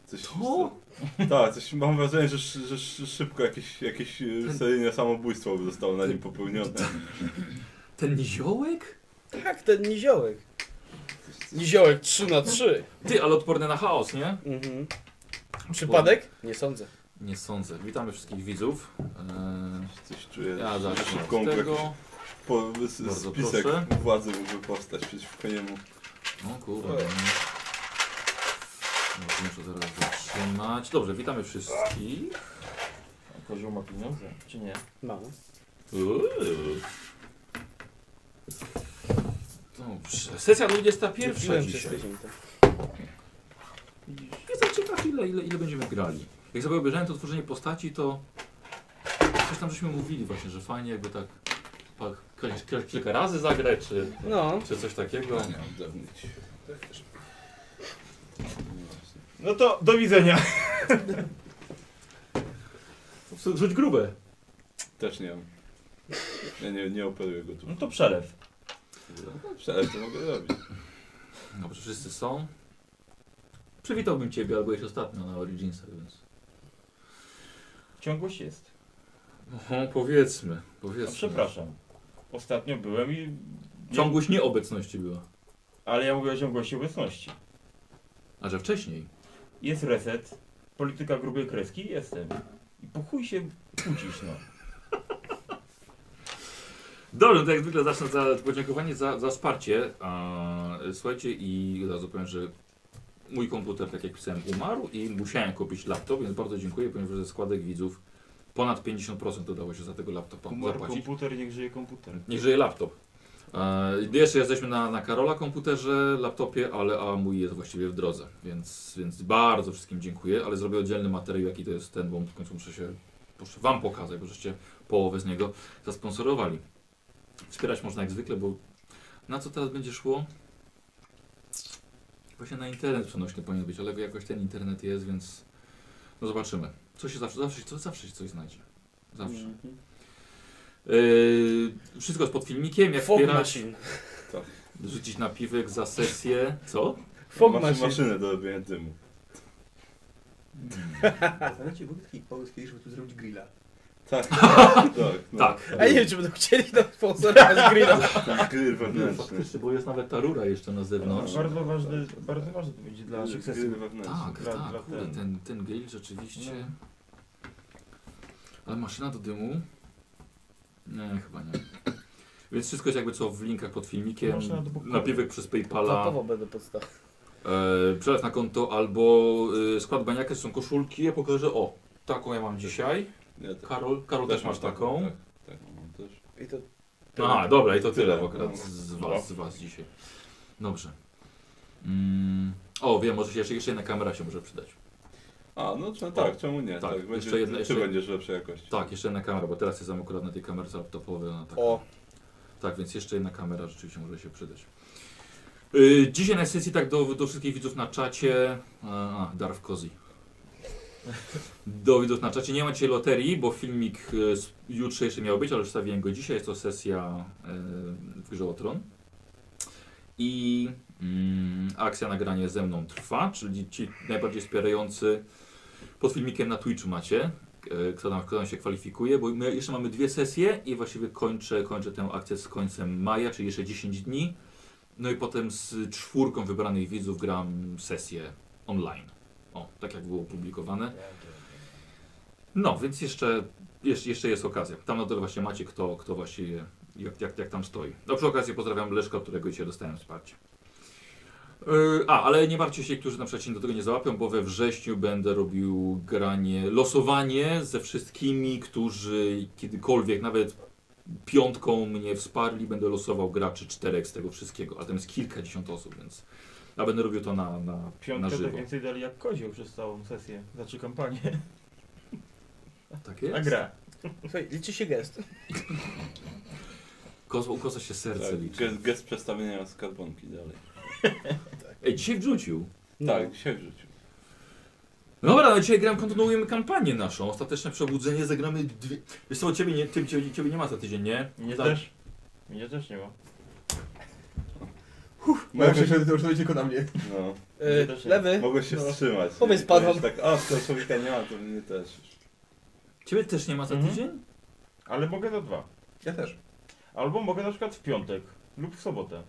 Coś, To? Tak, coś mam wrażenie, że szybko jakieś seryjne samobójstwo zostało na nim popełnione. Ten niziołek? Tak, ten niziołek. Niziołek 3/3. Ty, ale odporny na chaos, nie? Mhm. Przypadek? Nie sądzę. Nie sądzę. Witamy wszystkich widzów. Coś czuję, Ja że zacznę szybko od jakiś tego. Bardzo spisek proszę. władzy mógłby powstać przeciwko niemu. O kurwa. Muszę zaraz zatrzymać. Dobrze, witamy wszystkich. A kozioł ma pieniądze, czy nie? Mam. Dobrze. Sesja 21 Kupiłem dzisiaj. przez tydzień to. Jestem ciekaw, ile będziemy grali. Jak sobie obejrzałem to tworzenie postaci, to coś tam żeśmy mówili właśnie, że fajnie jakby tak kilka razy zagrać, No. czy coś takiego. Nie mam dawnić. No to do widzenia. Rzuć grube. Też nie mam. Ja nie operuję go tu. No to przelew. Przelew to mogę robić. Dobrze, wszyscy są. Przywitałbym Ciebie, albo byłeś ostatnio na Originsach, więc... Ciągłość jest. Powiedzmy. No, przepraszam. Ostatnio byłem i... Ciągłość nieobecności była. Ale ja mówię o ciągłości obecności. A że wcześniej? Jest reset, polityka grubej kreski i jestem. I po chuj się kłócisz, no. Dobrze, to jak zwykle zacznę podziękowanie za wsparcie. Słuchajcie, i od razu powiem, że mój komputer, tak jak pisałem, umarł i musiałem kupić laptop, więc bardzo dziękuję, ponieważ ze składek widzów ponad 50% udało się za tego laptopa Umarł zapłacić. komputer, niech żyje komputer. Niech żyje laptop. Jeszcze jesteśmy na Karola komputerze, laptopie, a mój jest właściwie w drodze, więc bardzo wszystkim dziękuję, ale zrobię oddzielny materiał, jaki to jest ten, bo w końcu muszę Wam pokazać, bo żeście połowę z niego zasponsorowali. Wspierać można jak zwykle, bo na co teraz będzie szło? Właśnie na internet przenośny powinien być, ale jakoś ten internet jest, więc no zobaczymy. Co się zawsze się coś znajdzie. Zawsze. Wszystko jest pod filmikiem, jak Fog wspierać, machine. rzucić napiwek za sesję. Co? Fog Masz machine. maszynę do robienia dymu. Znacie, był taki pomysł kiedyś, żeby tu zrobić grilla. Tak, tak. No. Tak. A nie wiem, czy będą chcieli nam sponsorować grilla. Ten grill wewnętrzny. Faktycznie, bo jest nawet ta rura jeszcze na zewnątrz. Bardzo ważne to będzie dla naszych sesji. Grill wewnętrzny. Tak, Dla tak, kurde, ten. ten grill rzeczywiście. No. Ale maszyna do dymu? Nie, chyba nie. Więc wszystko jest jakby co w linkach pod filmikiem. Maszyna do pokoju. Napiwek przez PayPala. Zapowo będę podstaw. Przelew na konto albo skład baniaka, są koszulki. Ja pokażę, o, taką ja mam dzisiaj. Ja też. Karol też masz mam taką. Tak, mam też. I to... Aha, dobra, i to tyle Tyle. akurat No. z was dzisiaj. Dobrze. O, wiem, może się jeszcze jedna kamera się może przydać. A, no tak, czemu nie? tak, Tak, będzie, jeszcze jedna- czy jeszcze- będziesz lepszej jakości? Tak, jeszcze jedna kamera, bo teraz jestem akurat na tej kamerze laptopowej. Ona taka. O, Tak, więc jeszcze jedna kamera rzeczywiście może się przydać. Dzisiaj na sesji tak do wszystkich widzów na czacie. Darf Kozi. Do widzów na czacie. Nie ma dzisiaj loterii, bo filmik jutrzejszy miał być, ale wstawiłem go dzisiaj. Jest to sesja w grze o Tron. I akcja nagranie ze mną trwa, czyli ci najbardziej wspierający pod filmikiem na Twitchu macie. Kto tam się kwalifikuje, bo my jeszcze mamy 2 sesje i właściwie kończę tę akcję z końcem maja, czyli jeszcze 10 dni. No i potem z 4 wybranych widzów gram sesję online. O, tak jak było opublikowane. No, więc jeszcze jest okazja. Tam na dole właśnie macie kto właściwie, jak tam stoi. No przy okazji pozdrawiam Leszka, którego dzisiaj dostałem wsparcie. Ale nie martwcie się, którzy na przykład się do tego nie załapią, bo we wrześniu będę robił losowanie ze wszystkimi, którzy kiedykolwiek, nawet piątką mnie wsparli. Będę losował graczy 4 z tego wszystkiego, a tam jest kilkadziesiąt osób, więc ja będę robił to na Piątkę to żywo. więcej dali jak kozioł przez całą sesję. Znaczy kampanię. Tak jest? A gra. słuchaj, liczy się gest. U koza się serce Tak, liczy. gest przestawienia skarbonki dalej. Ej, dzisiaj wrzucił. Tak, dzisiaj wrzucił. No dobra, no dzisiaj kontynuujemy kampanię naszą. Ostateczne przebudzenie, zagramy dwie... Wiesz co, ciebie nie ma za tydzień, nie? Mnie Tak. też. Mnie też nie ma. Bo ja myślę, że to już będzie tylko na mnie. No. Lewy. Mogę się No. wstrzymać. Powiedz Nie? panom. Powiedzieć tak, a tego człowieka nie ma, to mnie też. Ciebie też nie ma za Mhm. tydzień? Ale mogę za 2. Ja też. Albo mogę na przykład w piątek lub w sobotę.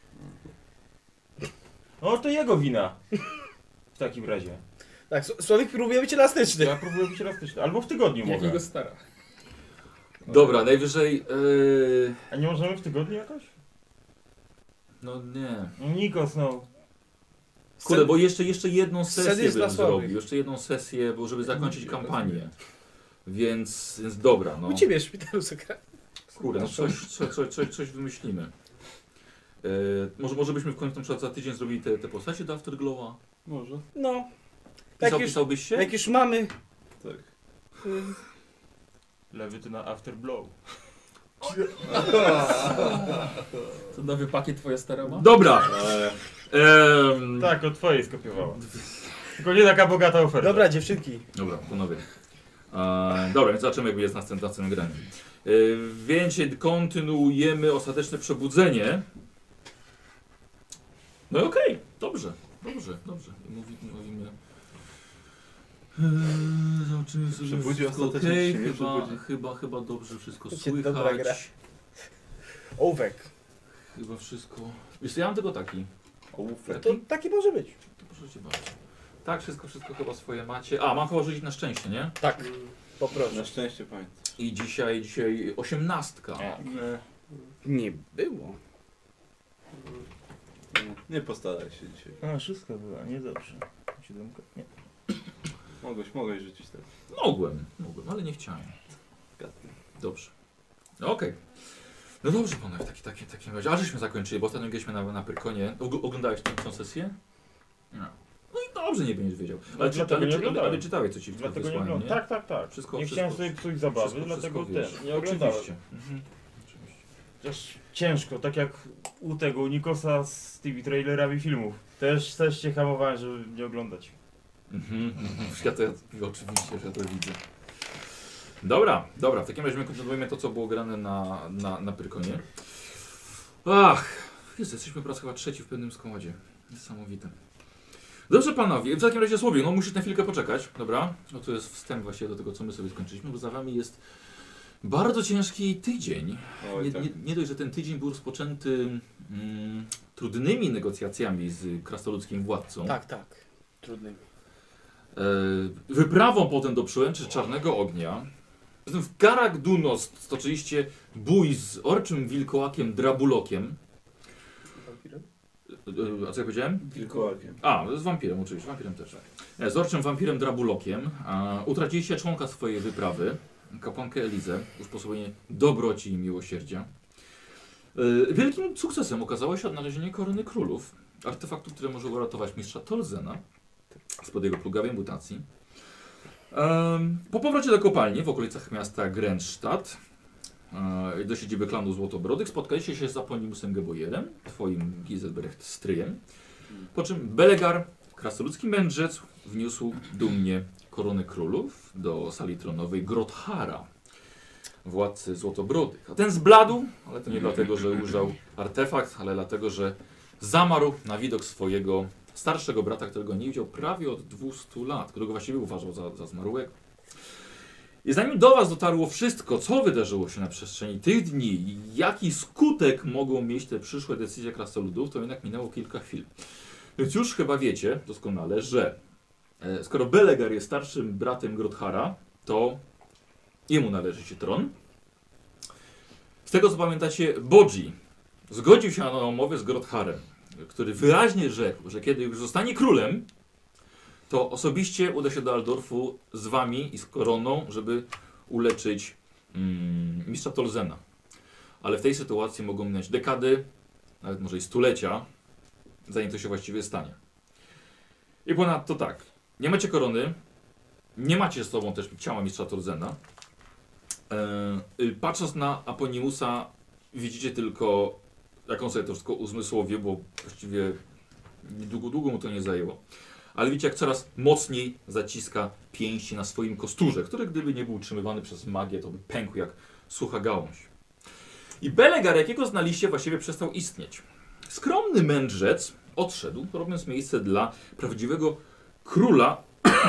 No to jego wina. W takim razie. Tak, Słowik próbuje być elastyczny. Ja próbuję być elastyczny. Albo w tygodniu mogę. Jakiego stara? Dobra, najwyżej... A nie możemy w tygodniu jakoś? no nie. No Nikos, no. Kurde, bo jeszcze jedną Scen sesję jest dla bym słabych. zrobił. Jeszcze jedną sesję, bo żeby zakończyć kampanię. Więc dobra, no. U ciebie w szpitalu zagrałem. Kurde, no coś wymyślimy. Może byśmy w końcu na przykład za tydzień zrobili te postacie do Afterglowa? Może. No. Jak już, Pisałbyś się? jak już mamy... Tak. Lewy ty na Afterblow. To nowy pakiet twoja stara ma? Dobra! Ale Tak, od twojej skopiowała. Tylko nie taka bogata oferta. Dobra, dziewczynki. Dobra, panowie. Dobra, więc zobaczymy, jakby jest następnym granie. Więc kontynuujemy ostateczne przebudzenie. No i okej, dobrze. I mówimy... Zobaczymy sobie. Przebudzi wszystko ostatecznie, okej, czy się nie przebudzi? chyba dobrze wszystko Będzie dobra gra. słychać. Ołówek. Chyba wszystko... Wiesz co, ja mam tylko taki. ołówek. To taki może być. To proszę cię bardzo. Tak, wszystko chyba swoje macie. A, mam chyba rzucić na szczęście, nie? Tak. Poproszę. Na szczęście pamiętasz. I dzisiaj 18. Nie było. Nie postaraj się dzisiaj. A, szóstka była, nie dobrze. 7, nie. Mogłeś rzucić tak. Mogłem, ale nie chciałem. Gadny. Dobrze. Okej. No dobrze, panowie, w takim razie. A żeśmy zakończyli, bo ostatnio graliśmy na Pyrkonie. Oglądałeś tę sesję? Nie. No i dobrze, nie będziesz wiedział. Ale, dlatego nie oglądałem. ale czytałeś, co ci Dlatego nie wysłałem, oglądam. Tak. Wszystko, nie wszystko, chciałem sobie psuć zabawy, dlatego wiesz. też nie oglądałem. Oczywiście. Oczywiście. Też ciężko, tak jak u tego u Nikosa z tymi trailerami filmów. Też się hamowałem, żeby nie oglądać. Ja to oczywiście, że to widzę. Dobra, w takim razie my kontynuujemy to, co było grane na Pyrkonie. Jesteśmy po raz chyba trzeci w pewnym składzie. Niesamowite. Dobrze panowie, w takim razie Słowik, no musisz na chwilkę poczekać, dobra? No to jest wstęp właściwie do tego, co my sobie skończyliśmy, bo za wami jest bardzo ciężki tydzień. Oj, tak. Nie dość, że ten tydzień był rozpoczęty trudnymi negocjacjami z krasnoludzkim władcą. Tak. Trudny. Wyprawą potem do Przełęczy Czarnego Ognia. W Garach Dunos stoczyliście bój z orczym wilkołakiem Drabulokiem. A co ja powiedziałem? Wilkołakiem. Z wampirem oczywiście, wampirem też. Z orczym wampirem Drabulokiem. Utraciliście członka swojej wyprawy, kapłankę Elizę, usposobienie dobroci i miłosierdzia. Wielkim sukcesem okazało się odnalezienie korony królów, artefaktu, które może uratować mistrza Tolzena spod jego plugawej mutacji. Po powrocie do kopalni w okolicach miasta Grenzstadt do siedziby klanu Złotobrodych spotkaliście się z Aponimusem Gebojerem, twoim Giselbrecht stryjem, po czym Belegar, krasnoludzki mędrzec, wniósł dumnie koronę królów do sali tronowej Grothara, władcy Złotobrodych. A ten zbladł, ale to nie dlatego, że ujrzał artefakt, ale dlatego, że zamarł na widok swojego starszego brata, którego nie widział prawie od 200 lat, którego właściwie uważał za zmarłego. I zanim do was dotarło wszystko, co wydarzyło się na przestrzeni tych dni i jaki skutek mogą mieć te przyszłe decyzje krasnoludów, to jednak minęło kilka chwil. Więc już chyba wiecie doskonale, że skoro Belegar jest starszym bratem Grothara, to jemu należy się tron. Z tego co pamiętacie, Bodzi zgodził się na umowę z Grotharem, który wyraźnie rzekł, że kiedy już zostanie królem, to osobiście uda się do Aldorfu z wami i z koroną, żeby uleczyć mistrza Tolzena. Ale w tej sytuacji mogą minąć dekady, nawet może i stulecia, zanim to się właściwie stanie. I ponadto tak, nie macie korony, nie macie z sobą też ciała mistrza Tolzena. Patrząc na Aponimusa, widzicie tylko, jak on sobie to wszystko uzmysłowie, bo właściwie długo mu to nie zajęło. Ale widzicie, jak coraz mocniej zaciska pięści na swoim kosturze, który gdyby nie był utrzymywany przez magię, to by pękł jak sucha gałąź. I Belegar, jakiego znaliście, właściwie przestał istnieć. Skromny mędrzec odszedł, robiąc miejsce dla prawdziwego króla.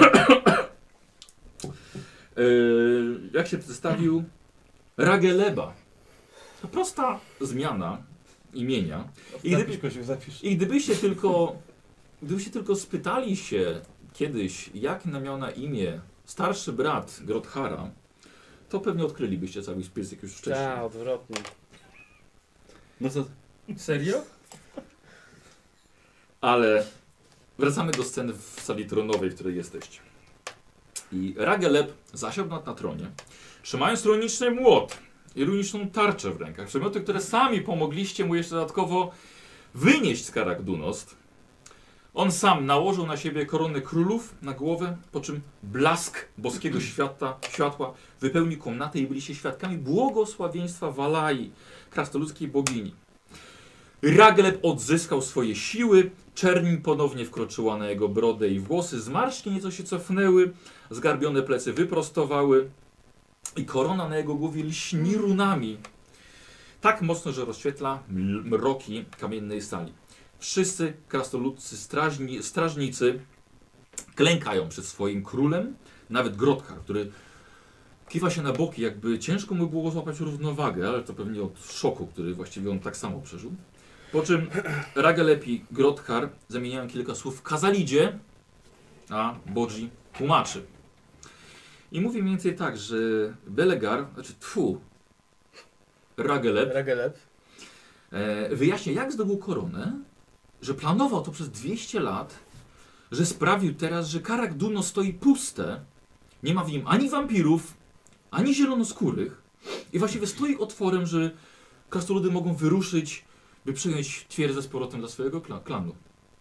Jak się przedstawił? Rageleba. To prosta zmiana imienia. I gdybyście tylko spytali się kiedyś, jak miał na imię starszy brat Grothara, to pewnie odkrylibyście cały spis jak już wcześniej. Tak, odwrotnie. No co? Serio? Ale wracamy do sceny w sali tronowej, w której jesteście. I Rageleb zasiadł na tronie, trzymając runiczny młot i runiczną tarczę w rękach. Przedmioty, które sami pomogliście mu jeszcze dodatkowo wynieść z Karak-Dunost. On sam nałożył na siebie koronę królów na głowę, po czym blask boskiego światła wypełnił komnatę i byliście świadkami błogosławieństwa Walai, krasnoludzkiej bogini. Rageleb odzyskał swoje siły, czerń ponownie wkroczyła na jego brodę i włosy, zmarszczki nieco się cofnęły, zgarbione plecy wyprostowały i korona na jego głowie lśni runami. Tak mocno, że rozświetla mroki kamiennej sali. Wszyscy krasnoludcy strażnicy klękają przed swoim królem, nawet Grothar, który kiwa się na boki, jakby ciężko mu było złapać równowagę, ale to pewnie od szoku, który właściwie on tak samo przeżył. Po czym Rageleb i Grothar zamieniają kilka słów w Kazalidzie, a Bodzi tłumaczy. I mówi mniej więcej tak, że Belegar, Rageleb wyjaśnia, jak zdobył koronę, że planował to przez 200 lat, że sprawił teraz, że Karak-Dunost stoi puste, nie ma w nim ani wampirów, ani zielonoskórych i właściwie stoi otworem, że krasnoludy mogą wyruszyć, by przejąć twierdzę z powrotem dla swojego klanu.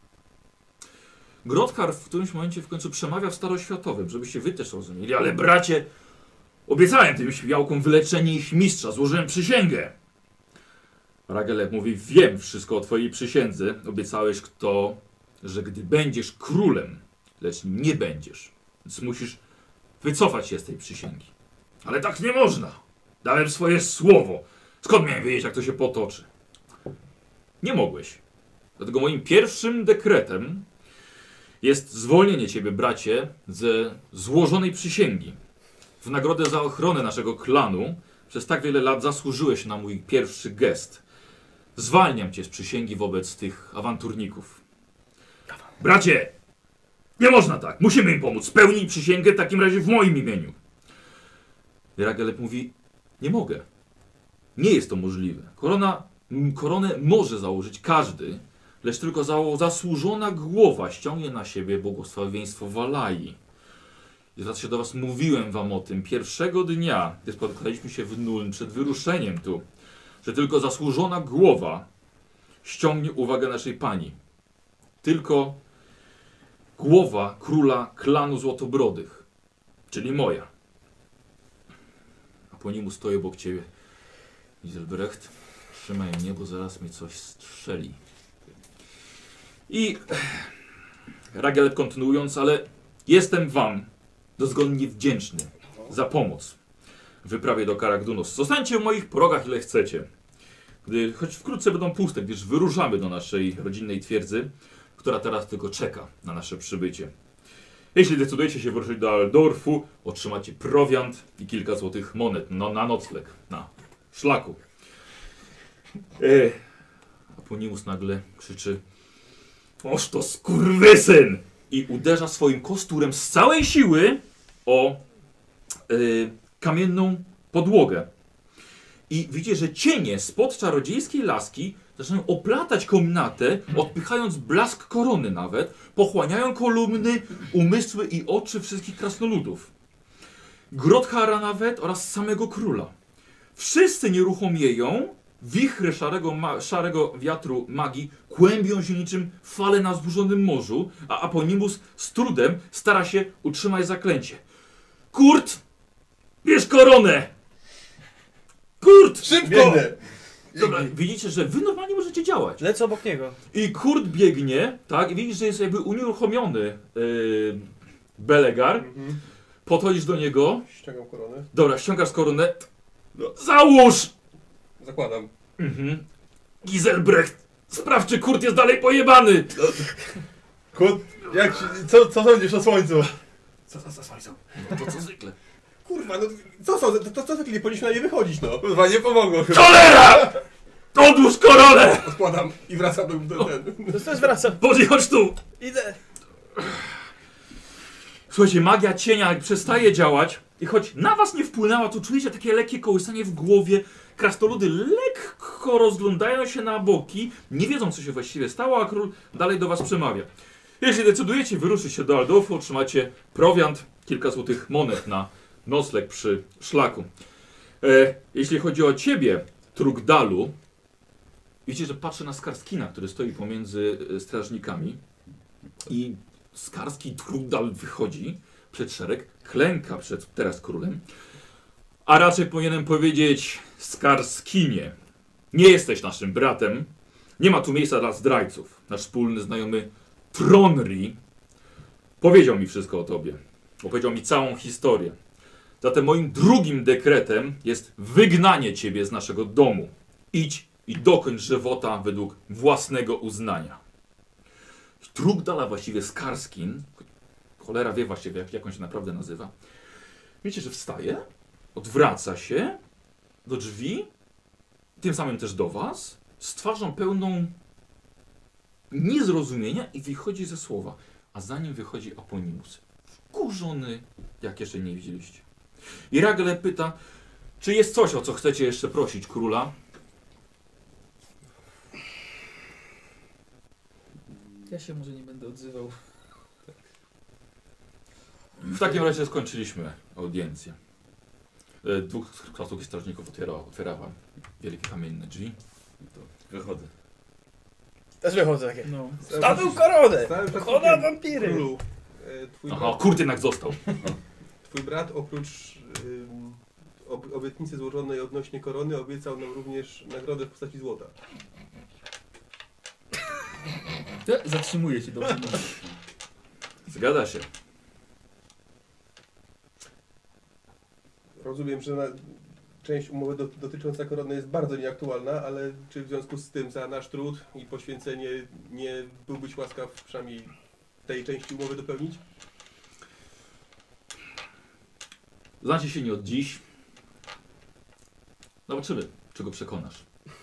Grothar w którymś momencie w końcu przemawia w staroświatowym, żebyście wy też rozumieli, ale bracie, obiecałem tym śmiałkom wyleczenie ich mistrza, złożyłem przysięgę. Rageleb mówi, wiem wszystko o twojej przysiędze, obiecałeś że gdy będziesz królem, lecz nie będziesz, więc musisz wycofać się z tej przysięgi. Ale tak nie można. Dałem swoje słowo. Skąd miałem wiedzieć, jak to się potoczy? Nie mogłeś. Dlatego moim pierwszym dekretem jest zwolnienie ciebie, bracie, ze złożonej przysięgi. W nagrodę za ochronę naszego klanu przez tak wiele lat zasłużyłeś na mój pierwszy gest. Zwalniam cię z przysięgi wobec tych awanturników. Bracie! Nie można tak! Musimy im pomóc! Spełnij przysięgę w takim razie w moim imieniu. Rageleb mówi, nie mogę. Nie jest to możliwe. Koronę może założyć każdy, lecz tylko zasłużona głowa ściągnie na siebie błogosławieństwo Walai. I zaraz się do was mówiłem wam o tym pierwszego dnia, gdy spotkaliśmy się w Nuln przed wyruszeniem tu, że tylko zasłużona głowa ściągnie uwagę naszej pani. Tylko głowa króla klanu Złotobrodych, czyli moja. A po nim stoi obok ciebie. Giselbrecht, trzymaj mnie, bo zaraz mi coś strzeli. I Rageleb kontynuując, ale jestem wam dozgonnie wdzięczny za pomoc w wyprawie do Karak-Dunost. Zostańcie w moich progach ile chcecie. Choć wkrótce będą puste, gdyż wyruszamy do naszej rodzinnej twierdzy, która teraz tylko czeka na nasze przybycie. Jeśli decydujecie się wyruszyć do Aldorfu, otrzymacie prowiant i kilka złotych monet na nocleg, na szlaku. Aponimus nagle krzyczy: oż to skurwysyn! I uderza swoim kosturem z całej siły o kamienną podłogę. I widzicie, że cienie spod czarodziejskiej laski zaczynają oplatać komnatę, odpychając blask korony nawet, pochłaniają kolumny, umysły i oczy wszystkich krasnoludów. Grothara nawet oraz samego króla. Wszyscy nieruchomieją, wichry szarego wiatru magii kłębią się niczym fale na zburzonym morzu, a Aponimus z trudem stara się utrzymać zaklęcie. Kurt! Bierz koronę! Kurt! Szybko! Biegnę! Dobra, widzicie, że wy normalnie możecie działać. Lecę obok niego. I Kurt biegnie, tak, i widzisz, że jest jakby unieruchomiony Belegar. Podchodzisz do niego. Ściągam koronę. Dobra, ściągasz koronę. Załóż! Zakładam. Giselbrecht, Sprawdź, czy Kurt jest dalej pojebany! Kurt, co sądzisz o słońcu? Co słońcu? No to co zwykle. Kurwa, no co zwykle powinniśmy na nie wychodzić, no. Kurwa, nie pomogło chyba. Cholera! Odłóż koronę! Odkładam i wracam do ten. To też wracam. Bodzi, chodź tu! Idę. Słuchajcie, magia cienia przestaje działać i choć na was nie wpłynęła, to czujecie takie lekkie kołysanie w głowie. Krasnoludy lekko rozglądają się na boki, nie wiedzą, co się właściwie stało, a król dalej do was przemawia. Jeśli decydujecie wyruszyć się do Aldorfu, otrzymacie prowiant, kilka złotych monet na nocleg przy szlaku. Jeśli chodzi o ciebie, Trugdalu, widzicie, że patrzy na Skarskina, który stoi pomiędzy strażnikami i Skarski Trugdal wychodzi przed szereg, klęka przed teraz królem, a raczej powinienem powiedzieć Skarskinie, nie jesteś naszym bratem, nie ma tu miejsca dla zdrajców. Nasz wspólny znajomy Tronri powiedział mi wszystko o tobie, opowiedział mi całą historię. Zatem moim drugim dekretem jest wygnanie ciebie z naszego domu. Idź i dokończ żywota według własnego uznania. Trugdal, a właściwie Skarskin, cholera wie właściwie jak on się naprawdę nazywa, wiecie, że wstaje, odwraca się do drzwi, tym samym też do was, z twarzą pełną niezrozumienia i wychodzi ze słowa, a za nim wychodzi Aponius, wkurzony, jak jeszcze nie widzieliście. I Ragle pyta, czy jest coś, o co chcecie jeszcze prosić króla? Ja się może nie będę odzywał. W takim razie skończyliśmy audiencję. Dwóch krasnoludów strażników otwiera wam wielkie kamienne drzwi. To wychodzę. Też wychodzę takie. No. Stawił koronę! Stałem przed Koda krótkiem. wampiry! Królu, twój Aha, brat, kurde, jednak został. twój brat oprócz obietnicy złożonej odnośnie korony obiecał nam również nagrodę w postaci złota. Zatrzymuję się dobrze. Zgadza się. Rozumiem, że część umowy dotycząca korony jest bardzo nieaktualna, ale czy w związku z tym za nasz trud i poświęcenie nie byłbyś łaskaw przynajmniej tej części umowy dopełnić? Znacie się nie od dziś. Zobaczymy, czego przekonasz.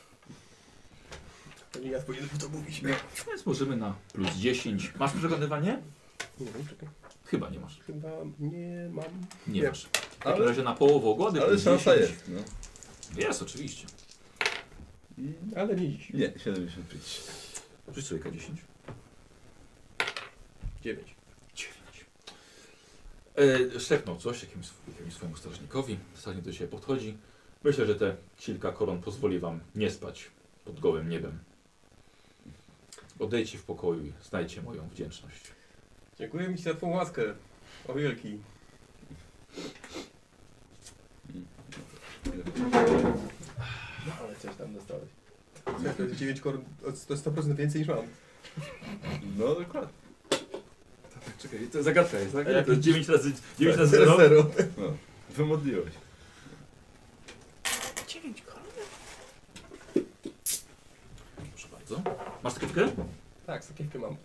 Pewnie ja powinienem to mówić. Więc możemy na plus 10. Masz przekonywanie? Nie wiem, czekaj. Chyba nie masz. Chyba nie mam. Nie Nie. masz. W takim razie na połowę ogłady Ale plus szansa 10. jest, no. Jest, oczywiście. Ale nie dziś. Nie, 75. Rzuć sobie K10. 9. 9. Szepnął coś jakimś swojemu strażnikowi. Strażnik do siebie podchodzi. Myślę, że te kilka koron pozwoli wam nie spać pod gołym niebem. Odejdźcie w pokoju i znajdźcie moją wdzięczność. Dziękuję mi za twą łaskę. O wielki. No ale coś tam dostałeś. To jest 9 koron, to jest 100% więcej niż mam. No dokładnie. Czekaj, to zagadka jest, tak? A jak- To jest 9 razy 0? No, wymodliłeś. 9 koron? Proszę bardzo. Masz sakiewkę? Tak, sakiewkę mam.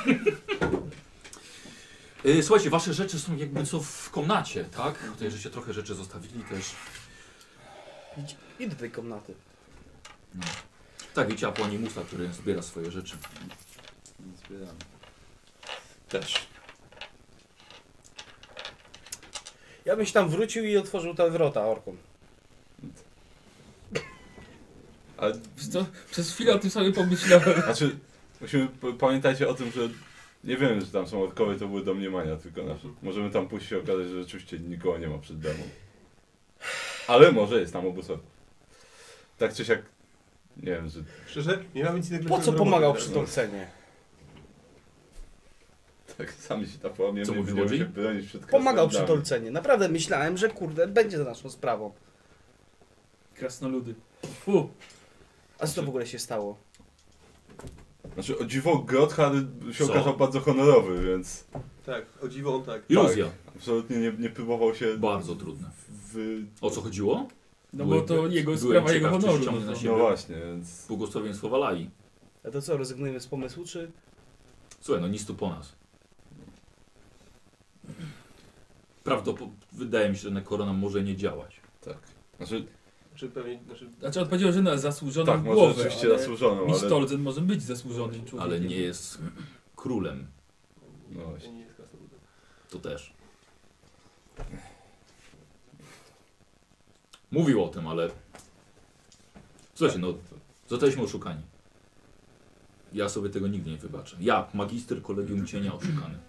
Słuchajcie, wasze rzeczy są jakby co w komnacie, tak? Tutaj żeście trochę rzeczy zostawili też. Idź do tej komnaty. No. Tak, widzicie Aponimusa, który zbiera swoje rzeczy. Zbieram. Też. Ja byś tam wrócił i otworzył te wrota orkom. Ale, Wiesz co? Przez chwilę o tym sobie pomyślałem. znaczy, pamiętajcie o tym, że nie wiemy, że tam są orkowie, to były domniemania tylko nasze. Możemy tam pójść się okazać, że rzeczywiście nikogo nie ma przed bramą. Ale może jest tam obóz orków. Tak czy siak, nie wiem, że Szczerze? Nie mam nic innego Po do co roboty pomagał teraz. przy Tolcenie? tak sami się tam połamiemy Co i mówi będziemy Łodzi? się bronić przed Pomagał przy krasnoludami. Tolcenie. Naprawdę myślałem, że kurde, będzie za naszą sprawą. Krasnoludy. Fu. A co to w ogóle się stało? Znaczy, o dziwo Grothar się Co? okazał bardzo honorowy, więc Tak, o dziwo on tak. Iluzja. absolutnie nie próbował się Bardzo trudne. w... O co chodziło? No bo to jego byłem sprawa jego ciekaw, czy honoru. ściągnie No na to. siebie. No właśnie, więc... Błogosławieństwo Walai. A to co, rezygnujemy z pomysłu, czy... Słuchaj, no nic tu po nas. Wydaje mi się, że korona może nie działać. Tak. Znaczy, Czy pewnie, Znaczy on powiedział, że na zasłużoną tak, może głowę, rzeczywiście ale zasłużoną, Miss ale... Tolzen może być zasłużonym człowiekiem. Ale nie jest królem. No właśnie. nie jest krasnoludem. To też. Mówił o tym, ale... Słuchajcie, no, zostaliśmy oszukani. Ja sobie tego nigdy nie wybaczę. Ja, magister Kolegium Cienia, oszukany.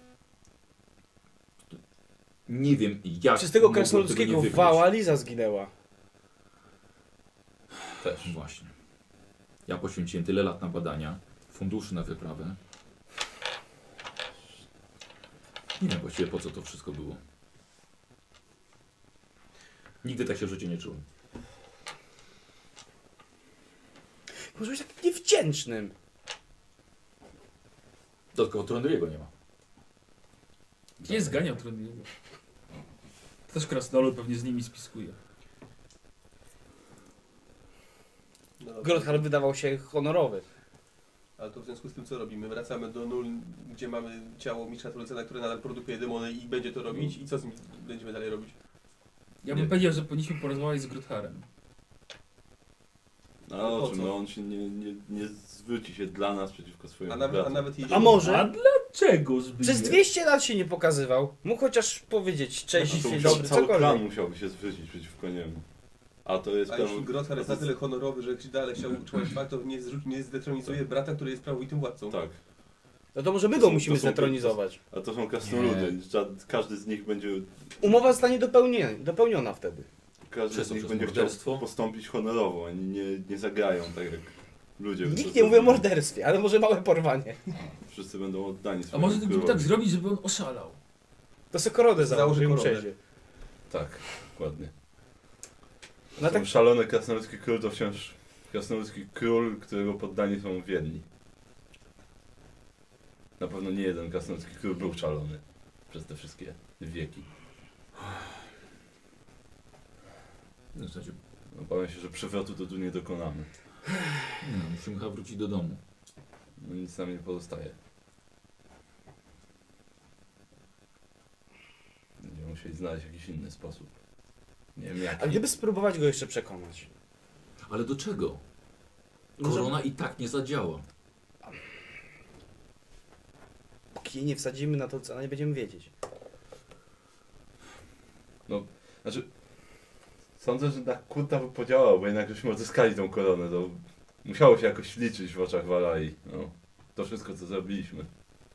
Nie wiem, jak... Przez tego mogłem krasnoludzkiego tego nie wykryć. wała Liza zginęła. Też. Właśnie. Ja poświęciłem tyle lat na badania, funduszy na wyprawę. Nie wiem właściwie po co to wszystko było. Nigdy tak się w życiu nie czułem. Może być takim niewdzięcznym. Dodatkowo Trondriego nie ma. Nie zganiał Trondriego. Też krasnolud pewnie z nimi spiskuje. No dobra. Grothar wydawał się honorowy. Ale to w związku z tym co robimy? Wracamy do nul, gdzie mamy ciało mistrza Tolkiena, które nadal produkuje demony i będzie to robić i co z nim będziemy dalej robić? Ja bym Nie. powiedział, że powinniśmy porozmawiać z Grotharem. No Po o czym? co? No on się nie zwróci się dla nas przeciwko swojemu A nawet bratu. jeśli... A może? A dlaczego Zbigniew? Przez 200 lat się nie pokazywał. Mógł chociaż powiedzieć cześć, No to dzień musiał, dobry, cały klan cokolwiek. musiałby się zwrócić przeciwko niemu. A to jest A jeśli Grothar jest na tyle honorowy, że dalej chciał utrzymać fakt, to nie zdetronizuje brata, który jest prawowitym władcą. Tak. No to może my To go są- musimy to są- zdetronizować. A to są krasnoludy. Każdy z nich będzie... Umowa zostanie dopełniona wtedy. Każdy Przez z to, nich przez będzie morderstwo? chciał postąpić honorowo. Oni nie zagrają tak jak ludzie. by Nikt to nie mówi o zrobili. morderstwie, ale może małe porwanie. Wszyscy będą oddani A swojemu może mógłby królowi. tak zrobić, żeby on oszalał? To sobie korodę założy i mu koronę. przejdzie. Tak, dokładnie. No Ten tak, szalony krasnoludzki król to wciąż krasnoludzki król, którego poddani są wierni. Na pewno nie jeden krasnoludzki król był szalony przez te wszystkie wieki. W zasadzie, Obawiam się, że przewrotu to tu nie dokonamy. nie wiem, musimy chyba wrócić do domu. No nic nam nie pozostaje. Będziemy musieli znaleźć jakiś inny sposób. Nie wiem jaki. a gdyby spróbować go jeszcze przekonać? Ale do czego? Może- Korona i tak nie zadziała. Póki jej nie wsadzimy na to, co nie będziemy wiedzieć. Znaczy, sądzę, że na Kurta by podziałał, bo jednak żeśmy odzyskali tą koronę, to musiało się jakoś liczyć w oczach Walai. No, to wszystko, co zrobiliśmy.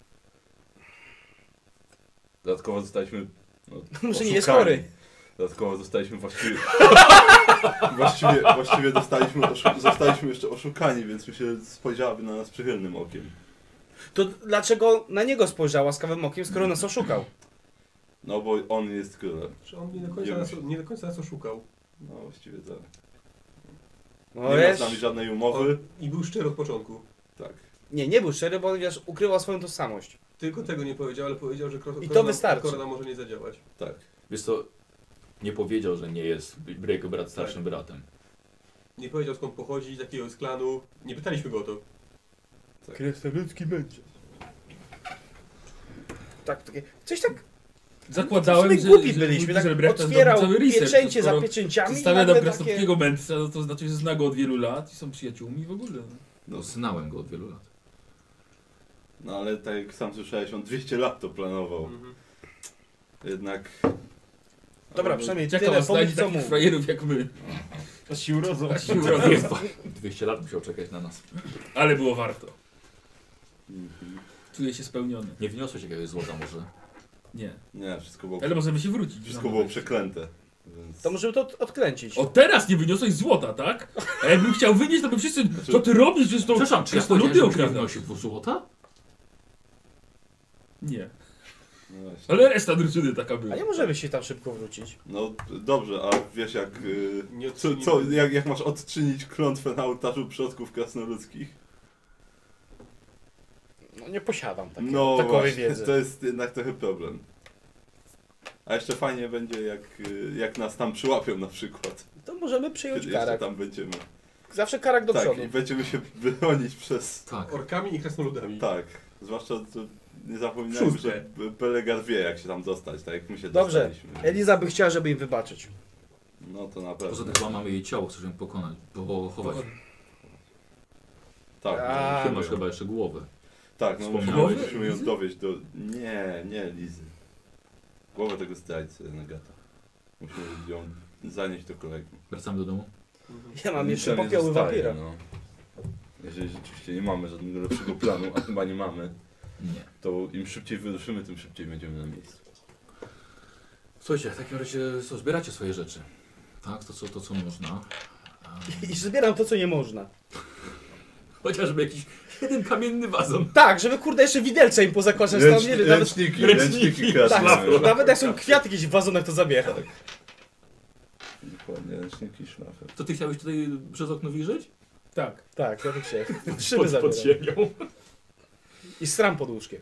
Dodatkowo zostaliśmy Może nie jest oszukani. chory. Dodatkowo zostaliśmy właściwie... właściwie zostaliśmy jeszcze oszukani, więc myślę, że spojrzałaby na nas przychylnym okiem. To dlaczego na niego spojrzał łaskawym okiem, skoro nas oszukał? No bo on jest królem. Czy on nie do końca nas oszukał. No właściwie tak. No Nie ma wiesz, z nami żadnej umowy. I był szczery od początku. Tak. nie był szczery, bo wiesz, ukrywał swoją tożsamość. Tylko tego nie powiedział, ale powiedział, że I to wystarczy. korona może nie zadziałać. Tak. Wiesz co, nie powiedział, że nie jest jego brat starszym bratem. Nie powiedział skąd pochodzi, z jakiego jest klanu. Nie pytaliśmy go o to. Krasnoludzki będzie. Tak, takie, coś tak, Zakładałem, my że, głupi że byliśmy, mój tak Gilbert otwierał cały research, pieczęcie za skoro pieczęciami i Zostawia nagle nam takie... krasnoludzkiego mędrca, no to znaczy, że zna go od wielu lat i są przyjaciółmi w ogóle. No, znałem go od wielu lat. No ale tak jak sam słyszałeś, on 200 lat to planował. Mhm. Jednak... Dobra, ale- przynajmniej Czekam, tyle, a znajdzie pomów co takich mów. frajerów jak my. Aż się urodzą. Aż się urodzą. 200 lat musiał czekać na nas. Ale było warto. Mhm. Czuję się spełniony. Nie wniosłeś jakiegoś złota może? Nie. Nie, wszystko było, Ale możemy się wrócić. wszystko było przeklęte. Więc... To możemy to odkręcić. O, teraz nie wyniosłeś złota, tak? A jakbym chciał wynieść, to by wszyscy... Co ty robisz? Przecież to Przepraszam, czy ja krasnoludy powiedziałem, że nie okradną. wnosi 2 złota? Nie. No, właśnie. Ale reszta drużyny taka była. A nie możemy się tam szybko wrócić. No dobrze, a wiesz jak... Nie jak masz odczynić klątwę na ołtarzu przodków krasnoludzkich? No nie posiadam takiej No takowej właśnie, wiedzy. to jest jednak trochę problem. A jeszcze fajnie będzie jak nas tam przyłapią na przykład. To możemy przyjąć Kiedy jeszcze karę. tam będziemy. Zawsze karak do Tak, przodu. i będziemy się bronić przez... Tak. Orkami i krasnoludami. Tak. Zwłaszcza, to nie zapominajmy, Szóste. że Belegar wie, jak się tam dostać, tak jak my się Dobrze. dostaliśmy. Eliza by chciała, żeby im wybaczyć. No to na Poza pewno. tym chyba mamy jej ciało, chcesz ją pokonać, pochować. Tak, A, Ty masz chyba jeszcze głowę. tak, no Wspomniałeś? musimy ją dowieść do... Nie, Lizy. Głowę tego zdrajcy, Negata. Musimy ją zanieść do kolegi. Wracamy do domu? Ja mam Nic jeszcze tam nie popioły zostaje, wampira. no. Jeżeli rzeczywiście nie mamy żadnego lepszego planu, a chyba nie mamy, Nie. to im szybciej wyruszymy, tym szybciej będziemy na miejscu. Słuchajcie, w takim razie co, zbieracie swoje rzeczy. Tak, to co można. I zbieram to, co nie można. Chociażby jakiś jeden kamienny wazon. Tak, żeby kurde jeszcze widelce im pozakładać tam, nie wiem, nawet... Ręczniki Tak, krasnoludy. nawet jak są kwiaty jakieś w wazonach, to zabieram. Dokładnie, ręczniki, szlafy. To ty chciałeś tutaj przez okno wyjrzeć? Tak. Tak, ja bym chciał. Szyby Pod zabieram. ziemią. I stram pod łóżkiem.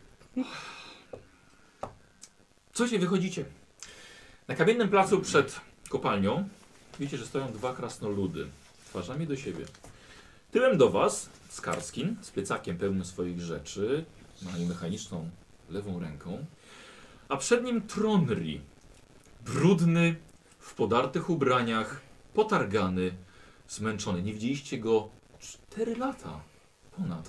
Słuchajcie, wychodzicie. Na kamiennym placu przed kopalnią widzicie, że stoją dwa krasnoludy. Twarzami do siebie. Tyłem do was Skarskin z plecakiem pełnym swoich rzeczy, ma i mechaniczną lewą ręką, a przed nim Tronri, brudny, w podartych ubraniach, potargany, zmęczony. Nie widzieliście go 4 lata ponad.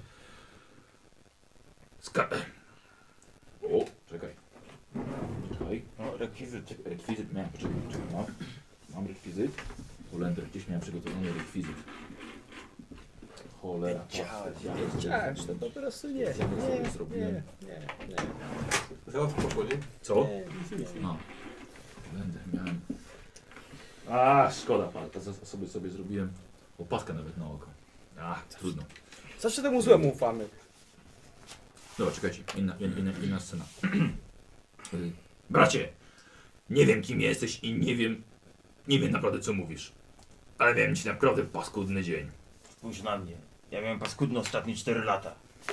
O, czekaj. Czekaj. O, rekwizyt. Rekwizyt miałem, poczekaj, mam rekwizyt. Holender, gdzieś miałem przygotowany rekwizyt. Cholera. Tak, to po prostu nie. Ja bym sobie Nie, zrobiłem. nie. Załatw poszło, nie? Co? Nie, nic, nic. No. Holender miałem. A, szkoda, pan. To sobie zrobiłem opaskę nawet na oko. A, trudno. Zawsze temu złemu ufamy. Dobra, czekajcie, inna scena. Bracie, nie wiem kim jesteś i nie wiem naprawdę co mówisz. Ale miałem ci naprawdę paskudny dzień. Spójrz na mnie. Ja miałem paskudno ostatnie 4 lata.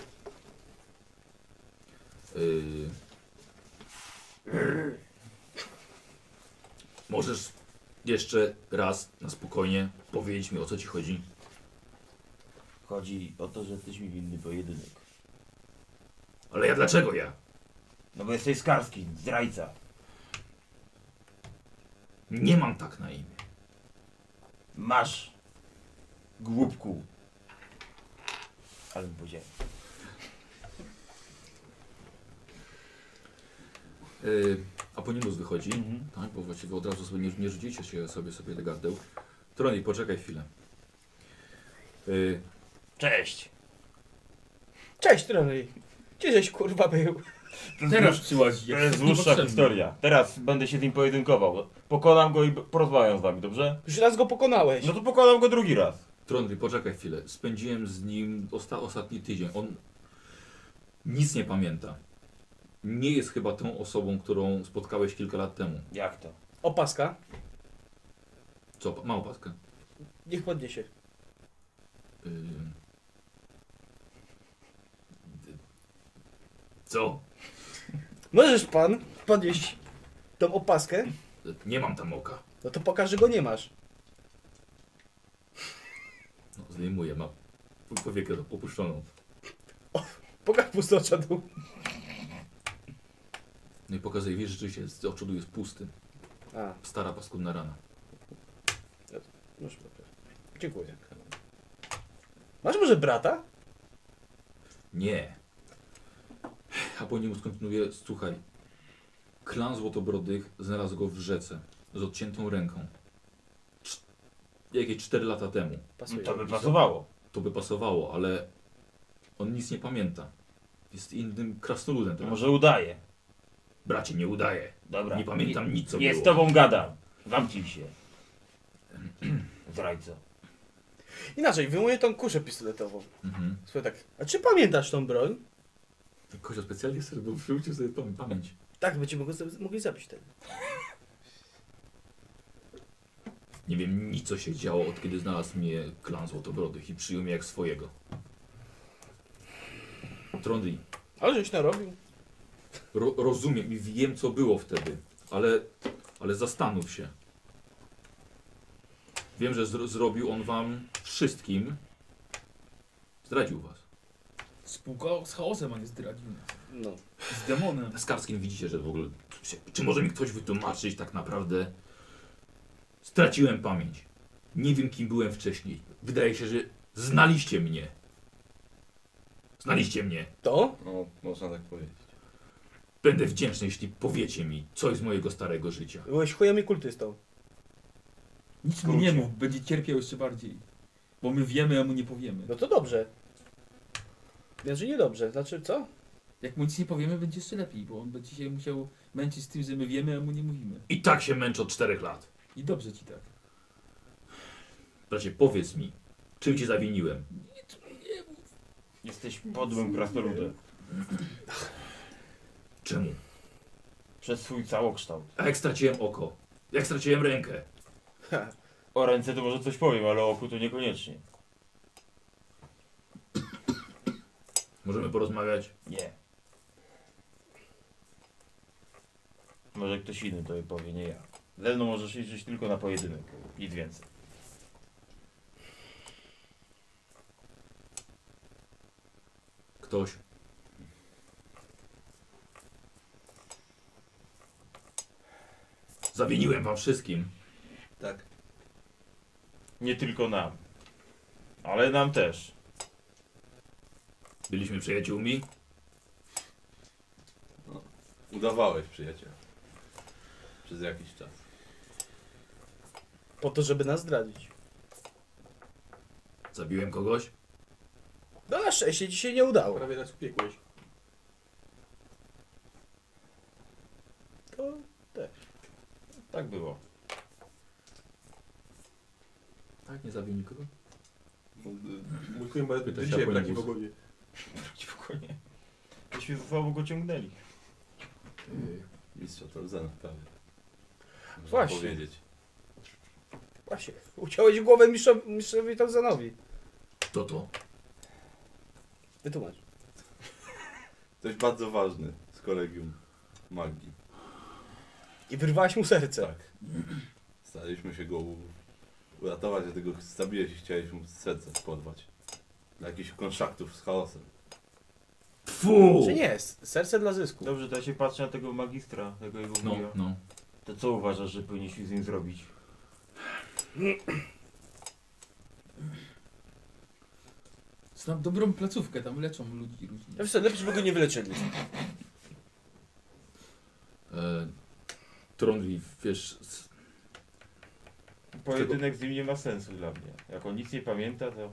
Możesz jeszcze raz na spokojnie powiedzieć mi o co ci chodzi? Chodzi o to, że jesteś mi winny pojedynek. Ale dlaczego ja? No bo jesteś Skarskin, zdrajca. Nie mam tak na imię. Masz. Głupku. Ale mi powiedziałem. Aponimus wychodzi, tak, bo właściwie od razu sobie nie rzucicie się sobie do gardeł. Troni, poczekaj chwilę. Cześć. Cześć, Tronry. Gdzieś kurwa był? Teraz przyłazi. To jest dłuższa historia. Teraz będę się z nim pojedynkował. Pokonam go i porozmawiam z wami, dobrze? Już raz go pokonałeś. No to pokonam go drugi raz. Trondry, poczekaj chwilę. Spędziłem z nim ostatni tydzień. On nic nie pamięta. Nie jest chyba tą osobą, którą spotkałeś kilka lat temu. Jak to? Opaska. Co? Ma opaskę. Niech podniesie. Yy... Co? Możesz pan podnieść tą opaskę? Nie mam tam oka. No to pokaż, że go nie masz. No, zdejmuję, ma powiekę opuszczoną. Pokaż pustocza dół. No i pokazuję, wiesz, rzeczywiście z oczu jest pusty. A, Stara paskudna rana. no dziękuję. Masz może brata? Nie. A po nim kontynuuje, słuchaj. Klan Złotobrodych znalazł go w rzece z odciętą ręką. Jakieś 4 lata temu. Pasuje. To by pasowało. To by pasowało, ale on nic nie pamięta. Jest innym krasnoludem To teraz. może udaje. Bracie, nie udaje. Dobra. Nie pamiętam nic, co Nie było. z tobą gadam. Zamknij się. Zdrajco. Inaczej, wyjmuję tą kuszę pistoletową. Mhm. Słuchaj tak, a czy pamiętasz tą broń? Kozio specjalnie sobie wrócił sobie pamięć. Tak, będziemy mogli zabić wtedy. Nie wiem nic, co się działo, od kiedy znalazł mnie klan Złotobrodych i przyjął mnie jak swojego. Trondri, Ale żeś narobił. rozumiem i wiem, co było wtedy, ale zastanów się. Wiem, że zrobił on wam wszystkim. Zdradził was. Spółka z chaosem, a nie zdradził nas. No. Z demonem. Z Karskim widzicie, że w ogóle... Czy może mi ktoś wytłumaczyć tak naprawdę? Straciłem pamięć. Nie wiem, kim byłem wcześniej. Wydaje się, że znaliście mnie. Znaliście mnie. To? No, można tak powiedzieć. Będę wdzięczny, jeśli powiecie mi coś z mojego starego życia. Byłeś chujem i kultystą. Nic mu nie mów, będzie cierpiał jeszcze bardziej. Bo my wiemy, a mu nie powiemy. No to dobrze. Znaczy niedobrze, znaczy co? Jak mu nic nie powiemy, będzie jeszcze lepiej, bo on będzie się musiał męczyć z tym, że my wiemy, a mu nie mówimy. I tak się męczę od 4 lat. I dobrze ci tak. Bracie, powiedz mi, czym cię zawiniłem? Jesteś podłym krasnoludem. Czemu? Przez swój całokształt. A jak straciłem oko? Jak straciłem rękę? O ręce to może coś powiem, ale o oku to niekoniecznie. Możemy porozmawiać? Nie. Może ktoś inny to powie, nie ja. Ze mną możesz liczyć tylko na pojedynek. Nic więcej. Ktoś? Zawiniłem wam wszystkim. Tak. Nie tylko nam. Ale nam też. Byliśmy przyjaciółmi. Udawałeś, przyjaciel. Przez jakiś czas. Po to, żeby nas zdradzić. Zabiłem kogoś. No na szczęście ci się nie udało. Prawie nas upiekłeś. To też. Tak było. Tak, nie zabił nikogo. Mój chuj ma do Pyta się dzisiaj braki w Apolonius. ogonie. Spokojnie. Myśmy ze sobą go ciągnęli. Mistrza Tarzana, prawie. Można Właśnie. powiedzieć. Właśnie. Uciąłeś głowę mistrzowi Tarzanowi. Kto to? Wytłumacz. Ktoś bardzo ważny z kolegium magii. I wyrwałeś mu serce. Tak. Staraliśmy się go uratować, dlatego zabiłeś i chciałeś mu serce porwać. Dla jakichś kontraktów z chaosem. Fu! Czy nie? Serce dla zysku. Dobrze, to ja się patrzę na tego magistra, tego jego No, wuja. no. To co uważasz, że powinniśmy z nim zrobić? Znam dobrą placówkę, tam leczą ludzi różnie. Wiesz co, lepiej, żeby go nie wyleczyli. Trondri, wiesz... Pojedynek z nim nie ma sensu dla mnie. Jak on nic nie pamięta, to...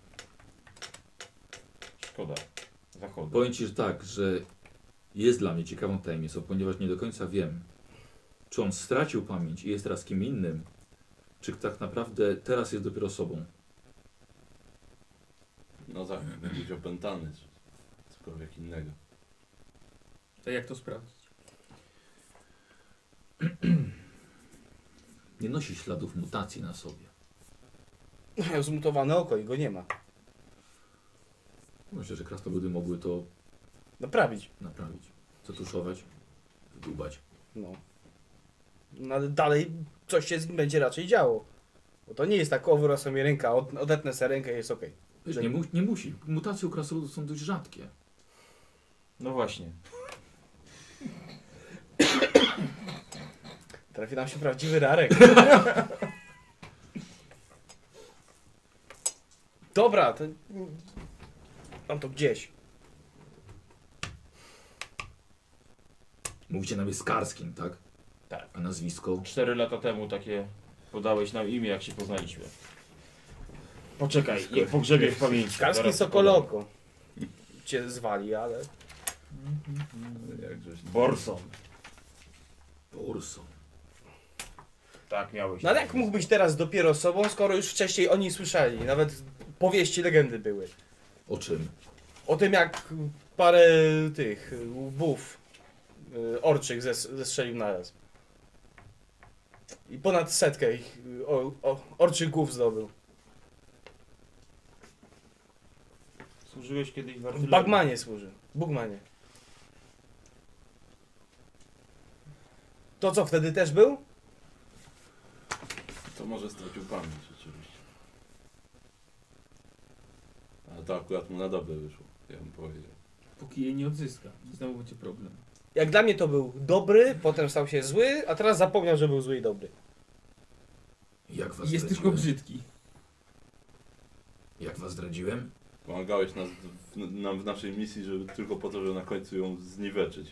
Szkoda. Zachodu. Powiem ci, że tak, że jest dla mnie ciekawą tajemnicą, ponieważ nie do końca wiem, czy on stracił pamięć i jest teraz kim innym, czy tak naprawdę teraz jest dopiero sobą. No tak, mógł być opętany, czy cokolwiek innego. To jak to sprawdzić? Nie nosi śladów mutacji na sobie. Miał zmutowane oko i go nie ma. Myślę, że krasnoludy mogły to Naprawić. naprawić, zatuszować, wydłubać. No. No ale dalej coś się z nim będzie raczej działo. Bo to nie jest tak, o wyra sobie ręka, odetnę sobie rękę i jest okej. Wiesz, nie musi. Mutacje u krasnoludów są dość rzadkie. No właśnie. Trafi nam się prawdziwy rarek. Dobra, to... Mam to gdzieś. Mówicie nam jest Skarskin, tak? Tak. A nazwisko? 4 lata temu takie podałeś nam imię, jak się poznaliśmy. Poczekaj, niech pogrzebie w pamięci. Karskie Zaraz Sokoloko. Cię zwali, ale... Jakżeś... Borson. Urson. Tak, miałeś. No ale jak mógł być teraz dopiero sobą, skoro już wcześniej oni słyszeli? Nawet powieści, legendy były. O czym? O tym, jak parę tych łbów orczych zestrzelił naraz. I ponad 100 ich orczych głów zdobył. Służyłeś kiedyś w W artylerii? Bagmanie służy. Bugmanie. To co, wtedy też był? To To może stracił pamięć rzeczywiście. Ale to akurat mu na dobre wyszło, ja bym powiedział. Póki jej nie odzyska. Znowu będzie problem. Jak dla mnie to był dobry, potem stał się zły, a teraz zapomniał, że był zły i dobry. Jak was Jest zdradziłem? tylko brzydki. Jak was zdradziłem? Pomagałeś nam w naszej misji, żeby tylko po to, żeby na końcu ją zniweczyć.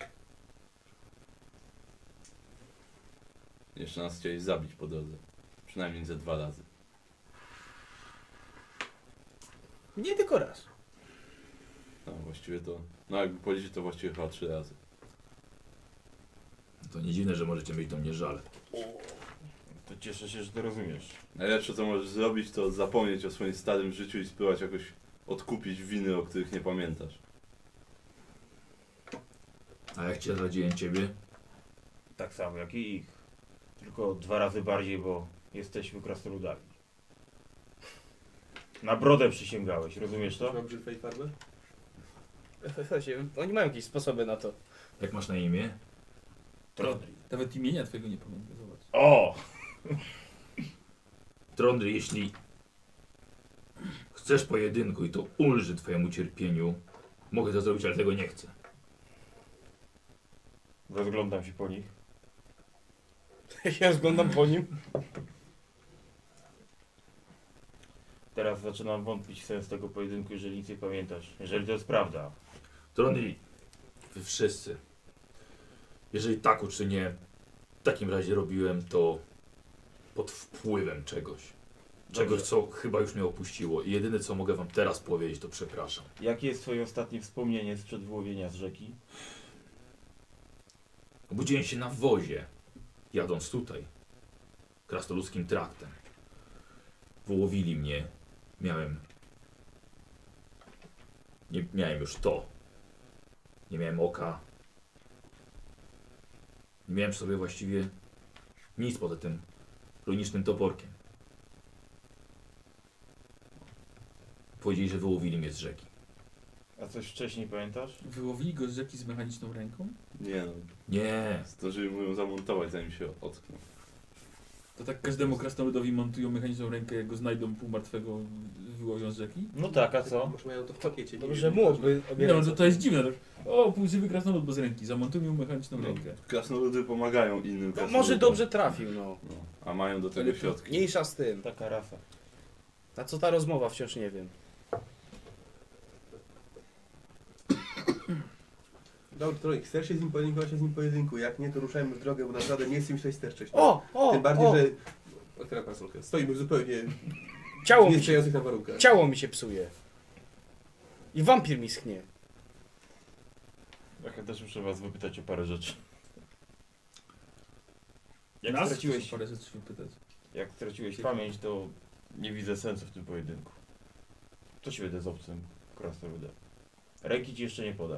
Jeszcze nas chcieli zabić po drodze. Przynajmniej ze 2 razy. Nie tylko raz. No właściwie to... No jakby policzyć to właściwie chyba 3 razy. To nie dziwne, że możecie mieć do mnie żal. To cieszę się, że to rozumiesz. Najlepsze co możesz zrobić to zapomnieć o swoim starym życiu i spróbować jakoś odkupić winy, o których nie pamiętasz. A jak cię zdradziłem ciebie? Tak samo jak i ich. Tylko 2 razy bardziej, bo jesteśmy krasnoludami. Na brodę przysięgałeś, rozumiesz to? Mam brzytwę i farbę? Słuchajcie, oni mają jakieś sposoby na to. Jak masz na imię? Trondri. Nawet imienia twojego nie pamiętam. Zobacz. O! Trondry, jeśli chcesz pojedynku i to ulży twojemu cierpieniu, mogę to zrobić, ale tego nie chcę. Rozglądam się po nich. Ja rozglądam po nim. Teraz zaczynam wątpić w sens tego pojedynku, jeżeli nic nie pamiętasz. Jeżeli to jest prawda. Trondry, wy wszyscy. Jeżeli tak uczynię, w takim razie robiłem to pod wpływem czegoś. Czegoś, Dobrze. co chyba już mnie opuściło. I jedyne, co mogę wam teraz powiedzieć, to przepraszam. Jakie jest twoje ostatnie wspomnienie sprzed wyłowienia z rzeki? Obudziłem się na wozie, jadąc tutaj, krasnoludzkim traktem. Wyłowili mnie. Nie miałem już to. Nie miałem oka. Nie miałem przy sobie właściwie nic poza tym runicznym toporkiem. Powiedzieli, że wyłowili mnie z rzeki. A coś wcześniej pamiętasz? Wyłowili go z rzeki z mechaniczną ręką? Nie no, Nie, zdążyli mu ją zamontować zanim się ocknął. To tak każdemu krasnoludowi montują mechaniczną rękę, jak go znajdą półmartwego, wyłowią z rzeki? No tak, a co? Może mają to w pakiecie. Dobrze, że mu obie Nie, no ręce. to jest dziwne. Tak. O, półżywy krasnolud bez ręki, zamontują mu mechaniczną No, rękę. krasnoludy pomagają innym No, krasnoludom. może dobrze trafił, no. No, a mają do tego Ale to- środki. Mniejsza z tym. Taka rasa. Na co ta rozmowa, wciąż nie wiem. Dobra, Tronik, chcesz się z nim pojedynkować, się z nim pojedynku. Jak nie, to ruszajmy w drogę, bo naprawdę nie chcę mi się sterczeć. O! Tym bardziej, o! że... O, teraz parasolkę. Stoimy w zupełnie Ciało mi się, niesprzyjających na warunkach. ciało mi się psuje. I wampir mi schnie. Ja też muszę was wypytać o parę rzeczy. Jak Nas straciłeś, parę rzeczy się pytać. jak straciłeś pamięć, to nie widzę sensu w tym pojedynku. Co ci będę z obcym krasnoludem? Ręki ci jeszcze nie podam.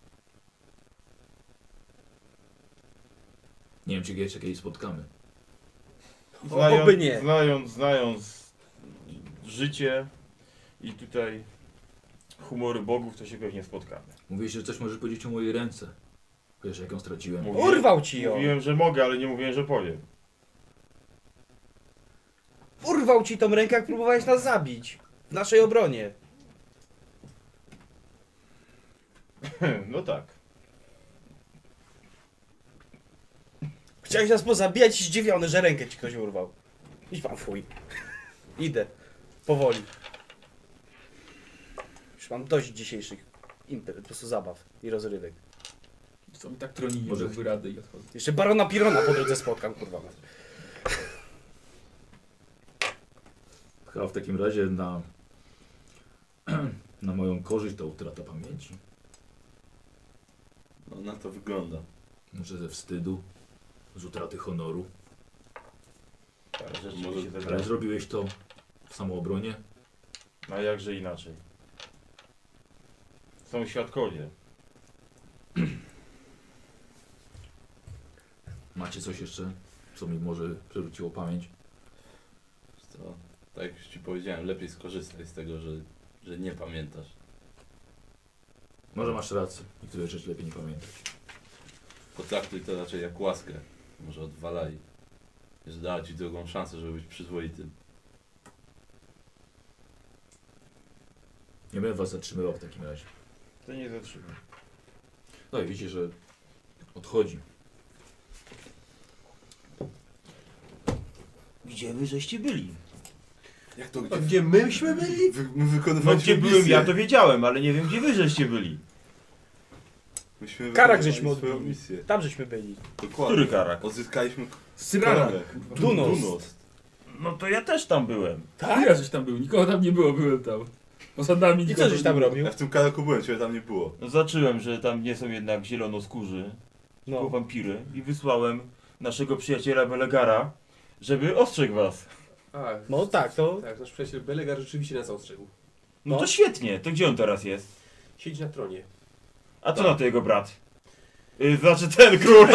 nie wiem, czy jeszcze kiedyś spotkamy. Oby nie. Znając życie i tutaj humory bogów, to się pewnie spotkamy. Mówiłeś, że coś możesz powiedzieć o mojej ręce. Wiesz, jak ją straciłem. Urwał ci ją! Mówiłem, że mogę, ale nie mówiłem, że powiem. Urwał ci tą rękę, jak próbowałeś nas zabić. W naszej obronie. No tak. Chciałeś nas pozabijać i zdziwiony, że rękę ci ktoś urwał. Idź pan fuj. Idę. Powoli. Już mam dość dzisiejszych imprez, po prostu zabaw i rozrywek. Co mi tak troni nie Może- robię rady i odchodzę. Jeszcze Barona Pirona po drodze spotkam, kurwa. Chyba w takim razie na moją korzyść to utrata pamięci. No na to wygląda. Może ze wstydu, z utraty honoru. Parę rzeczy Może- mi się Ale wydaje. zrobiłeś to w samoobronie? A jakże inaczej. Są świadkowie. Macie coś jeszcze, co mi może przerzuciło pamięć? To, tak jak już ci powiedziałem, lepiej skorzystaj z tego, że nie pamiętasz. Może masz rację, niektóre rzeczy lepiej nie pamiętać. Potraktuj to raczej jak łaskę. Może odwalali. że dała ci drugą szansę, żeby być przyzwoitym. Nie będę was zatrzymywał w takim razie. To nie zatrzymam. No i widzicie, że odchodzi. Gdzie wy żeście byli? Jak to A gdzie myśmy byli? My No wykonywaliśmy gdzie byłem misję. ja to wiedziałem, ale nie wiem gdzie wy żeście byli. Myśmy Karak wykonywali żeśmy swoją odbili. misję. Tam żeśmy byli. Dokładnie. Który karak? Odzyskaliśmy Syrana. koronę. Dunos. No to ja też tam byłem. Tak? Ja żeś tam był, nikogo tam nie było, byłem tam. Poza nami I nikogo co żeś tam nie było. robił? Ja w tym karaku byłem, ciebie tam nie było. No zobaczyłem, że tam nie są jednak zielonoskórzy, tylko No. wampiry i wysłałem naszego przyjaciela Belegara, żeby ostrzegł was. A, No tak, to... tak, nasz przyjaciel Belegar rzeczywiście nas ostrzegł. No No. to świetnie, to gdzie on teraz jest? Siedzi na tronie. A co na to jego brat? Znaczy ten król!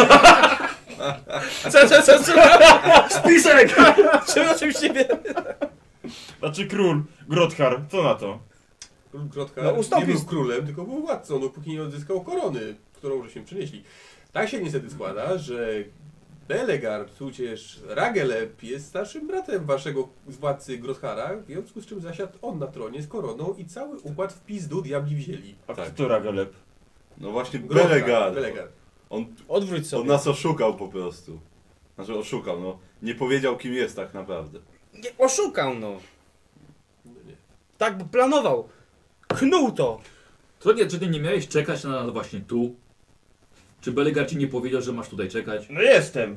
Co? Spisek! Czy o czymś nie wiem? Znaczy król, Grothar, co na to? Król Grothar No, nie ustąpił. był królem, tylko był władcą, dopóki nie odzyskał korony, którą żeśmy przynieśli. Tak się niestety składa, że Belegar, tudzież Ragelep jest starszym bratem waszego władcy Grothara, w związku z czym zasiadł on na tronie z koroną i cały układ w pizdu diabli wzięli. A Tak. kto Ragelep? No właśnie Grothar, Belegar. Belegar. On Odwróć sobie. nas oszukał po prostu. Znaczy oszukał, no. Nie powiedział kim jest tak naprawdę. Nie, oszukał, no. No nie. Tak, bo planował. Knuł to. To nie, czy ty nie miałeś czekać na właśnie tu? Czy Belegar ci nie powiedział, że masz tutaj czekać? No jestem!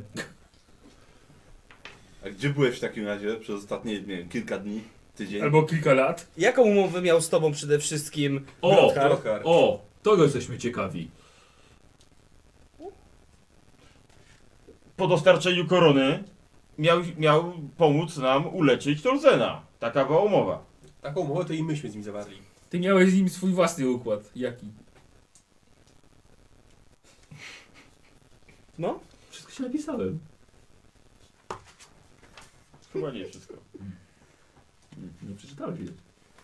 A gdzie byłeś w takim razie przez ostatnie, nie wiem, kilka dni, tydzień? Albo kilka lat. Jaką umowę miał z tobą przede wszystkim O! Grothar? Grothar. O! Tego jesteśmy ciekawi. Po dostarczeniu korony miał pomóc nam uleczyć Tolzena. Taka była umowa. Taką umowę to i myśmy z nim zawarli. Ty miałeś z nim swój własny układ. Jaki? No? Wszystko się napisałem. Chyba nie wszystko. Nie przeczytałeś jej.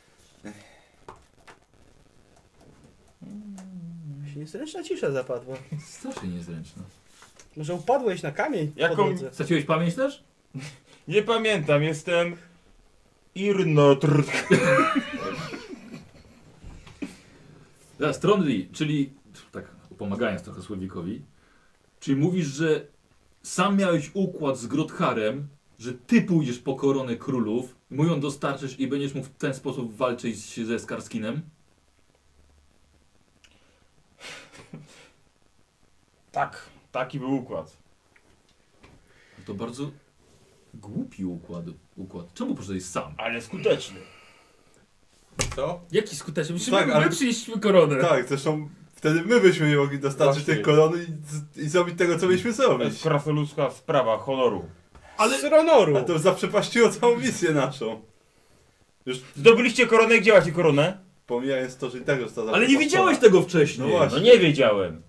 Się niezręczna cisza zapadła. Strasznie niezręczne. Może upadłeś na kamień Jaką- po drodze. Straciłeś pamięć też? Nie pamiętam, jestem Irnotr. Teraz Trondli, czyli tak pomagając trochę Słowikowi, czyli mówisz, że sam miałeś układ z Grotharem, że ty pójdziesz po koronę królów, mu ją dostarczysz i będziesz mógł w ten sposób walczyć ze Skarskinem? Tak, taki był układ. To bardzo głupi układ. Czemu poszedłeś sam? Ale skuteczny. Co? Jaki skuteczny? Myśmy Tak, ale- my przynieśliśmy koronę. Tak, zresztą wtedy my byśmy nie mogli dostarczyć Właśnie. tej korony i zrobić tego, co mieliśmy To zrobić. jest krasnoludzka sprawa honoru. Ale... Z Ronoru. A to zaprzepaściło całą misję naszą. Już Zdobyliście koronę, gdzie macie koronę? pomijając to, że i tak została Ale nie zaprzepaściona. widziałeś tego wcześniej! No właśnie. No nie wiedziałem.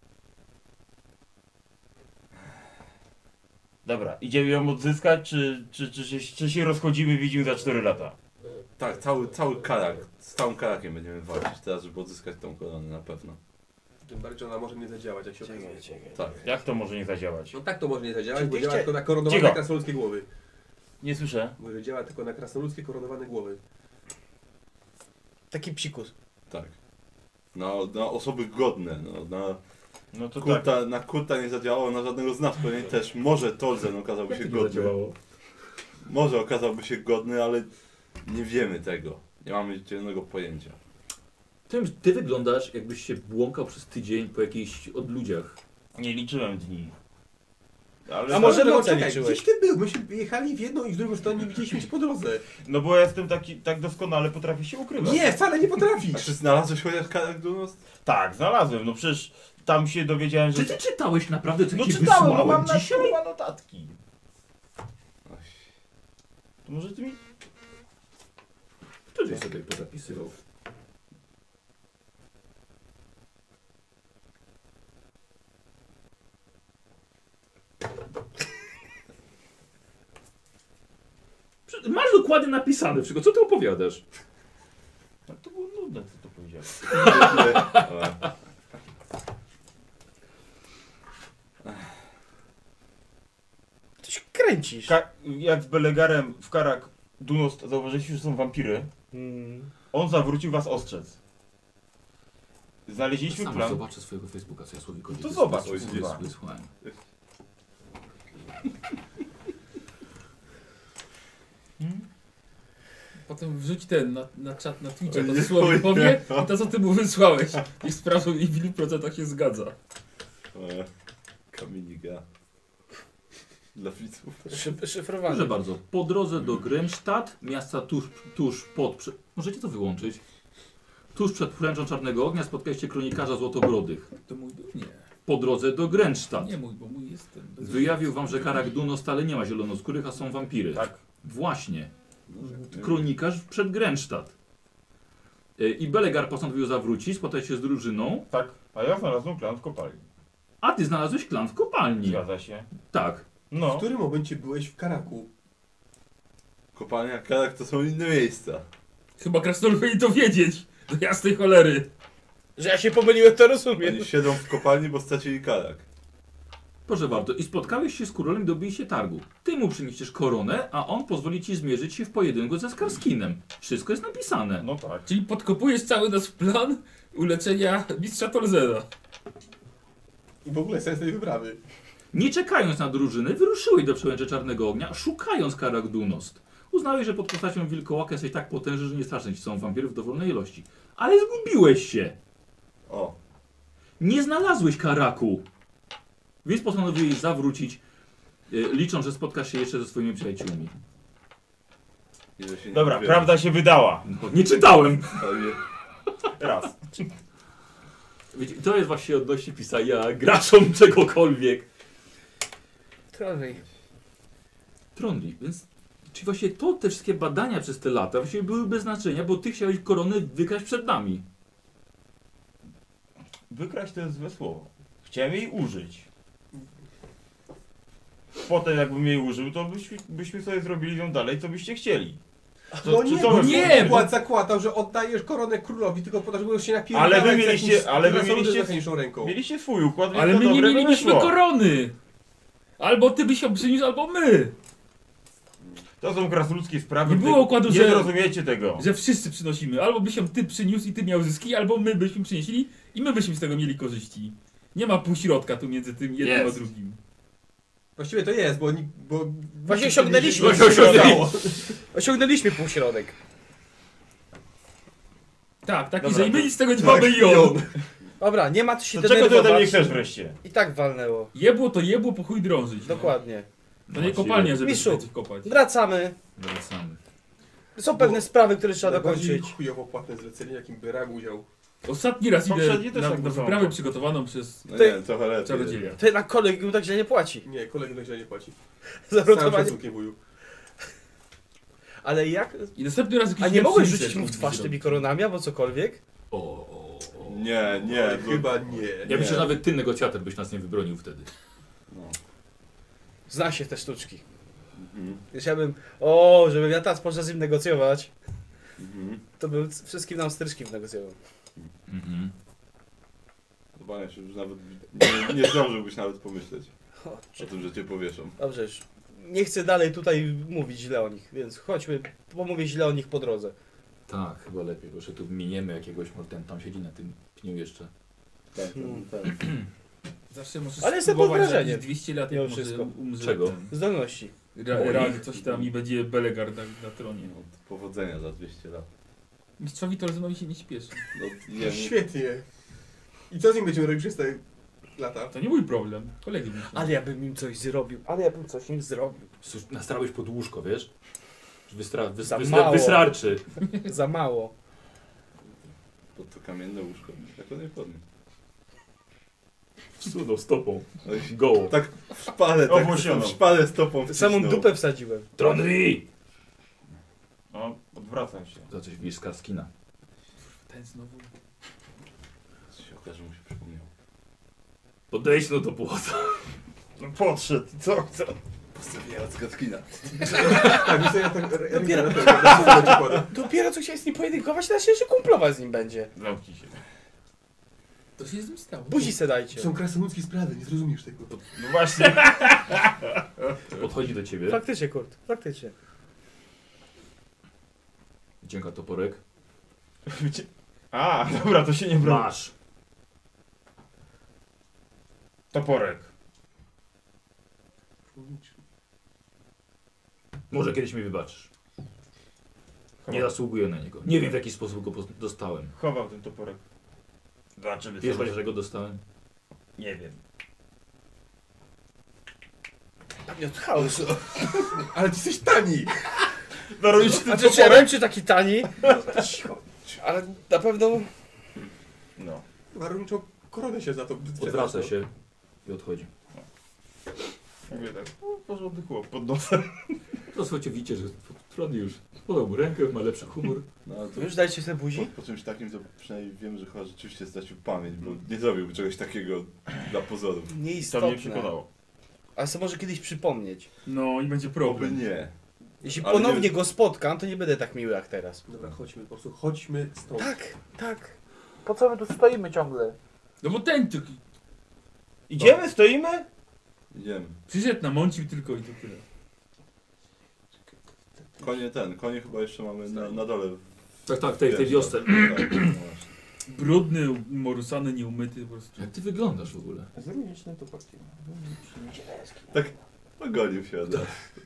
Dobra, idziemy ją odzyskać, czy się rozchodzimy, widzimy za 4 lata? Tak, cały karak, z całym karakiem będziemy walczyć teraz, żeby odzyskać tą koronę na pewno. Tym bardziej, że ona może nie zadziałać, jak się okazuje. Tak. Jak to może nie zadziałać? No tak to może nie zadziałać, Czyli bo ty działa chcia- tylko na koronowane Cicho. krasnoludzkie głowy. Nie słyszę. Może działa tylko na krasnoludzkie koronowane głowy. Taki psikus. Tak. Na osoby godne, No to tak. na Kurta nie zadziałało, na żadnego z nas pewnie też. Może Tolzen okazałby się godny. Może okazałby się godny, ale nie wiemy tego. Nie mamy zielonego pojęcia. Ty wyglądasz, jakbyś się błąkał przez tydzień po jakichś odludziach. Nie liczyłem dni. Ale A może no, noce czekaj, liczyłeś? gdzieś ty był? Myśmy jechali w jedną i w drugą stronę, nie widzieliśmy cię po drodze. No bo ja jestem tak doskonale, potrafię się ukrywać. Nie, wcale nie A potrafisz. czy znalazłeś chociaż karak do nas? Tak, znalazłem. No przecież tam się dowiedziałem, że... Czy ty czytałeś naprawdę co No ci czytałem, no wysłałem mam dzisiaj? kurwa notatki. To może ty mi... Kto żeś sobie pozapisywał? Masz dokładnie napisane wszystko, co ty opowiadasz? No to było nudne, co to powiedziałeś. Coś kręcisz? Jak z Belegarem w Karak Dunost zauważyliście, że są wampiry, on zawrócił was ostrzec. Znaleźliśmy Sam plan. zobaczę swojego Facebooka, co ja Słowikowi To zobacz, wysłałem. kurwa. Wysłałem. Potem wrzuć ten na czat na Twitcha, to słowo powie i to co ty mu wysłałeś. I sprawdzą i w ilu procentach się zgadza. Kamienika. Dla widzów. Szyfrowane. Proszę bardzo. Po drodze do Grenzstadt, miasta tuż pod... Możecie to wyłączyć? Tuż przed pręczą Czarnego Ognia spotkaliście kronikarza Złotobrodych. To mój był? Nie. Po drodze do Grenzstadt. Nie mój, bo mój jest ten. bez- Wyjawił wam, że Karak Dunost stale nie ma zielonoskórych, a są wampiry. Tak. Właśnie. Kronikarz przed Grenzstadt. I Belegar postanowił zawrócić, spotkać się z drużyną, Tak. A ja znalazłem plan w kopalni. a ty znalazłeś klan w kopalni. Zgadza się. Tak. W No. którym momencie byłeś w Karaku? Kopalnia, Karak to są inne miejsca. Chyba krasnolud powinien to wiedzieć. Do jasnej cholery. Że ja się pomyliłem, to rozumiem. Oni siedzą w kopalni, bo stracili Karak. Proszę bardzo. I spotkałeś się z królem i dobiliście targu. Ty mu przyniesiesz koronę, a on pozwoli ci zmierzyć się w pojedynku ze Skarskinem. Wszystko jest napisane. No tak. Czyli podkopujesz cały nasz plan uleczenia mistrza Tolzena. I w ogóle sens tej wyprawy. Nie czekając na drużyny, wyruszyłeś do przełęczy Czarnego Ognia, szukając Karak Dunost. Uznałeś, że pod postacią wilkołaka jesteś tak potężny, że nie straszne ci są wampiry w dowolnej ilości. Ale zgubiłeś się. O. Nie znalazłeś Karaku. Więc postanowiłeś zawrócić, licząc, że spotkasz się jeszcze ze swoimi przyjaciółmi. I że się nie Dobra, dowiemy. prawda się wydała. No, nie czytałem. Ale nie. Raz. Wiecie, to jest właśnie odnośnie pisania graczom czegokolwiek. Trochę. Tronli, więc... Czyli właśnie to, te wszystkie badania przez te lata właściwie były bez znaczenia, bo ty chciałeś koronę wykraść przed nami. Wykraść to jest złe słowo. Chciałem jej użyć. Potem jakbym jej użył, to byśmy sobie zrobili ją dalej, co byście chcieli. No nie, co bo wy- nie, władz zakładał, że oddajesz koronę królowi tylko po to, żeby się napierdalać Ale wy z mieliście- jakimś ale wy krasnoludem mieliście- z zakręconą ręką. Mieliście swój układ, więc Ale to my nie dobre by mieliśmy wyszło. korony. Albo ty byś ją przyniósł, albo my. To są krasnoludzkie sprawy. Nie było wy układu, nie że- zrozumiecie tego. Że wszyscy przynosimy. Albo byś ją ty przyniósł i ty miał zyski, albo my byśmy przynieśli i my byśmy z tego mieli korzyści. Nie ma półśrodka tu między tym jednym Jest. a drugim. Właściwie to jest, bo Właśnie osiągnęliśmy. Właśnie osiągnęliśmy. Osiągnęliśmy półśrodek. Tak, taki, Dobra, że i to- my nic z tego nie mamy i on. Dobra, nie ma co się To czego ty ode mnie denerwować. chcesz wreszcie? I tak walnęło. Jebło to jebło, po chuj drążyć. No. Dokładnie. To nie kopalnia, żeby Mistrzu. coś kopać. Wracamy. Wracamy. Są pewne sprawy, które trzeba Najbardziej dokończyć. chujowo płatne zlecenie, jakim brał udział. Ostatni raz idę Poprzednie też na tak było. wyprawę przygotowaną przez No Ty- nie, trochę lepiej. czarodzieja. Ty na kolegium tak źle nie płaci. Nie, kolegę tak źle nie płaci. Za Z całym rotowanie. szacunkiem, wuju. Ale jak? I następny raz jakiś A nie mogłeś pszenicę rzucić mu w twarz zrobić. tymi koronami albo cokolwiek? O. Nie, nie. Ale bo- chyba nie. Ja myślę, że nawet ty, negocjator, byś nas nie wybronił wtedy. No. Zna się te sztuczki. Mhm. Jeśli ja bym... żebym ja teraz poszedł z nim negocjować, Mhm. to bym wszystkim nam stryczki wynegocjował. Mhm. Obawiam się, że nawet nie zdążyłbyś nawet pomyśleć o tym, że cię powieszą. Dobrze, już nie chcę dalej tutaj mówić źle o nich, więc chodźmy, pomówię źle o nich po drodze. Tak, chyba lepiej, bo jeszcze tu miniemy jakiegoś, ten tam siedzi na tym pniu jeszcze. Tak, tak. Zawsze możesz Ale jestem pod spróbować za wrażeniem. jakieś 200 lat, Mimo jak może wszystko. umrze Czego? ten Zdolności. Rag, coś tam i będzie Belegar na tronie. No, powodzenia za 200 lat. Mistrzowi Tolzenowi się nie śpieszy. No, No, nie, świetnie. I co z nim będziemy robić przez te lata? To nie mój problem. Kolegi myślą. Ale ja bym im coś zrobił, ale ja bym coś im zrobił. Nastrałeś pod łóżko, wiesz? Za mało. Wystarczy. Za mało. pod to kamienne łóżko. Jak on nie podniósł. Wsunął stopą. No i Gołą. tak w szpalę, tak Owłosioną. w szpalę stopą Samą wcisnął. dupę wsadziłem. Tronri! No, odwracam się. Za coś widzisz z Karskina. Ten znowu. Co się okaże, mu się przypomniało. Podejdź no do płota. No podszedł, co? Postawiła Kaskina. Tak, myślę, ja tak Dopiero- rękę Dopiero co chciałem z nim pojedynkować, teraz się jeszcze kumplować z nim będzie. Zamknij się. To się z nim stało. Buzi se dajcie. To są krasnoludzkie sprawy, nie zrozumiesz tego. No właśnie. Podchodzi Podchodzi do ciebie. Faktycznie, Kurt, faktycznie. Wyciąga toporek. A, dobra, to się nie broni. Masz. Toporek. Może kiedyś mi wybaczysz. Nie zasługuję na niego. Nie wiem w jaki sposób go dostałem. Chowam ten toporek. Zobaczymy. Wiesz chociaż, że go dostałem? Nie wiem. Pewnie od chaosu. Ale ty jesteś tani! Narobić ten Znaczy, czy ja wiem, czy taki tani? Ale na pewno... No. Warunczą koronę się za to Odwraca się i odchodzi. Mówię tak, porządny chłop pod nosem. To słuchajcie, widzicie, że Tron już podał mu rękę, ma lepszy humor. No, ale to Już dajcie sobie buzi? po czymś takim to przynajmniej wiem, że chyba rzeczywiście stracił pamięć, bo nie zrobił czegoś takiego dla pozoru. To mnie Nieistotne. przekonało. Ale sobie może kiedyś przypomnieć. No i będzie Oby problem. nie. Jeśli Ale ponownie nie- go spotkam, to nie będę tak miły jak teraz. Dobra, chodźmy, po prostu chodźmy stąd. Tak, tak. Po co my tu stoimy ciągle? No bo ten tylko Idziemy, stoimy? Idziemy. przyszedł, namącił tylko i to tyle. Konie chyba jeszcze mamy na dole. Tak, w tej wiosce. Tak, no właśnie. Brudny, umorusany, nieumyty po prostu. Jak ty wyglądasz w ogóle? Zrujniczne to partie. Pogolił się od nas.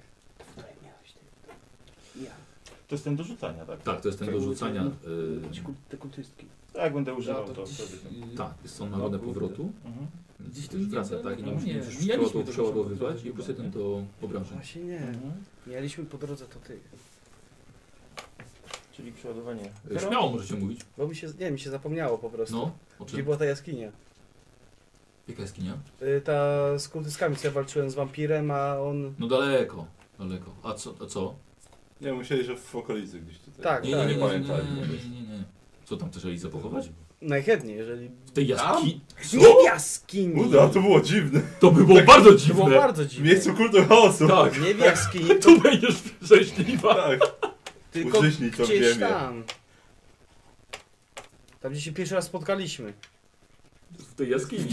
To jest ten do rzucania, tak? Tak, to jest ten do rzucania. Te kultystki. Tak, będę używał to to gdzieś- wtedy. Tak, jest on ma godne powrotu. Mhm. Gdzieś to to wraca, nie, tak? I nie no nie, musisz mijaliśmy tego przeładowywać samochodu, i plus jeden do obrażeń. Właśnie nie. Mhm. Mieliśmy po drodze to ty. Czyli przeładowanie. Śmiało możecie mówić. Bo mi się zapomniało po prostu. No, o Gdzie czym? była ta jaskinia? Jaka jaskinia? Ta z kultystkami, co ja walczyłem z wampirem, a on... No daleko. A co? Nie, musieli, że w okolicy gdzieś tutaj. Tak, Nie, tak. nie, nie, nie, pamiętali. nie. Co tam też Elizę pochować? Najchętniej, jeżeli... W tej jaskini? Nie w jaskini! Uda, to było dziwne. To by było bardzo To było dziwne. bardzo W dziwne. miejscu kultu chaosu. Tak. Nie w jaskini, Tu będziesz szczęśliwa. Tak. tylko Użyśnij to w gdzieś ziemię. tam. Tam, gdzie się pierwszy raz spotkaliśmy. W tej jaskini.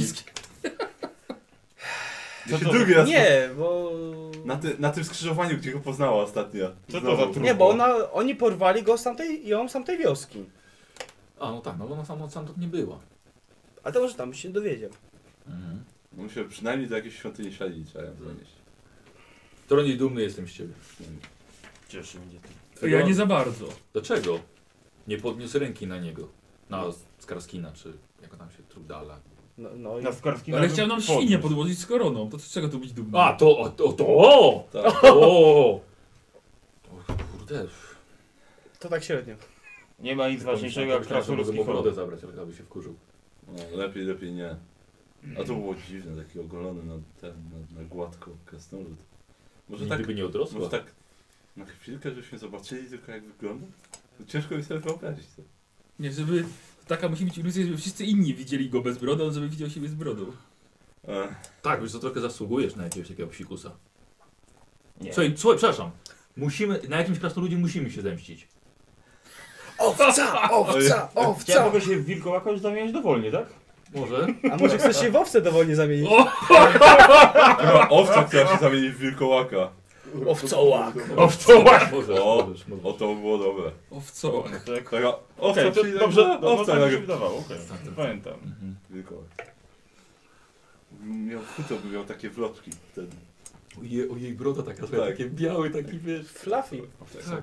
Co to drugi raz Nie, bo... na tym skrzyżowaniu, gdzie go poznała ostatnio. Co to za trup? Nie, bo oni porwali go z tamtej wioski. A no tak, no ona sam tam nie była. A to może tam się dowiedział. Mhm. No muszę przynajmniej do jakiejś świątyni szali trzeba ją zanieść. Tronie dumny jestem z ciebie. Cieszy mnie to. Ja nie za bardzo. Dlaczego? Nie podniósł ręki na niego. Na Skarskina, czy jak tam się Trudala. No i... Na Skarski Ale chciał nam świnię podłożyć z koroną. To z czego tu być dumny? A, to! Tak. O! Kurde. To tak średnio. Nie ma nic ważniejszego jak krasnoludski mogę chorób. brodę zabrać, ale aby się wkurzył. No, lepiej nie. A to było dziwne, taki ogolony na gładko krasnolud. Może Nigdy tak, by nie odrosła. może tak na chwilkę, żebyśmy zobaczyli tylko jak wygląda? To ciężko mi sobie wyobrazić to. Nie, żeby... Taka musi być iluzja, żeby wszyscy inni widzieli go bez brody, on żeby widział siebie z brodą. Tak, już to trochę zasługujesz na jakiegoś takiego psikusa. Nie. Słuchaj, przepraszam. Na jakimś krasnoludzie musimy się zemścić. Owca! Ja Owca! mogę się w wilkołaka już zamieniać dowolnie, tak? Może? A może chcesz się w owce dowolnie zamienić? Chyba owca chciała się zamienić w wilkołaka. Owcołak! Owcołak! Możesz. O, to by było dobre. Owco. No to jak... Taka owca, Okej, to czyli dobrze, taka no, owca tak mi jak się wydawało, okej. Tak, tak. Pamiętam. Mhm. wilkołak. Miał futo, by miał takie wlotki wtedy. Ojej, broda taka, Tak. takie białe, taki wiesz. Fluffy. Tak.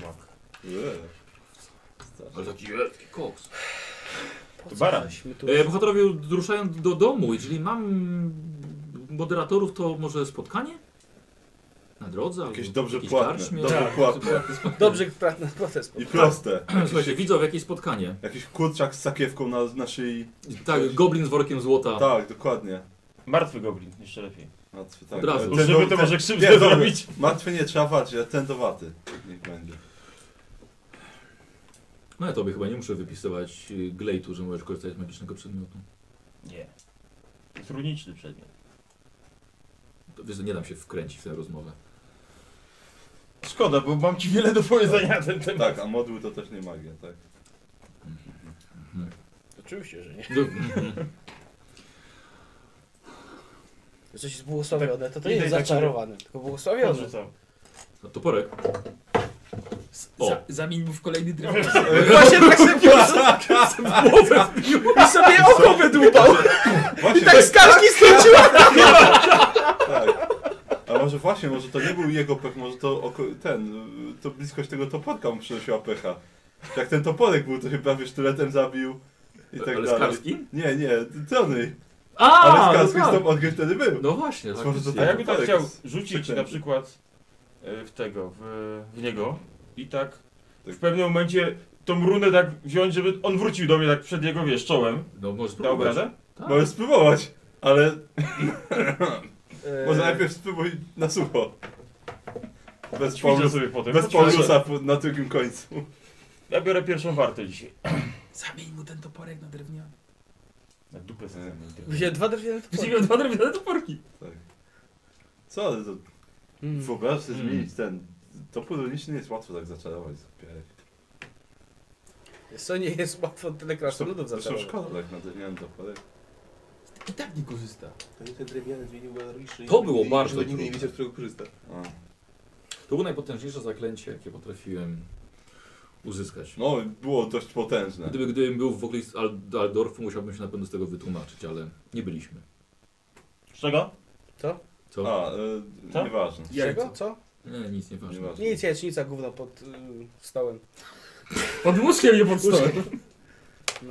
Ale taki wielki koks. Po To co baran. żeśmy tu... Bohaterowie ruszają do domu. Jeżeli mam moderatorów, to może spotkanie? Na drodze? Jakieś albo dobrze jakieś płatne, karczmie? dobrze Tak, płatne. Dobrze, na protest. I proste. Słuchajcie, widzą jakieś spotkanie. Jakiś kurczak z sakiewką na szyi. Tak, goblin z workiem złota. Tak, dokładnie. Martwy goblin, jeszcze lepiej. Martwy, tak. Od razu. Ten Żeby do- to może nie, krzywdę dobra. zrobić. Martwy nie trzeba walczyć, ale ten do waty. Niech będzie. No ja tobie chyba nie muszę wypisywać glejtu, że możesz korzystać z magicznego przedmiotu. Nie. To jest runiczny przedmiot. To, wiesz, nie dam się wkręcić w tę rozmowę. Szkoda, bo mam ci wiele do powiedzenia na ten temat. Tak, a modły to też nie magia, tak. Oczywiście, że nie. Że coś jest błogosławione, to Idę nie jest i tak zaczarowane, tylko błogosławione. Podrzucam. No, toporek. O. Zamień mu w kolejny drewno. Właśnie tak sobie Głowę wbił. i sobie oko wydłubał. Właśnie, I tak z każki skręciła. tak. A może właśnie, może to nie był jego pech, może to to bliskość tego toporka mu przynosiła pecha. Jak ten toporek był, to się prawie sztyletem zabił i tak Ale dalej. Skarski? Nie, Trony. A, Ale Skarski no tak. stąd odgryw wtedy był. No właśnie. Może faktycznie. to A jakby tak Toporek chciał jest rzucić przeklęty. na przykład w niego i tak Tak. w pewnym momencie tą runę tak wziąć, żeby on wrócił do mnie tak przed jego, wiesz, czołem. No możesz Dał spróbować. radę? Tak. Możesz spróbować, ale E, może najpierw spróbuj na sucho. Bez Ćwiczę Paulusa, sobie potem. bez Poćwiczę. Paulusa na drugim końcu. Ja biorę pierwszą wartę dzisiaj. Zamień mu ten toporek na drewniany. Na dupę sobie Wziąłem 2 drewniane topory. Wziąłem 2 drewniane toporki. Tak. Co, ale to wyobraź sobie zmienić ten... Topór runiczny nie jest łatwo tak zaczarować. Co nie jest łatwo tyle krasnoludów Zresztą zaczarować. szkoda tak na drewniany toporek. I tak nie korzysta. To nie ten drewniany zmienił na runiczny. To było bardzo Nikt nie trudne. wiedział, z którego korzysta. A. To było najpotężniejsze zaklęcie, jakie potrafiłem uzyskać. No, było dość potężne. Gdybym był w okolicy Aldorfu, musiałbym się na pewno z tego wytłumaczyć, ale nie byliśmy. Z czego? Co? A, Co? nieważne. Z czego? Co? Nie, nic nie ważne. Nieważne. Nic, jajecznica gówno pod stołem. Pod łóżkiem, nie pod stołem. No.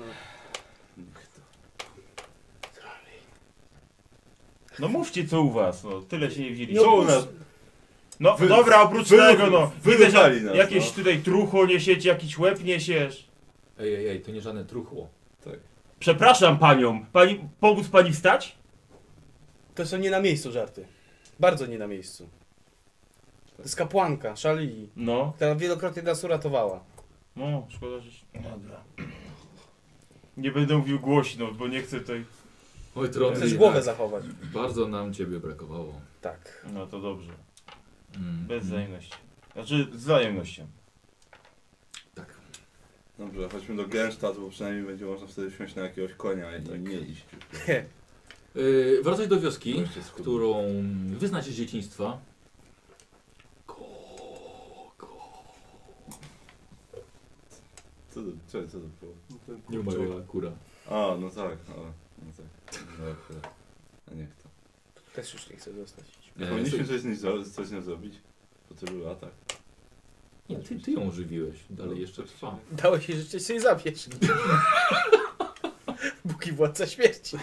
No mówcie co u was, no tyle się nie widzieliście. Co u nas? No Wy- dobra, oprócz tego no. Widzę, wyruchali że nas, jakieś no. tutaj trucho niesiecie, jakiś łeb niesiesz. Ej, to nie żadne truchło. Przepraszam panią, pomóc pani wstać? To są nie na miejscu żarty. Bardzo nie na miejscu. To jest kapłanka, Szali, No, która wielokrotnie nas uratowała. no, szkoda, że... No, dobra. Nie będę mówił głośno, bo nie chcę tutaj... Oj, Tron, Chcesz głowę zachować. bardzo nam ciebie brakowało. Tak. No to dobrze, Mm. bez wzajemności. Znaczy, z wzajemnością. Tak. Dobrze, chodźmy do Glenstadt, bo przynajmniej będzie można wtedy wsiąść na jakiegoś konia i nie iść. Wracać do wioski, Wreszcie schudł. którą wyznacie z dzieciństwa. Co to było? Nie umarła kura. A, no tak, no tak. Dobra. A niech to. Też już nie chcę zostać. Powinniśmy coś z nią zrobić, bo to był atak. Nie, ty ją ożywiłeś, dalej jeszcze trwa. Dałeś jej życie sobie zabierz. Bóg i władca śmierci.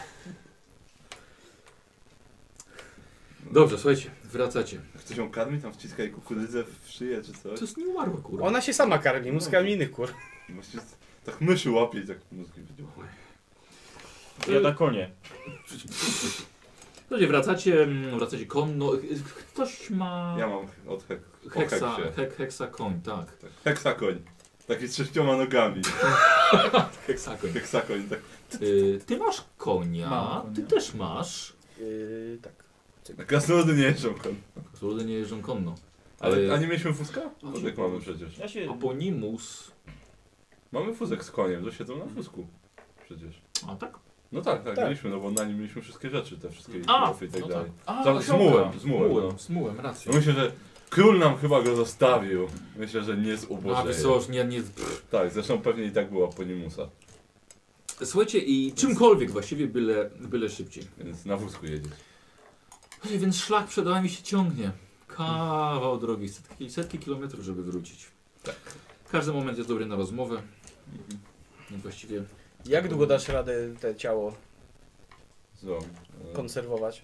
Dobrze, słuchajcie, wracacie. Ktoś ją karmi, tam wciska jej kukurydzę w szyję czy coś? To jest nie umarła kura. Ona się sama karmi, mózgami innych kur. Właściwie tak myszy łapie i tak mózgi wydział. Ja na konie. Słuchajcie, wracacie konno. Ktoś ma... Ja mam od Heksa koń, tak. Tak. Heksakoń. Taki z 6 nogami. Heksakoń. Heksakoń, tak. Ty masz konia, Mam konia. ty też masz. Tak. Krasnoludy nie jeżdżą kon. Krasnoludy nie jeżdżą konno. Ale, a nie mieliśmy wózka? Wózek mamy przecież. Ja się... Aponimus. Mamy wózek z koniem, to siedzą na wózku. Przecież. A tak? No tak, Tak. mieliśmy, no bo na nim mieliśmy wszystkie rzeczy, te wszystkie A, trofy i tak no dalej. A, Tam osiołka. z mułem, no. Z mułem, racja. No myślę, że król nam chyba go zostawił. Myślę, że nie z A ubożeje. wysoż, nie. Tak, zresztą pewnie i tak było Aponimusa, Słuchajcie, i czymkolwiek właściwie, byle szybciej. więc na wózku jedzie. Słuchajcie, więc szlak przed wami się ciągnie. Kawał drogi, setki kilometrów, żeby wrócić. Tak. Każdy moment jest dobry na rozmowę. Więc właściwie Jak długo dasz radę te ciało Złom. konserwować?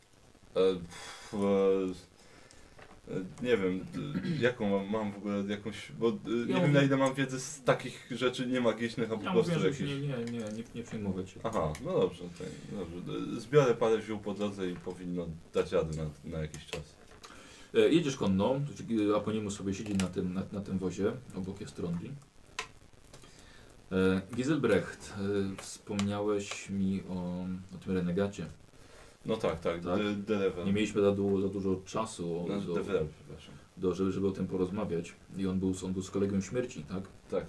Nie wiem, jaką mam w ogóle jakąś, bo nie Ja wiem mówię- na ile mam wiedzy z takich rzeczy niemagicznych, a po ja prostu mówię, że jakichś... nie przejmować się. Aha, no dobrze, okay, dobrze. Zbiorę parę ziół po drodze i powinno dać radę na jakiś czas. Jedziesz konno, Aponimus sobie siedzi na tym wozie, obok jest Trondli. Giselbrecht, wspomniałeś mi o tym renegacie. No tak, Tak. Derevel. Nie mieliśmy za dużo czasu, Derevel, przepraszam. żeby o tym porozmawiać. I on był z kolegą śmierci, tak? Tak,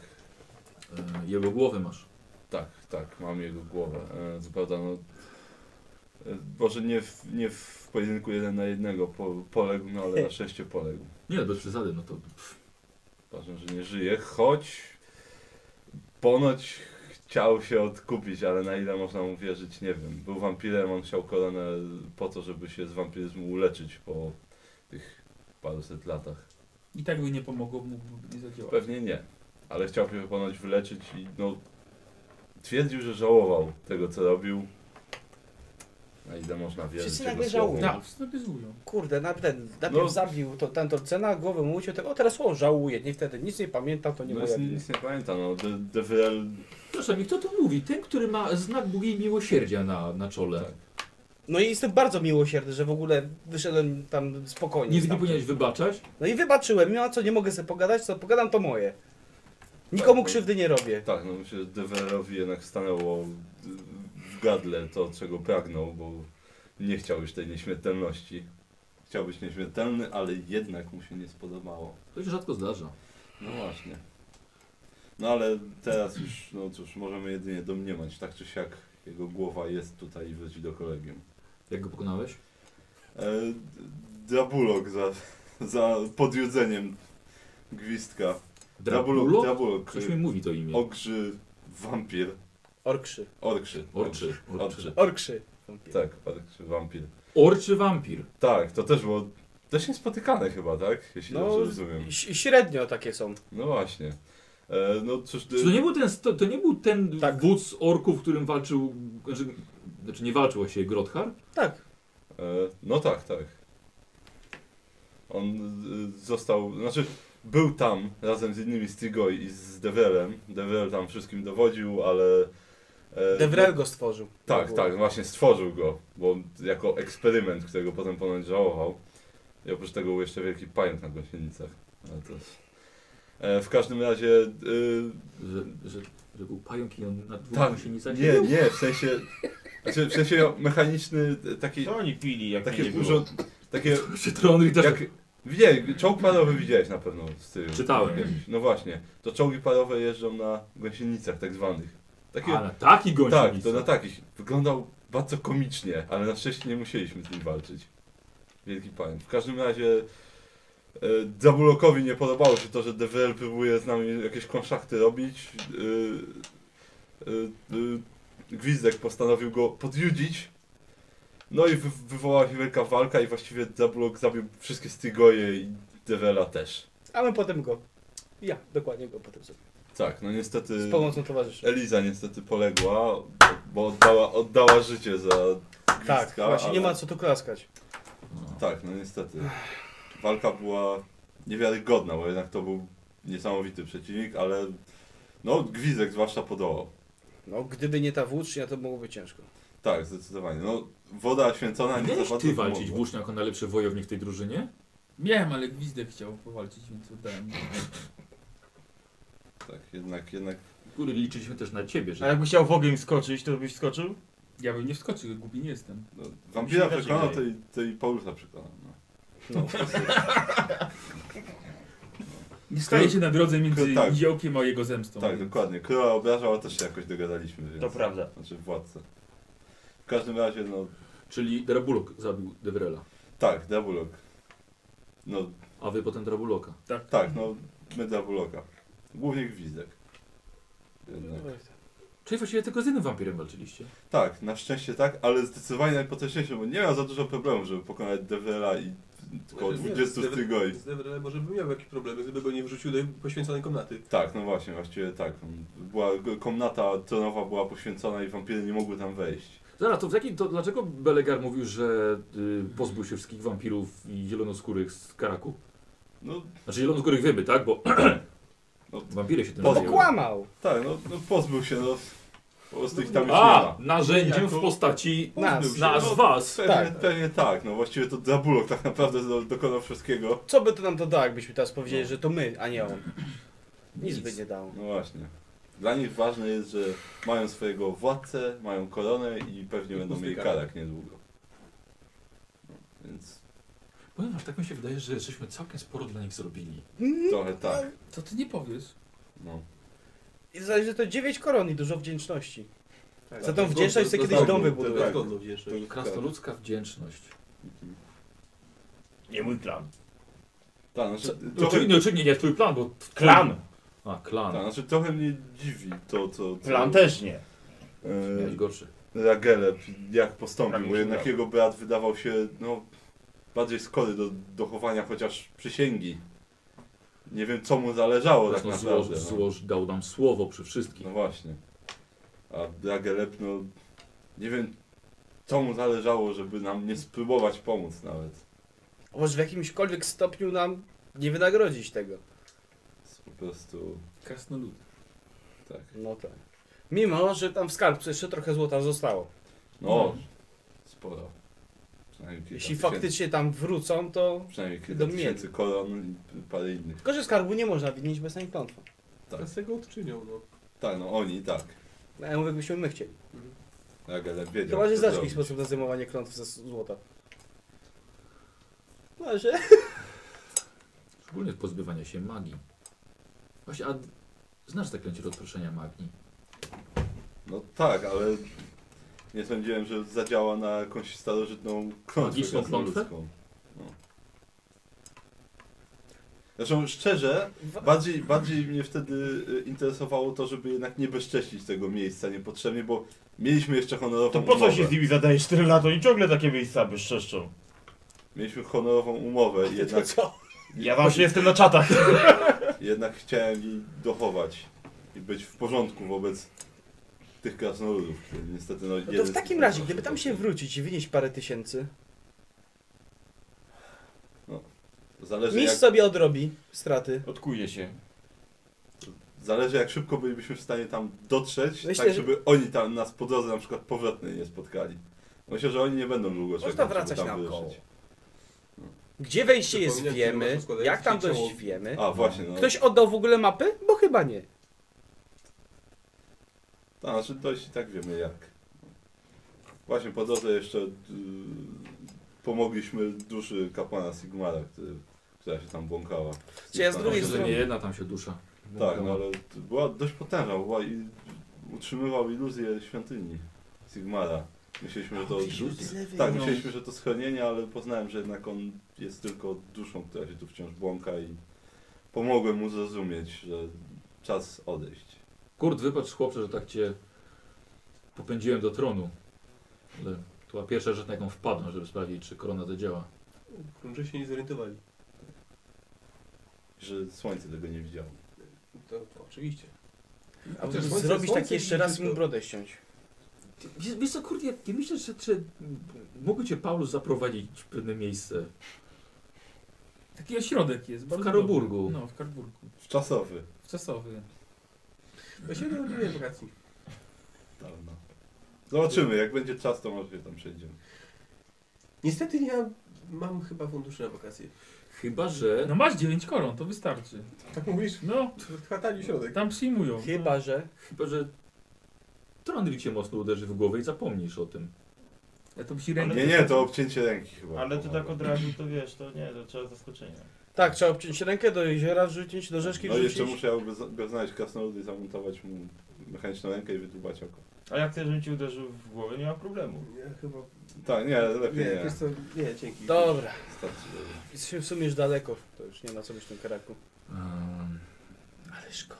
Jego głowę masz. tak, mam jego głowę. Co prawda, no... Może nie w pojedynku 1 na 1 poległ, no ale na szczęście poległ. Nie, bez przesady, no to... Ważne, że nie żyje, choć ponoć chciał się odkupić, ale na ile można mu wierzyć, nie wiem. Był wampirem, on chciał koronę po to, żeby się z wampiryzmu uleczyć po tych paruset latach. I tak by nie pomogło, mógłby nie zadziałać. Pewnie nie, ale chciał się ponoć wyleczyć i no twierdził, że żałował tego, co robił. Na ile można wierzyć Wszyscy jego nagle słowom. żałują. Tak, stabilizują. Kurde, najpierw No. zabił ten Torcena, głowę mu uciął, o teraz żałuje, nie wtedy, nic nie pamiętam, to nie No moja jest, wina. nic nie pamiętam, no DVL... Proszę mi, kto to mówi? Ten, który ma znak długiej miłosierdzia na czole. Tak. No i jestem bardzo miłosierny, że w ogóle wyszedłem tam spokojnie. Nie stamtąd. powinieneś wybaczać? No i wybaczyłem, mimo co nie mogę sobie pogadać, co pogadam to moje. Nikomu Tak, krzywdy nie robię. Tak, no myślę, że DVL-owi jednak stanęło w gardle to, czego pragnął, bo nie chciał już tej nieśmiertelności. Chciał być nieśmiertelny, ale jednak mu się nie spodobało. To się rzadko zdarza. No właśnie. No ale teraz już, no cóż, możemy jedynie domniemać, tak czy siak jego głowa jest tutaj i wróci do kolegium. Jak go pokonałeś? Drabulok za podjudzeniem gwizdka. Drabulo? Drabulok. Coś mi mówi to imię. Ogrzy wampir. Orkszy. Orkrzy. Orczy. Orkszy. Tak, orkrzy wampir. Orczy wampir. Tak, to też było dość niespotykane chyba, tak? Jeśli No, dobrze rozumiem. Średnio takie są. No właśnie. No cóż... Czy to nie był ten Tak. wódz orków, którym walczył... Znaczy nie walczył właściwie Grothar? Tak. No tak, tak. On został, znaczy był tam razem z innymi Strigoi i z Devrelem. Devrel tam wszystkim dowodził, ale... Devrel go stworzył. Tak, tak, właśnie stworzył go, bo jako eksperyment, którego potem ponoć żałował. I oprócz tego był jeszcze wielki pająk na gąsienicach. Ale to jest... w każdym razie... Że był pająk i on na dwóch tak, gąsienicach nie, nie, w sensie... Znaczy, w sensie mechaniczny, taki... Co oni pili, jak Takie nie było? urząd... Takie... się trony i też... Jak, czołg parowy widziałeś na pewno z tyłu. Czytałem. No właśnie, to czołgi parowe jeżdżą na gąsienicach tak zwanych. Takie, A, na taki tak, gąsienicach. to na takich. Wyglądał bardzo komicznie, ale na szczęście nie musieliśmy z nim walczyć. Wielki pająk. W każdym razie Zabulokowi nie podobało się to, że DVL próbuje z nami jakieś konszachty robić. Gwizdek postanowił go podjudzić. No i wywołała się wielka walka i właściwie Zabulok zabił wszystkie Stygoje i Devela też. A my potem go. Ja, dokładnie go potem sobie. Tak, no niestety Z pomocą towarzyszy. Eliza niestety poległa, bo oddała życie za Gwizdka. Tak, właśnie nie ale- ma co tu klaskać. Tak, no niestety. Walka była niewiarygodna, bo jednak to był niesamowity przeciwnik, ale no Gwizdek zwłaszcza podołał. No, gdyby nie ta włócznia, to byłoby ciężko. Tak, zdecydowanie. No woda święcona nie za Miałeś bardzo ty walczyć pomogła. włócznią jako najlepszy wojownik w tej drużynie? Miałem, ale Gwizdek chciał powalczyć, więc oddałem. Tak, jednak Góry liczyliśmy też na ciebie, A że... jakby chciał w ogień skoczyć, to byś skoczył? Ja bym nie wskoczył, głupi nie jestem. no, wampira Musimy przekonał, raczej to i Paulusa przekonał. No. No. Nie staje się na drodze między Tak. niziołkiem a jego zemstą. Tak, dokładnie. Króla obrażał, ale też się jakoś dogadaliśmy, więc... To prawda. Znaczy władcę. W każdym razie, no... Czyli Drabulok zabił Devrela, Tak, Drabulok. No, a wy potem Drabuloka. tak, no, my Drabuloka. Głównie Gwizdek. Jednak. Czyli właściwie tylko z jednym wampirem walczyliście. Tak, na szczęście tak, ale zdecydowanie najpotężniejszy, bo nie miał za dużo problemów, żeby pokonać Devrela i około 20 Strigoi. Z Devrelem może by miał jakieś problemy, gdyby go nie wrzucił do poświęconej komnaty. Tak, no właśnie, właściwie tak. Komnata tronowa była poświęcona i wampiry nie mogły tam wejść. Zaraz, to dlaczego Belegar mówił, że pozbył się wszystkich wampirów i zielonoskórych z Karaku? No, Znaczy zielonoskórych wiemy, tak? Bo no wampiry się tym No zajęły. kłamał. tak, no pozbył się, no. Po prostu ich tam już nie ma. A, narzędziem w postaci Nas. was. Pewnie tak, no właściwie to Drabulok tak naprawdę dokonał wszystkiego. Co by to nam to dało, jakbyśmy teraz powiedzieli, że to my, a nie on? Nic by nie dało. No właśnie. Dla nich ważne jest, że mają swojego władcę, mają koronę i pewnie będą mieli Karak niedługo. No, więc Powiem wam, tak mi się wydaje, że żeśmy całkiem sporo dla nich zrobili. trochę tak. Co ty nie powiesz? No. I zależy to 9 koron i dużo wdzięczności. Tak, Za tą wdzięczność sobie kiedyś dom wybuduję. Tak, godną wdzięczność. Krasnoludzka wdzięczność. Nie mój plan. Tak, znaczy, Nie twój plan, bo... Klan! A, klan. tak, znaczy trochę mnie dziwi to, co Plan też nie. Miałeś gorszy. Ragelep, jak postąpił, Prawie bo się jednak udało. jego brat wydawał się bardziej skory do dochowania chociaż przysięgi. Nie wiem, co mu zależało tak naprawdę. Dał nam słowo przy wszystkich. No właśnie. A Ragelep, nie wiem, co mu zależało, żeby nam nie spróbować pomóc nawet. Może w jakimśkolwiek stopniu nam nie wynagrodzić tego. Jest po prostu, Krasnolud. tak. No tak. Mimo, że tam w skarbcu jeszcze trochę złota zostało. No, sporo. Przynajmniej kilka Jeśli tysięcy. faktycznie tam wrócą, to... Przynajmniej kilka będą tysięcy koron i parę innych. Tylko, że skarbu nie można winnić bez tej klątwy. Tak. Teraz tego odczynią, no. Tak, oni tak. No, ja mówię, jakbyśmy my chcieli. Ragelep wiedział, Chyba, że co znasz zrobić. jakiś sposób na zdejmowanie klątw ze złota. Może. Szczególnie pozbywania się magii. Właśnie, a znasz zaklęcie rozproszenia magii? No tak, ale nie sądziłem, że zadziała na jakąś starożytną klątwę Magiczną klątwę? krasnoludzką. No. Zresztą szczerze, bardziej mnie wtedy interesowało to, żeby jednak nie bezcześcić tego miejsca niepotrzebnie, bo mieliśmy jeszcze honorową To po co umowę. się z nimi zadajesz 4 lata i ciągle takie miejsca bezczeszczą? Mieliśmy honorową umowę i jednak, Ja zawsze jestem na czatach. jednak chciałem jej dochować i być w porządku wobec tych krasnoludów, które niestety No to jeden w z takim nich razie, zawsze gdyby tam się poszedł. wrócić i wynieść parę tysięcy, Zależy mistrz jak, sobie odrobi straty. Odkuje się. zależy jak szybko bylibyśmy w stanie tam dotrzeć, Myślę, tak że- żeby oni tam nas po drodze na przykład powrotnej nie spotkali. Myślę, że oni nie będą długo Można czekać, wracać żeby tam naokoło. wyruszyć. Gdzie wejście jest, Przypominam, wiemy. że składają Jak tam się dojść, ciało. wiemy. A właśnie, no. Ktoś oddał w ogóle mapy? Bo chyba nie. To znaczy dość i tak wiemy jak. Właśnie po drodze jeszcze pomogliśmy duszy kapłana Sigmara, która się tam błąkała. Czy ja z drugiej Myślę, że strony- nie jedna tam się dusza. Tak, no ale była dość potężna, utrzymywał iluzję świątyni Sigmara. Myśleliśmy, że to... Tak, myśleliśmy, że to schronienie, ale poznałem, że jednak on jest tylko duszą, która się tu wciąż błąka i pomogłem mu zrozumieć, że czas odejść. Kurt, wybacz chłopcze, że tak cię popędziłem do tronu. Ale to była pierwsza rzecz, na jaką wpadłem, żeby sprawdzić, czy korona to działa. Że się nie zorientowali. Że słońce tego nie widziało. To oczywiście. A Chociaż zrobić słońce tak jeszcze widzi raz i wszystko. mu brodę ściąć. Wiesz co, Kurt, ja myślę, że mógłby cię Paulus zaprowadzić w pewne miejsce. Taki ośrodek jest. bardzo Karoburgu. dobry. No, w Karburgu. Wczasowy. Wczasowy. Właściwie nie lubię wakacji. Dawno. Zobaczymy, jak będzie czas, to może tam przejdziemy. Niestety nie mam chyba funduszy na wakacje. Chyba, że... No masz 9 koron, to wystarczy. Tak mówisz? No, Chyba tani środek. tam przyjmują. Chyba, że... Chyba, że Trondri cię mocno uderzy w głowę i zapomnisz o tym. Ja to musi rękę. Nie, to obcięcie ręki chyba. Ale to pomaga. tak od razu, to wiesz, to nie, to trzeba zaskoczenia. Tak, trzeba obciąć rękę do jeziora, wrzucić, do rzeczki No i wrzucić. jeszcze musiałby go znaleźć krasnoludy i zamontować mu mechaniczną rękę i wydłubać oko. A jak chcesz, żebym ci uderzył w głowę, nie ma problemu. Ja chyba... Tak, nie, lepiej nie. wiesz co, nie, dzięki. Dobra. Starczy, że... Jesteśmy w sumie już daleko. To już nie ma co być w tym karaku. Ale szkoda.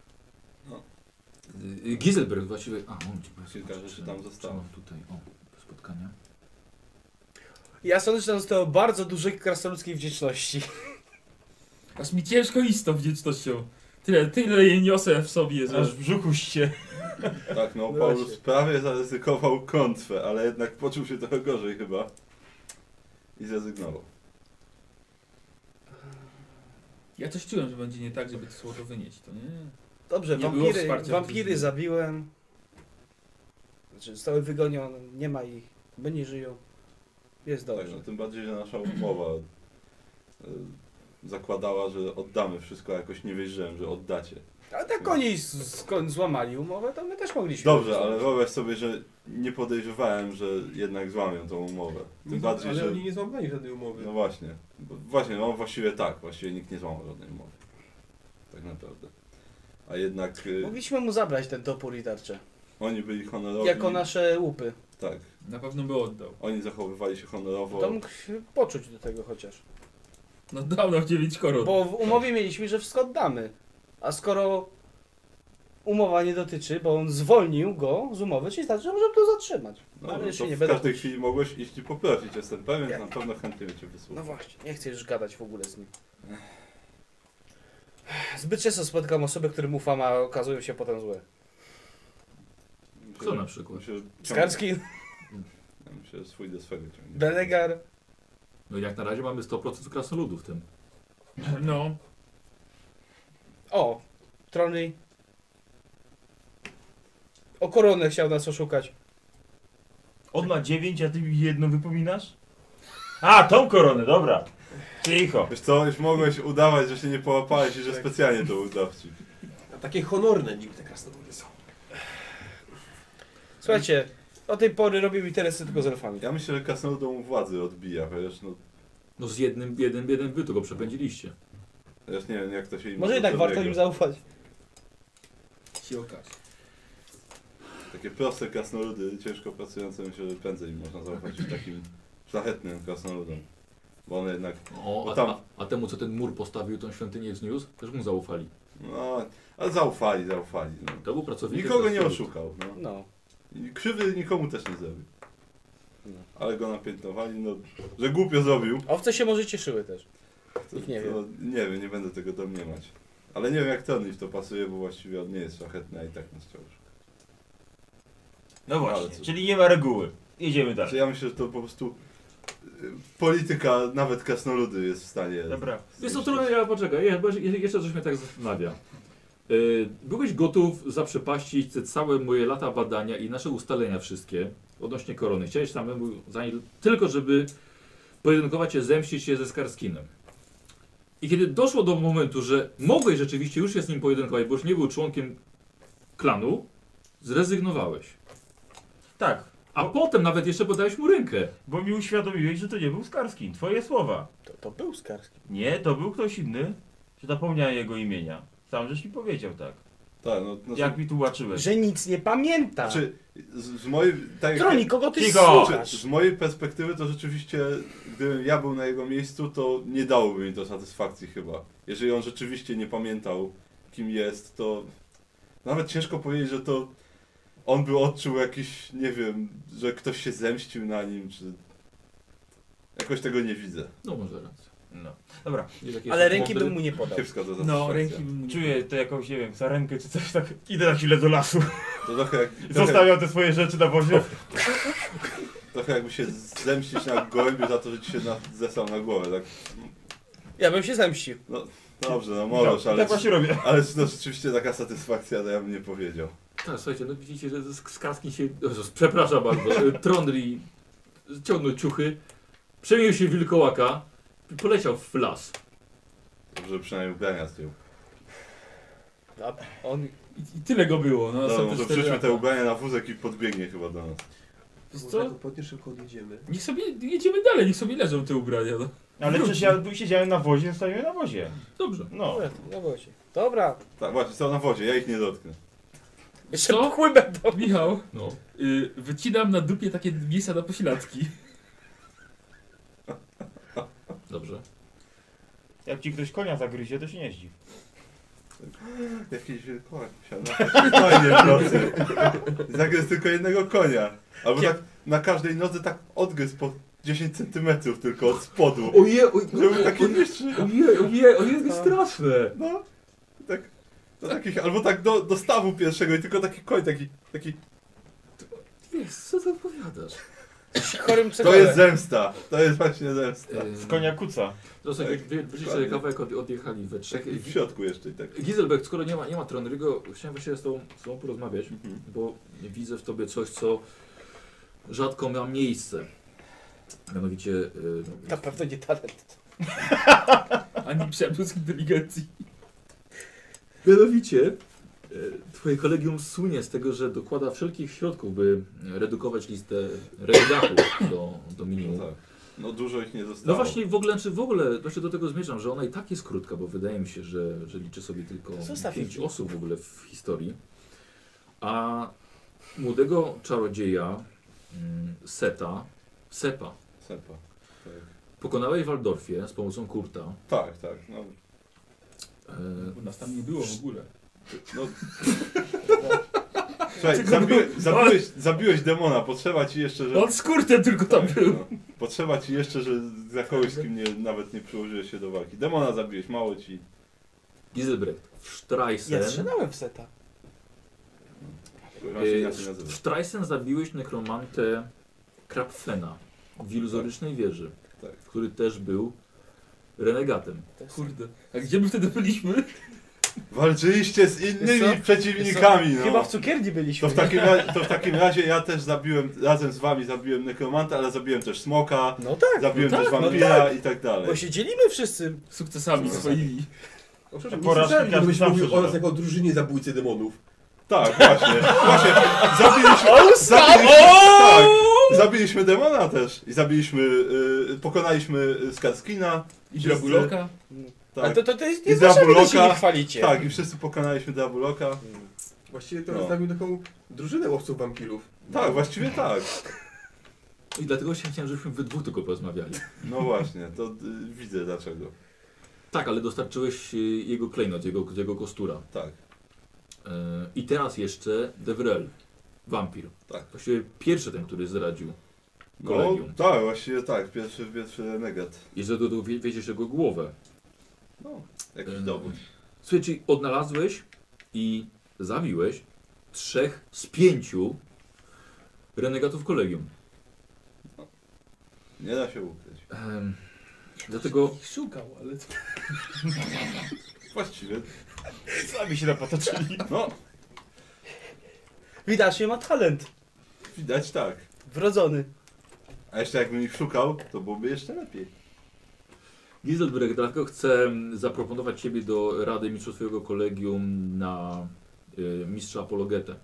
Giselbert właściwie... A, on Kilka rzeczy tam zostało. Mam tutaj, do spotkania. Ja sądzę, że tam zostało bardzo dużej krasnoludzkiej wdzięczności. Aż mi ciężko iść z tą wdzięcznością. Tyle jej niosę w sobie, że... Aż w brzuchu ście. Tak, no No Paulus właśnie. prawie zaryzykował klątwę, ale jednak poczuł się trochę gorzej chyba. I zrezygnował. Ja coś czułem, że będzie nie tak, żeby to słowo wynieść, to nie? Dobrze, Nie było wsparcia wampiry drużyny. zabiłem. Znaczy, zostały wygonione, nie ma ich, bo nie żyją. Jest Tak, dobrze. no tym bardziej, że nasza umowa zakładała, że oddamy wszystko, a jakoś nie wierzyłem, że oddacie. Ale tak oni złamali umowę, to my też mogliśmy. Dobrze, ale wyobraź sobie, że nie podejrzewałem, że jednak złamią tą umowę. Tym bardziej, ale że... oni nie złamali żadnej umowy. No właśnie. Właśnie, no właściwie tak. Właściwie nikt nie złamał żadnej umowy. Tak naprawdę. A jednak... Mogliśmy mu zabrać ten topór i tarczę. Oni byli honorowi. Jako nasze łupy. Tak. Na pewno by oddał. Oni zachowywali się honorowo. To mógł się poczuć do tego chociaż. No dał nam 9 koron. Bo w umowie mieliśmy, że wszystko oddamy. A skoro umowa nie dotyczy, bo on zwolnił go z umowy, czyli znaczy, że możemy to zatrzymać. No, Ale to jeszcze nie w będę... każdej chwili mogłeś iść i poprosić, jestem pewien, Ja. na pewno chętnie cię wysłuchał. No właśnie, nie chcę już gadać w ogóle z nim. Zbyt często spotykam osoby, którym ufam, a okazują się potem złe. Kto na przykład? Skarski, Ja myślę, że swój do swego ciągnie. Belegar. No jak na razie mamy 100% krasnoludów w tym. No. O, Trony. O koronę chciał nas oszukać. On ma 9, a ty mi jedno wypominasz? A, tą koronę, dobra. Cicho. Wiesz co, już mogłeś udawać, że się nie połapałeś i że specjalnie to udawci. A takie honorne niby te krasnoludy są. Słuchajcie, do tej pory robił interesy tylko z elfami. Ja myślę, że krasnoludom władzy odbija, chociaż No z jednym wy to go przepędziliście. chociaż nie wiem jak to się im Może jednak do warto tego. im zaufać. Się okaże. Takie proste krasnoludy, ciężko pracujące, myślę, że prędzej im można zaufać niż takim szlachetnym krasnoludom. Bo one jednak, O, Bo tam- a temu co ten mur postawił, tą świątynię zniósł, też mu zaufali. no, ale zaufali. No. To był pracownik. Nikogo nie krasnolud. oszukał, no. No. I krzywdy nikomu też nie zrobił. No. Ale go napiętnowali, no, że głupio zrobił. Owce się może cieszyły też. To, Nikt nie to, wie. nie wiem, nie będę tego domniemać. Ale nie wiem jak Tony to pasuje, bo właściwie on nie jest szlachetny, a i tak nas chciał oszukać. No Ale właśnie, co? czyli nie ma reguły. Jedziemy Znaczy, dalej. ja myślę, że to po prostu polityka, nawet krasnoludy jest w stanie... Dobra. Jest to trochę, ja poczekaj, jeszcze coś mnie tak zastanawia. Byłeś gotów zaprzepaścić te całe moje lata badania i nasze ustalenia wszystkie odnośnie korony. Chciałeś samemu, tylko żeby pojedynkować się, zemścić się ze Skarskinem. I kiedy doszło do momentu, że mogłeś rzeczywiście już się z nim pojedynkować, bo już nie był członkiem klanu, zrezygnowałeś. Tak, A potem nawet jeszcze podałeś mu rękę. bo mi uświadomiłeś, że to nie był Skarski. Twoje słowa. To był Skarski. Nie, to był ktoś inny. Że zapomniałem jego imienia. Sam żeś mi powiedział tak. Tak, no, znaczy, Jak mi tłumaczyłeś. Że nic nie pamięta. Znaczy, z mojej... Tak, Troni, kogo ty Cicho! słuchasz? z mojej perspektywy to rzeczywiście, gdybym ja był na jego miejscu, to nie dałoby mi to satysfakcji chyba. Jeżeli on rzeczywiście nie pamiętał, kim jest, to nawet ciężko powiedzieć, że to on by odczuł jakiś, nie wiem, że ktoś się zemścił na nim, czy... Jakoś tego nie widzę. No może rację. No. Dobra, Nie taki Ale jest ręki mądry. bym mu nie podał. Kiepska to No, satysfakcja. ręki bym... czuję to jakąś, nie wiem, sarenkę czy coś tak. Idę na chwilę do lasu. To trochę, Zostawiam te swoje rzeczy na wozie. trochę jakby się zemścić na gołębiu za to, że ci się zesłał na głowę, tak? Ja bym się zemścił. Dobrze, no możesz, No, ale... tak właśnie robię. Ale czy to rzeczywiście taka satysfakcja, to ja bym nie powiedział. Tak, słuchajcie, no widzicie, że z Kaski się... Przepraszam bardzo. Trondri ciągnął ciuchy, przemienił się w wilkołaka i poleciał w las. Dobrze, przynajmniej ubrania zdjął. A on... I tyle go było. No, No, są może te 4 przyszły lata. te ubrania na wózek i podbiegnie chyba do nas. Wiesz co? Podnieś szybko odjedziemy. Niech sobie jedziemy dalej, niech sobie leżą te ubrania. No. Ale przecież ja siedziałem na wozie, zostawiłem na wozie. Dobrze. No. No właśnie. Dobra. Tak, właśnie, są na wodzie, ja ich nie dotknę. Jeszcze Co? pchły będą. Michał, No. wycinam na dupie takie miejsca na pośladki. Dobrze. Jak ci ktoś konia zagryzie, to się nie zdziw. Jakiś wilkołak musiał na fajnie w nocy. Zagryzł tylko jednego konia. Albo tak na każdej nodze tak odgryzł po 10 cm tylko od spodu. Ojej, Żeby taki jeszcze... ojej, straszne. No, tak... Do takich, albo tak do stawu pierwszego i tylko taki koń, taki... Jest, co ty opowiadasz? Chorym To jest zemsta, to jest właśnie zemsta. Z konia kuca. Teraz jak wyszli sobie kawałek, odjechali we trzech. I w środku jeszcze i tak. Giselberg, skoro nie ma Tronrygo, chciałem właściwie z tobą porozmawiać, bo widzę w tobie coś, co rzadko ma miejsce. Mianowicie... Na pewno nie talent. Ani przemysł inteligencji. Mianowicie, twoje kolegium słynie z tego, że dokłada wszelkich środków, by redukować listę renegatów do minimum. No tak. No dużo ich nie zostało. No właśnie, w ogóle właśnie do tego zmierzam, że ona i tak jest krótka, bo wydaje mi się, że liczy sobie tylko Zostaw 5 ich. osób w ogóle w historii. A młodego czarodzieja Sepa. Sepa. Tak. Pokonałeś w Waldorfie z pomocą Kurta. Tak. No, Bo nas tam nie było w ogóle. no. Słuchaj, zabiłeś demona, potrzeba ci jeszcze, że... On z kurtem tylko tam był. No. Potrzeba ci jeszcze, że za kogoś, z kim nawet nie przyłożyłeś się do walki. Demona zabiłeś, mało ci. Giselbrecht. W Ja Streisen. strzelałem w seta. Chyba się inaczej nazywa. W Streisen zabiłeś nekromantę Krapfena w iluzorycznej wieży, Tak. który też był renegatem. Kurde. A gdzie my wtedy byliśmy? Walczyliście z Wiesz innymi co? przeciwnikami, no. Chyba w cukierni byliśmy. To w takim razie ja też zabiłem, razem z wami zabiłem nekromanta, ale zabiłem też smoka, No tak, zabiłem no też tak, wampira i tak dalej. bo się dzielimy wszyscy. Sukcesami No. swoimi. O, przepraszam, nie Porażki słyszałem, każdy żebyś sam mówił o przeżywa. nas jako o drużynie zabójcy demonów. Tak, właśnie. Zabiliśmy demona też i pokonaliśmy Skarskina. I Drabuloka. Tak. A to jest I nie zawsze, że się Drabuloka. nie chwalicie. Tak, i wszyscy pokonaliśmy Drabuloka. Właściwie to No. zostawił taką drużynę łowców wampirów. Tak, właściwie tak. I dlatego się chciałem, żebyśmy we dwóch tylko porozmawiali. No właśnie, to widzę dlaczego. Tak, ale dostarczyłeś jego klejnot, jego kostura. Tak, I teraz jeszcze Devrel, wampir. tak. Właściwie pierwszy ten, który zdradził No kolegium. tak, właściwie tak, pierwszy renegat. I że do wiedziesz jego głowę. No, jakiś dowód. Słuchaj, czyli odnalazłeś i zabiłeś 3 z 5 renegatów kolegium. Nie da się ukryć. Dlatego Ich szukał, ale to... Właściwie, Sami się napatoczyli. no, Widocznie ma talent. widać tak. Wrodzony. A jeszcze jakbym ich szukał, to byłoby jeszcze lepiej. Giselbrecht, dlatego chcę zaproponować Ciebie do Rady Mistrzów swojego kolegium na mistrza apologetę.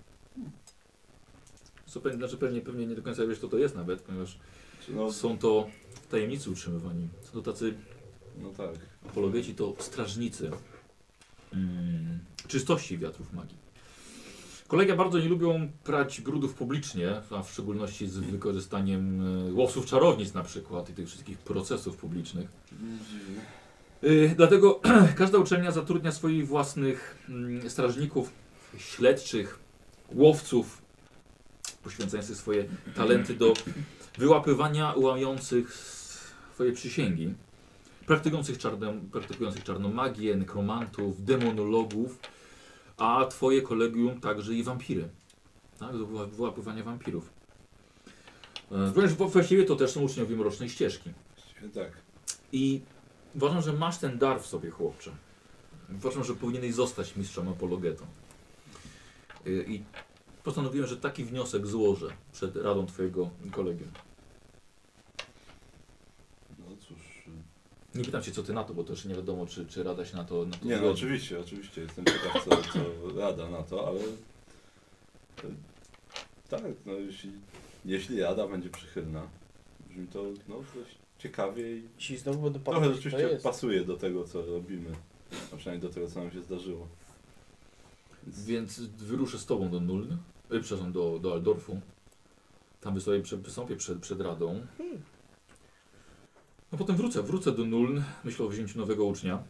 Co znaczy pewnie nie do końca wiesz, kto to jest nawet, ponieważ No, są to tajemnicy utrzymywani. Są to tacy no tak. apologeci, to strażnicy czystości wiatrów magii. Kolegia bardzo nie lubią prać brudów publicznie, a w szczególności z wykorzystaniem łowców czarownic na przykład i tych wszystkich procesów publicznych. Dziwne. Dlatego każda uczelnia zatrudnia swoich własnych strażników, śledczych, łowców, poświęcających swoje talenty do wyłapywania łamiących swoje przysięgi, praktykujących czarną magię, nekromantów, demonologów, a twoje kolegium także i wampiry. Tak, do wyłapywania wampirów. Wręcz właściwie to też są uczniowie Mrocznej Ścieżki. Właściwie tak. I uważam, że masz ten dar w sobie, chłopcze. Uważam, że powinieneś zostać mistrzem apologetą. I postanowiłem, że taki wniosek złożę przed radą twojego kolegium. No cóż. Nie pytam cię, co ty na to, bo też nie wiadomo, czy rada się na to Nie, no zgodzi. oczywiście jestem ciekaw, co rada na to, ale tak, no jeśli rada będzie przychylna, brzmi to no, dość ciekawie i Jeśli znowu będę trochę pamiętać, rzeczywiście to jest. pasuje do tego, co robimy, a przynajmniej do tego, co nam się zdarzyło. Więc wyruszę z tobą do Nuln, przepraszam, do Aldorfu. Tam wystąpię przed radą. No potem wrócę do Nuln, myślę o wzięciu nowego ucznia.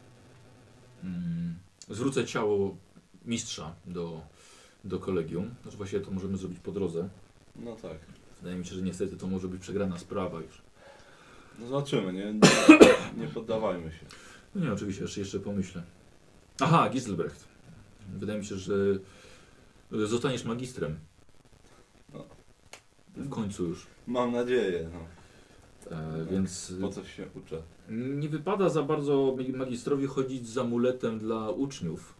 Zwrócę ciało mistrza do kolegium. Znaczy właściwie to możemy zrobić po drodze. No tak. Wydaje mi się, że niestety to może być przegrana sprawa już. No zobaczymy, nie poddawajmy się. No nie, oczywiście, jeszcze pomyślę. Aha, Giselbrecht. Wydaje mi się, że zostaniesz magistrem. No. W końcu już. Mam nadzieję, no. Więc Po coś się uczę. nie wypada za bardzo magistrowi chodzić z amuletem dla uczniów.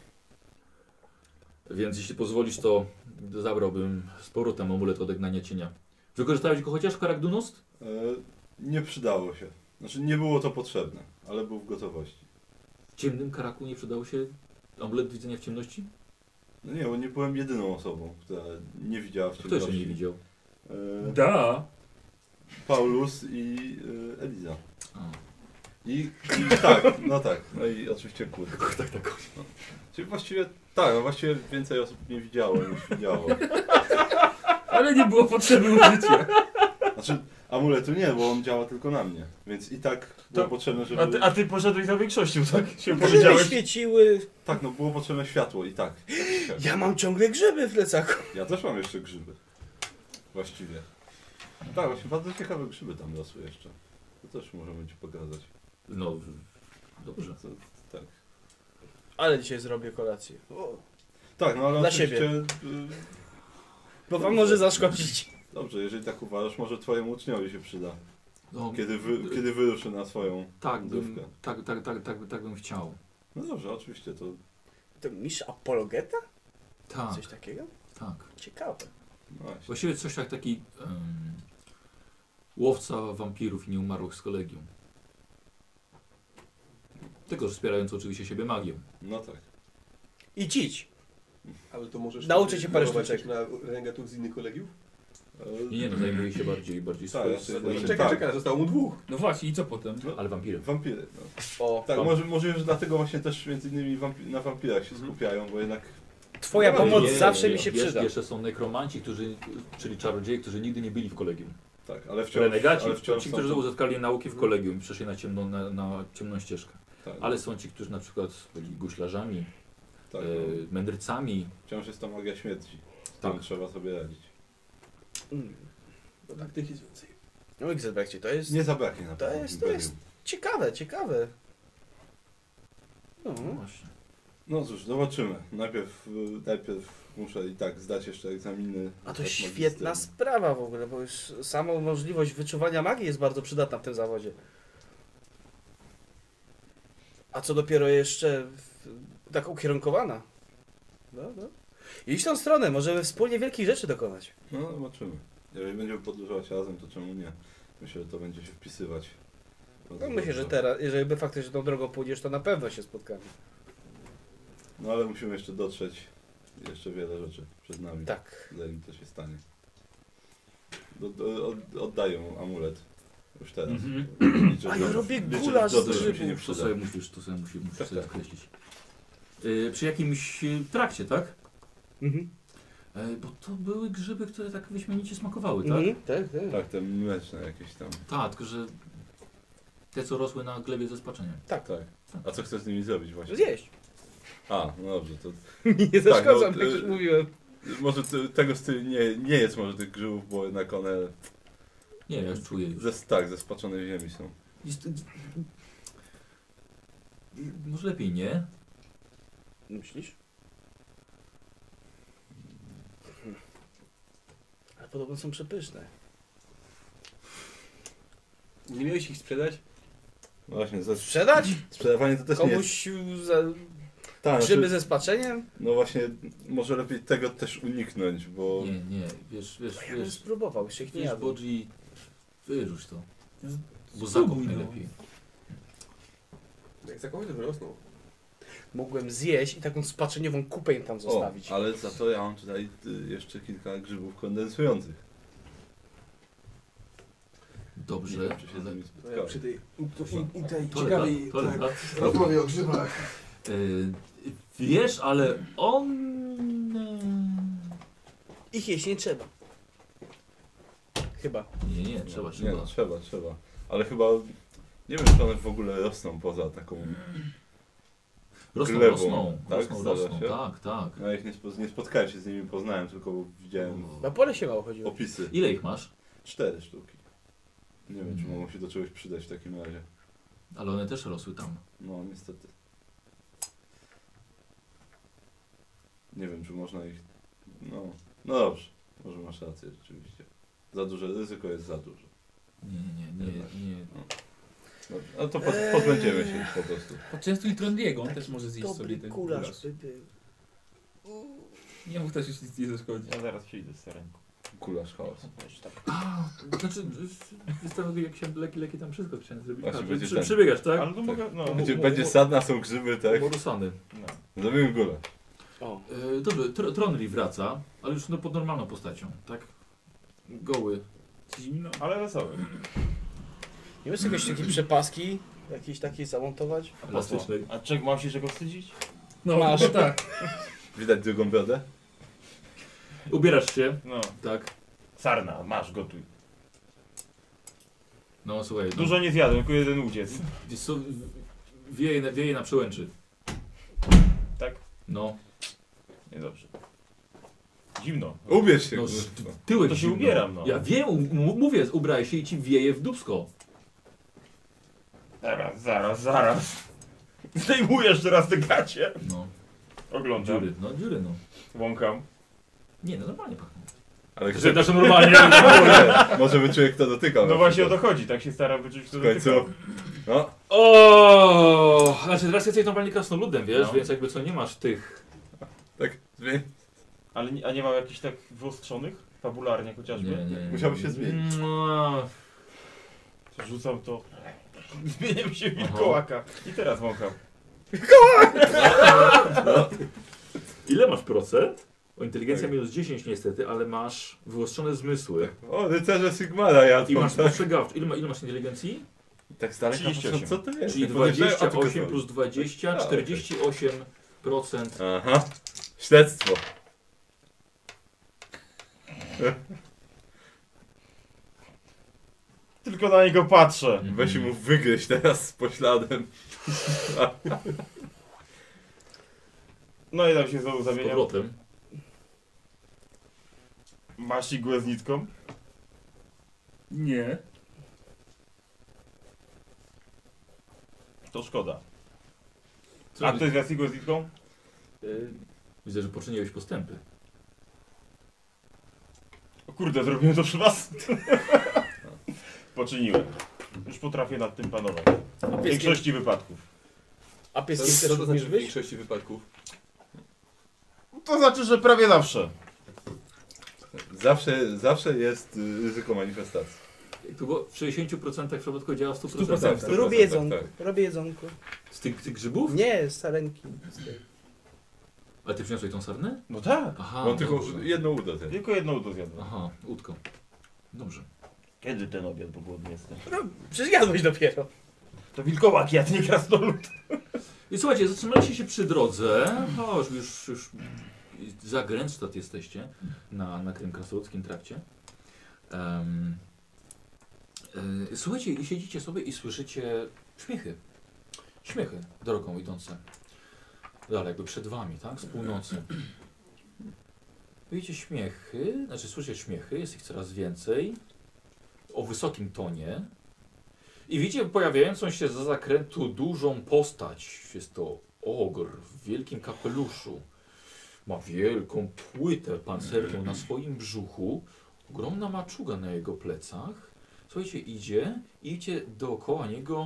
Więc jeśli pozwolisz, to zabrałbym z powrotem amulet odegnania cienia. Wykorzystałeś go chociaż w Karakdunost? Nie przydało się. Znaczy nie było to potrzebne, ale był w gotowości. W ciemnym Karaku nie przydało się amulet widzenia w ciemności? No nie, bo nie byłem jedyną osobą, która nie widziała w Kto ciemności. jeszcze nie widział? Da. Paulus i Eliza. A. I tak, no tak. No i oczywiście kurde. Tak. No. Czyli właściwie, tak, no właściwie więcej osób nie widziało niż widziało. Ale nie było potrzeby użycia. Znaczy, amuletu nie, bo on działa tylko na mnie. Więc i tak było To- potrzebne, żeby... A ty poszedłeś za większością, tak? Się Grzyby powiedziałeś. świeciły. Tak, no było potrzebne światło i tak. Ja mam ciągle grzyby w plecaku. Ja też mam jeszcze grzyby. Właściwie. Tak, właśnie bardzo ciekawe grzyby tam rosły jeszcze. To też możemy ci pokazać. No, dobrze. To, tak. Ale dzisiaj zrobię kolację. O, Tak, no ale Dla oczywiście... siebie. bo wam może zaszkodzić. Dobrze, jeżeli tak uważasz, może twojemu uczniowi się przyda. No, Kiedy wyruszy na swoją tak, bym, dywkę. tak bym chciał. No dobrze, oczywiście to... To mistrz apologeta? Tak, Coś takiego? tak. Ciekawe. No właśnie. Właściwie coś jak taki łowca wampirów i nieumarłych z kolegium. Tylko wspierając oczywiście siebie magią. No tak. I cić. Ale to możesz... Nauczę cię parę próbować sztuczek. na renegatów z innych kolegiów? Nie, no zajmuje się bardziej Tak, swoim. jeszcze- Czekaj, tak. zostało mu 2. No właśnie, i co potem? Ale wampiry. Wampiry, no. O, Tak, możliwe, że dlatego właśnie też między innymi na wampirach się skupiają, bo jednak... twoja No, pomoc nie, zawsze mi się Jeszcze- przyda. Jeszcze są nekromanci, czyli czarodzieje, którzy nigdy nie byli w kolegium. Tak, ale wciąż... Renegaci, ale wciąż ci, są którzy to- uzyskali nauki w kolegium i przeszli na ciemną ścieżkę. Tak, Ale są ci, którzy na przykład byli guślarzami, tak, mędrcami. wciąż jest to magia śmierci. Z Tak. tym trzeba sobie radzić. Bo tak tych jest więcej. No Xelbekcie, to jest Nie zabraknie na To pewno jest- Imperium. ciekawe, ciekawe. No. No właśnie. No cóż, zobaczymy. Najpierw muszę i tak zdać jeszcze egzaminy. A to tak świetna magister. sprawa w ogóle, bo już sama możliwość wyczuwania magii jest bardzo przydatna w tym zawodzie. A co dopiero jeszcze tak ukierunkowana. No. Idź w tą stronę, możemy wspólnie wielkich rzeczy dokonać. No zobaczymy. Jeżeli będziemy podróżować razem, to czemu nie? Myślę, że to będzie się wpisywać. Bardzo No myślę, że dobrze. teraz, jeżeli by faktycznie tą drogą pójdziesz, to na pewno się spotkamy. No ale musimy jeszcze dotrzeć. Jeszcze wiele rzeczy przed nami. Tak. Zanim to się stanie. Oddaję amulet. Już teraz. Mhm. Liczę, A że- ja robię liczę, że gulasz dobrze, z że mi się nie grzybów. To przyda. sobie musisz Tak, sobie tak. skreślić. Przy jakimś trakcie, tak? Mhm. Bo to były grzyby, które tak wyśmienicie smakowały, tak? Mhm. Tak. Tak, te mleczne jakieś tam. Tak, tylko że te co rosły na glebie ze spaczeniem. Tak. Tak. A co chcesz z nimi zrobić właśnie? Zjeść. A, no dobrze, to Nie zaszkadzam, no, jak już mówiłem. może tego stylu nie jest może tych grzybów, bo jednak one Nie, ja już czuję już. ze spaczonej ziemi są. Może lepiej nie? Myślisz? Ale podobno są przepyszne. Nie miałeś ich sprzedać? No właśnie, Sprzedać? sprzedawanie to też nie jest... Komuś za Tak, grzyby znaczy, ze spaczeniem? no właśnie, może lepiej tego też uniknąć, bo... Nie, wiesz, Ja bym spróbował, jeszcze ich nie jadłem. Bodzi, wyrzuć to. Bo Spróbuj, zakop no. najlepiej. Jak zakochać, to wyrosną. Mogłem zjeść i taką spaczeniową kupę im tam zostawić. ale za to ja mam tutaj jeszcze kilka grzybów kondensujących. Nie Dobrze. wiem, czy się z nimi No ja przy spotkałem. tej Toleta. rozmowie o grzybach. Wiesz, ale on... Ich jeść nie trzeba. Chyba. Nie, trzeba. Nie, no, trzeba. Ale chyba... Nie wiem, czy one w ogóle rosną poza taką... Rosną, glebą, tak? Zdarza rosną. się? Tak. No ja ich nie spotkałem się z nimi, poznałem, tylko widziałem Na pole się mało chodziło. opisy. Ile ich masz? 4 sztuki. Nie wiem, czy mogą się do czegoś przydać w takim razie. Ale one też rosły tam. No, niestety. Nie wiem, czy można ich... No dobrze. Może masz rację, rzeczywiście. Za duże ryzyko jest za duże. Nie. Dobrze. Ale to pozbędziemy się ich po prostu. Poczęstuj Trondiego, on też może zjeść Dobry sobie ten gulasz gulasz. by był. Nie mu też już nic nie zaszkodzi. Ja zaraz przyjdę z serenką. Kulasz chaos. A, znaczy, występuje jak się leki tam wszystko chciałem zrobić. Właśnie, będzie ten. Przybiegasz, tak? Ale to mogę, no. Będzie sadna, są grzyby, tak? Morusany. No. Zrobimy górę. O. Dobrze, Tronri wraca, ale już pod normalną postacią, tak? Goły. Zimno. Ale wesoły. Nie masz jakieś takie przepaski jakiś taki zamontować. Elastyczny. A czego mam się czego wstydzić? No, Masz. chyba tak. Widać drugą brodę? Ubierasz się, No. tak. Sarna, masz, gotuj. No słuchaj. no. Dużo nie zjadłem, tylko jeden uciec. Wiesz co, wieje na przełęczy. Tak? No. Niedobrze. Zimno. Ubierz się, No, kurwa. tyłek To się zimno. ubieram, no. Ja wiem, mówię, ubraj się i ci wieje w dupsko. Zaraz. Zdejmujesz teraz te gacie. No. Oglądam. Dziury, no. Wącham. Nie, no normalnie pachnie. Ale Że znaczy normalnie. może wyczuję, kto dotykał. No na właśnie o przykład. to chodzi, tak się staram wyczuć, kto W końcu. dotyka. No, O, znaczy teraz jesteś normalnie krasnoludem, wiesz, No. więc jakby co nie masz tych. tak, zmień. Ale a nie ma jakichś tak wyostrzonych? Fabularnie chociażby? Nie. Musiałby się zmienić. No, Rzucam to. Zmieniam się w wilkołaka. I teraz wącham. ile masz procent? O, inteligencja minus 10 niestety, ale masz wyostrzone zmysły. O, rycerze Sigmara ja I masz spostrzegawczość. Ile masz inteligencji? Tak z daleka 38. patrzę, co to jest? Czyli Nie podejrzewają, a tu 28 kogoś. plus 20, A, okej. 48%. Aha. Śledztwo. Tylko na niego patrzę. Weź mu wygryź teraz z pośladem. No i tam się znowu Z zamieniam. powrotem. Masz igłę z nitką? Nie. To szkoda. Co A ktoś z was igłę z nitką? Widzę, że poczyniłeś postępy. O kurde, zrobiłem to przy was? Poczyniłem. Już potrafię nad tym panować. W większości wypadków. A pieskiem też umiesz w być? większości wypadków? To znaczy, że prawie zawsze. Zawsze jest ryzyko manifestacji. Jak to było? W 60% przypadku działa w 100%. 100%. Robię jedzonko. Robię jedzonko. Z tych grzybów? Nie, z sarenki. Ale ty przyniosłeś tą sarnę? No tak. Aha, Mam tylko dobrze. jedno udo. Ten. Tylko jedną do zjadłem. Aha, łódką. Dobrze. Kiedy ten obiad, bo głodny jestem? No, przecież jadłeś dopiero. To wilkołak jadł, nie krasnolud. I słuchajcie, zatrzymaliście się przy drodze. O, już za Grenzstadt jesteście na tym krasnoludzkim trakcie. Słuchajcie, i siedzicie sobie i słyszycie śmiechy. Śmiechy drogą idące. Dalej, jakby przed wami, tak? Z północy. Widzicie śmiechy, znaczy słyszycie śmiechy, jest ich coraz więcej. O wysokim tonie. I widzicie pojawiającą się za zakrętu dużą postać. Jest to ogr w wielkim kapeluszu. Ma wielką płytę pancerną na swoim brzuchu. Ogromna maczuga na jego plecach. Słuchajcie, idzie dookoła niego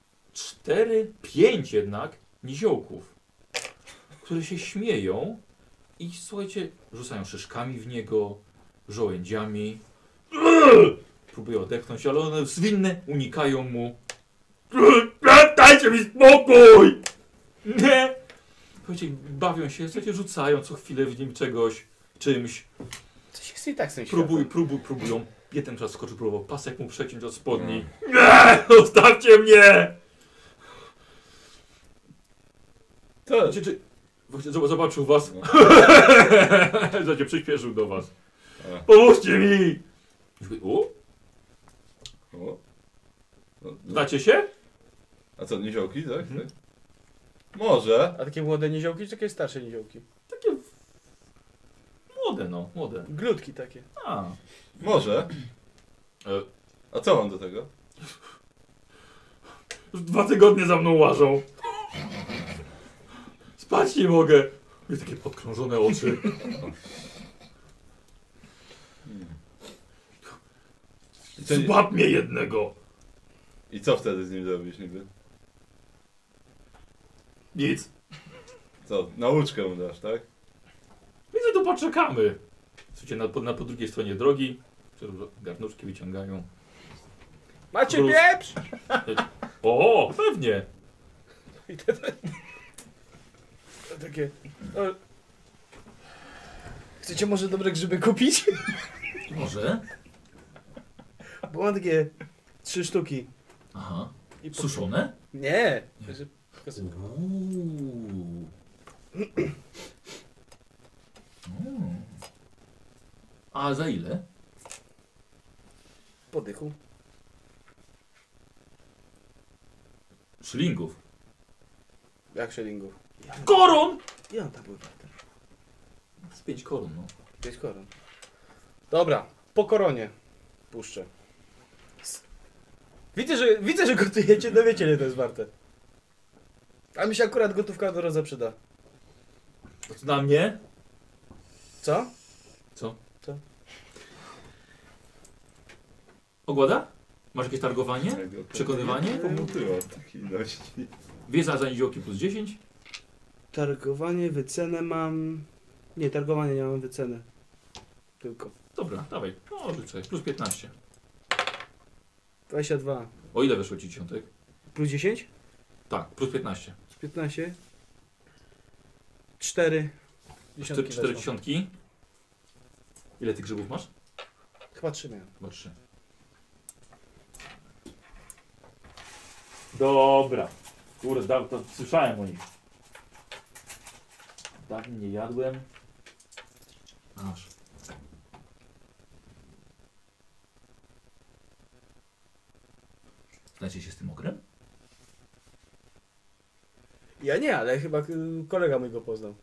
4-5 jednak niziołków, które się śmieją i słuchajcie, rzucają szyszkami w niego, żołędziami. Próbują odepchnąć, ale one zwinne unikają mu. Dajcie mi spokój! Nie! Słuchajcie, bawią się, słuchajcie, rzucają co chwilę w nim czymś. Coś jest i tak z tym Próbują. Jeden czas skoczył, próbował pasek mu przeciąć od spodni. Nie! Zostawcie mnie! To, Zobaczył was. No. Zacie przyspieszył do was. A. Pomóżcie mi! O, o. No, znacie się? a co, niziołki, tak? Mhm. tak? Może. A takie młode niziołki, czy takie starsze niziołki? Takie młode, no, młode. Glutki takie. A. Może. E, A co mam do tego? Już 2 tygodnie za mną łażą. Spać nie mogę. Mieć takie podkrążone oczy. I co, Złap mnie jednego. I co wtedy z nim zrobisz niby? Nic. Co, nauczkę mu dasz, tak? Więc to poczekamy. Słuchajcie, po drugiej stronie drogi. Garnuszki wyciągają. Macie Gruz. pieprz? O, pewnie. I to takie... O. Chcecie może dobre grzyby kupić? Może? Bo mam takie 3 sztuki. Aha. I po- Suszone? Nie. Uuu. A za ile? Po dychu. Szylingów. Jak szylingów? Koron! Ja tam był warte. Z 5 koron, no. 5 koron. Dobra, po koronie puszczę. Widzę, że gotujecie, no wiecie ile to jest warte. A mi się akurat gotówka na drodze przyda. To co na mnie? Co? Co? Co? Ogłada? Masz jakieś targowanie? Tego Przekonywanie? Nie pomówiło takiej ilości. Wiedza za niziołki plus 10? Targowanie, wycenę mam... Nie, targowanie nie mam wyceny. Tylko. Dobra, dawaj. No, rzucaj. Plus 15. 22. O ile weszło ci dziesiątek? Plus 10? Tak, plus 15. Z 15? 4. Dziesiątki 4 weszło. dziesiątki. Ile tych grzybów masz? Chyba 3 miałem. Chyba 3. Dobra. Kurde, to słyszałem o nich. Dawniej nie jadłem. Masz. Znacie się z tym okrem? Ja nie, ale chyba kolega mój go poznał.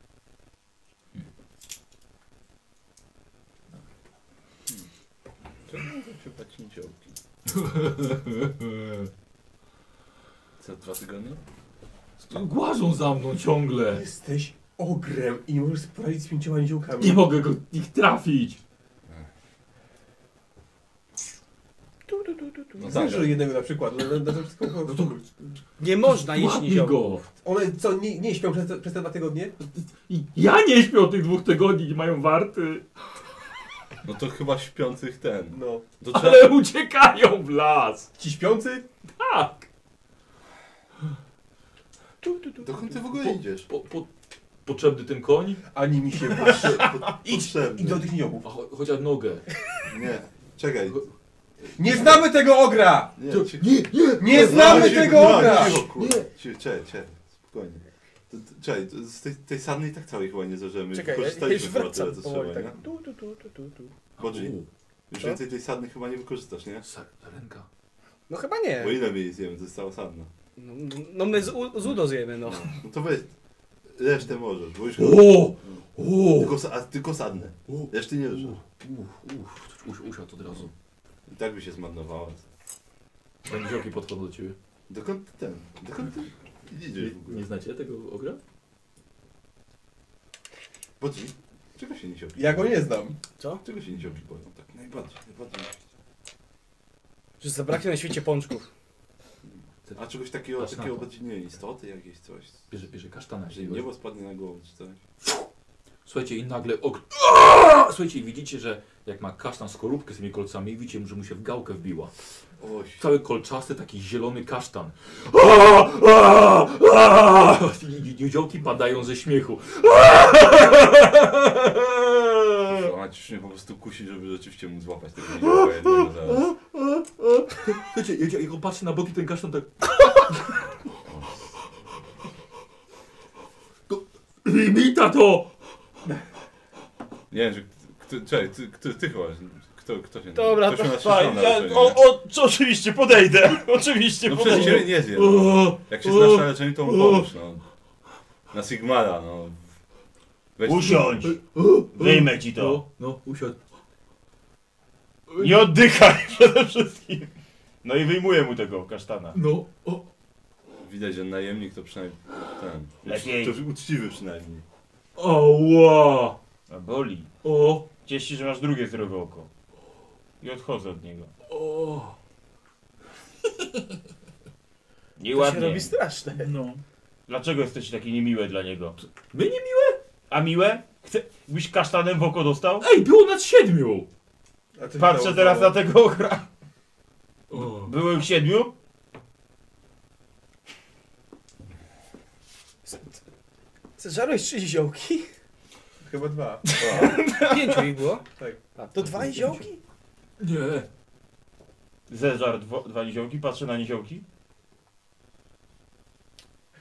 Czemu mogą się bać niziołki? Co, 2 tygodnie? Głażą za mną ciągle. Jesteś ogrem i nie możesz sobie poradzić z 5 niziołkami. Nie mogę ich trafić. No Znasz, tak, że jednego na przykład, ale na to wszystko No to Nie można jeść łapnij niziołków. go. One co, nie śpią przez te 2 tygodnie? I ja nie śpię od tych 2 tygodni, nie mają warty. no to chyba śpiących ten. No. To trzeba... Ale uciekają w las. Ci śpiący? Tak. Dokąd ty w ogóle idziesz? Potrzebny ten koń? Ani mi się patrzy. Idź Potrzebny. do tych niziołków. A chociaż nogę. Nie, czekaj. Nie znamy tego ogra! Nie, Nie znamy tego ogra! Czekaj, spokojnie. Czekaj, z tej sadnej tak całej chyba nie zażemy. Czekaj, ja Wykorzystaliśmy już chyba wracam tyle, co powoli. trzeba, Tak. nie? Tu. Bodzi, już Co? więcej tej sadnej chyba nie wykorzystasz, nie? Sarenka. No chyba nie. Bo ile my jej zjemy? To jest cała sadna. No my z Udo zjemy, no. No to weź, resztę możesz, bo już tylko sadne. Reszty nie żesz. Usiadł od razu. I tak by się zmarnowała. Ten niziołki podchodzą do ciebie. Dokąd ty idziesz w ogóle? Nie znacie tego ogra? Bodzi, czego się niziołki? Ja go nie znam. Co? Czego się niziołki boją? Tak najbardziej. Że zabraknie na świecie pączków. A czegoś takiego Patrz na to. bardziej, nie wiem, istoty jakieś coś. Bierze kasztana. Że im niebo spadnie na głowę czy coś. Słuchajcie, i nagle słuchajcie, widzicie, że jak ma kasztan skorupkę z tymi kolcami, widzicie, że mu się w gałkę wbiła. Oj. Cały kolczasty, taki zielony kasztan. Niziołki padają ze śmiechu. Ona już mnie po prostu kusi, żeby rzeczywiście móc złapać tego niziołka jednego zaraz. Słuchajcie, jak on patrzy na boki, ten kasztan tak... Imita to! Nie wiem, że czekaj, ty chyba, kto się... Dobra, ktoś to nas Fajnie, na leczenie, nie? oczywiście podejdę. Oczywiście No przecież podejdę. ciebie nie zje, no. Jak się znasz na leczeniu, to mu pomóż, no. Na Sigmara, no. Weź Usiądź. Wyjmę ci to. No, usiadł. Nie oddychaj przede wszystkim. No i wyjmuję mu tego kasztana. No, o. Widać, że najemnik to przynajmniej ten. Lepiej. To uczciwy przynajmniej. Ała! A boli. O! Cieszę się, że masz drugie zdrowe oko. I odchodzę od niego. O! To się Nieładnie. robi straszne. No. Dlaczego jesteście takie niemiłe dla niego? My nie miłe? A miłe? Byś kasztanem w oko dostał? Ej, było nas 7! A co się Patrzę stało? teraz na tego okra. O. Było ich 7? Żarłeś 3 niziołki? Chyba 2. 5 ich było? Tak. A, to 2 niziołki? Nie. Zeżar dwa niziołki, patrzę na niziołki.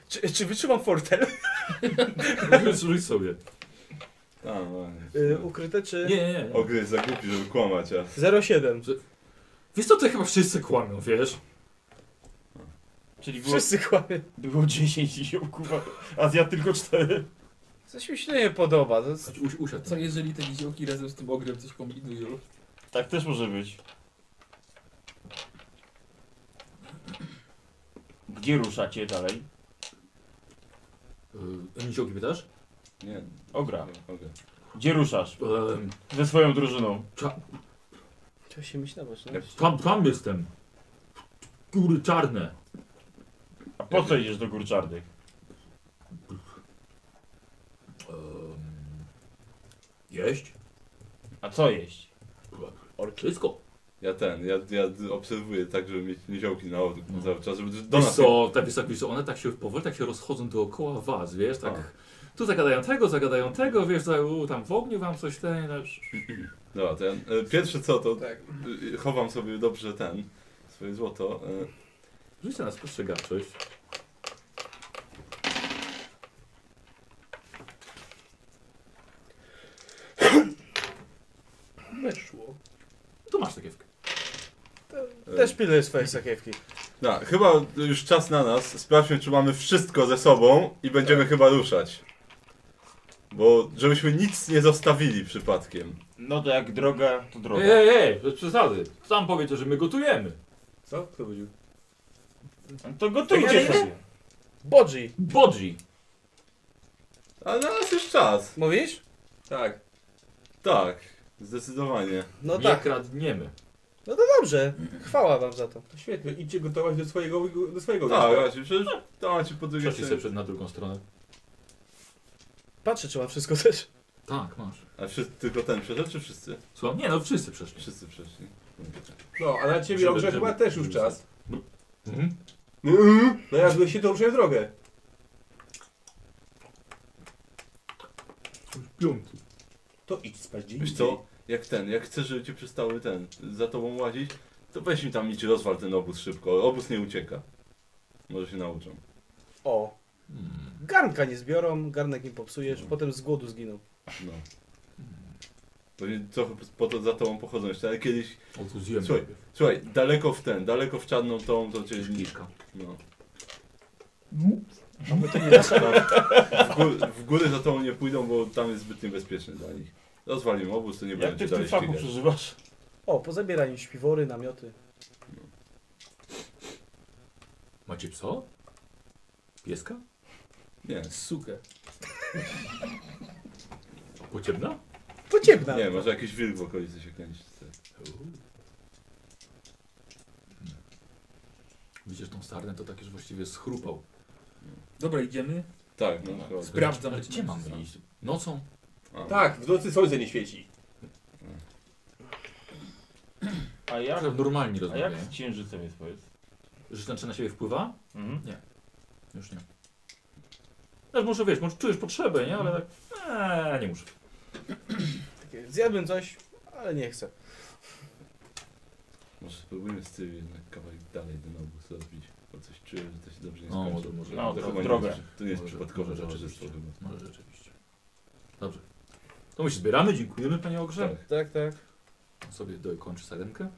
Czy wytrzymam fortel? Rzuć sobie. A, no. Ukryte czy... Nie. Ogry jest za głupi, żeby kłamać, a... 0,7. Wiesz co, to chyba wszyscy kłamią, wiesz? Czyli było, Wszyscy kłamią. było 10 ziołków, a zjadł tylko 4. Coś mi się nie podoba. To jest... Usiadł. Co jeżeli te niziołki razem z tym ogrem coś kombinują? Tak też może być. Gdzie ruszacie dalej? Niziołki pytasz? Nie. Ogra. Ogry. Gdzie ruszasz? Ehm, Ze swoją drużyną. Co się myśli na boczne? tam jestem. Góry czarne. A po co idziesz do gór czarnych? Jeść? A co jeść? Wszystko. Ja obserwuję tak, żeby mieć niziołki na oku cały czas, żeby do Wiesz nas... co, tak wiesz, one tak się powoli tak się rozchodzą dookoła was, wiesz, tak. Tu zagadają tego, wiesz, tam w ogniu wam coś Dobra, to ja, pierwsze co, to Tak. chowam sobie dobrze swoje złoto. Rzućcie na spostrzegawczość. Weszło. Tu masz takiewkę. Też pilnuję swoje sakiewki. No, chyba już czas na nas. Sprawdźmy, czy mamy wszystko ze sobą i będziemy chyba ruszać. Bo żebyśmy nic nie zostawili przypadkiem. No to jak droga, to droga. Bez przesady. Sam powiecie, że my gotujemy. Co? Kto powiedział? To gotujcie To nie? sobie. Bodzi. Bodzi. Ale na nas jest czas. Mówisz? Tak. Tak, zdecydowanie. No Nie tak. kradniemy. No to dobrze. Chwała wam za to. To świetnie. Idźcie gotować do swojego Tak, wojska. właśnie, przecież to macie po drugiej Przeszli sobie stronie. na drugą stronę. Patrzę, czy mam wszystko też. Tak, masz. A tylko ten przeszedł, czy wszyscy? Słucham? Nie, no wszyscy przeszli. Wszyscy przeszli. No, a na ciebie, Żeby- Ogrze, żeby- chyba też już czas. Mhm. No jak byłeś się, to ruszaj w drogę. Piąty. To idź spać dzień Wiesz co, jak chcesz, żeby cię przestały za tobą łazić, to weź mi tam idź rozwal ten obóz szybko. Obóz nie ucieka. Może się nauczą. O. Garnka nie zbiorą, garnek im popsujesz, potem z głodu zginą. No. Pewnie trochę za tobą pochodzą jeszcze, ale kiedyś... O, tu zjemy. Słuchaj, daleko w czarną tą, to cię... Kiszka. No. A my to nie nasza. W góry za tobą nie pójdą, bo tam jest zbyt niebezpieczny dla nich. Rozwalimy obóz, to nie Jak będą ty cię w tym dalej fachu ścigać. przeżywasz? O, pozabieraniu śpiwory, namioty. Macie psa? Pieska? Nie, Sukę. Pociebna? Pociebna. nie, może jakiś wilk w okolicy się kręci. Widzisz, tą sarnę to tak już właściwie schrupał. Dobra, idziemy. Tak, no chyba. Sprawdzam. Ale gdzie mam iść? Nocą? A, Tak, w nocy słońce nie świeci. A jak, Normalnie a jak rozmawiają. z księżycem jest, powiedz? Że ten czy na siebie wpływa? Mhm. Już nie. Też muszę, wiesz, może czujesz potrzebę, nie? Ale tak, nie muszę. Takie, zjadłbym coś, ale nie chcę. Może spróbujmy z tyłu jednak kawałek dalej ten obóz rozbić. Bo coś czuję, że to się dobrze nie No, skończy. może. No, To to chyba drogę. To nie jest Może- przypadkowe może towarzystwo rzeczywiście. chyba. Może rzeczywiście. Dobrze. To my się zbieramy, dziękujemy panie Ogrze. Tak. Tak, tak. On sobie dokończy sarenkę.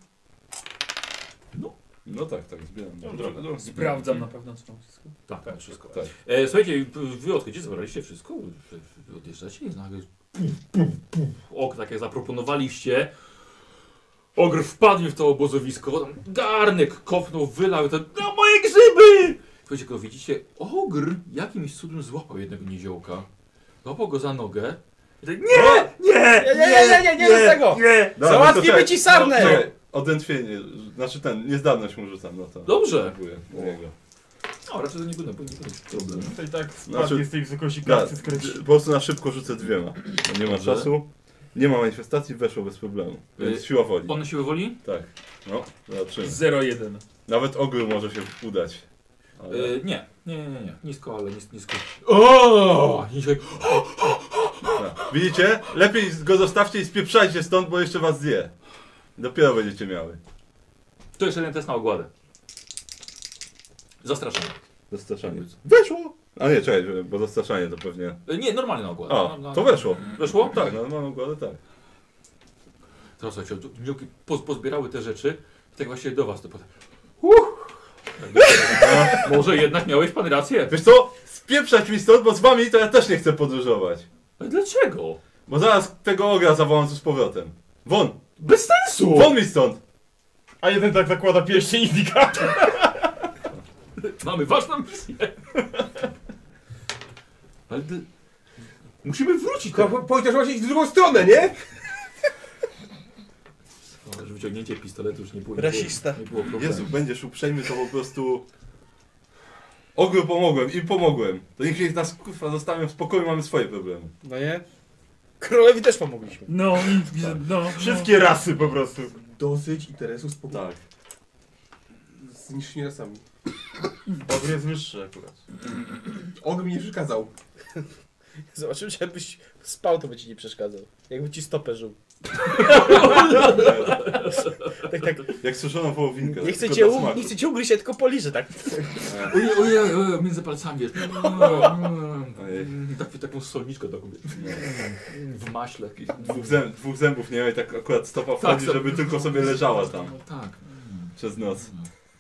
No tak, zbieram. No, Sprawdzam na pewno, co mam wszystko. Tak, Tak, wszystko. Tak. Słuchajcie, wy odchodzicie, zebraliście wszystko, wy odjeżdżacie i nagle tak jak zaproponowaliście, Ogr wpadł w to obozowisko, tam garnek kopnął, wylał, to no moje grzyby! Słuchajcie, go widzicie, Ogr jakimś cudem złapał jednego niziołka, złapał go za nogę i tak Nie do tego! nie! Dobra, Załatwimy to czekaj. ci sarnę! Czekaj, odętwienie, znaczy niezdarność mu rzucam, no to. Dobrze. Próbuję do niego. No, raczej to nie będę problemu. To i tak Znaczy- spadnie z tej wysokości Da, karty skręci. po prostu na szybko rzucę dwiema. Bo nie ma Dobrze. czasu, nie ma manifestacji, weszło bez problemu. Więc siła woli. On na siłę woli? Tak, no, zobaczymy. 0,1. Nawet ogru może się udać. Ale... Nie. Nisko, ale nisko. O! Nisko. Tak. Widzicie? Lepiej go zostawcie i spieprzajcie stąd, bo jeszcze was zje. Dopiero będziecie miały. To jeszcze jeden test na ogładę. Zastraszenie. Zastraszanie. Weszło! A nie, czekaj, bo zastraszanie to pewnie... Nie, normalny nakład. A, to weszło. Weszło? Tak, no mam układę, tak. Teraz słuchajcie, niziołki pozbierały te rzeczy. Tak właśnie do was to potem. Może jednak miałeś pan rację. Wiesz co? Spieprzać mi stąd, bo z wami to ja też nie chcę podróżować. Ale dlaczego? Bo zaraz tego ogra zawołam tu z powrotem. Won! Bez sensu! Won mi stąd! A jeden tak zakłada pierścień indikator. Mamy ważną misję. Ale musimy wrócić. Powiedział, że masz iść w drugą stronę, nie? O, że wyciągnięcie pistoletu już nie było. Rasista. Nie było problemu. Jezu, będziesz uprzejmy, to po prostu... Ogru pomogłem i pomogłem. To niech nas kurwa zostawią w spokoju, mamy swoje problemy. No nie? Królowi też pomogliśmy. No, no. Wszystkie rasy po prostu. Dosyć interesu spokoju. Tak. Z niższymi rasami. Ogr jest wyższy akurat. Ogr mi nie przeszkadzał. Zobaczymy, że jakbyś spał, to by ci nie przeszkadzał. Jakby ci stopę żył. Tak. Jak suszoną wołowinkę. Nie chcę tylko cię, dla smaku. nie chcę cię ugryźć, ja tylko poliżę, tak? Ojej, między palcami wiesz. Ojej. Taką solniczkę taką w maśle. Dwóch zębów nie ma i tak akurat stopa wchodzi, Tak, żeby tylko sobie leżała tam Tak. przez noc.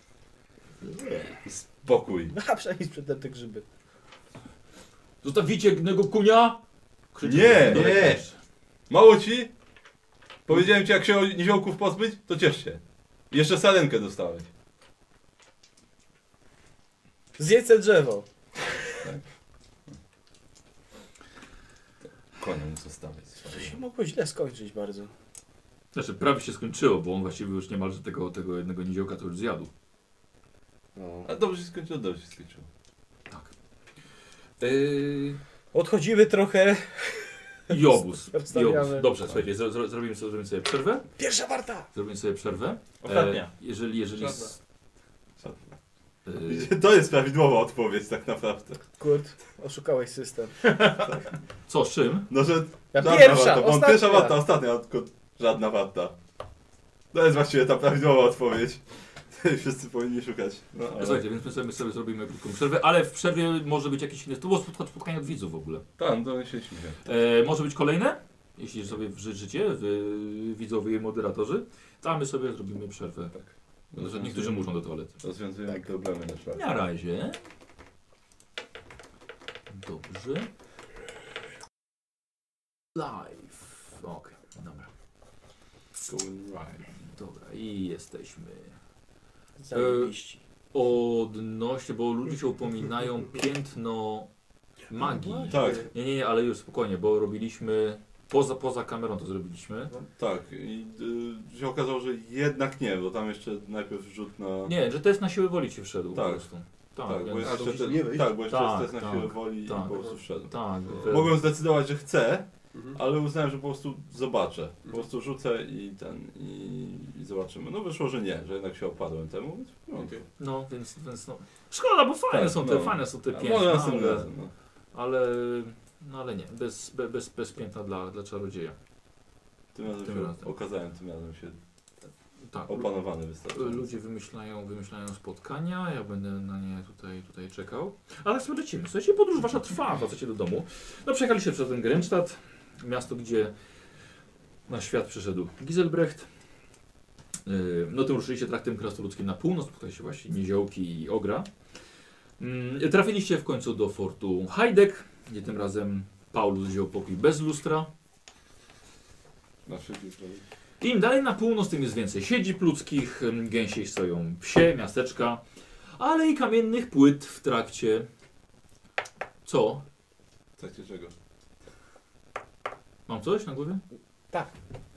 Spokój. A przynajmniej sprzedam te grzyby. Zostawicie jednego kunia? Krzyczy Nie, do nie. lekarza. Mało ci? Powiedziałem ci, jak się niziołków pozbyć, to ciesz się. Jeszcze sarenkę dostałeś. Zjedz te drzewo. Konia mu zostawiać. To się mogło źle skończyć bardzo. Znaczy, prawie się skończyło, bo on właściwie już niemalże tego jednego niziołka to już zjadł. No. A dobrze się skończyło, dobrze się skończyło. Odchodzimy trochę. I obóz. Rozstawiamy. Dobrze, słuchajcie, zrobimy sobie przerwę. Pierwsza warta! Zrobimy sobie przerwę. Ostatnia. Jeżeli To jest prawidłowa odpowiedź tak naprawdę. Kurt, oszukałeś system. co, z czym? No, że Ja żadna pierwsza, warta, bo on ostatnia. pierwsza warta, ostatnia, tylko żadna warta. To jest właściwie ta prawidłowa odpowiedź. Której wszyscy powinni szukać. No, ale... Słuchajcie, więc my sobie zrobimy krótką przerwę, ale w przerwie może być jakieś inne. To było spotkanie od widzów w ogóle. Tak, no to myśleliśmy się. Może być kolejne, jeśli sobie życzycie, widzowie i moderatorzy. To my sobie zrobimy przerwę. Tak. Że niektórzy muszą do toalety. Rozwiązujemy problemy na szlak. Na razie. Dobrze. Live. Okej, dobra. Dobra, i jesteśmy. Zajebiści. Odnośnie, bo ludzie się upominają, piętno magii. Tak, Nie, ale już spokojnie, bo robiliśmy, poza kamerą to zrobiliśmy. tak. I się okazało, że jednak nie, bo tam jeszcze najpierw rzut na... Nie, że test na siłę woli ci wszedł Tak. po prostu. Tak, więc- bo jest to jeszcze, musisz nie wyjść? tak, bo jeszcze Tak, jest test na tak, siłę woli tak. i po prostu wszedł. Tak. Mogłem zdecydować, że chcę, Mhm. ale uznałem, że po prostu zobaczę. Po prostu rzucę i i zobaczymy. No wyszło, że nie, że jednak się opadłem temu, więc w porządku. Okej. No, więc no. Szkoda, bo fajne Tak, są no. fajne są te A piętna, może następnym razem, no. ale nie, bez piętna dla czarodzieja. Tym razem Tym się razem. okazałem, tym razem się Tak. opanowany wystarczająco. Ludzie wymyślają spotkania, ja będę na nie tutaj czekał. Ale tak sobie lecimy. Słuchajcie, podróż wasza trwa, wracacie do domu. No przejechaliście przez ten Grenzstadt, miasto, gdzie na świat przyszedł Giselbrecht. No to ruszyliście traktem krasnoludzkim na północ, spotkaliście właśnie niziołki i ogra. Trafiliście w końcu do fortu Heidek, gdzie tym razem Paulus wziął pokój bez lustra. Na szybciej prawie. Im dalej na północ, tym jest więcej siedzib ludzkich, gęsiej stoją psie, miasteczka, ale i kamiennych płyt w trakcie... Co? W trakcie czego? Mam coś na głowie? Tak.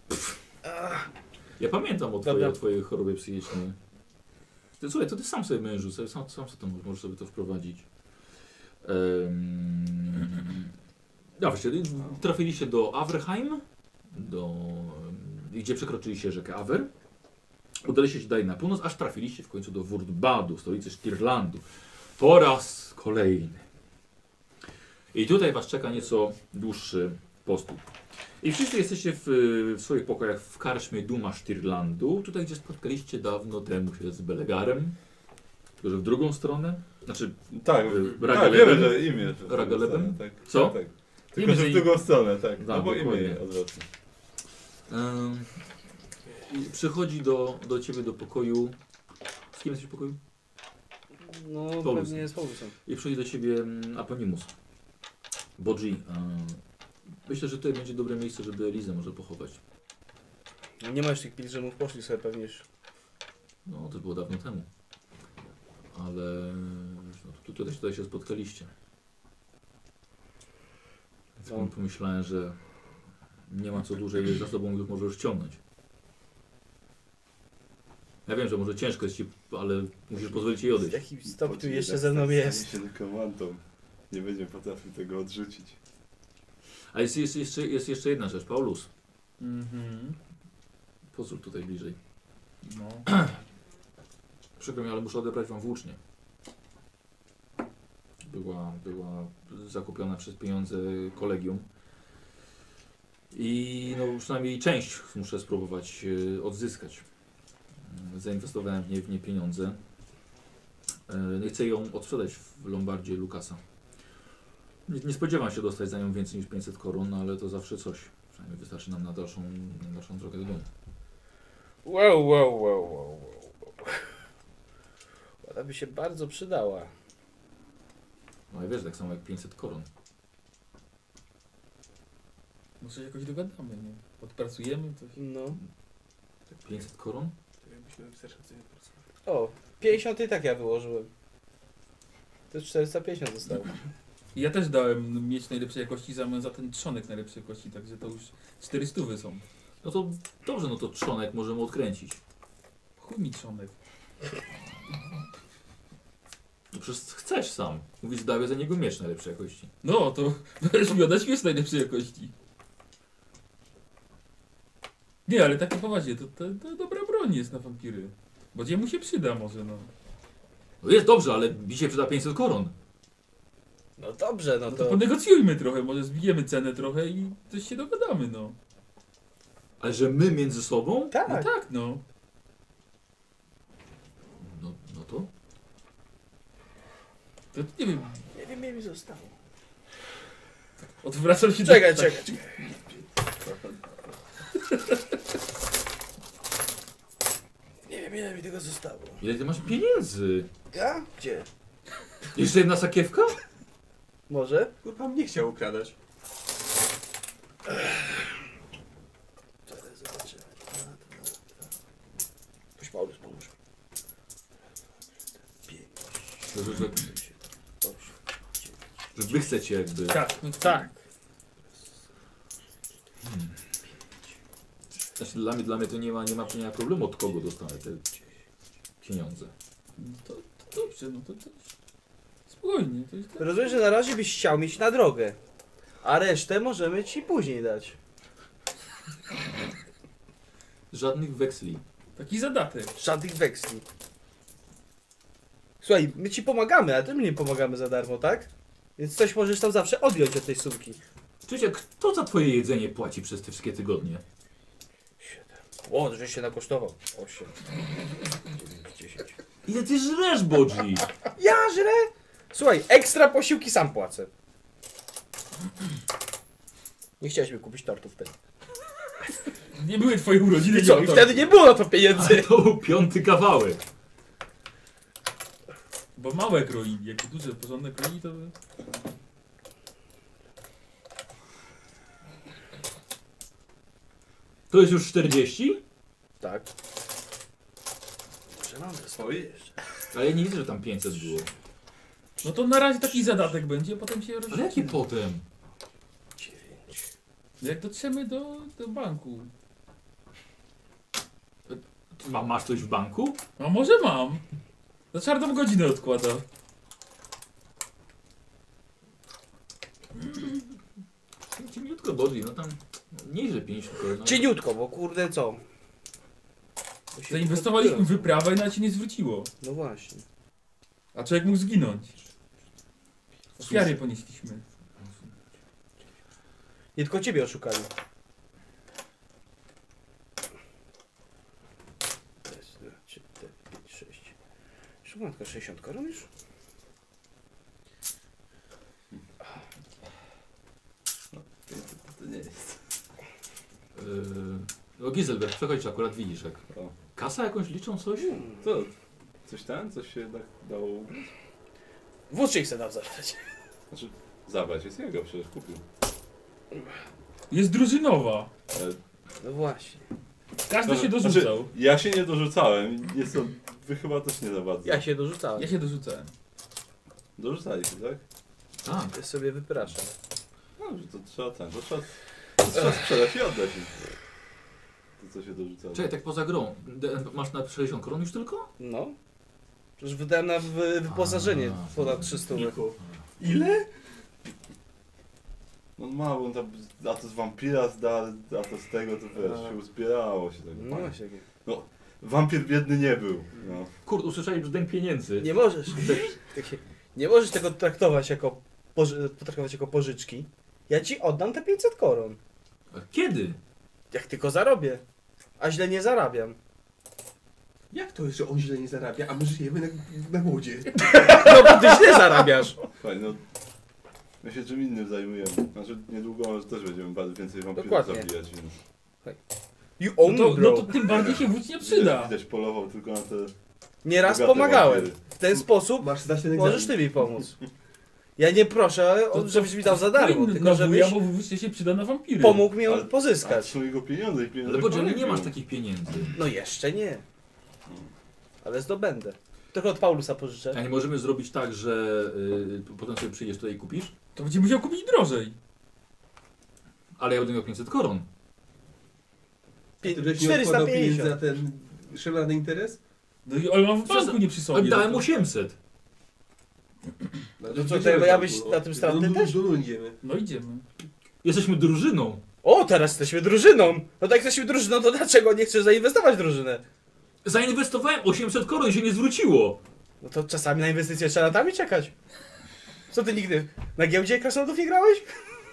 Ja pamiętam Dobra. o twojej chorobie psychicznej. Słuchaj, to ty sam sobie mężu, sam sobie to możesz sobie to wprowadzić. No właśnie, trafiliście do Averheim, gdzie przekroczyliście rzekę Aver. Udaliście się dalej na północ, aż trafiliście w końcu do Wurtbadu, stolicy Stirlandu. Po raz kolejny. I tutaj was czeka nieco dłuższy postój. I wszyscy jesteście w swoich pokojach w karczmie Duma Stirlandu, tutaj gdzie spotkaliście dawno temu się z Belegarem, tylko że w drugą stronę. Znaczy, Tak, Ragalebem? wiemy, że imię. że Ragalebem? Tak, Co? Tak. Nie Tylko, że wiem, w że- drugą stronę, tak. Tak, No bo dokładnie. imię odwrotnie. I przychodzi do ciebie do pokoju. Z kim jesteś w pokoju? No Paulus. pewnie z Paulusem. I przychodzi do ciebie Aponimus. Bodzi. Myślę, że to będzie dobre miejsce, żeby Elizę może pochować. No nie ma już tych pielgrzymów, poszli sobie pewnie już. No, to było dawno temu. Ale no, tutaj się spotkaliście. Więc No. pomyślałem, że nie ma co dłużej za sobą może już ciągnąć. Ja wiem, że może ciężko jest ci, ale musisz pozwolić jej W odejść. jakim stopniu Chodzi, jeszcze tak ze mną stanie jest. się komandą. Nie będzie potrafił tego odrzucić. A jest jeszcze jedna rzecz, Paulus. Mhm. Pozwól tutaj bliżej. No. Przykro mi, ale muszę odebrać wam włócznię. Była zakupiona przez pieniądze kolegium. I no przynajmniej część muszę spróbować odzyskać. Zainwestowałem w nie pieniądze. No i chcę ją odsprzedać w Lombardzie Lukasa. Nie spodziewam się dostać za nią więcej niż 500 koron, ale to zawsze coś. Przynajmniej wystarczy nam na dalszą drogę do domu. Wow. Ona by się bardzo przydała. No i wiesz, tak samo jak 500 koron. Może się jakoś dogadamy, nie? Odpracujemy coś. No. 500 koron? Tak jakbyśmy wystarczy sobie pracować. O, 50 i tak ja wyłożyłem. To jest 450 zostało. I ja też dałem mieć najlepszej jakości za ten trzonek najlepszej jakości, także to już 400 są. No to dobrze, no to trzonek możemy odkręcić. Chuj mi trzonek. No przecież chcesz sam. Mówisz, daję za niego miecz najlepszej jakości. No, to będziesz mi oddać miecz najlepszej jakości. Nie, ale tak poważnie, to dobra broń jest na wampiry. Bo gdzie mu się przyda może, no. No jest dobrze, ale mi się przyda 500 koron. No dobrze, no No to to... ponegocjujmy trochę, może zbijemy cenę trochę i coś się dogadamy, no. Ale że my między sobą? Tak. No tak, no. No to? To nie wiem, Nie wiem, ile mi zostało. odwracam się Czekaj. Nie wiem, ile mi tego zostało. Ile ty masz pieniędzy? Ja? Gdzie? Jeszcze jedna sakiewka? Może? Kurwa mnie chciał ukradać. Zaraz zobaczymy. Puść Paulus, pomóż. 5, Że 8, że wy chcecie jakby... Tak, no tak. Znaczy, dla mnie to nie ma problemu, od kogo dostanę te pieniądze. No to dobrze, no to spokojnie, to jest tak. Rozumiem, że na razie byś chciał mieć na drogę. A resztę możemy ci później dać. Żadnych weksli. Taki zadatek. Żadnych weksli. Słuchaj, my ci pomagamy, ale ty my nie pomagamy za darmo, tak? Więc coś możesz tam zawsze odjąć od tej sumki. Czycie, kto za twoje jedzenie płaci przez te wszystkie tygodnie? 7. O, żeś się nakosztował. 8, 9, 10. Ile ty żresz, Bodzi? Ja żrę? Słuchaj, ekstra posiłki sam płacę. Nie chciałeś mi kupić tortów wtedy. Nie były twoje urodziny. I co? nie I ma wtedy tortu. nie było na to Ale pieniędzy. to był 5. kawałek. Bo małe kroi, jak duże, porządne kroi, to... To jest już 40? Tak. Że mam swoje jeszcze. Ale ja nie widzę, że tam 500 było. No to na razie taki zadatek będzie, potem się Ale rozliczymy. jaki potem? 9. Jak dotrzemy do banku. Masz coś w banku? A może mam. Za czarną godzinę odkłada. Cieniutko, Bodzi, no tam nieźle 50 koron. ale- Cieniutko, bo kurde co? Bo się Zainwestowaliśmy w podbiera. wyprawę i na się nie zwróciło. No właśnie. A człowiek mógł zginąć. Ofiary ponieśliśmy. Nie tylko ciebie oszukali. Raz, dwa, trzy, cztery, 5, 6. Szumanka 60 koron już? No Giselbert, przechodzisz akurat, widzisz jak. O. Kasa jakąś liczą coś? Co? Coś się tak dało ubrać? Włócznik chce nam zabrać. Znaczy, zabrać jest jego, przecież kupił. Jest drużynowa. Ale, No właśnie. Każdy się dorzucał. Znaczy, ja się nie dorzucałem. Jest to, wy chyba też nie za bardzo. Ja się dorzucałem. Ja się dorzucałem. Dorzucali się, tak? Tak. Ja sobie wypraszam. Dobrze, to trzeba sprzedać i oddać im. To co się dorzucało. Czekaj, tak poza grą. Masz na 60 koron już tylko? No. Przecież wydałem na wyposażenie A. ponad 300. Ile? No mało, a to z wampira zda, a to z tego, to wiesz, się uzbierało się tego. No właśnie. Wampir biedny nie był. No. Kurde, usłyszeli brzdęk pieniędzy. Nie możesz. Nie możesz tego traktować jako, potraktować jako pożyczki. Ja ci oddam te 500 koron. A kiedy? Jak tylko zarobię. A źle nie zarabiam. Jak to jest, że on źle nie zarabia, a my żyjemy na głodzie? No bo ty źle zarabiasz. Słuchaj, no my się czym innym zajmujemy. Znaczy niedługo może też będziemy bardzo więcej wampirów Dokładnie. zabijać. Więc You own No me, to, bro. no to tym bardziej się wódz nie przyda. Widać polował tylko na te Nieraz bogate pomagałem. wampiry. W ten sposób Masz zdać ten możesz ty mi pomóc. Ja nie proszę, żebyś mi dał za darmo, tylko no, żebyś ja bo wódz się przyda na wampiry. pomógł mi ją Ale pozyskać. są jego pieniądze i pieniądze. Ale poczekaj, nie kolegi. masz takich pieniędzy. No jeszcze nie. Ale zdobędę. Tylko od Paulusa A pożyczę. nie możemy zrobić tak, że potem sobie przyjdziesz tutaj i kupisz? To będzie musiał kupić drożej. Ale ja będę miał 500 koron. Ty żeś nie odkładał pieniędzy na 450. ten szemrany interes? No, ale mam w banku nie przy sobie. Ale dałem 800. No co, to ja być na tym stratnym też? Do idziemy. No idziemy. Jesteśmy drużyną. O, teraz jesteśmy drużyną. No tak jak jesteśmy drużyną, to dlaczego nie chcesz zainwestować w drużynę? Zainwestowałem 800 koron i się nie zwróciło. No to czasami na inwestycje trzeba latami czekać. Co ty nigdy na giełdzie krasnoludów nie grałeś?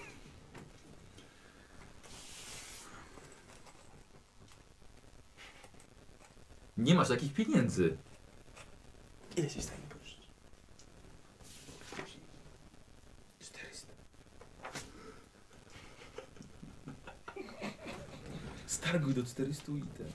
Nie masz takich pieniędzy. Ile jesteś w stanie pożyczyć? 400. Starguj do 400 i te.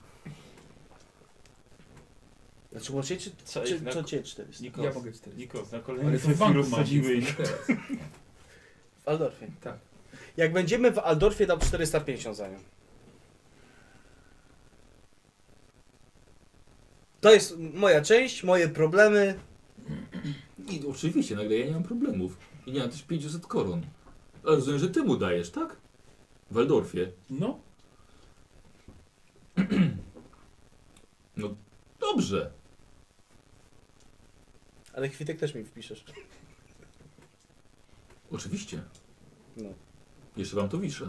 Znaczy łącznie czy co cię 400? Nikos, Ja mogę 400. Nikos, na Ale kolejny to w banku masz rozsadzimy nic, ich. nie teraz. W Aldorfie. Tak. Jak będziemy w Aldorfie, dam 450 za nią. To jest moja część, moje problemy. I oczywiście, nagle ja nie mam problemów. I nie mam też 500 koron. Ale rozumiem, że ty mu dajesz, tak? W Waldorfie. No. No dobrze. Ale kwitek też mi wpiszesz. Oczywiście. No. Jeszcze wam to wiszę.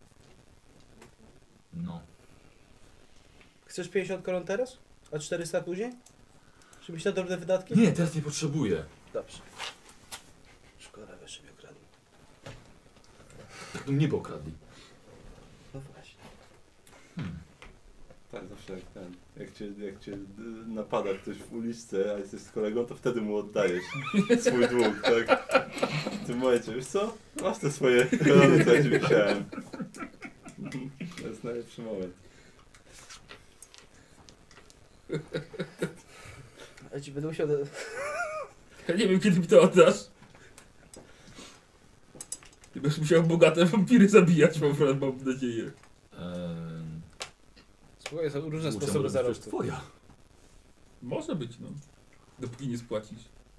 No. Chcesz 50 koron teraz? A 400 później? Czy byś na dobre wydatki? Nie, teraz nie potrzebuję. Dobrze. Szkoda, że się mnie okradł. Tak bym niebo okradli. No właśnie. Tak, zawsze jak ten. Jak cię napada ktoś w uliczce, a jesteś z kolegą, to wtedy mu oddajesz swój dług, tak? W tym momencie, wiesz co? Masz te swoje korony, co ja ci wisiałem. To jest najlepszy moment. Ja ci będę musiał... Ja nie wiem, kiedy mi to oddasz. Ty będziesz musiał bogate wampiry zabijać, mam nadzieję. Spokojnie, są różne Muszę sposoby robić, to jest zarobku. twoja. Może być, no. Dopóki nie spłacisz.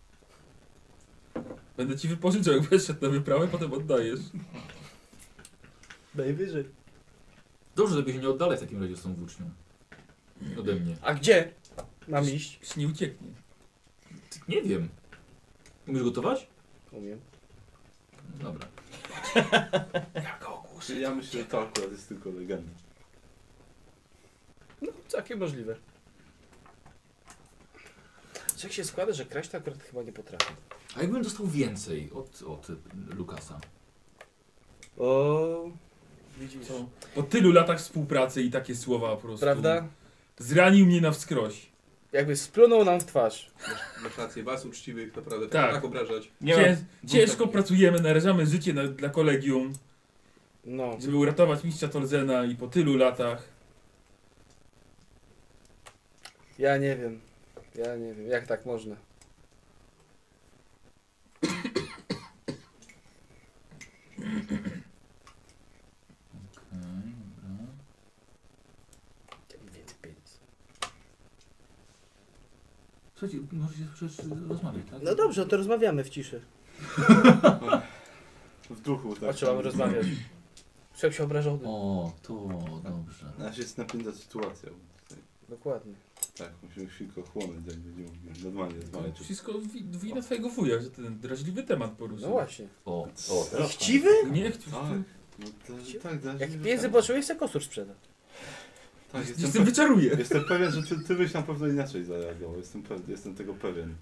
Będę ci wypożyczał, jak będziesz szedł na wyprawę, potem oddajesz. Najwyżej. Dobrze, żebyś nie oddalać w takim razie z tą włócznią. Ode mnie. A gdzie mam iść? Już nie ucieknie. Nie wiem. Umiesz gotować? Umiem. Dobra. Ja myślę, że to akurat jest tylko legenda. No, całkiem możliwe. Co jak się składa, że kraść to akurat chyba nie potrafię. A jakbym dostał więcej od Lukasa? O, widzisz. Co? Po tylu latach współpracy i takie słowa po prostu. Prawda? Zranił mnie na wskroś. Jakby splunął nam w twarz. Masz rację, was uczciwych naprawdę Tak. tak obrażać. Ciężko pracujemy, narażamy życie dla kolegium. No. Żeby uratować mistrza Torzena i po tylu latach. Ja nie wiem. Jak tak można? Więcej pieniędzy. Słuchajcie, możecie przecież rozmawiać, tak? No dobrze, to rozmawiamy w ciszy. W duchu, tak. O czym mamy rozmawiać? Człowiek się obrażony. O, to dobrze. Na razie jest napięta sytuacja. Dokładnie. Tak, musimy chwilkę chłonąć, zanim będziemy mogli normalnie rozmawiać. Wszystko wina twojego wuja, że ten drażliwy temat poruszył. No właśnie. O, Chciwy? Nie, Tak, no to, tak, Jak drażliwy pieniędzy temat. potrzebuje, chce kostur sprzeda. Tak, z tym wyczaruje. jestem pewien, że ty byś na pewno inaczej zareagował. Jestem tego pewien.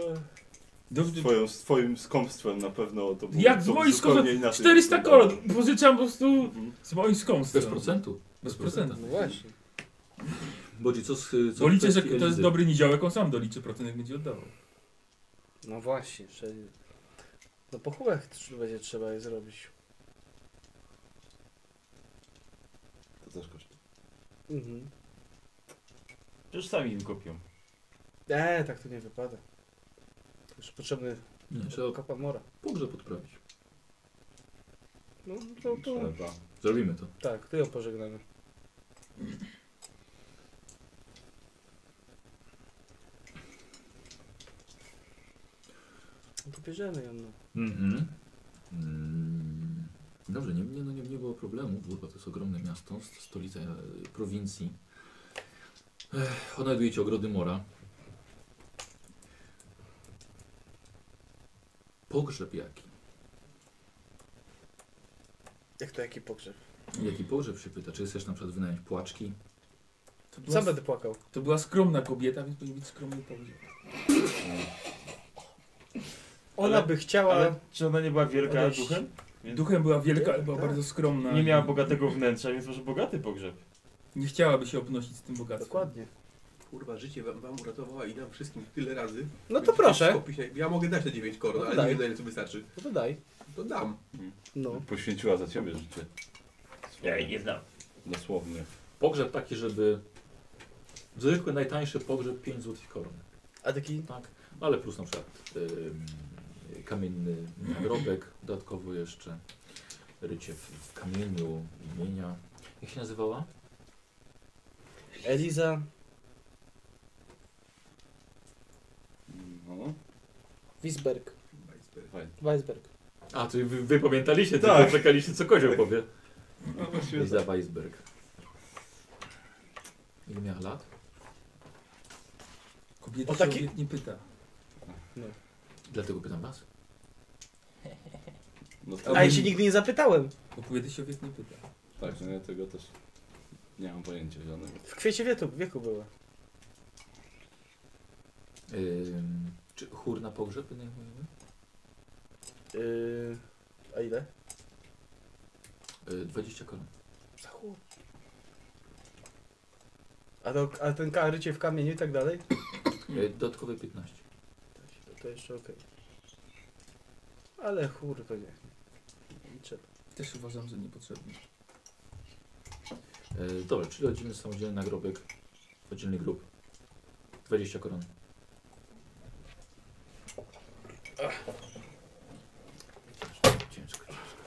Twoim skąpstwem na pewno to było Jak z to moim zupełnie skąpstwem? inaczej 400 wyglądało. koron! Pożyczam po prostu Mhm. z moim skąpstwem. bez procentu. Bez procentu. No właśnie. Bodzi, co Bo liczę, że kwestii to jest Elizy? dobry niziołek, on sam doliczy procent, jak będzie oddawał. No właśnie, że... No po chłopach będzie trzeba je zrobić. To też kosztuje. Mhm. Przecież sami im kopią. Tak to nie wypada. To już potrzebny Nie, trzeba kapłan Mora. pogrzeb odprawić. No to Trzeba. Zrobimy to. tak, ty ją pożegnamy. No to bierzemy ją, no. Mhm. Dobrze, nie było problemu, bo to jest ogromne miasto, stolica prowincji. Odnajdujecie ogrody Mora. Pogrzeb jaki? Jak to jaki pogrzeb? Jaki pogrzeb się pyta? Czy chcesz na przykład wynająć płaczki? To była, Sam będę płakał. to była skromna kobieta, więc powinien być skromny pogrzeb. Ona by chciała... Ale czy ona nie była wielka Odejść. duchem? Więc Duchem była wielka, ale była Tak. bardzo skromna. nie i miała bogatego wnętrza, więc może bogaty pogrzeb. Nie chciałaby się obnosić z tym bogactwem. Dokładnie. Kurwa, życie wam uratowała i nam wszystkim tyle razy. No to Będziecie proszę. skopić na- Ja mogę dać te 9 koron, No ale daj. nie wiem na ile to wystarczy. No to daj. To dam. No. Poświęciła za ciebie życie. Ja jej nie znam. Dosłownie. Pogrzeb taki, żeby... Zwykły, najtańszy pogrzeb 5 złotych koron. A taki... Tak, ale plus na przykład kamienny nagrobek, dodatkowo jeszcze rycie w kamieniu, imienia. Jak się nazywała? Eliza No. Wisberg. Fajnie. Weisberg. A, to wy pamiętaliście, Tak. tylko czekaliście co kozioł powie. No właściwie Liza Weisberg. Ile miała lat? Kobieta O się taki- o wiek nie pyta. Dlatego pytam was. No A ja się nigdy nie zapytałem. Bo kobiety się o wiek nie pyta. Tak, no ja tego też nie mam pojęcia żadnego. W kwiecie wieku była. Czy chór na pogrzeb wynajmujemy? A ile? 20 koron. Za chłop. A ten rycie w kamieniu i tak dalej? Dodatkowe 15. To jeszcze okej. Ale chór to nie. Nie trzeba. Też uważam, że niepotrzebne. Dobra, czyli oddzielny samodzielny nagrobek, oddzielny grób. 20 koron. Ciężko.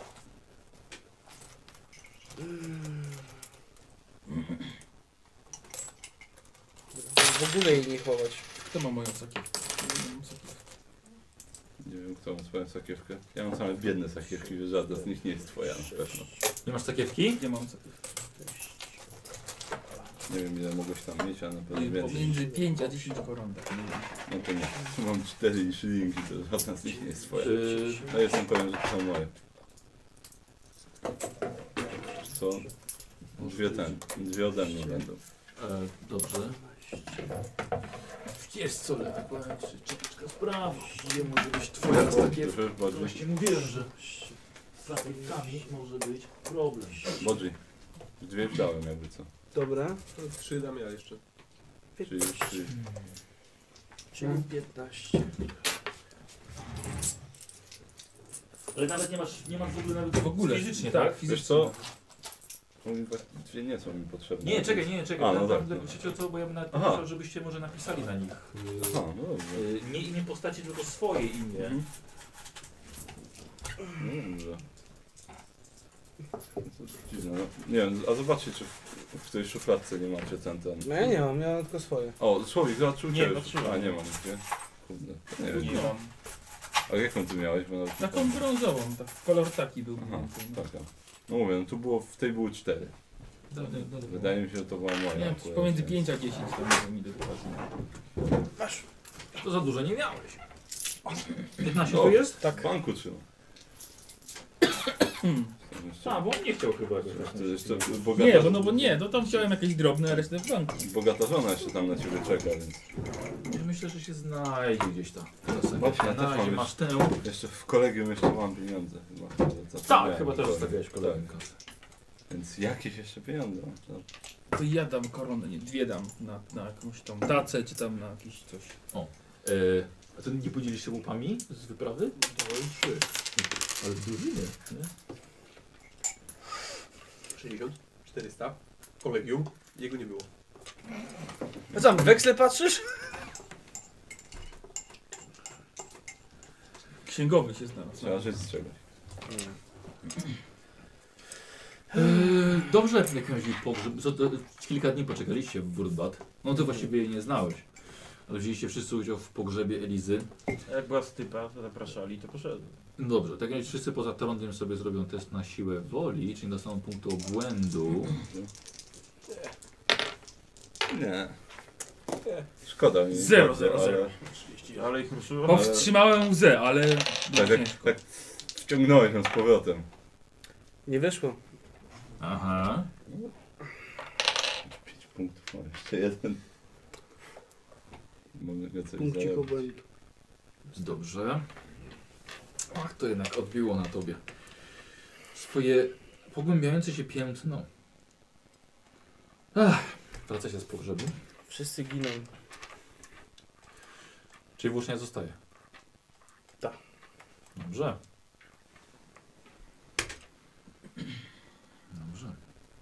W ogóle jej nie chować. Kto ma moją sakiewkę? Nie mam sakiewki. Nie wiem, kto ma swoją sakiewkę. Ja mam same biedne sakiewki, że żadna z nich nie jest twoja na pewno. Nie masz sakiewki? Ja mam sakiewkę. Nie wiem ile mogłeś tam mieć, ale na pewno więcej. Pomiędzy 5 a 10 koron. Tak. No to nie. Mam 4 szylingi, to żadna z nich nie jest twoja. No jestem pewien, że to są moje. Co? Dwie ode mnie będą. Dobrze. Wiesz co, lepiej powiem ci, czekaj, sprawdź, gdzie może być twoja sakiewka. Proszę, Bodzi. Właśnie mówiłem, że z sakiewkami może być problem. Bodzi. Dwie wdałem jakby co. Dobra. To 3 dam ja jeszcze. Czyli 3. Czyli 15. Ale nawet nie masz w ogóle nawet W ogóle. fizycznie, tak? tak? Fizycznie. Wiesz co? Oni właściwie nie są mi potrzebne. Nie, czekaj. A, no tak. Wiecie co, bo ja bym nawet Aha. powiedział, żebyście może napisali na nich. Aha, no dobrze. Nie imię postaci, tylko swoje imię. Mhm. No dobrze. Co dziwne, no. Nie wiem, a zobaczcie, czy w tej szufladce nie macie ten. No ja nie mam, ja mam tylko swoje. O, Słowik, zobaczył Nie, cię już. patrzyłem. A, nie mam gdzie. Kurde, to nie wiem. Nie mam. A jaką ty miałeś? Bo nawet nie Taką pamiętam. brązową, tak, kolor taki był. Aha, taka. No mówię, no tu było, w tej były 4. Wydaje mi się, że to była moja. Nie wiem, akurat, pomiędzy więc- 5 a 10 to nie wiem ile dokładnie. To za dużo nie miałeś. 15 No, to jest? Tak. W banku trzymam. Tam jeszcze- A, bo on nie chciał chyba. To jeszcze bogata, Nie, bo nie, to tam wziąłem jakieś drobne, a resztę w banku. bogata żona jeszcze tam na ciebie czeka, więc Myślę, że się znajdzie gdzieś tam. Właśnie, ja też mam już- masz tę. jeszcze w kolegium jeszcze mam pieniądze chyba. Tak, chyba też zostawiałeś kolegę. Tak. Więc jakieś jeszcze pieniądze mam. To- To ja dam koronę, nie, dwie dam na jakąś tą tacę, czy tam na jakieś coś. A to nie podzielisz się łupami z wyprawy? To już 3. Ale drużyny, nie? 60, 400, kolegium, jego nie było. A co, w weksle patrzysz? Księgowy się znalazł. Trzeba żyć z czegoś. Dobrze, jak miałeś pogrzeb. Kilka dni poczekaliście w Wurtbad. No ty właściwie jej nie znałeś. Ale wzięliście wszyscy udział w pogrzebie Elizy. A jak była stypa, to zapraszali, to poszedłem. No dobrze, tak jak wszyscy poza Trondem sobie zrobią test na siłę woli, czyli dostaną punktu obłędu. Nie. Szkoda mi. 0, bardzo, 0, 0. ale- Ale ich ruszyło. Powstrzymałem łzę, ale Tak, tak wciągnąłeś ją z powrotem. Nie wyszło. Aha. 5 punktów, mam jeszcze jeden. Mogę go coś Punkcik zarobić. obłędu. Dobrze. Ach, to jednak odbiło na tobie. Swoje pogłębiające się piętno. Wraca się z pogrzebu. Wszyscy giną. Czyli włócznia zostaje? Tak. Dobrze. Dobrze.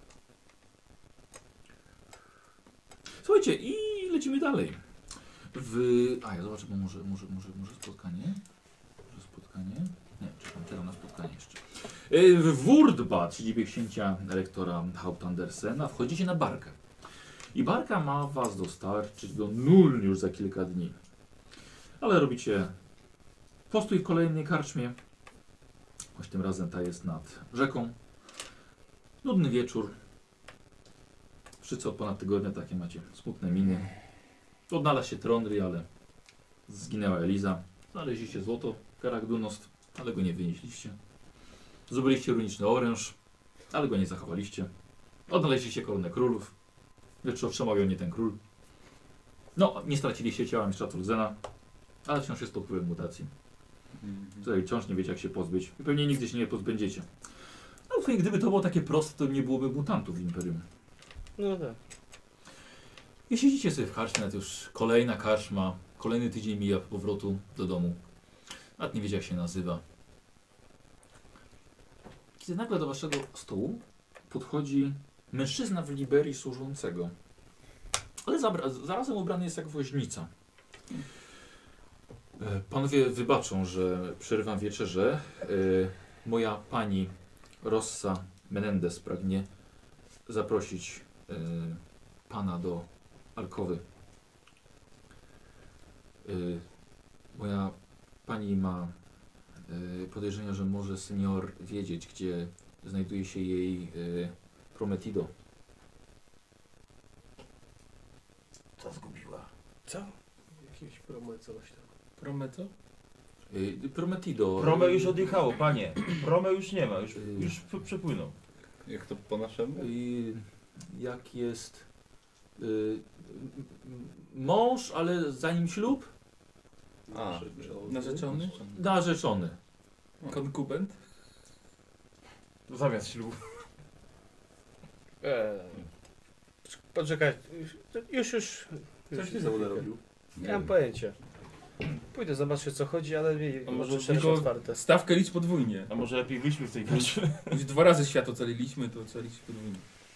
Słuchajcie, i lecimy dalej. Ja zobaczę, bo może spotkanie? Może spotkanie? Nie, czekam na spotkanie jeszcze. W Wurdbad, siedzibie księcia rektora Hauptandersena, wchodzicie na barkę. I barka ma was dostarczyć do Nuln już za kilka dni. Ale robicie postój w kolejnej karczmie. Choć tym razem ta jest nad rzeką. Nudny wieczór. Wszyscy od ponad tygodnia takie macie smutne miny. Odnalazł się Trondri, ale zginęła Eliza. Znaleźliście złoto, Karak-Dunost, ale go nie wynieśliście. Zdobyliście runiczny oręż, ale go nie zachowaliście. Odnaleźliście koronę królów. Lecz przemawiał nie ten król. No, nie straciliście ciała mistrza Turzena, ale wciąż jest pod wpływem mutacji. Tutaj wciąż nie wiecie, jak się pozbyć. I pewnie nigdy się nie pozbędziecie. No, gdyby to było takie proste, to nie byłoby mutantów w Imperium. No tak. I siedzicie sobie w karczmie, nawet już kolejna karczma, kolejny tydzień mija powrotu do domu. Nawet nie wiecie, jak się nazywa. Kiedy nagle do waszego stołu podchodzi mężczyzna w liberii służącego. Ale zarazem ubrany jest jak woźnica. Panowie wybaczą, że przerywam wieczerzę. Moja pani Rossa Menendez pragnie zaprosić pana do alkowy. Moja pani ma podejrzenia, że może senior wiedzieć, gdzie znajduje się jej Prometido. Co zgubiła? Co? Jakieś promo coś tam. Prometo? Prometido. Prome już odjechało, panie. Prome już nie ma, już przepłynął. Jak to po naszemu? Jak jest mąż, ale zanim ślub? A, Narzeczony? Narzeczony. Konkubent? Zamiast ślubu. Poczekaj. Już. Coś ty znowu narobił? Nie mam pojęcia. Pójdę zobaczyć co chodzi, ale A może może szersze tylko- otwarte. Stawkę licz podwójnie. A może lepiej wyjdźmy z tej wieży? Już 2 razy świat ocaliliśmy, to ocalić podwójnie.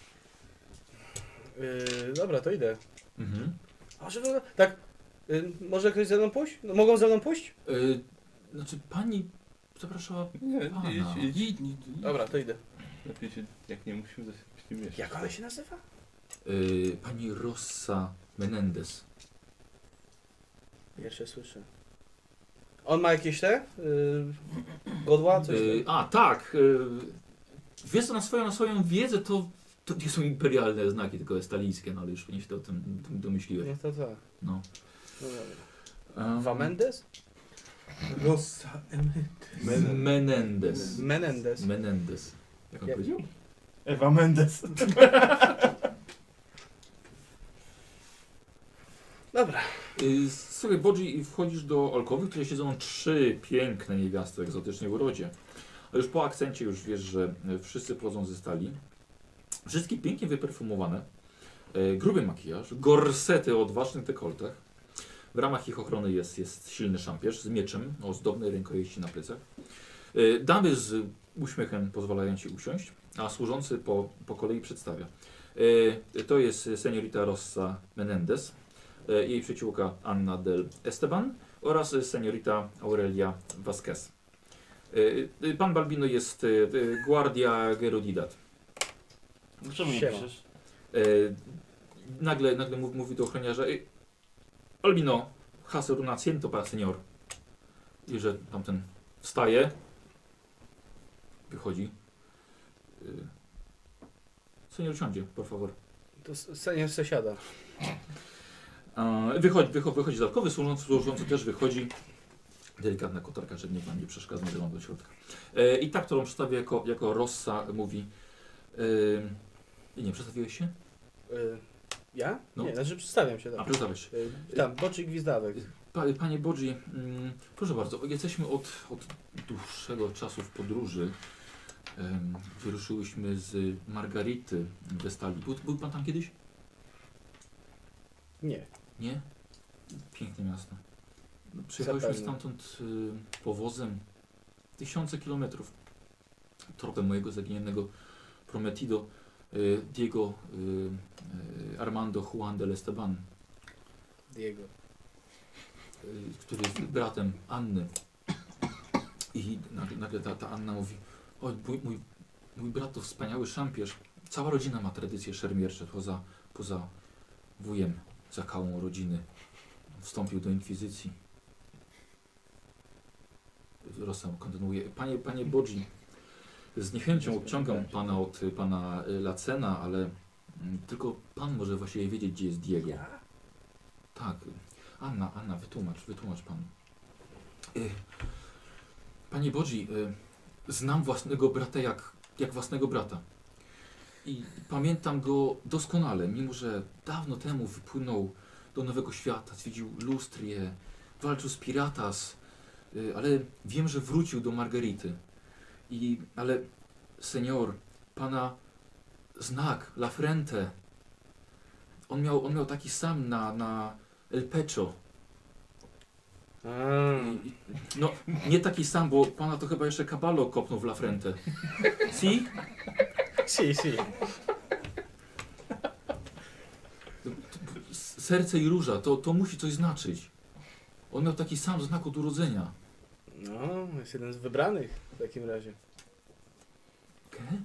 Dobra, to idę. Mhm. A może tak, może ktoś ze mną pójść? No, mogą ze mną pójść? Znaczy pani zapraszała Nie, pana. idź. Dobra, to idę. Lepiej się, jak nie musimy z tym mieszkać. Jak ona się nazywa? Pani Rossa Menendez. Jeszcze słyszę. On ma jakieś te? Godła? Coś Tak. Wiesz co, na swoją wiedzę to nie są imperialne znaki, tylko estalijskie, no ale już pewnie się to o tym domyśliłeś. No to tak. No. No dobra. Wamendes? Rossa Menendez. Menendez. Menendez. Jak on Jak- powiedział? Ewa Mendes. Dobra. Słuchaj, Bodzi, wchodzisz do alkowy, w której siedzą 3 piękne niewiasty o egzotycznej urodzie. A już po akcencie już wiesz, że wszyscy pochodzą ze stali. Wszystkie pięknie wyperfumowane. Gruby makijaż, gorsety o odważnych dekoltach. W ramach ich ochrony jest silny szampierz z mieczem o ozdobnej rękojeści na plecach. Damy z uśmiechem pozwalają ci usiąść, a służący po kolei przedstawia. To jest seniorita Rossa Menendez, jej przyjaciółka Anna del Esteban oraz seniorita Aurelia Vasquez. Pan Balbino jest Guardia Gerodidat. Czemu nie Siema. piszesz? Nagle mówi do ochroniarza: Albino, hacer un asiento para señor. I że tamten wstaje, wychodzi. Senior siądzie, por favor. To senior sąsiada. Wychodzi z alkowy, służący też wychodzi. Delikatna kotarka, żeby nikt nam nie przeszkadzał, że mam do środka. I ta, którą przedstawię jako Rossa, mówi: nie, przedstawiłeś się? Ja? No. Nie, znaczy przedstawiam się A, tam. przedstawiłeś się. Tam, Boczyk Gwizdawek. Panie Bodzi, proszę bardzo, jesteśmy od dłuższego czasu w podróży. Wyruszyłyśmy z Margarity we Stali. Był pan tam kiedyś? Nie. Nie? Piękne miasto. Przyjechałyśmy Zapewne. stamtąd powozem 1000 kilometrów. Tropem mojego zaginionego Prometido, Diego Armando Juan del Esteban, Diego. który jest bratem Anny. I nagle ta Anna mówi: o, mój brat to wspaniały szampierz. Cała rodzina ma tradycje szermiercze, poza wujem, zakałą rodziny. Wstąpił do inkwizycji. Rosa kontynuuje: Panie Bodzi, z niechęcią odciągam pana od pana Lacena, ale tylko pan może właściwie wiedzieć, gdzie jest Diego. Ja? Tak. Anna, wytłumacz pan. Panie Bodzi, znam własnego brata jak własnego brata. I pamiętam go doskonale, mimo że dawno temu wypłynął do Nowego Świata, zwiedził Lustrię, walczył z Piratas, ale wiem, że wrócił do Margarity. Ale, senior, pana znak, La Frente, on miał taki sam na El Pecho. No, nie taki sam, bo pana to chyba jeszcze Caballo kopnął w La Frente. Si? Si. Serce i róża, to musi coś znaczyć. On miał taki sam znak od urodzenia. No, jest jeden z wybranych w takim razie. Okay.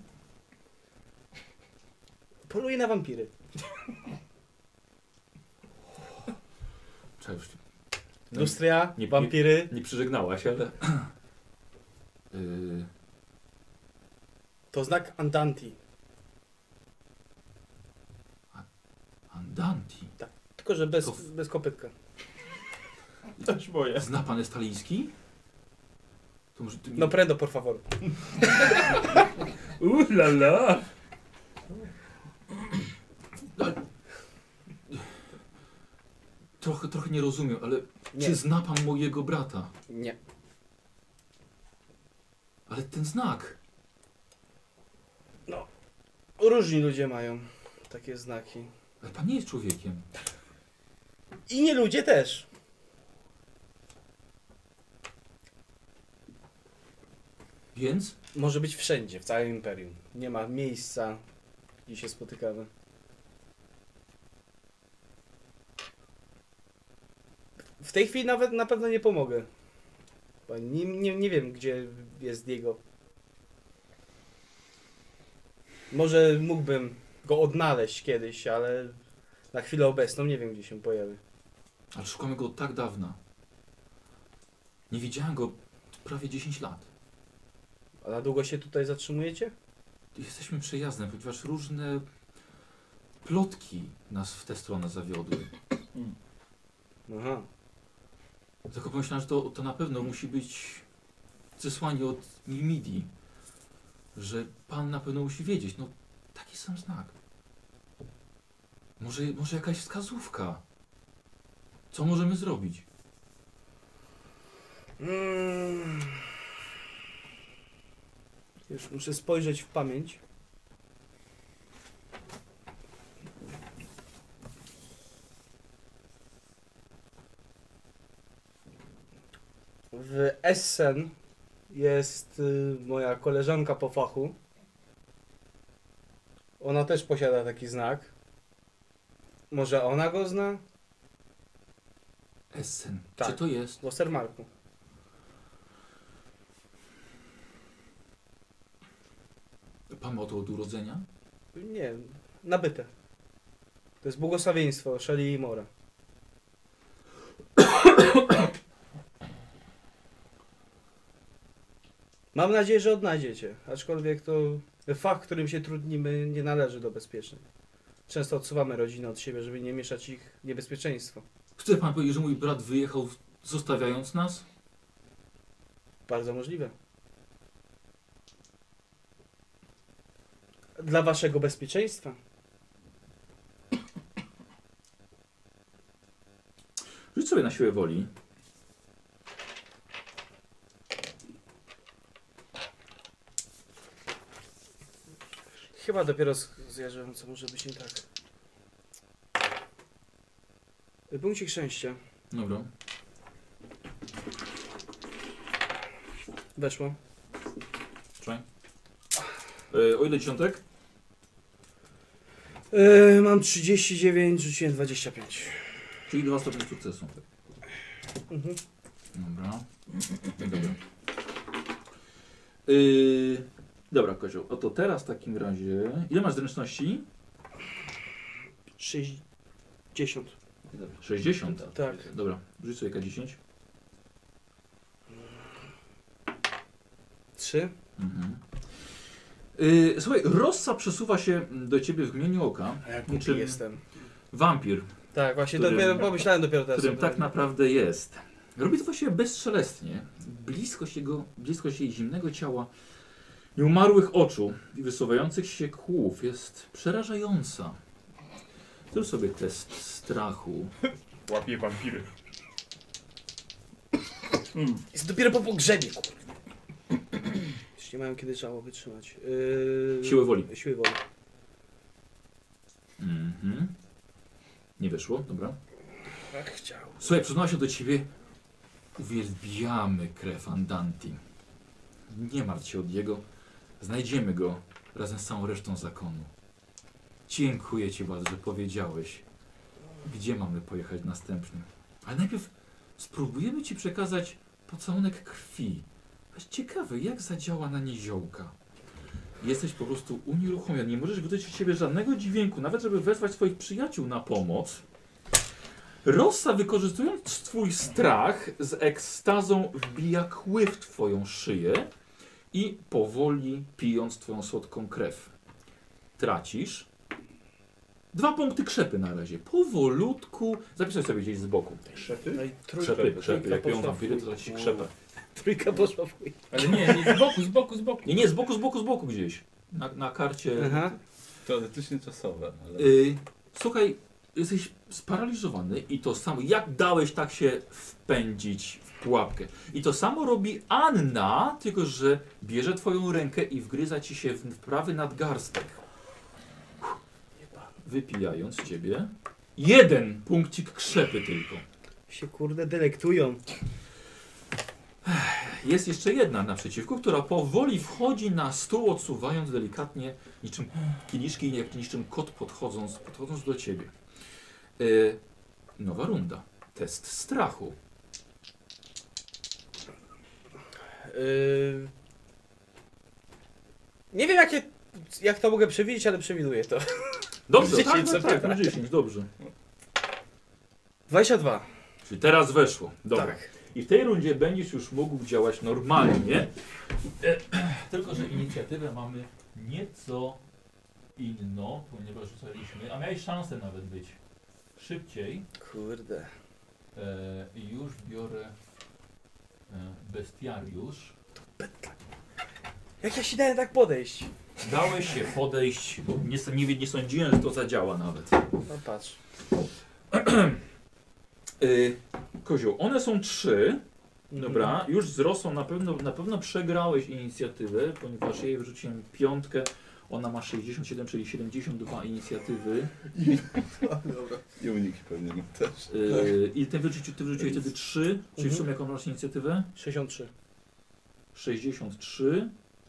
Poluje na wampiry. Cześć. Lustria, nie- wampiry. Nie przyżegnałaś, ale... To znak Andanti. Andanti. Tylko, że To- bez kopytka. Coś boję. Zna pan estaliński? To może ty No prendo, por favor. La la! Trochę nie rozumiem, ale Nie. czy zna pan mojego brata? Nie. Ale ten znak. Różni ludzie mają takie znaki. Ale pan nie jest człowiekiem. I nie ludzie też. Więc? Może być wszędzie, w całym imperium. Nie ma miejsca, gdzie się spotykamy. W tej chwili nawet na pewno nie pomogę. Bo nie wiem, gdzie jest Diego. Może mógłbym go odnaleźć kiedyś, ale na chwilę obecną nie wiem, gdzie się pojawi. Ale szukamy go od tak dawna. Nie widziałem go prawie 10 lat. A na długo się tutaj zatrzymujecie? Jesteśmy przejazdem, ponieważ różne plotki nas w tę stronę zawiodły. Aha. Tylko pomyślałem, że to na pewno musi być zesłanie od Nimidii. Że pan na pewno musi wiedzieć. No, taki sam znak. Może jakaś wskazówka. Co możemy zrobić? Już muszę spojrzeć w pamięć. W Essen jest moja koleżanka po fachu. Ona też posiada taki znak. Może ona go zna? Essen. Tak. Czy to jest? W Ostermarku. Pan ma to od urodzenia? Nie, nabyte. To jest błogosławieństwo Shelley i Mora. Mam nadzieję, że odnajdziecie. Aczkolwiek to fach, którym się trudnimy, nie należy do bezpiecznych. Często odsuwamy rodzinę od siebie, żeby nie mieszać ich w niebezpieczeństwo. Chce pan powiedzieć, że mój brat wyjechał zostawiając nas? Bardzo możliwe. Dla waszego bezpieczeństwa. Rzuć sobie na siłę woli. Chyba dopiero zjarzyłem, co może być nie tak. Punkcik szczęścia. Dobra. Weszło. Trzymaj. O ile dziesiątek? Mam 39, rzuciłem 25. Czyli 2 stopnie sukcesu. Mhm. Dobra. Dobra. Dobra, Kozioł. Oto teraz w takim razie... Ile masz zręczności? 60. 60? Tak. Dobra. Rzuć sobie K10. 3. Mhm. Słuchaj, Rossa przesuwa się do ciebie w mgnieniu oka. A jak Niczym jestem. wampir, Tak, właśnie Którym- dopiero pomyślałem dopiero teraz. którym sobie. tak naprawdę jest. Robi to właściwie bezszelestnie. Bliskość jej zimnego ciała, nieumarłych oczu i wysuwających się kłów jest przerażająca. Zrób sobie test strachu. Łapie wampiry. Jest dopiero po pogrzebie, kurwa. Już nie mają kiedy trzeba wytrzymać. Siłę woli. Siłę woli. Mhm. Nie wyszło, dobra. Tak chciał. Słuchaj, przyznała się do ciebie. Uwielbiamy krew Andanti. Nie martw się od jego. Znajdziemy go razem z całą resztą zakonu. Dziękuję ci bardzo, że powiedziałeś, gdzie mamy pojechać następnym. Ale najpierw spróbujemy ci przekazać pocałunek krwi. Aż ciekawy, jak zadziała na niziołka. Jesteś po prostu unieruchomiony. Nie możesz wydać z siebie żadnego dźwięku, nawet żeby wezwać swoich przyjaciół na pomoc. Rossa, wykorzystując twój strach, z ekstazą wbija kły w twoją szyję i powoli pijąc twoją słodką krew. Tracisz 2 punkty krzepy na razie. Powolutku. Zapisaj sobie gdzieś z boku. Krzepy? No i Krzepy. Jak piją poszła wampiry, w to chuj. traci krzepę. Trójka poszła w chuj. Ale nie, z boku. Nie, z boku gdzieś. Na karcie. Aha. Teoretycznie czasowe, ale... Słuchaj, jesteś sparaliżowany i to samo, jak dałeś tak się wpędzić w pułapkę. I to samo robi Anna, tylko że bierze twoją rękę i wgryza ci się w prawy nadgarstek. Wypijając ciebie. 1 punkcik krzepy tylko. Się kurde delektują. Jest jeszcze jedna naprzeciwku, która powoli wchodzi na stół, odsuwając delikatnie niczym kieliszki, jak niczym kot podchodząc do ciebie. Nowa runda. Test strachu. Nie wiem jak to mogę przewidzieć, ale przewiduję to. Dobrze, 10 tak, zapytań. 10, dobrze. 22. Czyli teraz weszło. Dobra. Tak. I w tej rundzie będziesz już mógł działać normalnie. Tylko, że inicjatywę mamy nieco inną, ponieważ rzucaliśmy, a miałeś szansę nawet być szybciej. Kurde. I już biorę bestiariusz. Jak ja się dałem tak podejść? Dałeś się podejść, bo nie sądziłem, że to zadziała nawet. No patrz. Kozioł, one są 3. Dobra, już wzrosną, na pewno przegrałeś inicjatywę, ponieważ ja jej wrzuciłem 5, ona ma 67, czyli 72 inicjatywy. Dobra. I uniki pewnie ma też. I ty wyrzuciłeś wtedy 3, czyli w sumie jaką masz inicjatywę? 63. 63.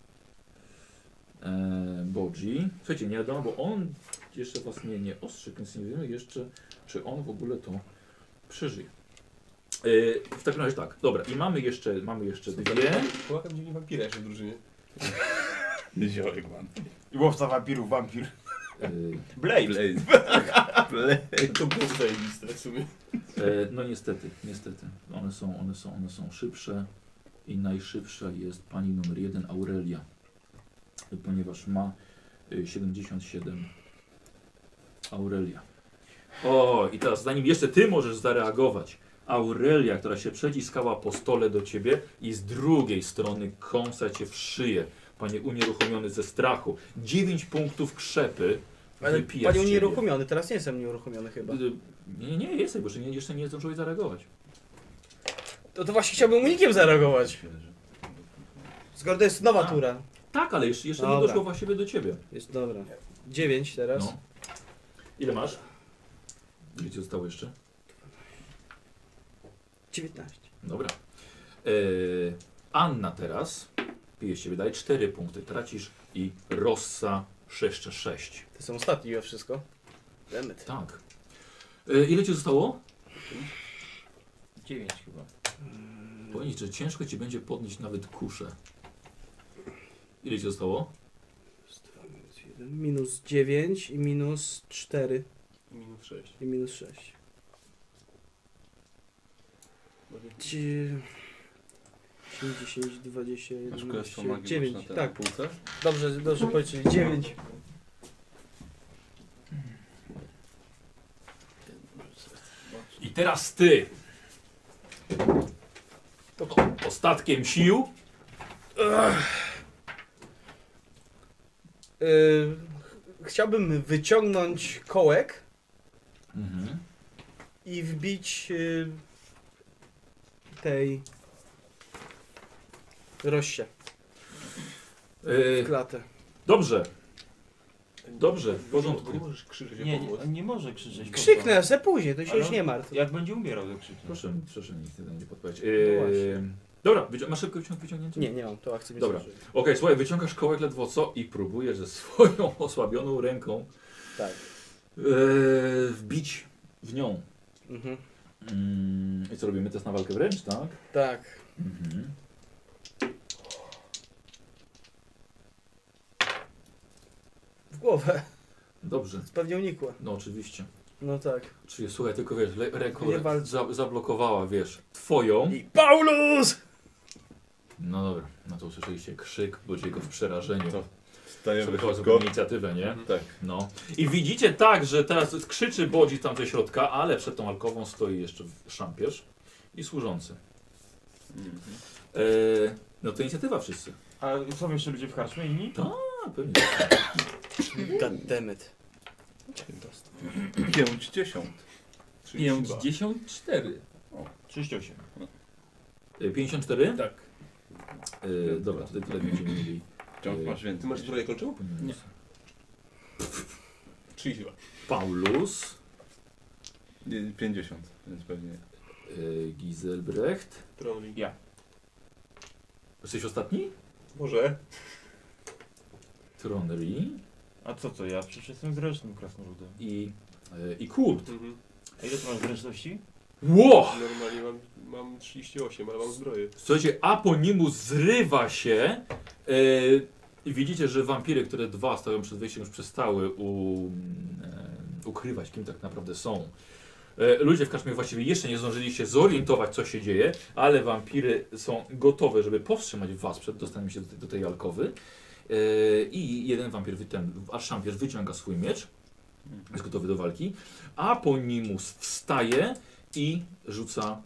Bodzi. Słuchajcie, nie wiadomo, bo on jeszcze was nie ostrzegł, więc nie wiemy jeszcze, czy on w ogóle to przeżyje. W takim razie tak, dobra, i mamy jeszcze 2. Połakam dziwnie wampira jeszcze w drużynie. Niziołek mam. I łowca wampirów, wampir. Blade. Blade. To było zajebiste w sumie. No niestety. One są szybsze i najszybsza jest pani numer 1 Aurelia, ponieważ ma 77. Aurelia. O, i teraz zanim jeszcze ty możesz zareagować, Aurelia, która się przeciskała po stole do ciebie i z drugiej strony kąsa cię w szyję. Panie unieruchomiony ze strachu. 9 punktów krzepy Ale wypija z panią ciebie. nieruchomiony, teraz nie jestem nieruchomiony chyba. Nie jesteś, bo jeszcze nie zdążyłeś zareagować. To właśnie chciałbym unikiem zareagować. Skoro to jest nowa tura. Tak, ale jeszcze nie Dobra. doszło właściwie do ciebie. Jest dobra. 9 teraz. No. Ile masz? Ile ci zostało jeszcze? 19. Dobra. Anna teraz pije się wydaje 4 punkty. Tracisz i Rossa 6. To są ostatni we wszystko. Demet. Tak. Ile ci zostało? 9 chyba. Powiem ci, że ciężko ci będzie podnieść nawet kuszę. Ile ci zostało? Minus 9 i minus 4 Minus 6. i minus 6. 10, 20, Masz królestwo 11, magii 9. masz na Tak, półce? dobrze powiedzieli. 9. I teraz ty. Ostatkiem sił. Chciałbym wyciągnąć kołek Mhm. i wbić tej roście w klatę. Dobrze. Dobrze, w porządku. Nie możesz krzyczeć Nie, o pomoc. on nie może krzyczeć. Krzyknę se później, to się Ale już nie martw. Jak będzie umierał, to krzyknie. Proszę nic nie podpowiedzieć. No właśnie. Dobra, masz szybko wyciągnięcie? Nie mam, to akcja mi Dobra. służy. Okej, słuchaj, wyciągasz kołek ledwo co i próbujesz ze swoją osłabioną ręką Tak. wbić w nią. Mhm. I co robimy? Test na walkę wręcz, tak? Tak. Mhm. W głowę. Dobrze. Pewnie unikła. No oczywiście. No tak. Czyli słuchaj, tylko wiesz, ręką Nie walcz. zablokowała, wiesz, twoją. I Paulus! No dobra, no to usłyszeliście krzyk Bodziego w przerażeniu. To Wstajemy Sobie chyba szybko. zrobił inicjatywę, nie? Tak. No. I widzicie tak, że teraz krzyczy Bodzi tam ze środka, ale przed tą alkową stoi jeszcze szampierz i służący. Mhm. No to inicjatywa wszyscy. A są jeszcze ludzie w karczmie inni? A, pewnie. Goddammit. 50. 54. 38. 54? Tak. Dobra, tutaj tyle będziemy mieli. Wciąż masz Ty więcej. masz zbroję kończą? Nie. 3 chyba. Paulus, 50, więc pewnie. Giselbrecht, Tronli. Ja. Jesteś ostatni? Może. Tronry A co, ja przecież jestem zręcznym krasnoludem. i Kurt. Mhm. A ile ty masz zręczności? Ło! Normalnie mam 38, ale mam zbroję. Słuchajcie, Aponimus zrywa się. I widzicie, że wampiry, które dwa stoją przed wyjściem, już przestały ukrywać, kim tak naprawdę są. Ludzie w karczmie właściwie jeszcze nie zdążyli się zorientować, co się dzieje, ale wampiry są gotowe, żeby powstrzymać was przed dostaniem się do tej alkowy. I jeden wampir, szampierz wyciąga swój miecz, jest gotowy do walki. Aponimus wstaje i rzuca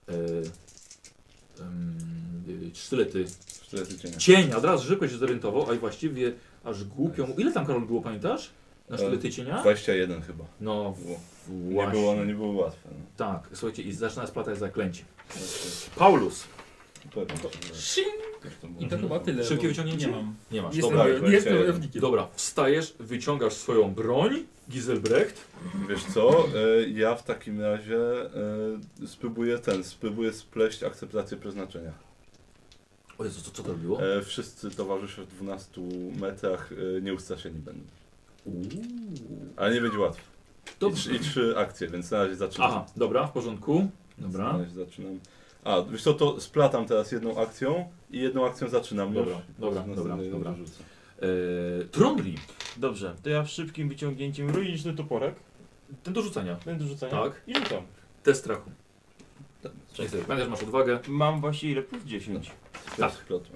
sztylety cienia. Od razu szybko się zorientował, a i właściwie aż głupio. Ile tam, Karol, było, pamiętasz? Na sztylety cienia? 21 chyba. No Nie było łatwe. No. tak, słuchajcie, i zaczyna splatać zaklęcie. Paulus. Pewnie, I to chyba tyle. Szybkie bo wyciągnięcie? Nie mam. Nie masz. Jestem, Dobra, nie jestem wojownikiem. dobra, wstajesz, wyciągasz swoją broń, Giselbrecht. Wiesz co, ja w takim razie spróbuję spleść akceptację przeznaczenia. O Jezu, co to było? Wszyscy towarzysze w 12 metrach nieustraszeni będą. Ale nie będzie łatwo. Dobrze. I 3 akcje, więc na razie zaczynam. Aha, dobra, w porządku. Dobra. Na razie zaczynam. A, wiesz co, to splatam teraz jedną akcją i jedną akcją zaczynam Dobra, już. dobra, Następnej dobra. rzucę. Trondri. Dobrze, to ja szybkim wyciągnięciem runiczny toporek. Ten do rzucania. Ten do rzucania. Tak. I rzucam. Test strachu. Niestety, pamiętasz, masz odwagę. Mam właściwie ile? Plus 10. Tak. Splotłem.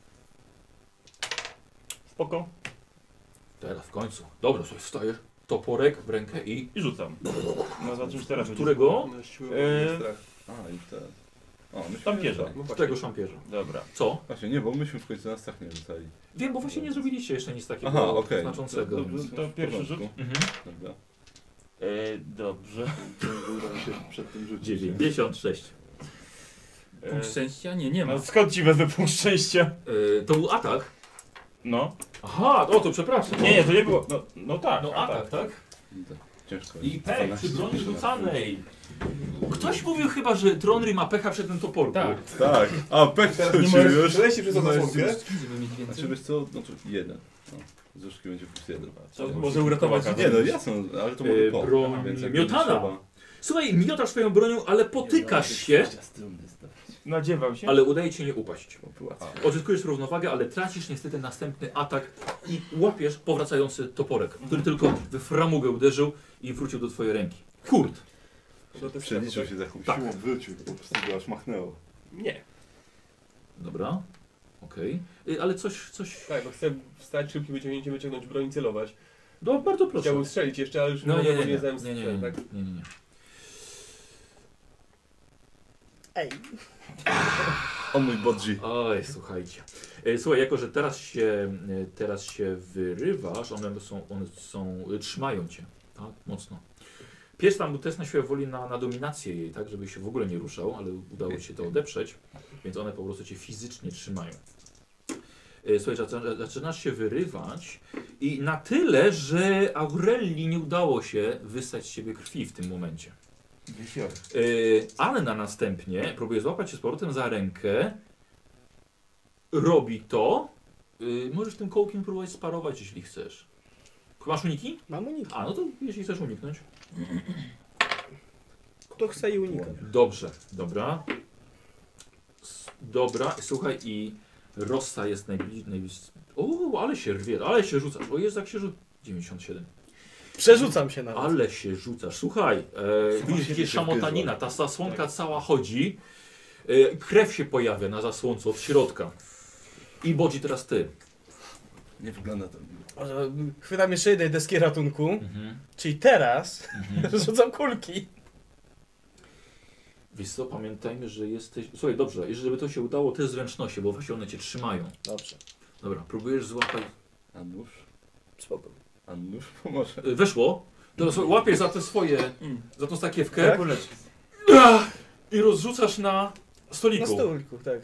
Spoko. Teraz w końcu. Dobra, słuchaj, wstajesz, toporek w rękę i... I rzucam. No zobaczymy teraz. Którego? Na siłę strach. A, i teraz. O, myśmy Tam nie bierze. rzucali. No właśnie. Tego szampierza. Dobra. Co? Właśnie, nie, bo myśmy w końcu na stach nie rzucali. Wiem, bo właśnie nie zrobiliście jeszcze nic takiego Aha, okej. znaczącego. Dobrze, więc- To w pierwszy porządku. Mhm. Dobra. Dobrze. Udało się przed tym rzucić. 96. Punkt szczęścia? Nie ma. No skąd ci wezmę punkt szczęścia? To był atak. No. Aha, o to przepraszam. Nie, to nie było. No tak. No a atak, tak? Tak, ciężko. I pech 12, przy broni 13. rzucanej. Ktoś mówił chyba, że Tronry ma pecha przed tym toporku. Tak. Tak, a pech Teraz nie rzucił możesz już. przeleść przez tą Możesz zasłonkę. Żeby mieć więcej. Znaczy wiesz co, no to 1. No, z różdżki będzie plus 1. Co, Może uratować Nie no jasno, ale to może po. broń Więc jak miotana. będzie trzeba- Słuchaj, miotasz swoją bronią, ale potykasz się, Nadziewam się. ale udaje ci się nie upaść. Byłoby łatwo. Odzyskujesz równowagę, ale tracisz niestety następny atak i łapiesz powracający toporek, który tylko we framugę uderzył i wrócił do twojej ręki. Kurt. No to Przeliczył się taką Tak. siłą, wrócił, po prostu go aż machnęło. Nie. Dobra. Okej. Ale coś... Tak, bo chcę wstać szybkim wyciągnięciem, wyciągnąć broń i celować. No, bardzo proszę. Chciałbym strzelić jeszcze, ale już No mogę, nie, bo nie, nie nie, znałem nie, nie, strzał, nie, tak? nie, nie, nie. Ej, O mój bodzi. Oj, słuchajcie. Słuchaj, jako że teraz się wyrywasz, one są trzymają cię, tak, mocno. Pies tam był test na siłę woli na dominację jej, tak, żeby się w ogóle nie ruszał, ale udało ci się to odeprzeć, więc one po prostu cię fizycznie trzymają. Słuchaj, zaczynasz się wyrywać i na tyle, że Aurelii nie udało się wystać z siebie krwi w tym momencie. Wisior. Ale na następnie próbuje złapać się z powrotem za rękę. Robi to. Możesz tym kołkiem próbować sparować, jeśli chcesz. Masz uniki? mam unik. A, no to jeśli chcesz uniknąć. Kto chce i unika. Dobrze, dobra. Dobra, słuchaj i Rossa jest najbliżej. O, ale się rwie, ale się rzucasz. O, jest jak się rzuca. 97. Przerzucam się nawet. Ale się rzucasz. Słuchaj, widzisz, gdzie szamotanina, ta zasłonka cała chodzi. Krew się pojawia na zasłonce od środka. I Bodzi teraz ty. Nie wygląda to. Chwytam jeszcze jednej deski ratunku, czyli teraz rzucam kulki. Wiesz co, pamiętajmy, że jesteś... Słuchaj, dobrze, żeby to się udało, te zręczności, bo właśnie one cię trzymają. Dobrze, Dobra, próbujesz złapać... A nóż? spoko. A nóż pomoże. Weszło. Teraz łapiesz za te swoje... za tą stakiewkę i rozrzucasz na Na stoliku. stoliku, tak.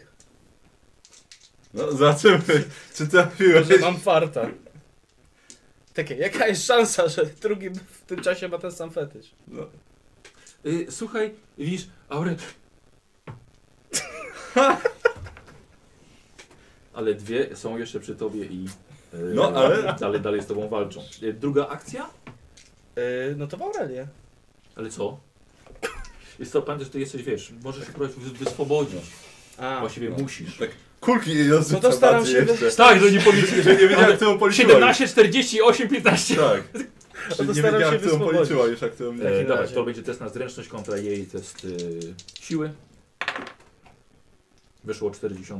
No zobaczymy, czy trafiłeś. Że mam farta. Takie, jaka jest szansa, że drugi w tym czasie ma ten sam fetysz? No. Słuchaj, widzisz, Aure... ale 2 są jeszcze przy tobie i No, ale- dalej z tobą walczą. Druga akcja? No to w Aurelię. Ale co? Jest to, pamiętaj, że ty jesteś, wiesz, możesz się próbować wyswobodzić. A, Właściwie musisz. Tak. Kulki nie niosły No to staram się jeszcze. Tak, że nie policzyłeś. Że nie wiedziałem, jak to ją policzyła. 17, 48, 15. Tak. to Że nie staram wiedziałem, się jak to ją wyswobodzić. policzyła już, jak to ją... takim Dobra, razie. to będzie test na zręczność kontra jej test siły. Wyszło 40.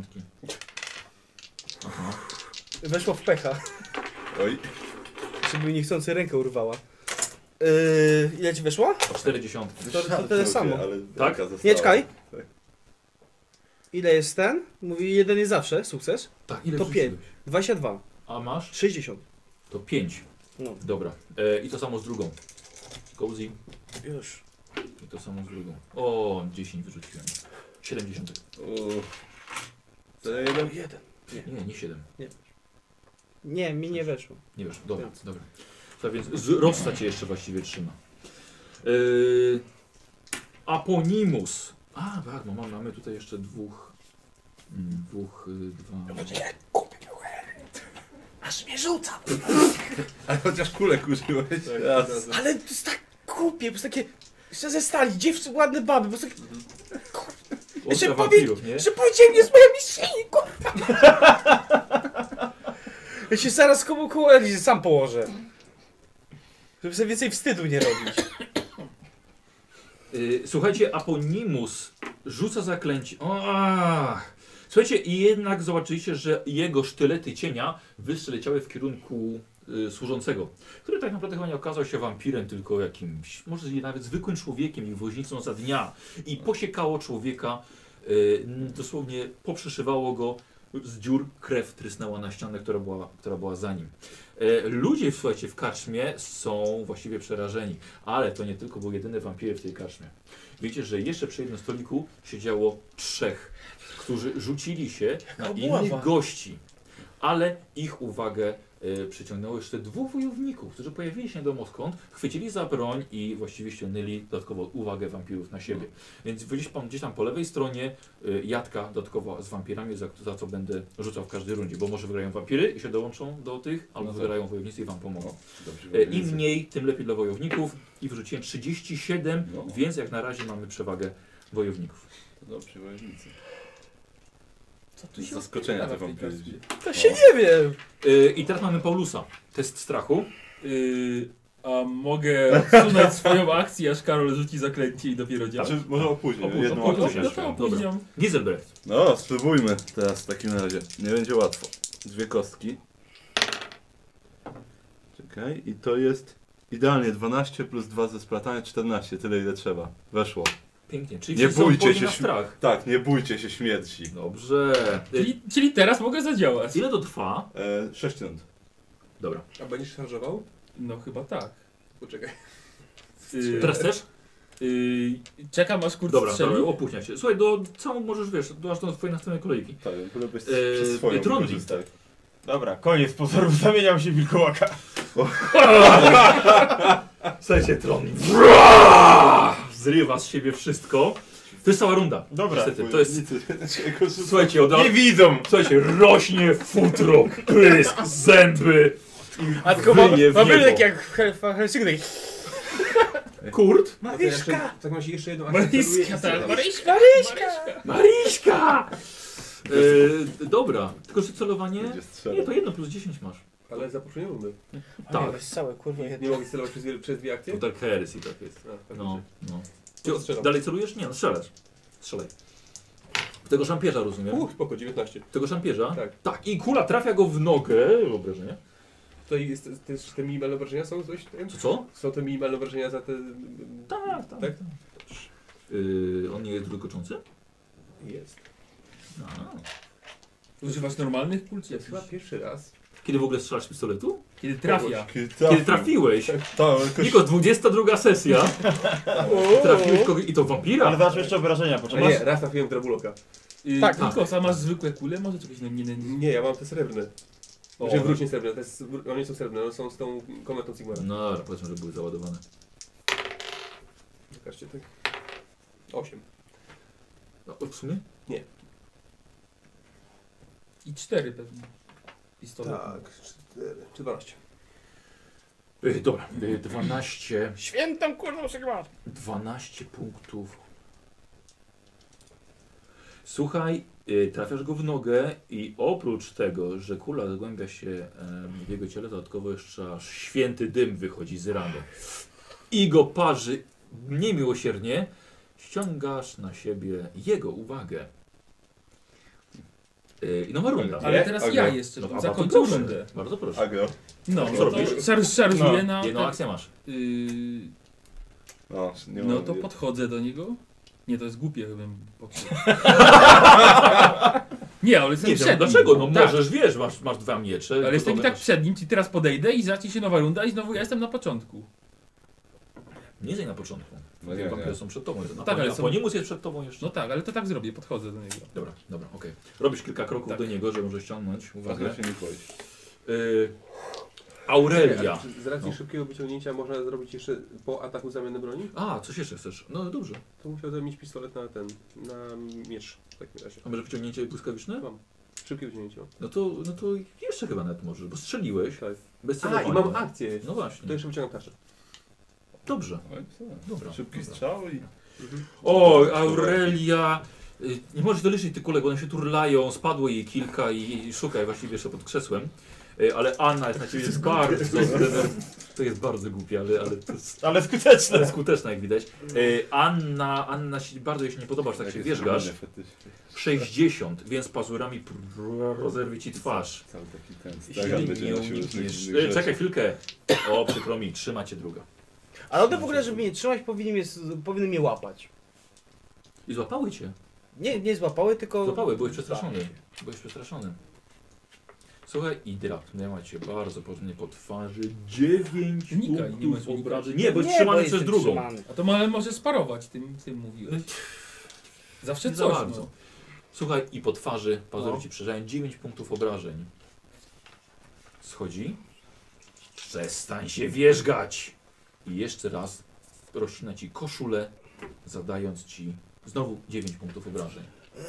Aha. Weszło w pecha, Oj. żeby mi niechcący rękę urwała. Ile ci weszło? 40. To tyle samo. Ale Tak? ręka została. Nie, czekaj. Tak. Ile jest ten? Mówi, jeden jest zawsze, sukces. Tak, ile To wrzuciłeś? 22. A masz? 60. To 5. No. Dobra. I to samo z drugą. Cozy. Już. I to samo z drugą. O, 10 wyrzuciłem. 70. Jeden. Jeden. Nie 7. Nie, mi nie weszło. Nie wiesz, dobra, Więc. dobra. To więc Rosta cię jeszcze właściwie trzyma. Aponimus. A, tak, no mamy tutaj jeszcze dwóch. Dwa. Aż mnie rzuca. Ale chociaż kulek użyłeś. Jas. Ale to jest tak głupie, po prostu takie... Jeszcze ze stali, dziewczyny, ładne baby, po prostu takie... Jeszcze Ostra wampirów, nie? Że powiedziałem, nie z moją mistrzyni, kurwa! Ja się zaraz koło Elizy sam położę. Żeby sobie więcej wstydu nie robić. Słuchajcie, Aponimus rzuca zaklęcie. Słuchajcie, i jednak zobaczyliście, że jego sztylety cienia wyleciały w kierunku służącego, który tak naprawdę chyba nie okazał się wampirem, tylko jakimś, może nawet zwykłym człowiekiem i woźnicą za dnia. I posiekało człowieka, dosłownie poprzeszywało go z dziur, krew trysnęła na ścianę, która była za nim. Ludzie, słuchajcie, w karczmie są właściwie przerażeni, ale to nie tylko był jedyny wampir w tej karczmie. Wiecie, że jeszcze przy jednym stoliku siedziało 3, którzy rzucili się na Obława. innych gości, ale ich uwagę przyciągnęło jeszcze 2 wojowników, którzy pojawili się nie skąd, chwycili za broń i właściwie ściągnęli dodatkowo uwagę wampirów na siebie. Więc gdzieś tam po lewej stronie Jadka dodatkowo z wampirami, za co będę rzucał w każdej rundzie, bo może wygrają wampiry i się dołączą do tych, albo No tak. wygrają wojownicy i wam pomogą. Dobrze, Im mniej, tym lepiej dla wojowników i wrzuciłem 37, No. więc jak na razie mamy przewagę wojowników. Dobrze, wojownicy. Co tu się Zaskoczenia te odpiera w tej wampiry. To się nie wiem. I teraz mamy Paulusa. Test strachu. A mogę odsunąć swoją akcję, aż Karol rzuci zaklęcie i dopiero działa. Znaczy, może opóźnię. Opóźnię, Jedną opóźnię. akcję No jeszcze. to opóźniam. Giselbrecht. No, spróbujmy teraz w takim razie. Nie będzie łatwo. 2 kostki. Czekaj, i to jest idealnie 12 plus 2 ze splatania, 14, tyle ile trzeba. Weszło. Pięknie. Czyli Nie wszyscy są bójcie odpowiedzi się na strach. Tak, nie bójcie się śmierci. Dobrze. Czyli teraz mogę zadziałać. Ile to trwa? 6 rund. Dobra. A będziesz szarżował? No chyba tak. Poczekaj. Teraz też? Czekam aż kurt Dobra, strzeli. dobra, opóźnia się. Słuchaj, całą możesz, wiesz, aż do twojej następnej kolejki. Tak, byle byś Eee, przez swoją Trondli. wykorzystał. Dobra, koniec pozorów, zamieniam się w wilkołaka. Słuchajcie, Tron. Zrywa z siebie wszystko. To jest cała runda. Dobra. Niestety, to jest... Słuchaj, Słuchajcie, od razu... Nie widzą! Słuchajcie, rośnie futro, pysk, zęby. A tylko Wyje w mamy niebo. tak jak w Helsinki. Kurt? Maryśka! Tak masz jeszcze jedną akcję. Maryśka, celuję i tak. strzelasz. Maryśka! Maryśka! Dobra, tylko że celowanie... będzie Nie, strzelał. to 1 plus 10 masz. Ale zaproszenie rundy. Tak. To jest całe, kurwa, Nie jedno. mogę celować przez 2 akcje? To tak heresy tak jest. A, tak No, dobrze. no. To Ty, strzelam. dalej celujesz? Nie, no strzelasz. Strzelaj. W tego szampierza, rozumiem? Spoko, 19. W tego szampierza? Tak. Tak, i kula trafia go w nogę. Obrażenie. Tutaj jest, te minimalne wrażenia są coś? Co? Są te minimalne wrażenia za te... Tak, tak. Tak? On nie jest drugoczący? Jest. Używasz normalnych kul, czy To jest chyba jakichś? pierwszy raz. Kiedy w ogóle strzelasz z pistoletu? Kiedy trafia. Kiedy trafiłeś. Tak, Niko, 22 sesja. Trafiłeś kogoś i to wampira. Ale zobaczmy jeszcze obrażenia, A poczekaj. nie, raz trafiłem Drabuloka. Tak. Nikos, a masz zwykłe kule? Może czegoś nie. Nie, ja mam te srebrne. O. Znaczy wróć nie srebrne, to jest, one nie są srebrne, one są z tą kometą Sigmara. No dobra, powiedzmy, że były załadowane. Pokażcie tak. 8. No, w sumie? I 4 pewnie. Pistolet. Tak, 4 czy 12. Dobra, 12. Świętą kurną sygnał. 12 punktów. Słuchaj, trafiasz go w nogę i oprócz tego, że kula zagłębia się w jego ciele, dodatkowo jeszcze aż święty dym wychodzi z rany. I go parzy niemiłosiernie, ściągasz na siebie jego uwagę. I nowa runda. Ale teraz Agro. ja jeszcze No, a zakończę bardzo proszę. rundę. Bardzo proszę. Agro. No, Co no robisz? to szarżuję na... Jedną akcję masz. No, nie No mam- to podchodzę do niego. Nie, to jest głupie chyba. Nie, ale jestem Nie, przed nim. dlaczego? No Tak. możesz, wiesz, masz dwa miecze. Ale jestem i gotowe tak przed nim, i teraz podejdę i zacznie się nowa runda i znowu ja jestem na początku. Nie jesteś na początku. No nie, Wampiry nie. są przed tobą. Tak, ale są- Aponimus jest przed tobą jeszcze. No tak, ale to tak zrobię, podchodzę do niego. Dobra, okej. Robisz kilka kroków Tak. do niego, żeby może ściągnąć uwagę. Agro się nie boi. Aurelia. Z racji No. szybkiego wyciągnięcia można zrobić jeszcze po ataku zamianę broni? A, coś jeszcze chcesz? No dobrze. To musiałbym mieć pistolet na na miecz w takim razie. A może wyciągnięcie błyskawiczne? Mam. Szybkie wyciągnięcie mam. No to jeszcze chyba nawet możesz, bo strzeliłeś. Tak. Bez A, i celowania. mam akcję. No właśnie. To jeszcze wyciągam tarczę. Dobrze. Oj, co? Dobra. Szybki dobra. strzał i... O, Aurelia. Nie możesz doliczyć tych kulek, bo one się turlają, spadło jej kilka i szukaj właściwie jeszcze pod krzesłem. Ale Anna jest na ciebie bardzo... To jest bardzo głupie, ale to jest Ale skuteczne. ale skuteczne jak widać. Anna się bardzo jej się nie podoba, że tak się Jakie wierzgasz. są inne fetysze. 60, więc pazurami rozerwie ci twarz. Cały taki ten Jeśli stragan będzie nie nosił różnych unikniesz... innych rzeczy. Czekaj chwilkę. O, przykro mi, trzyma cię druga. Ale one w ogóle, żeby mnie trzymać, powinny mnie łapać. I złapały cię. Nie złapały, tylko... Złapały, byłeś przestraszony. Byłeś przestraszony. Słuchaj, i drapnęła cię bardzo porządnie po twarzy. 9 Unikaj, nie masz punktów unikać. obrażeń. Nie, bo jest Nie, trzymany bo przez jestem drugą. trzymany. A to może sparować, tym mówiłeś. Zawsze Nie coś, za bardzo. no. Słuchaj, i po twarzy pazury No. ci przeżają 9 punktów obrażeń. Schodzi. Przestań się wierzgać! I jeszcze raz rozcina ci koszulę, zadając ci znowu 9 punktów obrażeń.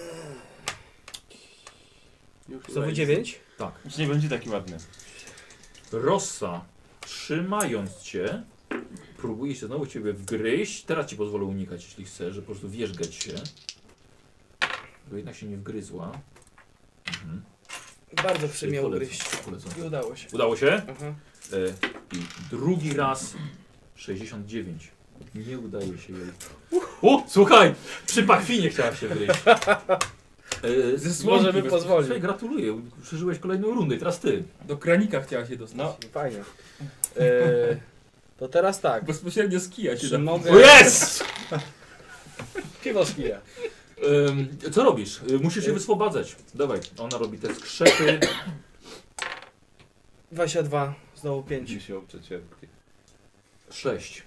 Już Znowu 9? Tak. Już nie będzie taki ładny. Rossa, trzymając cię, próbuje się znowu ciebie wgryźć. Teraz ci pozwolę unikać, jeśli chcesz, że po prostu wierzgać się. Bo jednak się nie wgryzła. Mhm. Bardzo przymiał Polecam, gryźć. polecam. I udało się. Udało się? Aha. I drugi raz 69. Nie udaje się jej. O, słuchaj! Przy pachwinie chciała się wgryźć. Ze słonki Możemy bez- pozwolić. Słuchaj, gratuluję. Przeżyłeś kolejną rundę i teraz ty. Do kranika chciała się dostać. No, fajnie. To teraz tak. Bezpośrednio z kija się Czy da. mogę... O jest! Piwo z kija. Co robisz? Musisz się wyswobadzać. Dawaj, ona robi te skrzepy. 22, znowu 5. Wisiał przecierpki. 6.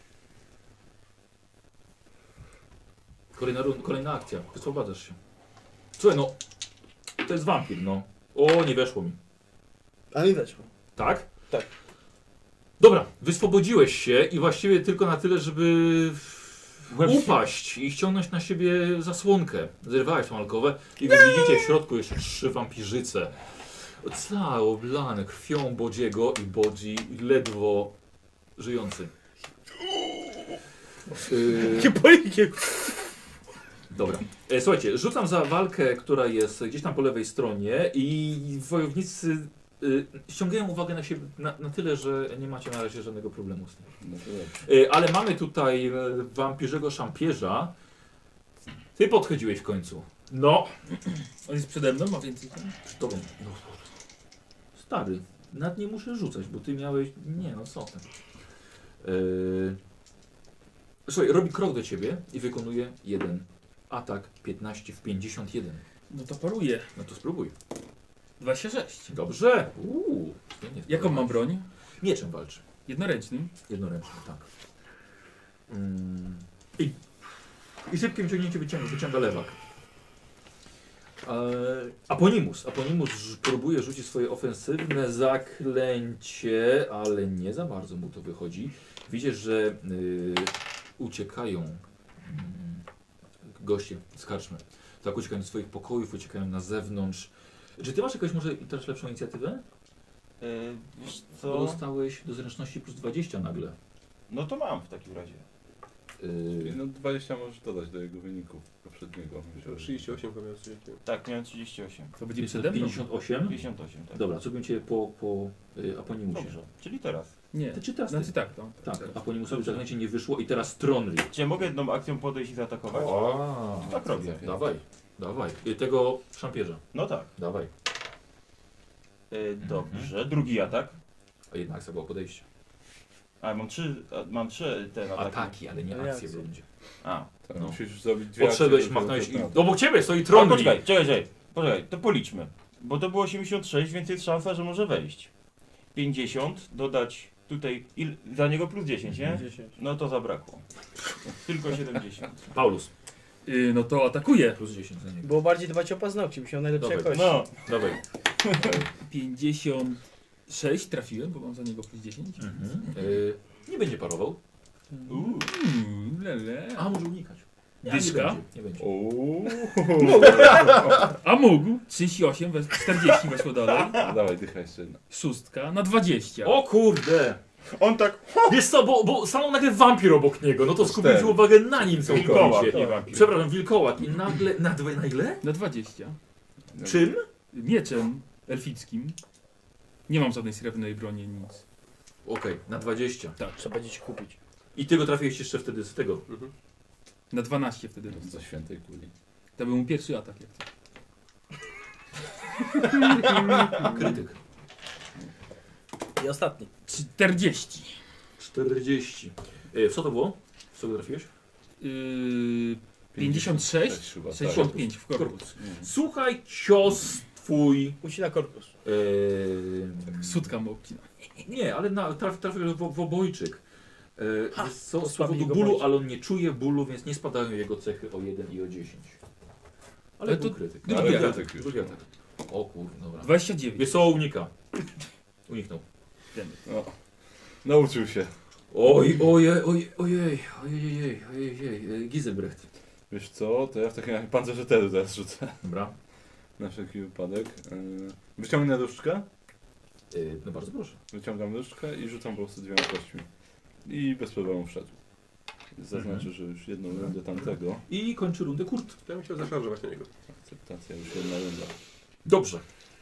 Kolejna akcja. Wyswobadzasz się. Słuchaj, no. To jest wampir, no. O, nie weszło mi. A mi weszło. Tak? Tak. Dobra, wyswobodziłeś się i właściwie tylko na tyle, żeby upaść i ściągnąć na siebie zasłonkę. Zerwałeś tą alkowę i wy widzicie w środku jeszcze 3 wampirzyce. Całe oblane krwią Bodziego i Bodzi ledwo żyjący. Polikiem. Dobra. Słuchajcie, rzucam za walkę, która jest gdzieś tam po lewej stronie i wojownicy ściągają uwagę na siebie na tyle, że nie macie na razie żadnego problemu z tym. No to dobrze. Ale mamy tutaj wampirzego szampierza. Ty podchodziłeś w końcu. No. On jest przede mną, ma więcej. Przed tobą. No. Stary, nad nie muszę rzucać, bo ty miałeś... Nie, no co ty. Słuchaj, robi krok do ciebie i wykonuje jeden atak 15 w 51. No to paruję. No to spróbuj. 26. Dobrze. Nie Jaką mam broń? Mieczem walczy. Jednoręcznym. Jednoręcznym, tak. I szybkim ciągnięciem wyciąga lewak. Aponimus próbuje rzucić swoje ofensywne zaklęcie, ale nie za bardzo mu to wychodzi. Widzisz, że uciekają goście z karczmy. Tak, uciekają do swoich pokojów, uciekają na zewnątrz. Czy ty masz jakąś może też lepszą inicjatywę? Wiesz Bo co? dostałeś do zręczności plus 20 nagle. No to mam w takim razie. No 20 możesz dodać do jego wyniku poprzedniego. Myślę, że- 38 chyba miał coś takiego. Tak, miałem 38. To będzie Jest przede mną. 58? 58, tak. Dobra, zrobię cię po Aponimusie. Dobrze, czyli teraz. Nie. Ty czy teraz ty? Znaczy tak, no. Tak, Aponimusowi zaklęcie nie wyszło i teraz Tronry. Czy mogę jedną akcją podejść i zaatakować? Tak robię. Dawaj, dawaj. Tego szampierza, No tak. dawaj. Dobrze, drugi atak. A jedna akcja była podejście. A mam trzy te ataki. Ataki, ale nie akcje Reakcje. będzie. A. Tak, No. musisz zrobić dwie Podszedłeś, akcje, machnąłeś żeby i... to- Obok ciebie stoi Ale Tronry. poczekaj, to policzmy. Bo to było 86, więc jest szansa, że może wejść. 50, dodać tutaj, za niego plus 10, nie? 10. No to zabrakło. Tylko 70. Paulus. No to atakuję. Plus 10 za niego. Było bardziej dbać o paznokcie, mi się najlepsze Dawaj. jakości. No, Dawaj. 56 trafiłem, bo mam za niego plus 10. Nie będzie parował. Lele. A, może unikać. Dyszka. Nie będzie. Uuu. A mógł. 38, 40 weszło dalej. Dawaj, dycha jeszcze jedna. Szóstka na 20. O kurde! on tak Wiesz co, bo stanął nagle wampir obok niego, no to skupiłeś Cztery. uwagę na nim wilkołak, całkowicie. nie wampir. Przepraszam, wilkołak i nagle, na ile? Na 20. Czym? Mieczem elfickim. Nie mam żadnej srebrnej broni, nic. Okej, na 20. Trzeba będzie kupić. I ty go trafiłeś jeszcze wtedy z tego. Na 12 wtedy dostał. Ze świętej kuli. To był mój pierwszy atak. Jak to. Krytyk. I ostatni. 40. 40. W co to było? W co go trafiłeś? 56, chyba, tak. 65 w korpus. Słuchaj, cios twój... Ucina korpus. Sutka mu obcina. Nie, ale trafił w obojczyk. Ha, Jest co, z osłabili powodu go bólu, obojczyk. ale on nie czuje bólu, więc nie spadają jego cechy o 1 i o 10. Ale Ale był to krytyk. drugi Ale atak krytyk, drugi atak. O kurde, dobra. 29. Wiesz co, unika. Uniknął. No. Nauczył się. Ojej. Giselbrecht. Wiesz co, to ja w takim razie pancerzeteru teraz rzucę. Dobra. Na wszelki wypadek. Wyciągnę różdżkę. No bardzo proszę. Wyciągam różdżkę i rzucam po prostu dwiema kośćmi. I bez problemu wszedł. Zaznaczę, że już jedną rundę tamtego. I kończy rundę Kurt. Ja bym chciał zaszarżować na niego. Akceptacja, już jedna runda. Dobrze.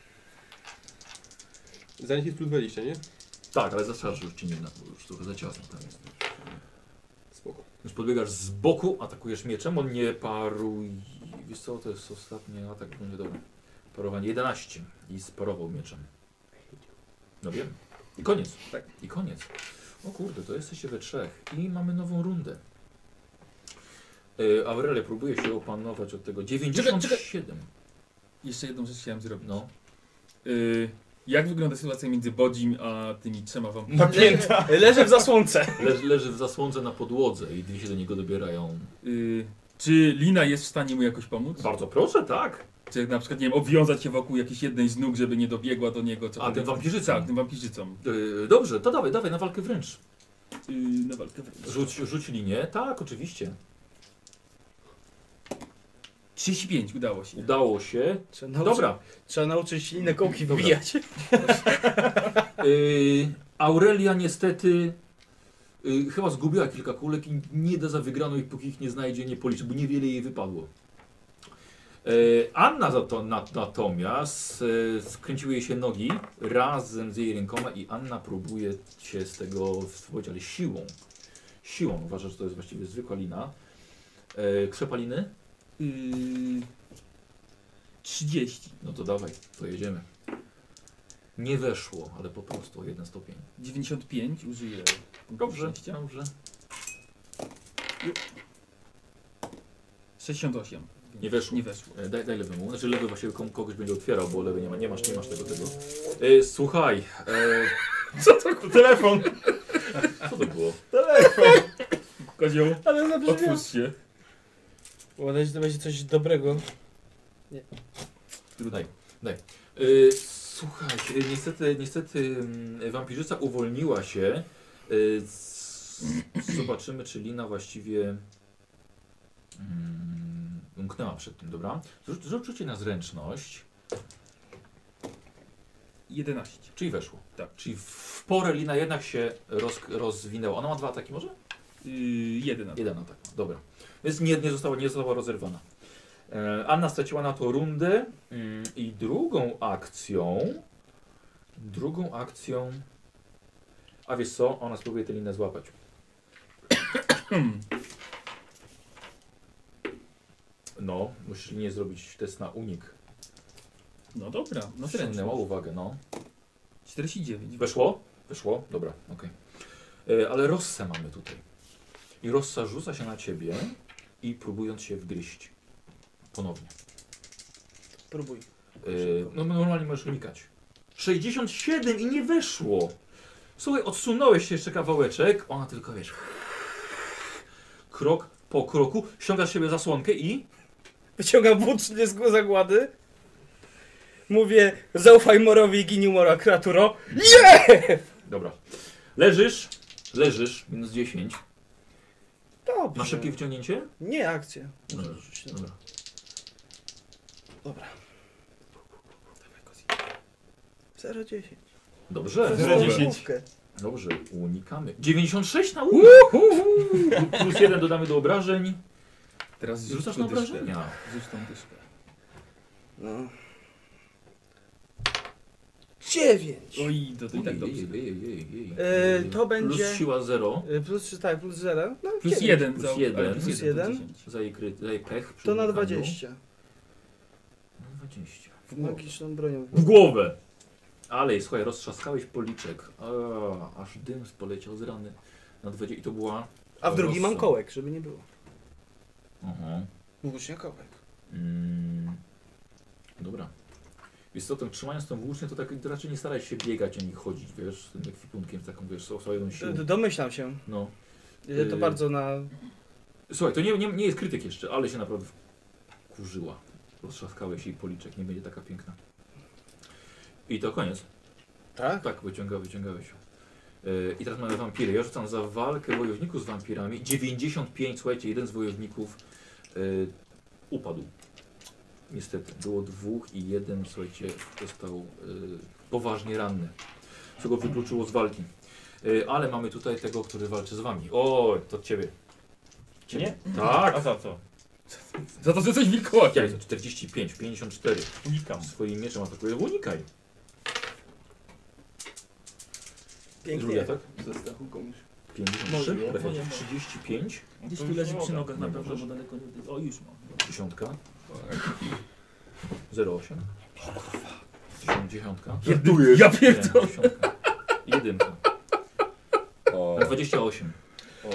Za nich jest plus 20, nie? Tak, ale zastarczy już ci nie da, bo już trochę za ciasno. Tak. Spoko. Już podbiegasz z boku, atakujesz mieczem, on nie paruje. Wiesz co, to jest ostatni atak, będzie dobry. Parowanie 11 i sparował mieczem. No wiem. I koniec. Tak. I koniec. O kurde, to jesteście we trzech. I mamy nową rundę. Aurelia próbuje się opanować od tego. 97. Jeszcze jedną rzecz chciałem zrobić. No. Jak wygląda sytuacja między Bodzim a tymi trzema wampirami? napięta. Leży w zasłonce. Leży w zasłonce na podłodze i dwie się do niego dobierają. Czy Lina jest w stanie mu jakoś pomóc? Bardzo proszę, tak. Czy na przykład, nie wiem, obwiązać się wokół jakiejś jednej z nóg, żeby nie dobiegła do niego? A, tym wampirzycom? Tak, tym wampirzycom. Dobrze, to dawaj na walkę wręcz. Na walkę wręcz. Rzuć linię. Tak, oczywiście. 35, udało się. Udało się. Dobra. Trzeba nauczyć Linę kołki Dobra. wybijać. Aurelia niestety chyba zgubiła kilka kulek i nie da za wygraną ich, póki ich nie znajdzie, nie policzy, bo niewiele jej wypadło. Anna natomiast skręciły jej się nogi razem z jej rękoma i Anna próbuje się z tego wswoić, ale siłą. Siłą. Uważa, że to jest właściwie zwykła lina. Krzepaliny? 30. No to dawaj, to jedziemy. Nie weszło, ale po prostu o 1 stopień. 95, użyję. Dobrze, szczęścia. dobrze. 68. Nie weszło. Nie weszło. Daj lewemu. Znaczy lewy właściwie kogoś będzie otwierał, bo lewy nie masz tego. Słuchaj. Co to? Telefon. Co to było? Kozioł, Ale zabrzmiało. otwórz się. Mam nadzieję, że to będzie coś dobrego. Daj. Słuchaj, niestety wampirzyca uwolniła się. Zobaczymy, czy Lina właściwie umknęła przed tym, dobra? Rzućcie na zręczność. 11. Czyli weszło. Tak. Czyli w porę lina jednak się rozwinęła. Ona ma 2 ataki może? 1 atak. 1 atak, dobra. Więc nie została rozerwana. Anna straciła na to rundę i drugą akcją, a wiesz co, ona spróbuje tę linę złapać. No, musisz linię zrobić test na unik. No dobra, no Ściągnęła uwagę, no. 49. Weszło? Weszło? Dobra, okej. Ale Rossę mamy tutaj. I Rossa rzuca się na ciebie i próbując się wgryźć. Ponownie. Próbuj. No normalnie możesz unikać. 67 i nie weszło. Słuchaj, odsunąłeś się jeszcze kawałeczek. Ona tylko wiesz. Krok po kroku. Ściągasz siebie zasłonkę i... Wyciągam włócznie z zagłady. Mówię, zaufaj Morowi i gini Mora, kreaturo. Dobra. Leżysz. Minus 10. Dobrze. Masz szybkie wciągnięcie? Nie, akcja. Dobra. Dobra. Dobra. 0,10. Dobrze. 0,10. Dobrze, unikamy. 96 na unik. Plus 1 dodamy do obrażeń. Teraz Rzucasz na obrażenia. Rzuć tą dyszkę. No. 9. Oj, to i tak dobrze. To będzie... Plus siła 0. Plus 0. No, Plus 9. 1. Plus jeden. Plus jeden. Za jej pech. przy To na unikaniu. 20. Na 20. Magiczną bronią. W głowę. Ale słuchaj, roztrzaskałeś policzek. Aż dym poleciał z rany. Na 20. I to była... A w drugim mam Rossa. kołek, żeby nie było. Aha. Włócznie kołek. Dobra. Wiesz co, trzymając tą włócznię, to tak raczej nie staraj się biegać, a nie chodzić, wiesz, z tym ekwipunkiem, z taką, wiesz, swoją siłą. Domyślam się. No. To bardzo na... Słuchaj, to nie jest krytyk jeszcze, ale się naprawdę kurzyła. Roztrzaskałeś jej policzek, nie będzie taka piękna. I to koniec. Tak? Tak, wyciągałeś ją. I teraz mamy wampiry. Ja rzucam za walkę wojowników z wampirami. 95, słuchajcie, jeden z wojowników upadł. Niestety, było 2 i jeden, słuchajcie, został poważnie ranny. Co go wykluczyło z walki. Ale mamy tutaj tego, który walczy z wami. O, to ciebie. Nie? Tak. A za co? Za to, że coś wilkołakiem. Jak to? 45, 54. Unikam. Swoim mieczem atakuje. Unikaj. Drugi Pięknie. atak. Ze strachu komuś. 53, Może, trafiacie nie ma. 35, Gdzieś To tu już leży nie przy mogę. nogach na Nie pewno, możesz. bo daleko nie... O, już mam. 10, 08, 10. Ja pierdolę. 1. O, Na 28. o,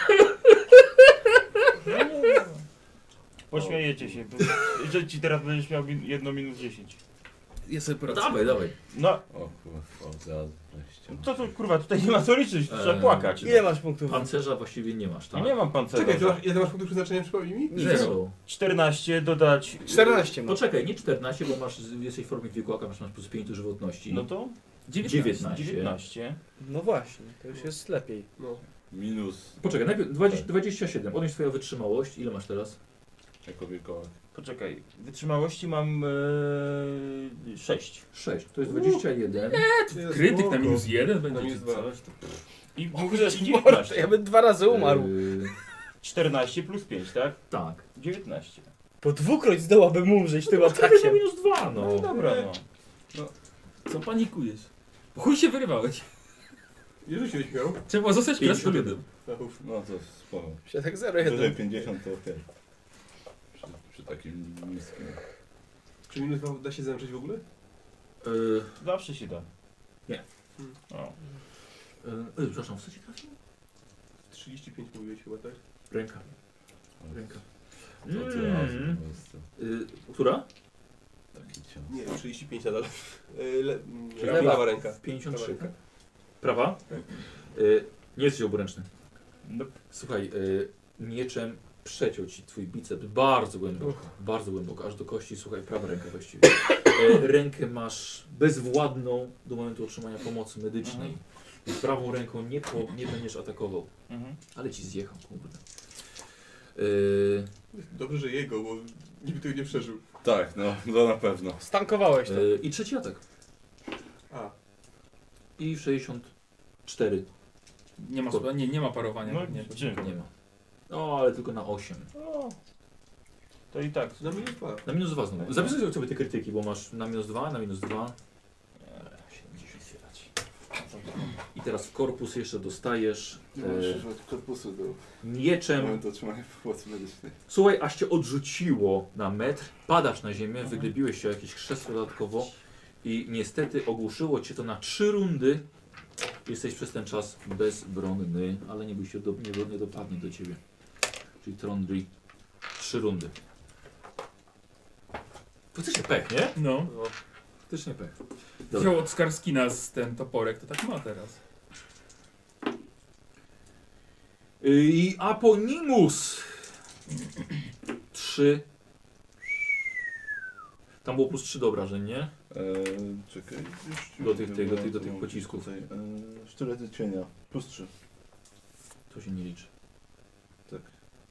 Pośmiejecie się, bo, że ci teraz będziesz miał jedno minus 10. Ja sobie poradzę. Dawaj. No, o kurwa, zaraz wreszcie. to kurwa, tutaj nie ma co liczyć, trzeba Eee, płakać. Ile masz punktów? Pancerza właściwie nie masz, tak? Nie mam pancerza. Czekaj, ile masz punktów przeznaczenia, przypomnij mi? Zero. 14 dodać... 14 masz. Poczekaj, nie 14, bo jesteś w formie wilkołaka, masz plus 5 do żywotności. No to 19. 19. No właśnie, to już jest lepiej. No. Minus Poczekaj, najpierw 27. Odnieś swoją wytrzymałość. Ile masz teraz? jako wilkołak. Poczekaj, wytrzymałości mam 6. 6. To jest 21. Krytyk na minus 1 Na będzie minus czy 2. coś. I mógł dać Ja 19. bym 2 razy umarł. 14 plus 5, tak? Tak. 19. Po dwukroć zdołabym umrzeć tym Na atakiem. minus 2, No no. dobra, no. Co panikujesz? Chuj się wyrywałeś. Nie rzuciłeś miał? Trzeba zostać 51. krasnoludem. No to sporo. Się tak Wyżej 0,1. 50 to okej. Przy takim niskim. Czy minus 2 da się zemrzeć w ogóle? Zawsze się da. Nie. O. Przepraszam, w co ci trafiło? 35 mówiłeś chyba, tak? Ręka. Ręka. To ty razem po prostu. Która? Taki cios. Nie, 35 nadal. Lewa. Prawa ręka. 53. Prawa ręka. Prawa? Nie jesteś oburęczny. No. Słuchaj, mieczem przeciął ci twój biceps bardzo głęboko, aż do kości, słuchaj, prawa ręka właściwie. Rękę masz bezwładną do momentu otrzymania pomocy medycznej. Prawą ręką nie będziesz atakował, Mhm. ale ci zjechał, kurde. Dobrze, że jego, bo niby tego nie przeżył. Tak, no, to na pewno. Stankowałeś to. I trzeci atak. i 64. Nie ma, nie ma parowania. No, nie, gdzie? Nie ma. No, ale tylko na 8. O, to i tak. Na minus 2. Na minus 2 znowu. Zapisz sobie te krytyki, bo masz na minus 2, na minus 2. 70. I teraz w korpus jeszcze dostajesz Możesz od korpusu do mieczem. momentu otrzymania pomocy medycznej. Słuchaj, aż cię odrzuciło na metr, padasz na ziemię, wygrybiłeś się o jakieś krzesło dodatkowo i niestety ogłuszyło cię to na 3 rundy. Jesteś przez ten czas bezbronny, ale nie byś się nie dopadnie do ciebie. Czyli Trondri 3 rundy. Faktycznie pech, nie? No. Faktycznie pech. Dobra. Wziął od Skarskina z ten toporek, to tak ma teraz. I Aponimus 3. Tam było plus 3 do obrażeń, nie? Czekaj. Do tych pocisków. Tutaj, sztylety cienia. Plus 3. To się nie liczy. Tak.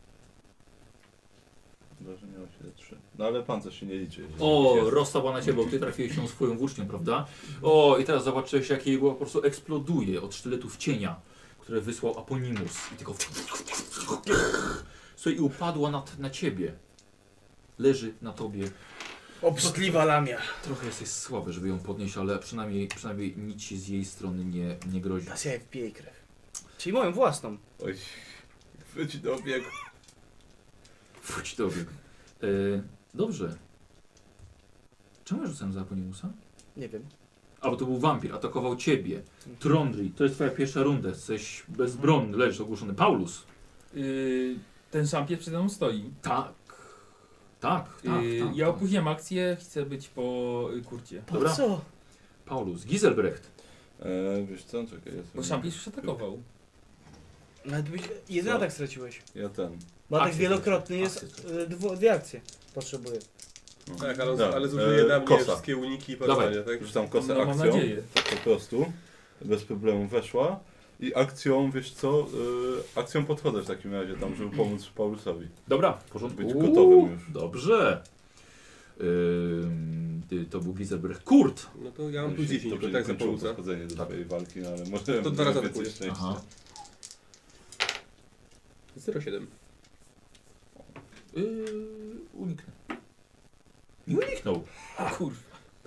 Obrażenia o siłę 3. No ale pancerz się nie liczy. jeżeli O, jest. rozstała na ciebie, bo ty trafiłeś się swoją włócznią, prawda? O, i teraz zobaczyłeś, jak jej po prostu eksploduje od sztyletów cienia, które wysłał Aponimus. I tylko... Słuchaj, i upadła na ciebie. Leży na tobie. Obrzydliwa lamia. Trochę jesteś słaby, żeby ją podnieść, ale przynajmniej nic ci z jej strony nie grozi. Teraz ja wpiję jej krew. Czyli moją własną. Oj, wróć do obiegu. Wróć do obiegu. Dobrze. Czemu ja rzucałem za Aponimusa? Nie wiem. A, bo to był wampir, atakował ciebie. Trondri, to jest twoja pierwsza runda. Jesteś bezbronny, leżysz ogłuszony. Paulus. Ten szampion przede mną stoi. Tak. Tak. Ja opóźniam akcję, chcę być po kurcie. Po Dobra. co? Paulus. Giselbrecht. Wiesz co, czekaj. Ja Bo sobie- szampion już atakował. Nawet byś jeden Co? atak straciłeś. Ja ten. Bo atak Akcję wielokrotny jest, straciłeś. dwie akcje potrzebuje. No. Tak, Dobra, ale zużyję na mnie kosa. wszystkie uniki i Dawaj. parowania, tak? Rzucam kosę No, mam akcją. nadzieję. Tak po prostu. Bez problemu weszła. I akcją, wiesz co, akcją podchodzę w takim razie tam, żeby pomóc Paulusowi. Dobra, w porządku. Być gotowym już. Dobrze. To był Giselbrecht. Kurt. No to ja mam plus 10, dobrze bo tak za kończyło Paulusa. podchodzenie do Tak. swojej walki, no ale może To 2 razy więcej atakuję. szczęścia. Aha. 0,7. Uniknął. Nie uniknął. Kurwa.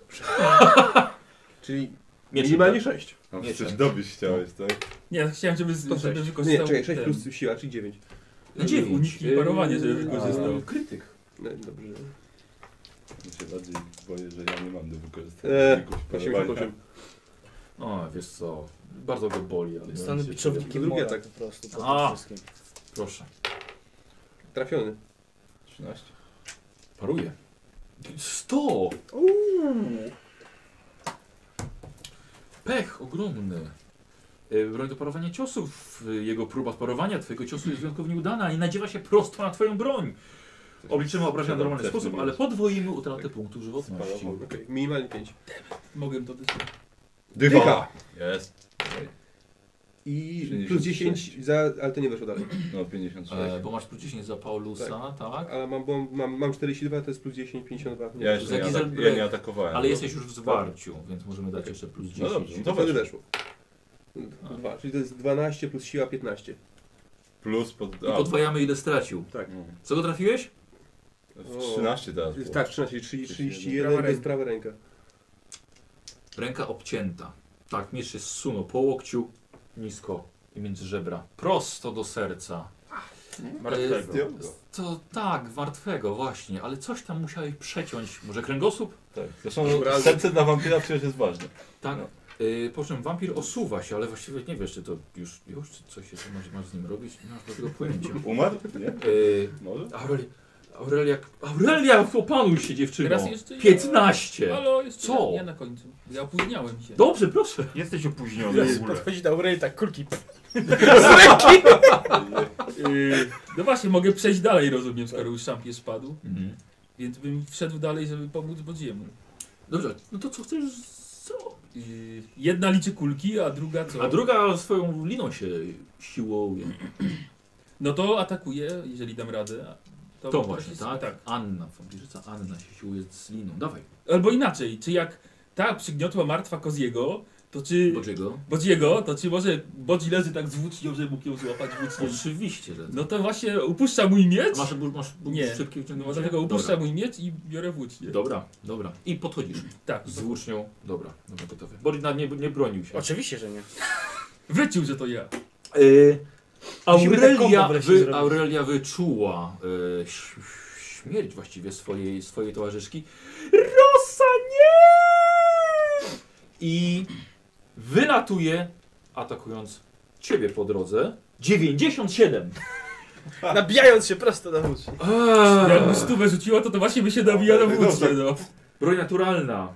Czyli Mieczem, minimalnie tak? 6. A Nie, przecież ten- dobić chciałeś, tak? Nie, chciałem, żeby To 6. wykorzystał Nie, czekaj, 6 ten. plus siła, czyli 9. Na 9. Uniki i parowanie, żeby wykorzystał. Krytyk. No, dobrze. Ja się bardziej boję, że ja nie mam do wykorzystania. uników parowania. 88. O, wiesz co, bardzo go boli, ale... Zostanę się biczownikiem Drugi mora atak. po prostu. Po A. tym wszystkim. Proszę, Trafiony. 13. paruje. 100! Pech ogromny. Broń do parowania ciosów. Jego próba parowania twojego ciosu jest wyjątkowo nieudana i nadziewa się prosto na twoją broń. Obliczymy obrażenia w normalny Też sposób, nie ale jest. podwoimy utratę punktów żywotności. Sparował. Okej, minimalnie 5. Mogłem to dyskutować. Dycha! Jest. I plus 10 za... ale to nie weszło dalej. No 56. Bo masz plus 10 za Paulusa, tak? Ale mam 42, to jest plus 10, 52. Nie, Ja jeszcze za nie, Giselbrecht. ja nie atakowałem. Ale jesteś już w zwarciu, więc możemy dać jeszcze plus 10. No dobrze, no to wtedy weszło. weszło. 2, czyli to jest 12 plus siła 15. Plus pod... I podwajamy ile stracił. Tak. No. Co go trafiłeś? 13 teraz było. Tak, 13, czyli 31 Prawa to jest prawa ręka. Ręka obcięta. Tak, miecz się zsunął po łokciu, nisko i między żebra. Prosto do serca. Martwego. Zdjął go. To tak, martwego właśnie, ale coś tam musiałeś przeciąć. Może kręgosłup? Tak. Zresztą Naturalnie. serce dla wampira przecież jest ważne. Tak. No. Po czym wampir osuwa się, ale właściwie nie wiesz, czy to już czy coś jeszcze masz z nim robić. Nie masz do tego pojęcia. Umarł? Nie? Może? Aurelia, opanuj się dziewczyno. Teraz jeszcze ja. 15. Halo, jeszcze Co? ja na końcu. Ja opóźniałem się. Dobrze, proszę. Jesteś opóźniony w ogóle. Podchodzi do Aureli, tak kulki. No właśnie, mogę przejść dalej, rozumiem, skoro już szampion spadł. Mhm. Więc bym wszedł dalej, żeby pomóc Bodziemu. Dobrze, no to co chcesz? Co? Jedna liczy kulki, a druga co? A druga swoją liną się siłuje. No to atakuje, jeżeli dam radę. To właśnie, jest- tak? Anna, wampirzyca Anna się siłuje z liną. Dawaj. Albo inaczej, czy jak ta przygniotła martwa Koziego, To czy... Bodziego? Bodziego, to czy może Bodzi leży tak z włócznią, że mógł ją złapać włócznią? Oczywiście, że No to właśnie upuszcza mój miecz. Masz Nie. szybkie No wciągnięcie? dlatego upuszcza Dobra. mój miecz i biorę włócznię. Dobra. I podchodzisz Tak. z włócznią. Dobra, gotowy. Bodzi nie bronił się. Oczywiście, że nie. Wyczuł, że to ja. Musimy tak kombo wreszcie zrobić. Aurelia wyczuła śmierć właściwie swojej towarzyszki. Rosa, nie! I wylatuje, atakując ciebie po drodze. 97! Nabijając się prosto na włócznie. Jakby stówę rzuciła, to właśnie by się nabija na włócznie, no. Broń naturalna.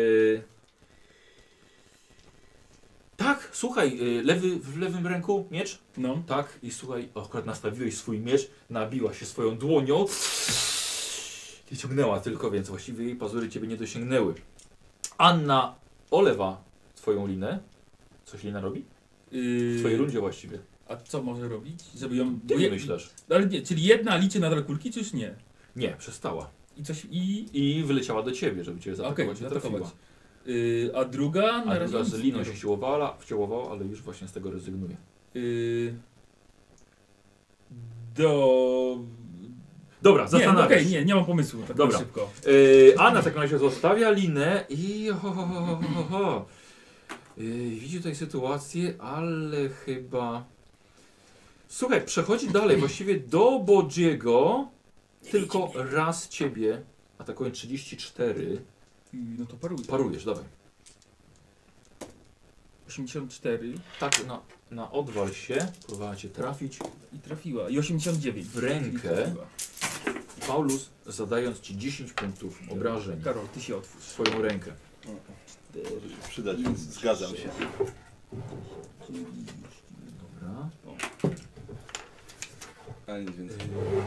Tak, słuchaj, w lewym ręku miecz. No. Tak, i słuchaj, akurat nastawiłeś swój miecz, nabiła się swoją dłonią i ciągnęła tylko, więc właściwie jej pazury ciebie nie dosięgnęły. Anna olewa twoją linę. Coś lina robi? W twojej rundzie właściwie. A co może robić? Żeby ją... Ty nie myślisz? Ale nie, czyli jedna liczy na kulki, czy już nie? Nie, przestała. I coś... I wyleciała do ciebie, żeby cię zaatakować. Okej, nie zaatakować. trafiła. A druga... A druga z nic liną nie się robi. wciałowała, ale już właśnie z tego rezygnuje. Dobra, Nie, zastanawiasz okej, się. nie mam pomysłu. Tak Dobra. szybko. Anna w takim razie zostawia linę i widzi tutaj sytuację, ale chyba... Słuchaj, przechodzi dalej, właściwie do Bodziego, tylko raz ciebie, atakując 34. No to paruję. Parujesz, dawaj. 84 Tak, na odwal się, próbowała cię trafić i trafiła. I 89. w rękę. Trafiła. Paulus, zadając ci 10 punktów obrażeń Karol, ty się otwórz. w swoją rękę. Może się przydać, więc zgadzam się. Dobra. A nic więcej.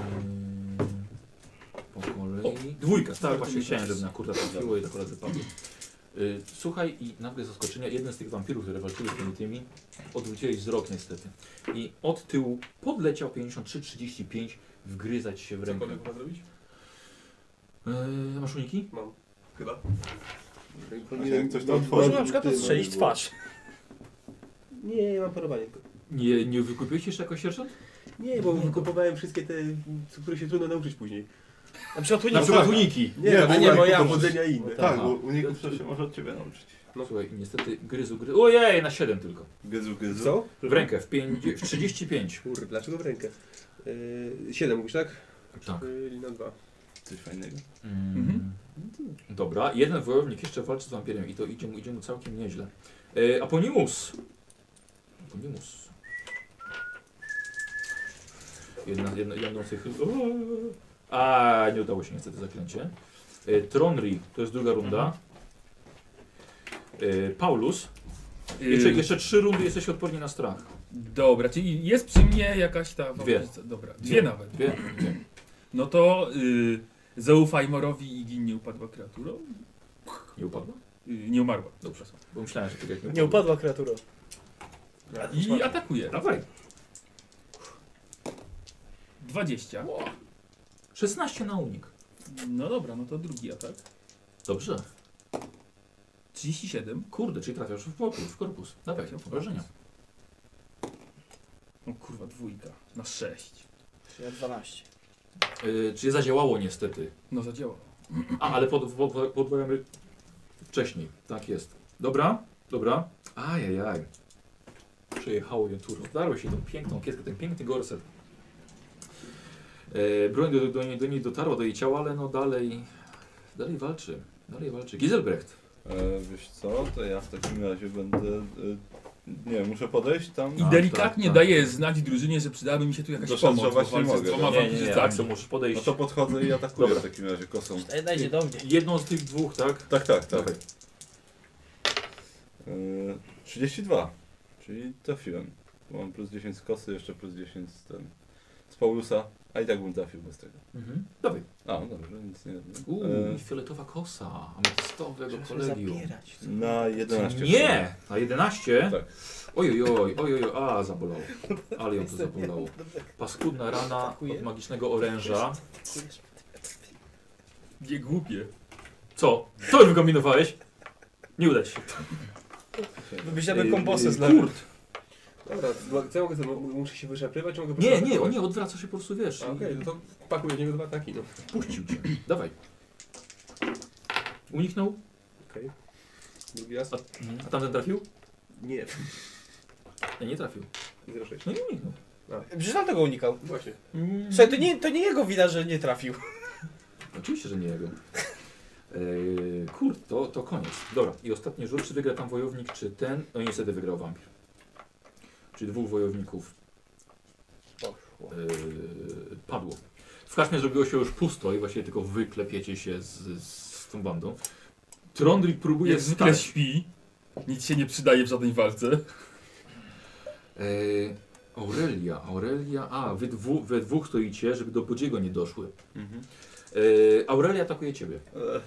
Po kolei. Dwójka, tak, właśnie chciałem, żeby na kurta trafiło i tak akurat wypadło. Słuchaj, i nagle z zaskoczenia jeden z tych wampirów, które walczyły z tymi, odwróciłeś wzrok niestety. I od tyłu podleciał 53-35, wgryzać się w rękę. Cokolwiek ma zrobić? Masz uniki? Mam. Chyba. Jak ktoś to Może otworzy, na przykład odstrzelić było. twarz. Nie, mam parowanie. Nie wykupiłeś jeszcze jako sierżant? Nie, bo wykupowałem wszystkie te, które się trudno nauczyć później. Na przykład Na unik. przykład uniki. Nie, a nie, bo ja dowodzenia i inne. Tak, bo uników to się może od ciebie nauczyć. Słuchaj, niestety gryzu. Ojej, na 7 tylko. Gyzu. Co? W rękę, w 35. Kurde, dlaczego w rękę? 7 mówisz, tak? Tak. Czyli na 2. Coś fajnego. Dobra, jeden wojownik jeszcze walczy z wampirem i to idzie mu całkiem nieźle. Aponimus. Jedną z tych... nie udało się niestety zaklęcie. Tronri, to jest druga runda. Paulus. Jeszcze 3 rundy jesteś odporni na strach. Dobra, czyli jest przy mnie jakaś ta... Dwie. Dobra, dwie nawet. Dwie. No to zaufaj Morowi i gin nie upadła kreaturą. Nie upadła? Nie umarła. Dobrze. Bo myślałem, że tak jak Nie upadła kreatura. I atakuje. Dawaj. 20. 16 na unik. No dobra, no to drugi atak. Dobrze. 37. Kurde, czyli trafiasz w korpus. Dawaj, obrażenia. O kurwa, dwójka. Na 6. Ja 12. Czyli zadziałało niestety. No zadziałało. Ale podwajamy wcześniej. Tak jest. Dobra. Ajajaj. Przejechało ją tu. Rozdarło się tą piękną kieskę, ten piękny gorset. Broń do niej dotarła, do jej ciała, ale no dalej walczy. Giselbrecht. Wiesz co, to ja w takim razie będę... nie, muszę podejść tam. I A, delikatnie tak. daje znać drużynie, że przydałaby mi się tu jakaś pomoc. Doszarżować bo nie walczę z mogę. dwoma Nie, wampirzycami. Axel, musisz podejść. No to podchodzę i atakuję Dobra. w takim razie kosą. Dajcie do mnie. Jedną z tych dwóch, tak? Tak. Dawaj. 32. Czyli trafiłem. Mam plus 10 z kosy, jeszcze plus 10 z Paulusa. A i tak bym trafił bez tego. Dawaj. A, no dobrze, nic nie robię. Fioletowa kosa ametystowego kolegium. Na 11. Nie! Na 11? Tak. Ojoj, zabolało. Ale ją to zabolało. Paskudna rana od magicznego oręża. Nie głupie. Co? Co już wykombinowałeś? Nie uda ci się. Wymyślamy kombosy z lewej. Kurt. Dobra, co ja mogę zrobić? Muszę się wyszeprywać, czy mogę po Nie, prostu nie, on atakować? nie odwraca się po prostu, wiesz. Okej, no to pakuję w niego 2 ataki, no. Puścił cię. Dawaj. Uniknął? Okej. Drugi raz? A tamten trafił? Nie. Nie trafił. 0,6. No i uniknął. Przecież on tego unikał. Właśnie. Słuchaj, to nie jego wina, że nie trafił. Oczywiście, że nie jego. Kurt, to koniec. Dobra, i ostatni rzut, czy wygra tam wojownik, czy ten? No niestety wygrał wampir. Czyli 2 wojowników padło. W karczmie zrobiło się już pusto i właściwie tylko wy klepiecie się z tą bandą. Trondri próbuje Jak zwykle wstać. śpi. Nic się nie przydaje w żadnej walce. Aurelia, we dwóch stoicie, żeby do Bodziego nie doszły. Mhm. Aurelia atakuje ciebie.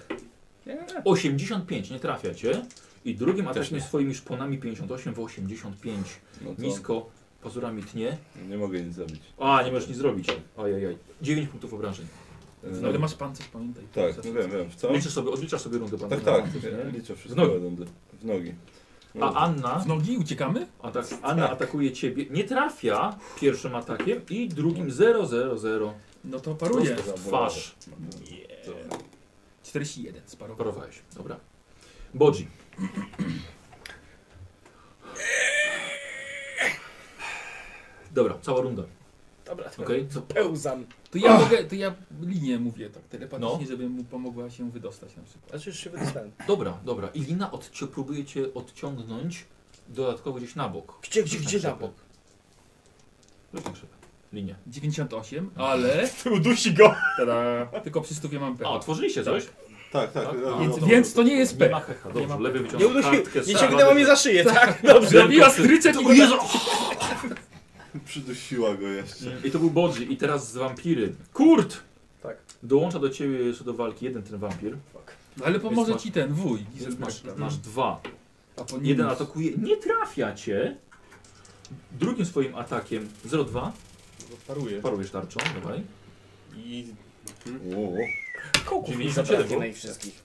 85, nie trafia cię. I drugim atakiem nie. swoimi szponami 58 w 85. No to Nisko, pazurami tnie. nie mogę nic zrobić. A, nie możesz nic zrobić. Ajajaj. 9 punktów obrażeń. No, ale masz pancerz, pamiętaj. Tak, no wiem. W co? Odliczasz sobie rundę Tak, pancerza, tak. nie? Liczę W wszystko nogi. rundy. W nogi. A Anna, W nogi uciekamy? Anna atakuje ciebie. Nie trafia pierwszym atakiem i drugim 0-0-0. No to paruję. Prosto w twarz. 41 sparował. Parowałeś. Dobra. Bodzi. Dobra, cała runda. Dobra, to Okej? Co? pełzam. To ja linię mówię tak telepatycznie, No. żeby mu pomogła się wydostać na przykład. Znaczy już się wydostałem. Dobra. I lina próbuje cię odciągnąć dodatkowo gdzieś na bok. Gdzie na bok? Rzuć na krzepę. Linię. 98, ale... Udusi go! Tada, tylko przy 100 mam A, pecha. otworzyliście coś? Tak. Tak? Więc to nie jest Nie ma pech. hecha. Nie Dobrze, ma lewy pecha. Nie wyciągnął kartkę. nie ciągnęło mnie za szyję, tak? Dobrze. Zrobiła stryczek i go... Przydusiła go jeszcze. I to był Bodzi. I teraz z wampiry. Kurt! Tak. Dołącza do ciebie jeszcze do walki jeden ten wampir. No, ale pomoże Więc ci ten wuj. Więc Giselbrecht. masz 2. A po Jeden nim- atakuje, nie trafia cię. Drugim swoim atakiem 0,2. Paruję. Parujesz tarczą, dawaj. I... O, Kołków mi 97 zabraknie było. na ich wszystkich.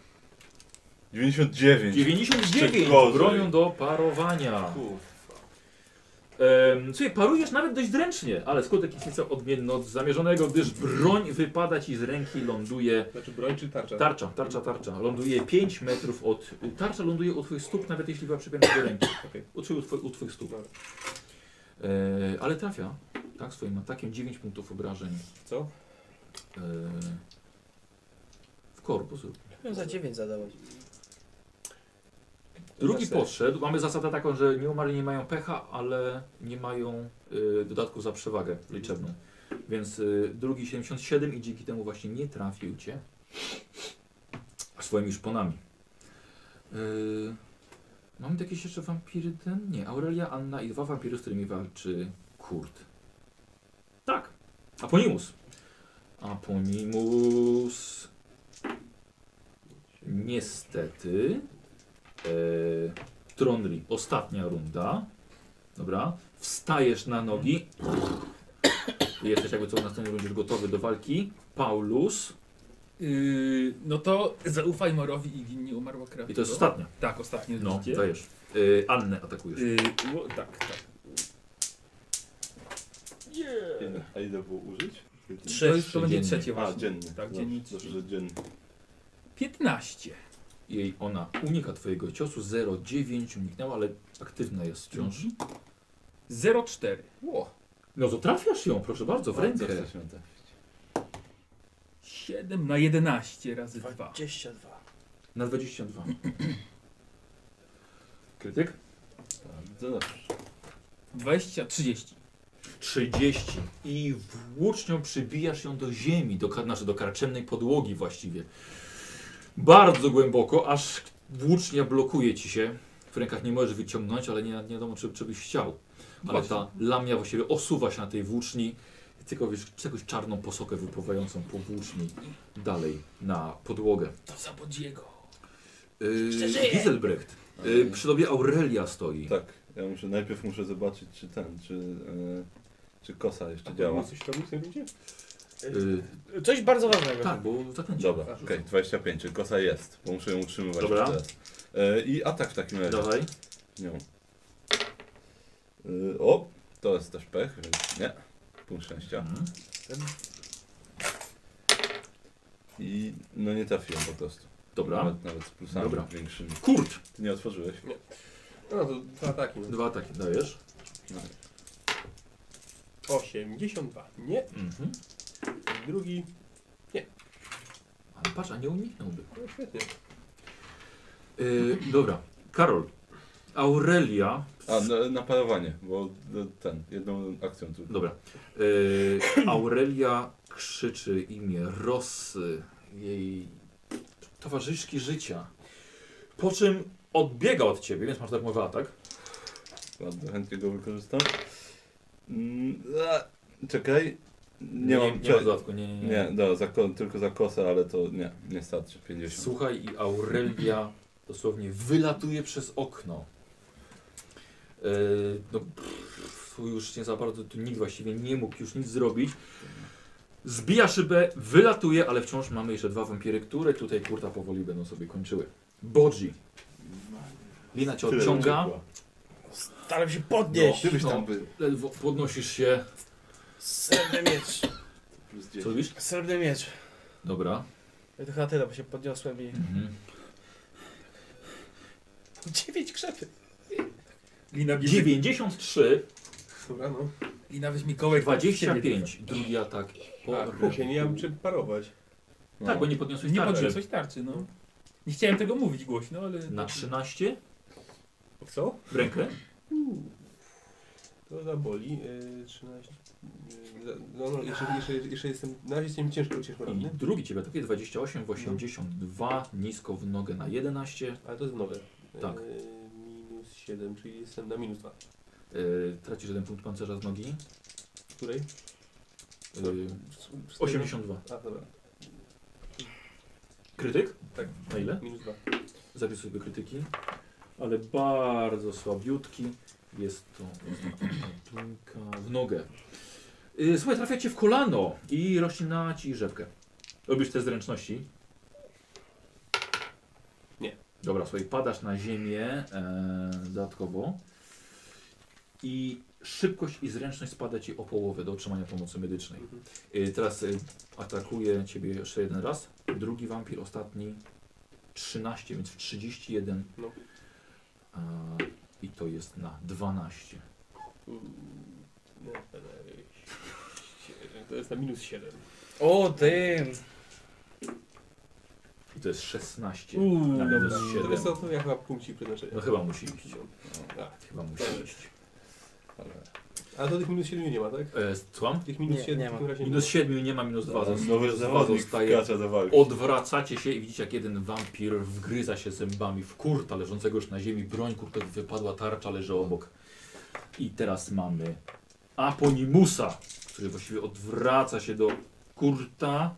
99. 99 gorzej. bronią do parowania. Słuchaj, parujesz nawet dość zręcznie, ale skutek jest nieco odmienny od zamierzonego, gdyż broń wypada ci z ręki, ląduje. Znaczy broń czy tarcza? Tarcza. Ląduje 5 metrów od. Tarcza ląduje u twoich stóp, nawet jeśli była przypięta do ręki. Okej. U twoich stóp. Dobra. Ale trafia, tak, swoim atakiem 9 punktów obrażeń. Co? W korpus. Za 9 zadawać. Drugi podszedł. Mamy zasadę taką, że nieumarli nie mają pecha, ale nie mają dodatku za przewagę liczebną. Więc drugi 77 i dzięki temu właśnie nie trafił cię swoimi szponami. Mamy jakieś jeszcze wampiry ten? Nie, Aurelia, Anna i 2 wampiry, z którymi walczy Kurt. Tak. Aponimus. Niestety. Trondri, ostatnia runda. Dobra. Wstajesz na nogi. Jesteś jakby co w następnej rundzie już gotowy do walki. Paulus. No to zaufaj Morowi i gin nie umarła krew. I to jest ostatnia. Tak, ostatnie No, życie. dajesz. Annę atakujesz. Tak. A ile było użyć? To będzie dziennie. trzecie A, właśnie. dziennie. Tak, Dobrze, dziennie. Dobrze, że dziennie. 15. Jej ona unika twojego ciosu. 0,9 uniknęła, ale aktywna jest wciąż. 0,4. No to trafiasz ją, proszę bardzo, w rękę. 7 na 11 razy 2. 22. Na 22. Krytyk? To dobrze. 20, 30. 30 i włócznią przybijasz ją do ziemi, do karczemnej podłogi właściwie. Bardzo głęboko, aż włócznia blokuje ci się. W rękach nie możesz wyciągnąć, ale nie wiadomo, czy byś chciał. Ale ta lamia właściwie osuwa się na tej włóczni. Tylko wiesz, czegoś czarną posokę wypływającą po włóczni dalej na podłogę. To za Bodziego. Giselbrecht. Przy tobie Aurelia stoi. Tak, ja najpierw muszę zobaczyć, czy kosa jeszcze działa. Coś robił w tym rundzie? Coś bardzo ważnego. Tak, bo zakręcił. Dobra, okej, 25, czy kosa jest, bo muszę ją utrzymywać Dobra. teraz. I atak w takim razie. Dawaj. Nie. O, to jest też pech, więc nie. Punkt szczęścia. Mhm. I no nie trafiłem po prostu. Dobra. Nawet z plusami Dobra. większymi. Kurt! Ty nie otworzyłeś? No to 2 ataki. No. 2 ataki dajesz. No. 82. Nie. Mhm. Drugi. Ale patrz, a nie uniknąłby. No świetnie. Dobra. Karol. Aurelia. A, na parowanie, bo jedną akcją tylko. Dobra. Aurelia krzyczy imię Rossy, jej towarzyszki życia. Po czym odbiega od ciebie, więc masz darmowy atak. Bardzo chętnie go wykorzystam. Czekaj. Nie mam nie ma dodatku, nie. Nie, dobra, tylko za kosę, ale to nie starczy. 50. Słuchaj, i Aurelia dosłownie wylatuje przez okno. Tu już nie za bardzo, tu nikt właściwie nie mógł już nic zrobić. Zbija szybę, wylatuje, ale wciąż mamy jeszcze 2 wampiry, które tutaj kurta powoli będą sobie kończyły. Bodzi. Lina cię Tyle odciąga. uciekła. Staram się podnieść. Gdybyś No. tam był. Ledwo podnosisz się. Srebrny miecz. Plus Co 10. robisz? Srebrny miecz. Dobra. Ja to chyba tyle, bo się podniosłem i... Mhm. 9 krzepy. Lina bierze... 93, Dobra, no. Lina weźmie kołek. 25. Drugi atak. A, się nie mam czym parować. No. Tak, bo nie podniosłeś Nie tarczy. podniosłeś tarczy, no. Nie chciałem tego mówić głośno, ale... Na 13 Co? w rękę. To zaboli. 13. No, jeszcze jestem. Na razie jestem ciężko I ranny. drugi ciebie atakuje 28 w 82, nisko w nogę na 11. Ale to jest nowe. Tak. Minus 7, czyli jestem na minus 2. Tracisz 1 punkt pancerza z nogi. W której? 82. A, dobra. Krytyk? Tak. Na ile? Minus 2. Zapisz sobie krytyki. Ale bardzo słabiutki. Jest to trójka w nogę. Słuchaj, trafia cię w kolano i rozcina ci rzepkę. Robisz te zręczności? Nie. Dobra, słuchaj, padasz na ziemię dodatkowo i szybkość i zręczność spada ci o połowę do otrzymania pomocy medycznej. Teraz atakuje ciebie jeszcze jeden raz. Drugi wampir, ostatni 13, więc w 31. No. I to jest na 12. To jest na minus 7. O, tym. I to jest 16 dobra. na minus To 7. jest to, ja chyba punkcik przeznaczenia. No chyba musi iść. A, Chyba musi iść. a to tych minus 7 nie ma, tak? Słucham? Tych minus Nie, 7 nie w takim ma. razie Minus 7 nie ma, minus 2 Nowy zawodnik zostaje. wkracza do walki. Odwracacie się i widzicie, jak jeden wampir wgryza się zębami w kurta leżącego już na ziemi. Broń kurtowi wypadła, tarcza leży obok. I teraz mamy Aponimusa, który właściwie odwraca się do kurta.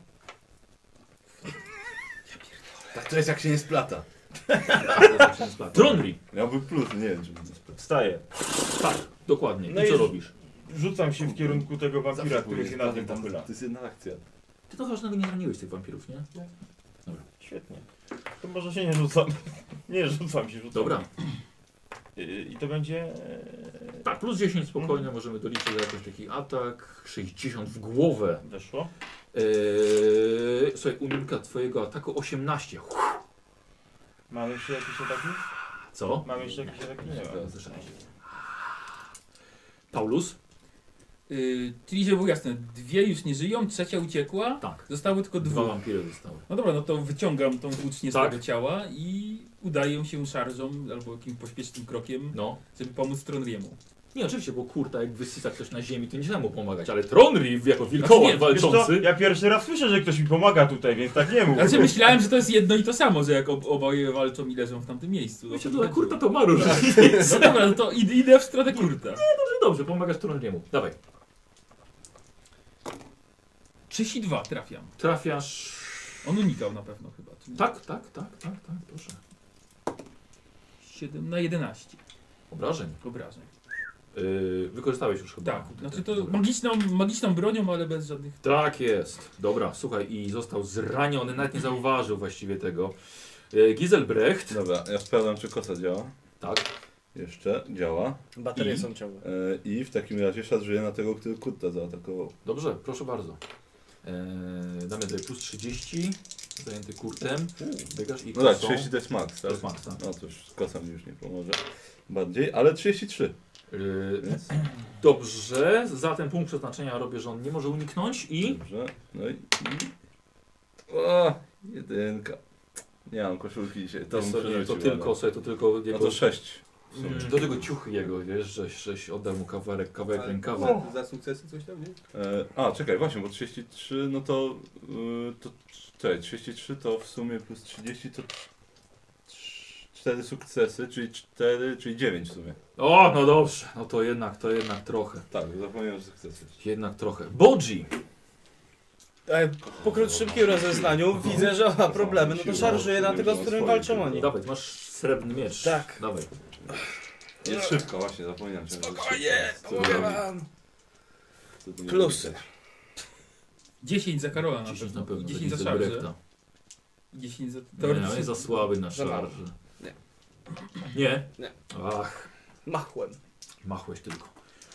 Tak to jest jak się nie splata. Tronri! Miałby plus, nie wiem czy by nie splata. Wstaję. Tak, dokładnie. No I co i- robisz? Rzucam się w kierunku tego wampira, który się nad nim tam. pochyla. To jest jedna akcja. Ty to ważnego nie raniłeś tych wampirów, nie? Świetnie. To może się nie rzucam. Nie rzucam się, rzucam. Dobra. I to będzie... Tak, plus 10 spokojnie, możemy doliczyć za jakiś taki atak. 60 w głowę. Weszło. Słuchaj, unika twojego ataku 18. Mamy jeszcze jakieś ataki? Co? Mamy jeszcze jakieś ataki? Nie mam. Paulus? Czyli żeby było jasne, 2 już nie żyją, 3 uciekła, Tak. zostały tylko 2 2. wampiry zostały. No dobra, no to wyciągam tą włócznię z Tak. tego ciała i udaję się szarżą albo jakimś pośpiesznym krokiem, No. żeby pomóc Tronriemu. Nie, oczywiście, bo kurta, jak wysysa ktoś na ziemi, to nie trzeba mu pomagać, ale Tronri jako wilkołak Wiesz co, walczący. ja pierwszy raz słyszę, że ktoś mi pomaga tutaj, więc tak nie mów. Znaczy myślałem, że to jest jedno i to samo, że jak oboje walczą i leżą w tamtym miejscu. Myślę, to że kurta to ma różnicę. No dobra, no to idę w stronę kurta. Dobrze, pomagasz Tronriemu. Dawaj. 32 trafiam. Trafiasz. On unikał na pewno chyba. czy nie? Tak, proszę. 7 na 11 Obrażeń. obrażeń. Wykorzystałeś już chyba. Tak, znaczy to Dobra. magiczną bronią, ale bez żadnych... Tak jest. Dobra, słuchaj, i został zraniony, nawet nie zauważył właściwie tego. Giselbrecht. Dobra, ja sprawdzam, czy kosa działa. Tak. Jeszcze działa. Baterie I? są ciągle. I w takim razie szarżuję na tego, który Kurta zaatakował. Dobrze, proszę bardzo. Damy tutaj plus 30. Zajęty kurtem. Biegasz i No tak, kosą. 30 to jest max, To tak? jest max, tak. No to już kosa mi już nie pomoże. Bardziej, ale 33. Więc Dobrze, za ten punkt przeznaczenia robię, że on nie może uniknąć i... dobrze. No i... O, jedynka. Nie mam koszulki dzisiaj. To, bym to przerzucił, tylko, ale- słuchaj, to tylko No jego... to 6. w sumie. Do tego ciuchy jego, wiesz, żeś oddał mu kawałek Ale rękawa. za sukcesy coś tam, nie? Czekaj, właśnie, bo 33, no to... Czekaj, 33 to w sumie plus 30 to... 4 sukcesy, czyli 9 w sumie. O, no dobrze, no to jednak trochę. Tak, zapomniałem, że sukcesy. Jednak trochę. Bodzi! Po szybkim rozeznaniu widzę, że ma problemy, no to szarżuję na tego, z którym walczą oni. Dawaj, masz srebrny miecz. Tak. Dawaj. Jest szybko, właśnie, zapomniałem. Spokojnie, mówię wam. Plus. Plusy. 10 za Karola na 10 pewno. na pewno. 10 za Giselbrechta. szarżę. 10 za... Nie, on jest za słaby na Za mało. szarży. Nie. Nie? Nie. Ach, Machłem. machłeś tylko.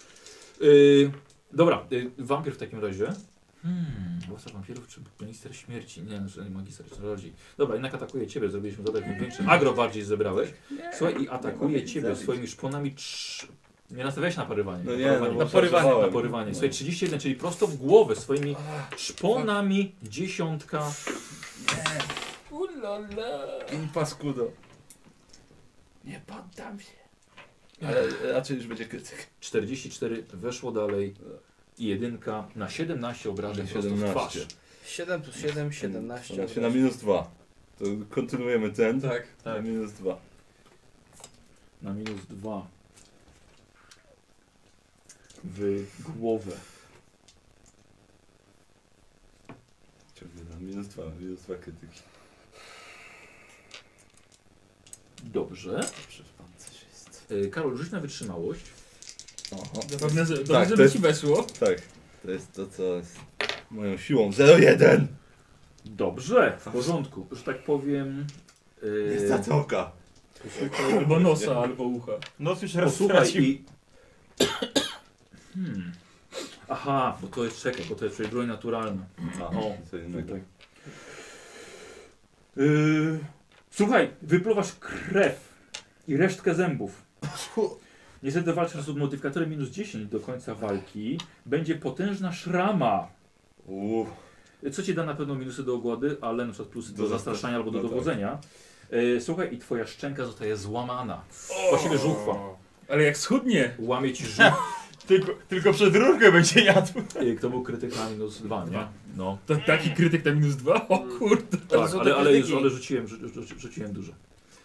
Dobra, wampir w takim razie. Władca wampirów czy minister śmierci? Nie, że magister czarodziej. Dobra, jednak atakuje ciebie, zrobiliśmy zadać większe. Agro bardziej zebrałeś. Słuchaj, i atakuje ciebie swoimi szponami. Nie nastawiałeś na porywanie. No nie, no bo Na porywanie. Na szarżowałem. porywanie. No. Słuchaj, 31, czyli prosto w głowę swoimi szponami dziesiątka. I paskudo. Nie poddam się. Ale raczej już będzie krytyk. 44 weszło dalej. I jedynka na 17 obrażeń prosto w twarz. 7 plus 7, 17. Ona się na -2. To kontynuujemy ten. Tak. Na -2. Na -2 w głowę. Ciągle na -2 krytyki. Dobrze. Przecież pan coś jest. Karol, rzuć na wytrzymałość. Oho. Zapewne, że Tak, dobrze, to żeby jest- ci weszło. Tak, to jest to, co jest moją siłą. 0,1! Dobrze, w porządku. Że tak powiem. Jest zatoka. Posłuchaj, Albo nosa, albo ucha. Noc już raz posłuchaj stracił. i. Aha, bo to jest czekaj, bo to jest przecież broń naturalna. O, co innego. tutaj. Słuchaj, wypluwasz krew i resztkę zębów. Niestety walczysz z modyfikatorem -10 do końca walki. Będzie potężna szrama. Co ci da na pewno minusy do ogłady, ale na przykład plusy do zastraszania albo do no tak. dowodzenia. Słuchaj, i twoja szczęka zostaje złamana. Właściwie żuchwa. Ale jak schudnie. Łamie ci żuch. Tylko przez rurkę będzie jadł. To był krytyk na -2, nie? No. To taki krytyk na -2? O kurde. Tak, są ale, te ale, już, krytyki. ale rzuciłem dużo.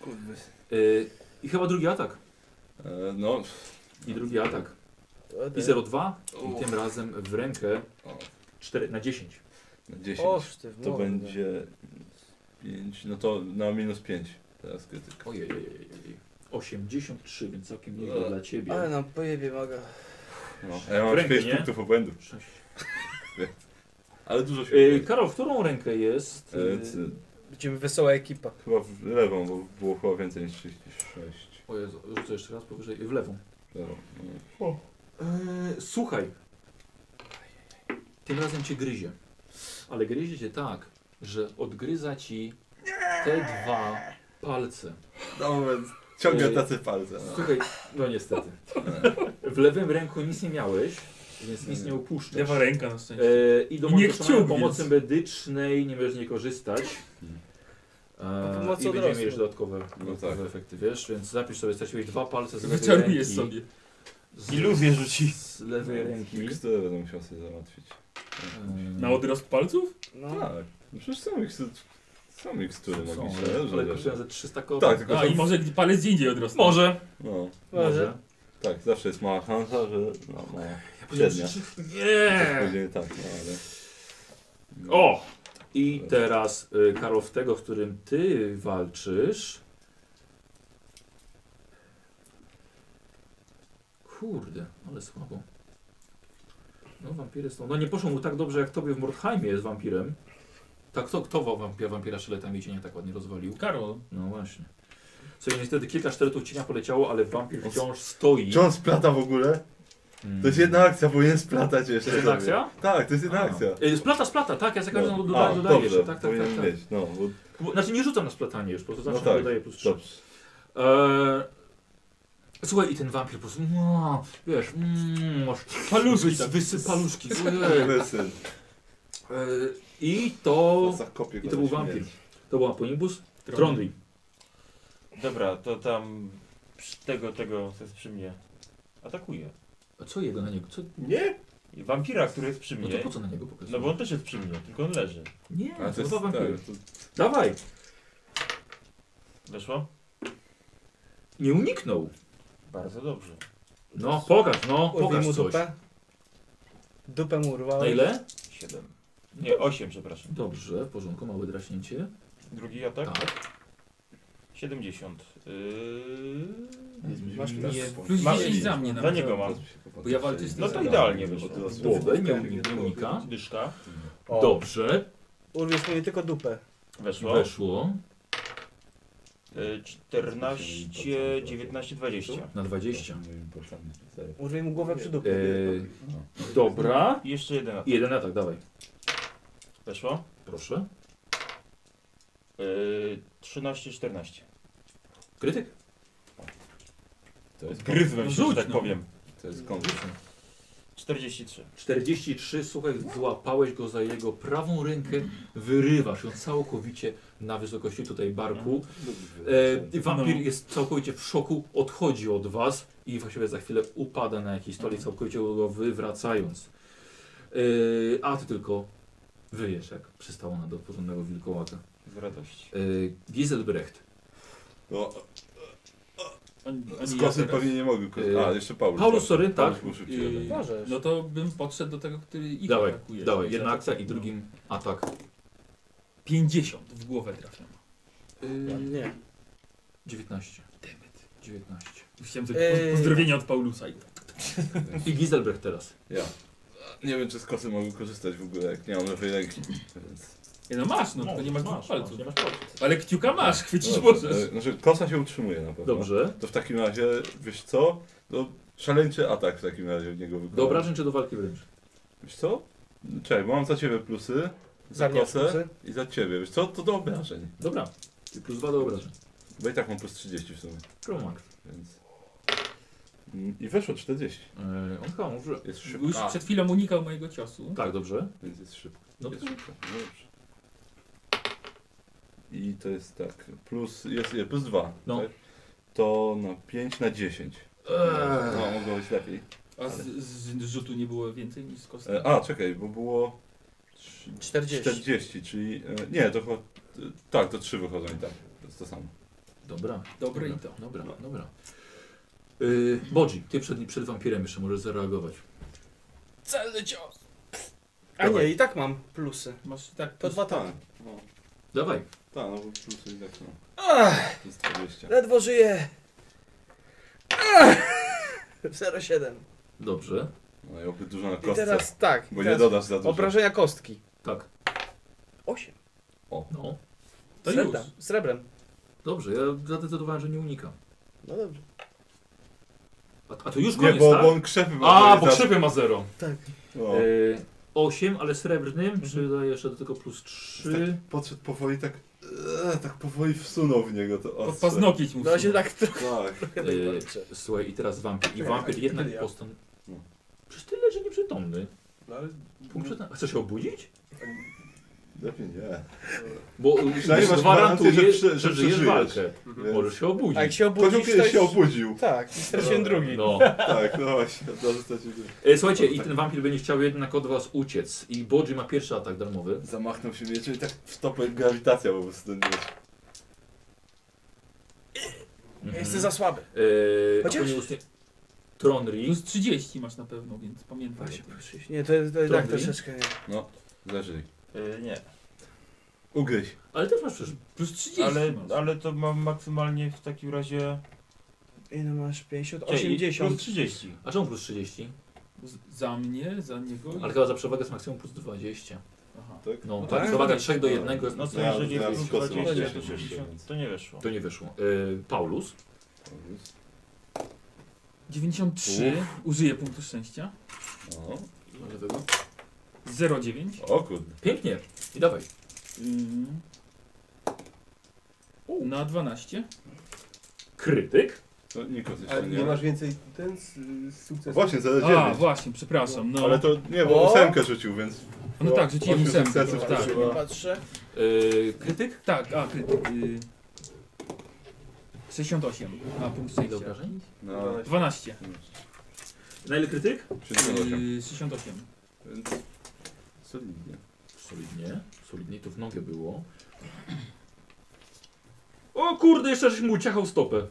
I chyba drugi atak. No, I drugi atak. I 0,2. I tym razem w rękę 4 na 10. na 10. O, ty w To mordę. będzie 5, no to na -5 teraz krytyk. Ojej, 83, więc całkiem nieźle dla ciebie. Ale nam pojebie maga. No, a ja mam W rękę, 5 nie? punktów obłędu. 6. Ale dużo się Karol, w którą rękę jest? Będziemy wesoła ekipa. Chyba w lewą, bo było chyba więcej niż 36. O Jezu, rzucę jeszcze raz powyżej, w lewą. Lewą, no. Słuchaj. Tym razem cię gryzie. Ale gryzie cię tak, że odgryza ci te dwa palce. No więc ciągle Ej. tacy palce. No. Słuchaj, no niestety. W lewym ręku nic nie miałeś, więc nic nie upuszczasz. Lewa ręka na szczęście. I do I nie montowania kciuk, pomocy więc. medycznej nie możesz nie korzystać. pomocy I od będziemy razu. mieć dodatkowe tak. efekty, wiesz? Więc zapisz sobie, straciłeś 2 palce z lewej Wyczarujesz ręki. sobie. Iluzję rzuci. Z lewej ręki. Miksturę będę musiał sobie załatwić. Na odrost palców? No. Tak, no przecież są mikstury Są, magiczne. ale że- kosztują ze 300 koła. Tak, tylko A są... i może palec gdzie indziej odrosną. Może. No, Może. tak, zawsze jest mała szansa, że no, Średnia. średnia. Nie! Później tak, no ale... O! I teraz Karol, w tego, w którym ty walczysz. Kurde, ale słabo. No wampiry są. No nie poszło mu tak dobrze jak tobie w Mordheimie jest wampirem. Tak, kto wampira sztyletami cienia tak ładnie rozwalił? Karol. No właśnie. Słuchaj, niestety kilka sztyletów cienia poleciało, ale wampir wciąż stoi. Czy on splata w ogóle? Mm. To jest jedna akcja, powinien splatać jeszcze. To jest jedna sobie. akcja? Tak, to jest jedna A. akcja. Splata, tak, ja za każdym No. dodaję Dobrze, jeszcze. Tak, powinien tak. mieć. No, bo... Znaczy nie rzucam na splatanie już, po prostu zawsze No tak, dodaję plus 3. Dobrze. Słuchaj, i ten wampir po prostu, no, wiesz, Paluszki tak. paluszki. Syn. I to Zakopie go i to na był śmierć. wampir. To był Aponimbus. Trondri. Dobra, to tam tego, co jest przy mnie. Atakuje. A co jego na niego? Co? Nie? I wampira, który jest przy No mnie. to po co na niego pokazujesz? No bo on też jest przy mnie, tylko on leży. Nie, Ale to to dwa jest, wampiry. tak, to... Dawaj. Weszło? Nie uniknął. Bardzo dobrze. No, pokaż, no, Urwij pokaż mu coś. dupę. Dupę mu urwałeś. Na ile? 7. Nie, 8, przepraszam. Dobrze, w porządku, małe draśnięcie. Drugi atak? Tak. 70. Masz Nie, Plus Mam- 10 za mnie na Za niego mam. Bo ja walczę z tym No to samym. idealnie wyszło. Głowę, nie unika. Dyszka. O, Dobrze, Urwiesz mu nie tylko dupę. Weszło. weszło. 14, 19, 20. Na 20. Urwij mu głowę przy dupie. Dobra. I jeszcze jeden atak. I jeden atak, dawaj. Weszło. Proszę. 13, 14. Krytyk? To jest Gryzłem się, Rzuć, że tak no. powiem. To jest konkurs. 43. 43, słuchaj, złapałeś go za jego prawą rękę, wyrywasz ją całkowicie na wysokości tutaj barku. Wampir jest całkowicie w szoku, odchodzi od was i właściwie za chwilę upada na jakiś stolik, całkowicie go wywracając. A ty tylko wyjesz, jak przystało na do porządnego wilkołaka. Z radości. Giselbrecht. No, Ani z ja kosy teraz. pewnie nie mogę korzystać. A, jeszcze Paulus. Paulus, sorry, Paulus tak. był szybciej. Możesz. No to bym podszedł do tego, który ich Dawaj, atakuje. dawaj, Że jedna to- akcja i no. drugim atak. 50 w głowę trafiam. Nie. 19. 19. Chciałem coś Ej. pozdrowienia od Paulusa. I Giselbrecht teraz. Ja. Nie wiem, czy z kosy mogę korzystać w ogóle, jak nie mam lewej ręki. Więc... No masz, no tylko nie masz dwóch masz, palców. nie masz palców. Ale kciuka masz, chwycić Dobrze, możesz. Znaczy, kosa się utrzymuje na pewno. Dobrze. To w takim razie, wiesz co? To szaleńczy atak w takim razie w niego wykonam. Do obrażeń czy do walki wręcz? Wiesz co? Czekaj, bo mam za ciebie plusy, za Za mnie kosę plusy? i za ciebie. Wiesz co? To do obrażeń. Dobra. I plus 2 do obrażeń. Bo i tak mam plus 30 w sumie, Promax. więc... I weszło 40. On chyba może... Jest szybko. Już przed chwilą unikał mojego ciosu. Tak, dobrze. Więc jest szybko. No Jest to- szybko. No dobrze. I to jest tak, plus, jest plus 2, No. tak? To na 5 na 10. No, mogło być lepiej. A z rzutu nie było więcej niż z kostki. A, czekaj, bo było 40. 40, czyli... Nie, to chyba... Tak, to 3 wychodzą i tak. To jest to samo. Dobra. Dobre dobra, i to. Dobra, dobra. Bodzi, ty przed wampirem jeszcze możesz zareagować. Celny cios! A Dawaj. nie, i tak mam plusy. Masz tak, To dwa Tak, tak. no, Dawaj. tak, no bo plusy i tak no. Ach, To jest 20. ledwo żyję. 0,7. Dobrze. No i oby dużo na I kostce, teraz tak. bo nie teraz dodasz za dużo. obrażenia kostki. Tak. 8. No. To Srebrem. już. Srebrem. Dobrze, ja zadecydowałem, że nie unikam. No dobrze. A to już Nie, koniec, bo, tak? bo on krzepy ma. A, to bo jest krzepy ma 0. Tak. No. 8, ale srebrnym, przydaję jeszcze do tego plus 3. Tak podszedł powoli, tak powoli wsunął w niego to Pod ostrze. paznokieć mu No właśnie wsunął. tak trochę Tak. walczę. Słuchaj, i teraz wampir. I Czekaj, wampir a jednak kiedy ja? postanowił. No. Przecież ty leży nieprzytomny. No ale... Chcesz się obudzić? Lepiej nie. Bo Przynajmniej masz gwarancję, że że żyjesz przeżyjesz. walkę. Więc... Możesz się obudzić. A jak się Kozioł obudzisz, to kiedyś się już... obudził. Tak, i straciłem drugi. No. Tak, no właśnie. To stracił. Słuchajcie, i ten wampir będzie chciał jednak od was uciec. I Bodzi ma pierwszy atak darmowy. Zamachnął się mieczem i tak w stopę grawitacja po prostu ten miecz. Ja jestem za słaby. Chociaż... Chociaż- Tronri. Plus 30 masz na pewno, więc pamiętaj. Właśnie, nie, to jest tak Trudniej? troszeczkę nie. No, leży. Nie. Ugryź. Ale też masz przecież. Plus 30 masz. Ale to mam maksymalnie w takim razie... Ile masz? 50? Plus 80. 30. A czemu plus 30? Za mnie, za niego. Ale chyba za przewagę z maksimum plus 20. Aha. tak? No, No tak, tak. przewaga 3 do 1 jest No to Ja jeżeli miałem plus z kosą 20 to 10, 60, więc- to nie wyszło. To nie wyszło. Paulus. 93. Użyję punktu szczęścia. O, 0,9. o kurde. Pięknie. I dawaj. Na 12. Krytyk. No, Nikos A jeszcze nie nie. masz więcej sukcesów? Właśnie, A, 0,9. właśnie, przepraszam. No, Ale to nie, bo O! 8 rzucił, więc... no tak, rzuciłem 8 ósemkę. sukcesów Tak, to chyba- Patrzę. Krytyk. tak, a krytyk. 68 na punkt Ile szczęścia. obrażeń? No, 12. Na ile krytyk? 68. 68. Więc solidnie. Solidnie. Solidnie to w nogę było. O kurde, jeszcze żeś mu uciachał stopę.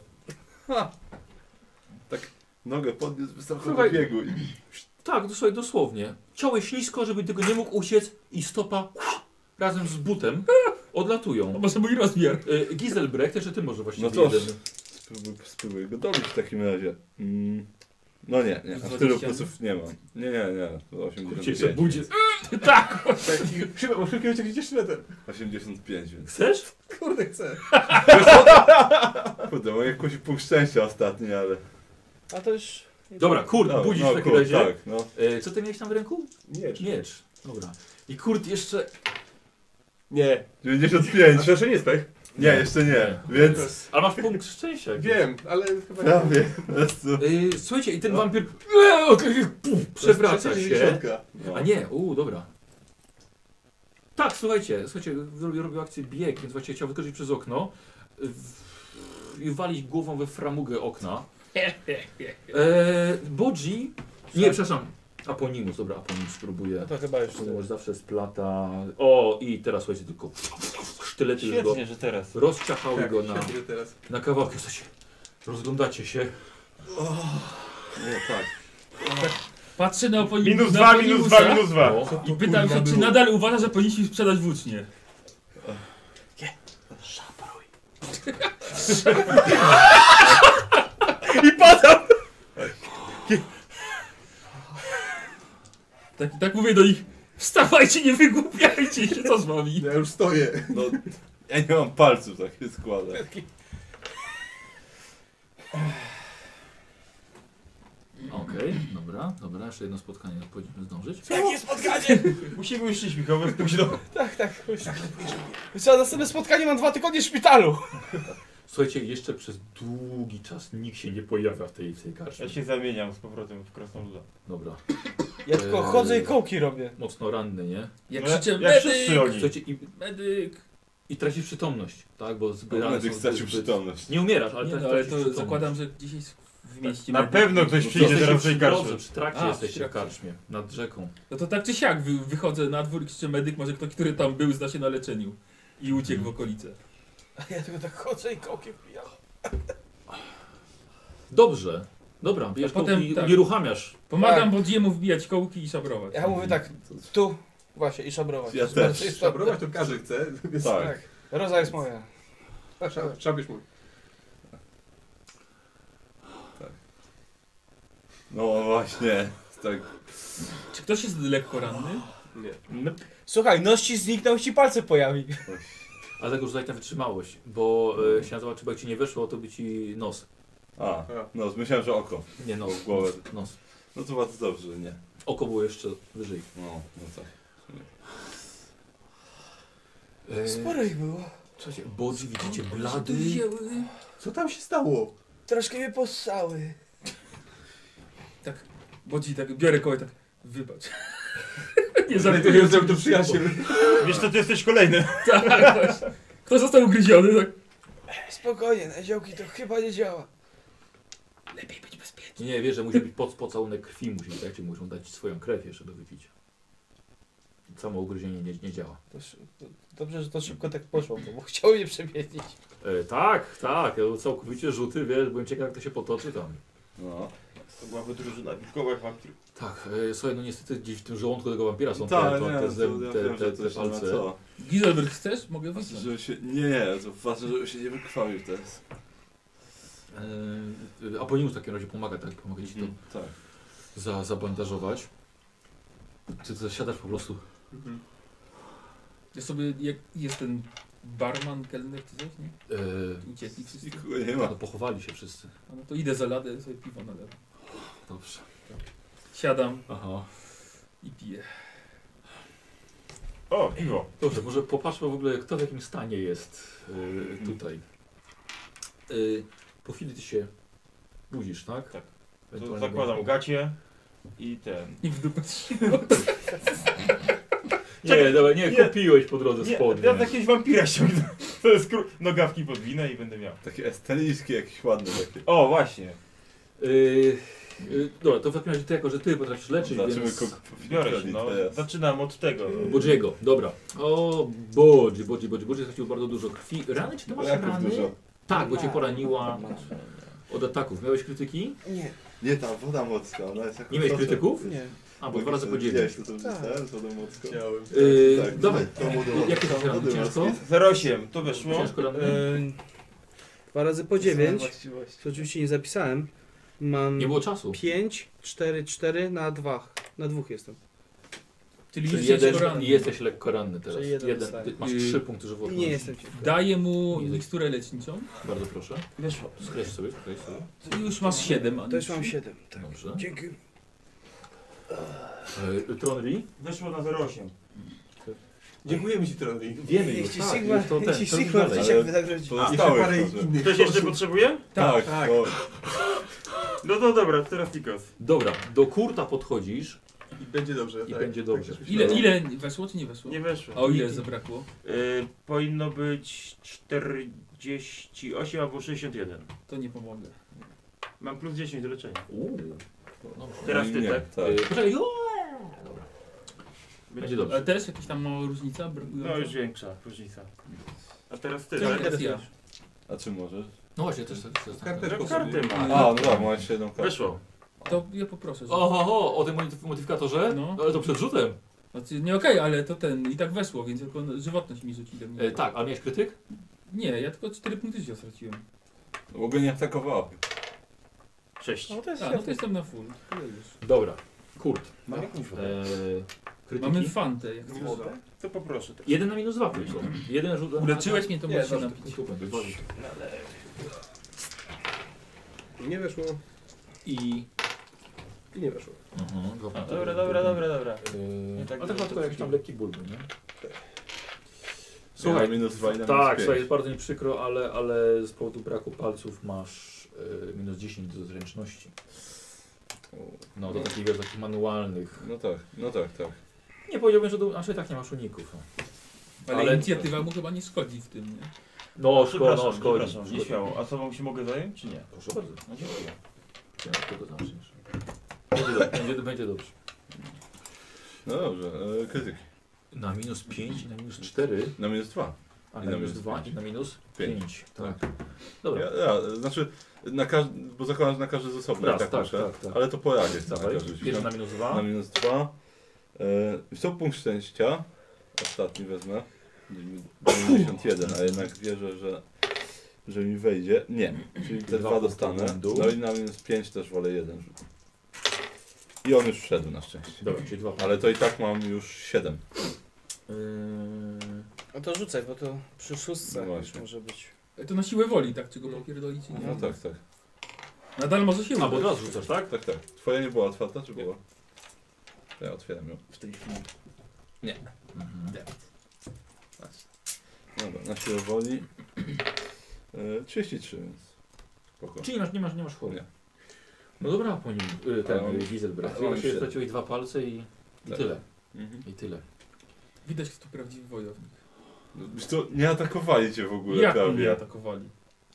Nogę podniósł wysoko do Słuchaj. biegu i... Tak, dosłownie. Ciąłeś ślisko, żeby tego nie mógł uciec i stopa razem z butem odlatują. No może mój rozmiar. Giselbrecht, jeszcze ty może właściwie No to- jeden. Spróbuj go dobić w takim razie. No nie, aż 20? tylu plusów nie mam. Nie, to Kurczę, 85. się budzi. więc- Tak! Szybko, szybko uciekliście sztyletem. 85, więc... Chcesz? Kurde, chcę. Kurde, mam jakoś punkt szczęścia ostatni, ale... A to już... Dobra, Kurt, No, budzisz no, w takim kurde, razie. tak, no. Co ty miałeś tam w ręku? Nie. Miecz. Dobra. I Kurt jeszcze... Nie. 95. A to jeszcze nie jest pech. Nie, jeszcze nie, więc... Ale masz punkt szczęścia. jakiś. Wiem, ale chyba Prawie. Po prostu. Słuchajcie, i ten wampir przewraca się. No. A nie, dobra. Tak, słuchajcie, robił akcję bieg, więc właściwie chciał wyskoczyć przez okno i walić głową we framugę okna. Bodzi... Nie, przepraszam. Aponimus, dobra, Aponimus spróbuje. No to chyba już... To może zawsze splata. O, i teraz słuchajcie, tylko sztylety już go Świetnie, że teraz. rozciachały tak, go na, świetnie teraz. na kawałki. Słuchajcie, rozglądacie się. Nie, tak. Patrzę na oponimus. Minus 2, minus 2, minus 2. O, I pytam się, czy nadal uważa, że powinniśmy sprzedać włócznie. I padam! Tak mówię do nich. Wstawajcie, nie wygłupiajcie się, co z wami? Ja już stoję. No, ja nie mam palców, tak się składa. Okej, dobra, jeszcze jedno spotkanie powinniśmy zdążyć. Jakie spotkanie? Musimy już iść, Michał, pójść do... Tak. Co, następne spotkanie mam 2 tygodnie w szpitalu. Słuchajcie, jeszcze przez długi czas nikt się nie pojawia w tej karczmie. Ja się zamieniam z powrotem w krasnoluda. Dobra, Ja tylko chodzę i kołki robię. mocno ranny, nie? Jak No, krzyczę, jak wszyscy medyk! oni. Słuchajcie, Medyk! i tracisz przytomność, tak? Bo Medyk stracił przytomność. Nie umierasz, ale, Nie, tracisz no, ale to przytomność. zakładam, że gdzieś w mieście Na medyk. pewno ktoś No, przyjdzie jesteście teraz w tej przy karczmie. drodze, przy trakcie A, jesteście przy w trakcie. karczmie, nad rzeką. No to tak czy siak wychodzę na dwór i krzyczę medyk, może ktoś, który tam był, zna się na leczeniu. I uciekł w okolice. A ja tylko tak chodzę i kołki wbijam. Dobrze, dobra, bierzesz potem i tak. unieruchamiasz. Pomagam Bodziemu wbijać kołki i szabrować. Ja mówię tak, tu, właśnie, i szabrować. Ja To jest też. bardzo istotne. Szabrować to każdy chce. Więc... Tak. Tak. Roza jest moja. Szabierz mój. No właśnie, tak. Czy ktoś jest lekko ranny? Nie. Słuchaj, nos ci zniknął, ci palce pojawi. Ale tego rzucaj na wytrzymałość, bo się zobaczy, bo jak ci nie wyszło, to by ci nos. A, no, myślałem, że oko. Nie, nos, W głowę. nos. No to bardzo dobrze, że nie. Oko było jeszcze wyżej. No tak. Sporo ich było. Słuchajcie, Bodzi widzicie blady. Co tam się stało? Troszkę mnie possały. Bodzi tak, biorę koło i tak, wybacz. Nie Nie żartuję. to przyjaciel. Wiesz co, ty jesteś kolejny. Tak, właśnie. Kto został ugryziony? Tak. Spokojnie, na ziołki to chyba nie działa. Lepiej być bezpieczny. Nie, wiesz, że musi być pocałunek krwi, musi być, tak? Ci muszą dać swoją krew jeszcze do wypicia. Samo ugryzienie nie działa. Dobrze, że to szybko tak poszło, bo chciał mnie przemienić. Tak, całkowicie rzuty, wiesz, byłem ciekaw jak to się potoczy tam. No. To byłaby drużyna wilkołek wampir. Tak, słuchaj, no niestety gdzieś w tym żołądku tego wampira są Tak, te nie, to ja wiem, że te to się ma palce. co. Gizelberg chcesz? Mogę Ważne, wysłać. żeby się... Nie, to ważne, żeby się nie wykrwawił teraz. Aponimus w takim razie pomaga, tak? Pomaga ci to Tak. zabandażować. Ty to siadasz po prostu. Jest sobie, jak jest ten barman, kelner czy coś, nie? Uciekli wszyscy. Nikogo nie ma. No, pochowali się wszyscy. A no to idę za ladę, sobie piwo nalewam. Dobrze. Siadam Aha. i piję. O, piwo. Dobrze, może popatrzmy w ogóle, kto w jakim stanie jest tutaj. Po chwili ty się budzisz, tak? Tak. To Ewentualnie zakładam gacie i ten. I w dupę trzyma. Nie, dobra, nie, Nie. kupiłeś po drodze Nie, spodnie. ja jakiegoś wampira ściągnę. To jest nogawki podwinę i będę miał. Takie estelickie, jakieś ładne takie. O, właśnie. Dobra, to w takim razie ty, jako że ty potrafisz leczyć, Zobaczymy więc... kogo Biorę się, powinni no. teraz. Zaczynam od tego. Bodziego, dobra. O, Bodzi stracił bardzo dużo krwi. Rany, czy ty masz Jak rany? dużo? Tak, bo cię poraniła od ataków. Miałeś krytyki? Nie. Nie, ta woda mocna, ona jest jak Nie miałeś krytyków? Nie. A, bo 2 razy po 9. to tam Tak. wrzucałem z wodą mocną. Chciałem. Tak, Dawaj, to wodą jakie mocną, to rany? wody Ciężko? mocnej. 0,8, to weszło. Ciężko rany? 2 razy po 9, Właściwości. to oczywiście nie zapisałem. Mam Nie było czasu. 5, 4, 4 na 2. Na 2 jestem. Czyli Czyli jest jeden, ranny. jesteś lekko ranny teraz. Czyli jeden dostaję. Ty masz 3 punkty żywotu. I nie jestem ciężko. Daję mu Nie. miksturę leczniczą. Bardzo proszę. Weszło. Skreś sobie, skreś sobie. To już masz 7, a To już nie mam 3. 7. Tak. Dobrze. Dzięki. Tronri? Weszło na 0,8. Dziękujemy Ci, Trondri. Wiemy już, Jeśli tak, Sigma, już to ten, jeśli to już Sigma dalej. wcześniej wynagrodzi. Jeszcze Pozostałych parę może. innych Ktoś jeszcze osób. potrzebuje? Tak, Tak. o, No to dobra, teraz Nikos. Dobra, do Kurta podchodzisz I będzie dobrze. i tak. będzie dobrze. Tak, Ile weszło czy nie weszło? Nie weszło. A o ile zabrakło? Powinno być 48 albo 61. To nie pomogę. Mam plus 10 do leczenia. Dobrze. Teraz ty, nie, tak? Poczekaj, dobra. Będzie dobrze. Ale też jakaś tam mała różnica? No już większa różnica. A teraz ty. To tak? teraz ja. a czy możesz? No właśnie, też Karteczką Karty sobie. ma. A, no tak, masz jedną kartę. Weszło. To ja poproszę. żeby- Oho, o tym modyfikatorze? No. Ale to przed rzutem. Znaczy, nie okej, ale to ten i tak weszło, więc tylko żywotność mi rzuci do mnie. Tak, ale miałeś krytyk? Nie, ja tylko 4 punkty życia straciłem. Bo go nie atakowało. 6. No to jest A, no to jestem na full. Tyle już. Dobra. Kurt. Mam jakąś wodę. Krytyki? Mamy fantę. Jak Minus chcesz. dwa. To poproszę też. 1 na -2 tylko. Jeden rzut. Uleczyłeś mnie, to Nie, możesz się dobrze. napić. Super, Nie weszło. I... I nie weszło. Dobra. Yy, tak ale to chyba tylko jakiś tam lekki ból, nie? Słuchaj, Słuchaj, minus 2 i na tak, minus słuchaj, 5. jest bardzo mi przykro, ale z powodu braku palców masz minus 10 do zręczności. No, do takich, wiesz, takich manualnych. No tak. Nie powiedziałbym, że do... Znaczy tak nie masz uników. No, Ale inicjatywa mu chyba nie szkodzi w tym, nie? Przepraszam, nie śmiało. A sobą się mogę zająć, czy nie? Proszę bardzo. No dziękuję. Ty na tego zaczniesz. Będzie dobrze. No dobrze, krytyki. Na minus 5 i na minus 4. Na minus 2. A I na na minus minus 2 pięć. i na minus Pięć. 5. Tak. Dobra. Znaczy, bo zakładam, że na każdy z osobna Raz, tak, tak, muszę, tak, tak. ale to po razie chcę na Dawaj. każdy rzucić. Pierwszy na minus 2. Na minus 2. To punkt szczęścia. Ostatni wezmę. 91, a jednak wierzę, że mi wejdzie. Nie, czyli te Dwa 2 punkty dostanę. błędu. No i na minus 5 też wolę 1 rzucić. I on już wszedł na szczęście. Dobra, czyli 2 Ale to i tak mam już 7. No to rzucaj, bo to przy szóstce No już właśnie. może być. To na siłę woli, tak? Czy go popierdolić? czy nie? No tak. Nadal może się A, bo udać. teraz rzucasz, tak? Tak. Twoja nie była otwarta, czy była? Ja otwieram ją w tej chwili. Mhm. Dobra, na siłę woli. 33, więc spoko. Czyli nie masz chory. Nie. No dobra, po nim ten on- Giselbrecht. a on Właściwie się- straciłeś 2 palce i Tak. tyle. Mhm. I tyle. Widać, kto tu prawdziwy wojownik. Wiesz co, nie atakowali cię w ogóle Jak prawie. mnie atakowali?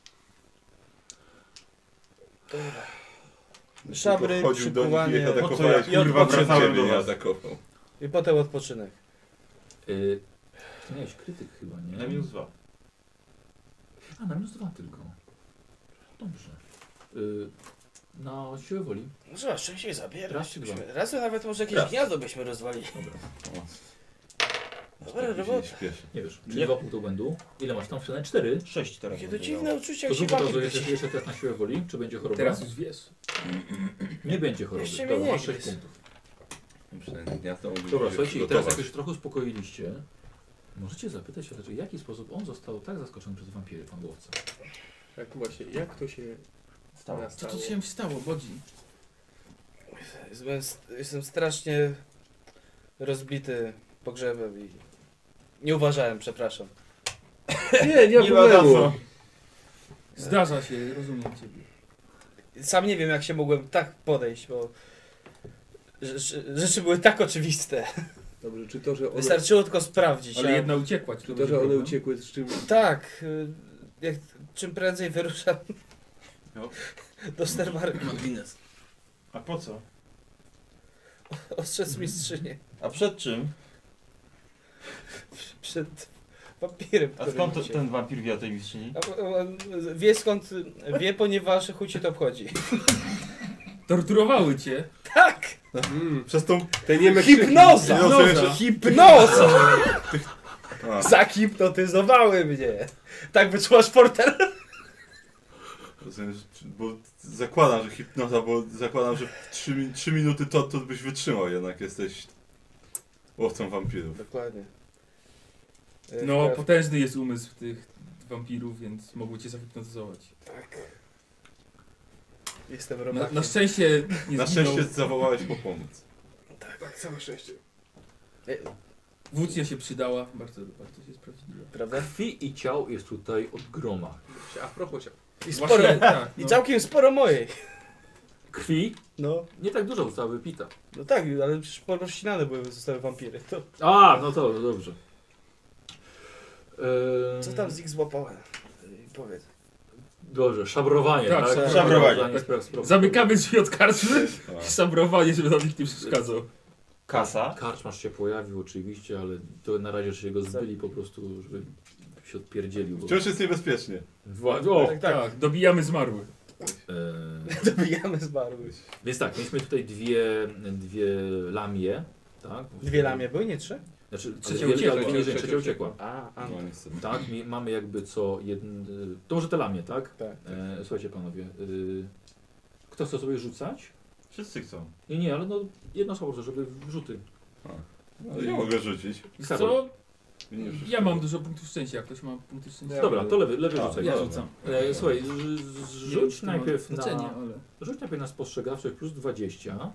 Szabry, Chodził do nich i przykuwanie ich Po co atakowałeś, ja, kurwa, przed wracałem ciebie do nie was? atakował. i potem odpoczynek. Ty miałeś krytyk chyba, nie? Na minus 2. A, na minus 2 tylko. Dobrze. Na siłę woli. Trzeba szczęście zabierać. Raz czy dwa? Razem nawet może jakieś gniazdo byśmy rozwalili. Dobra Tak mi się robota. nie śpieszy. Nie wiesz, czyli Nie. 2 punkty błędu. Ile masz tam wszedł? 4? 6 teraz. Jakie to będę dziwne miał. uczucie, To jak się zrób wampir jeszcze test na siłę woli, czy będzie choroba? Teraz już wiesz. Nie będzie choroby. Jeszcze Dobra, mnie nie masz 6 gryź. punktów. Przynajmniej gniazdo mógłby Dobra, się słuchajcie, i teraz przygotować. jak już trochę uspokoiliście, Możecie zapytać się, w jaki sposób on został tak zaskoczony przez wampiry, pan łowca. Tak właśnie, jak to się Stało. Co tu się stało, Bodzi? Jestem strasznie rozbity pogrzebem i nie uważałem, przepraszam. Nie ma Nie ma za problemu. co. Zdarza się, rozumiem ciebie. Sam nie wiem, jak się mogłem tak podejść, bo rzeczy były tak oczywiste. Dobrze, czy to, że one, Wystarczyło tylko sprawdzić. Ale a- jedna uciekła, czy to czy to, będzie że one problem? uciekły z czym... Tak, czym prędzej wyruszam No. do Stermarku. A po co? Ostrzec mistrzynię A przed czym? przed wampirem. A który skąd uciekł. ten wampir wie o tej mistrzyni? On wie skąd, wie, ponieważ chuj cię to obchodzi. Torturowały cię. Tak! Przez tą... Te nieme Hipnoza! No, to jeszcze- Hipnoza! A, Zahipnotyzowały mnie. Tak wyczułasz porter? rozumiem, bo zakładam, że hipnoza, bo zakładam, że w 3 minuty to byś wytrzymał, jednak jesteś łowcą wampirów. Dokładnie. No, potężny jest umysł tych wampirów, więc mogły cię zahipnotyzować. Tak. Jestem Na robakiem. szczęście nie Na zginął. szczęście zawołałeś po pomoc. Tak, całe szczęście. Włócznia się przydała, bardzo się sprawdziła. Prawda? Krwi i ciał jest tutaj od groma. A propos cię. I Właśnie, sporo. tak, I no. całkiem sporo mojej. Krwi? No, Nie tak dużo została wypita. no tak, ale przecież porozcinane były, zostały wampiry. To, A, no to dobrze. co tam z ich złapałem? Powiedz. Dobrze, szabrowanie, Tak, tak? szabrowanie. Zamykamy drzwi od karczmy A. i szabrowanie, żeby nam nikt nie przeszkadzał. Kasa. Karczmarz się pojawił oczywiście, ale to na razie się go zbyli po prostu, żeby się odpierdzielił. Bo... Wciąż jest niebezpiecznie. O, Tak, Tak, dobijamy zmarłych. Dobijamy z baru. Więc tak, mieliśmy tutaj dwie lamie, tak? Dwie lamie były, nie trzy? Znaczy, Trzecia ale uciekła. nie, trzecia Trzecia uciekła. A. No niestety. Tak, mamy jakby co jeden... To może te lamie, tak? Tak. Słuchajcie panowie, kto chce sobie rzucać? Wszyscy chcą. Nie, ale no jedna osoba, żeby wrzuty. No, ja mogę rzucić. Co? Nie rzuć. Ja mam dużo punktów szczęścia, jak ktoś ma punkty szczęścia. Dobra, to lewy A, rzucaj. Ja dobra. rzucam. Słuchaj, Nie wiem, rzuć czy to ma najpierw znaczenie, na... ale... Rzuć najpierw na spostrzegawczość plus 20.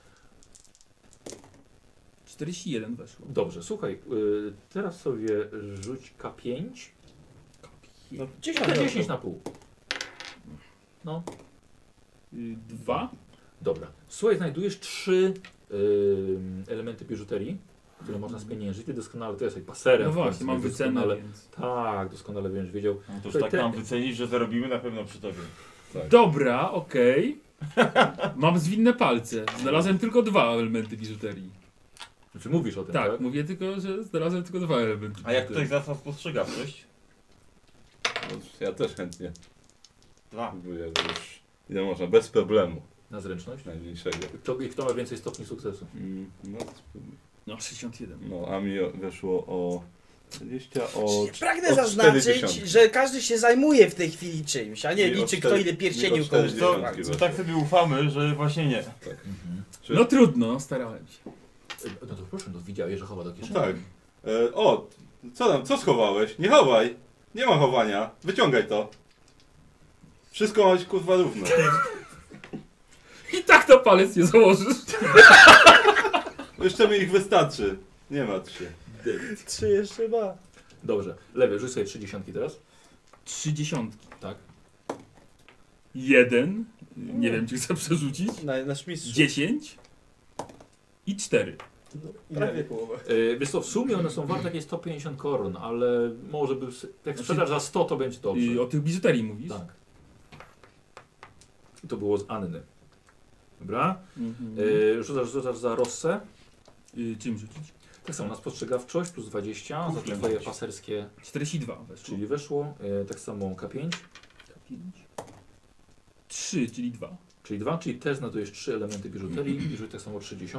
41 weszło. Dobrze, słuchaj, teraz sobie rzuć K5. No, K10 na pół. No, 2. dobra. Słuchaj, znajdujesz 3 elementy biżuterii, które można spieniężyć. Ty doskonale, to jest jak paserem. No w właśnie, końcu, mam więc wycenę, doskonale- więc... Tak, doskonale będziesz wiedział. No to już Słuchaj, tak mam wycenić, że zarobimy na pewno przy tobie. Dobra, okej. Mam zwinne palce. Znalazłem tylko 2 elementy biżuterii. Znaczy mówisz o tym, Tak, tak? mówię tylko, że znalazłem tylko 2 elementy A jak ktoś biżuterii. zastał spostrzegawczość? No, ja też chętnie 2. próbuję, że już ile można, bez problemu. Na zręczność. Najmniejszego. Kto ma więcej stopni sukcesu? No, No, 61. no, a mi weszło o 20, o... Pragnę o zaznaczyć, 40. że każdy się zajmuje w tej chwili czymś, a nie Mi o liczy, 4 kto ile mi pierścieni o komuś 40 dał. dziesiątki To tak sobie ufamy, że właśnie nie. Czy- No trudno, starałem się. No to proszę, no widziałeś, że chowa do kieszeni. No tak. O, co tam, co schowałeś? Nie chowaj! Nie ma chowania, wyciągaj to. Wszystko ma być kurwa równo. I tak to palec nie założysz. Jeszcze mi ich wystarczy. Nie martw się. 3 jeszcze ma. Dobrze, lewy, rzuć sobie 30 teraz. 30. Tak. 1. Nie wiem, czy chcę przerzucić. Nasz mistrz. 10. I 4. Prawie połowę. Wiesz co, w sumie one są warte jakieś 150 koron, ale może by, jak sprzedasz za 100, to będzie dobrze. O tych biżuterii mówisz? Tak. I to było z Anny. Dobra. Mhm. Rzucasz za Rossę. Czym rzucić? Tak samo na spostrzegawczość plus 20 za te Kuflem twoje rzuć. paserskie, 42 weszło. czyli weszło. Tak samo K5, 5. 3, czyli 2. czyli 2, czyli też znajdujesz 3 elementy biżuterii i rzuć tak samo 30,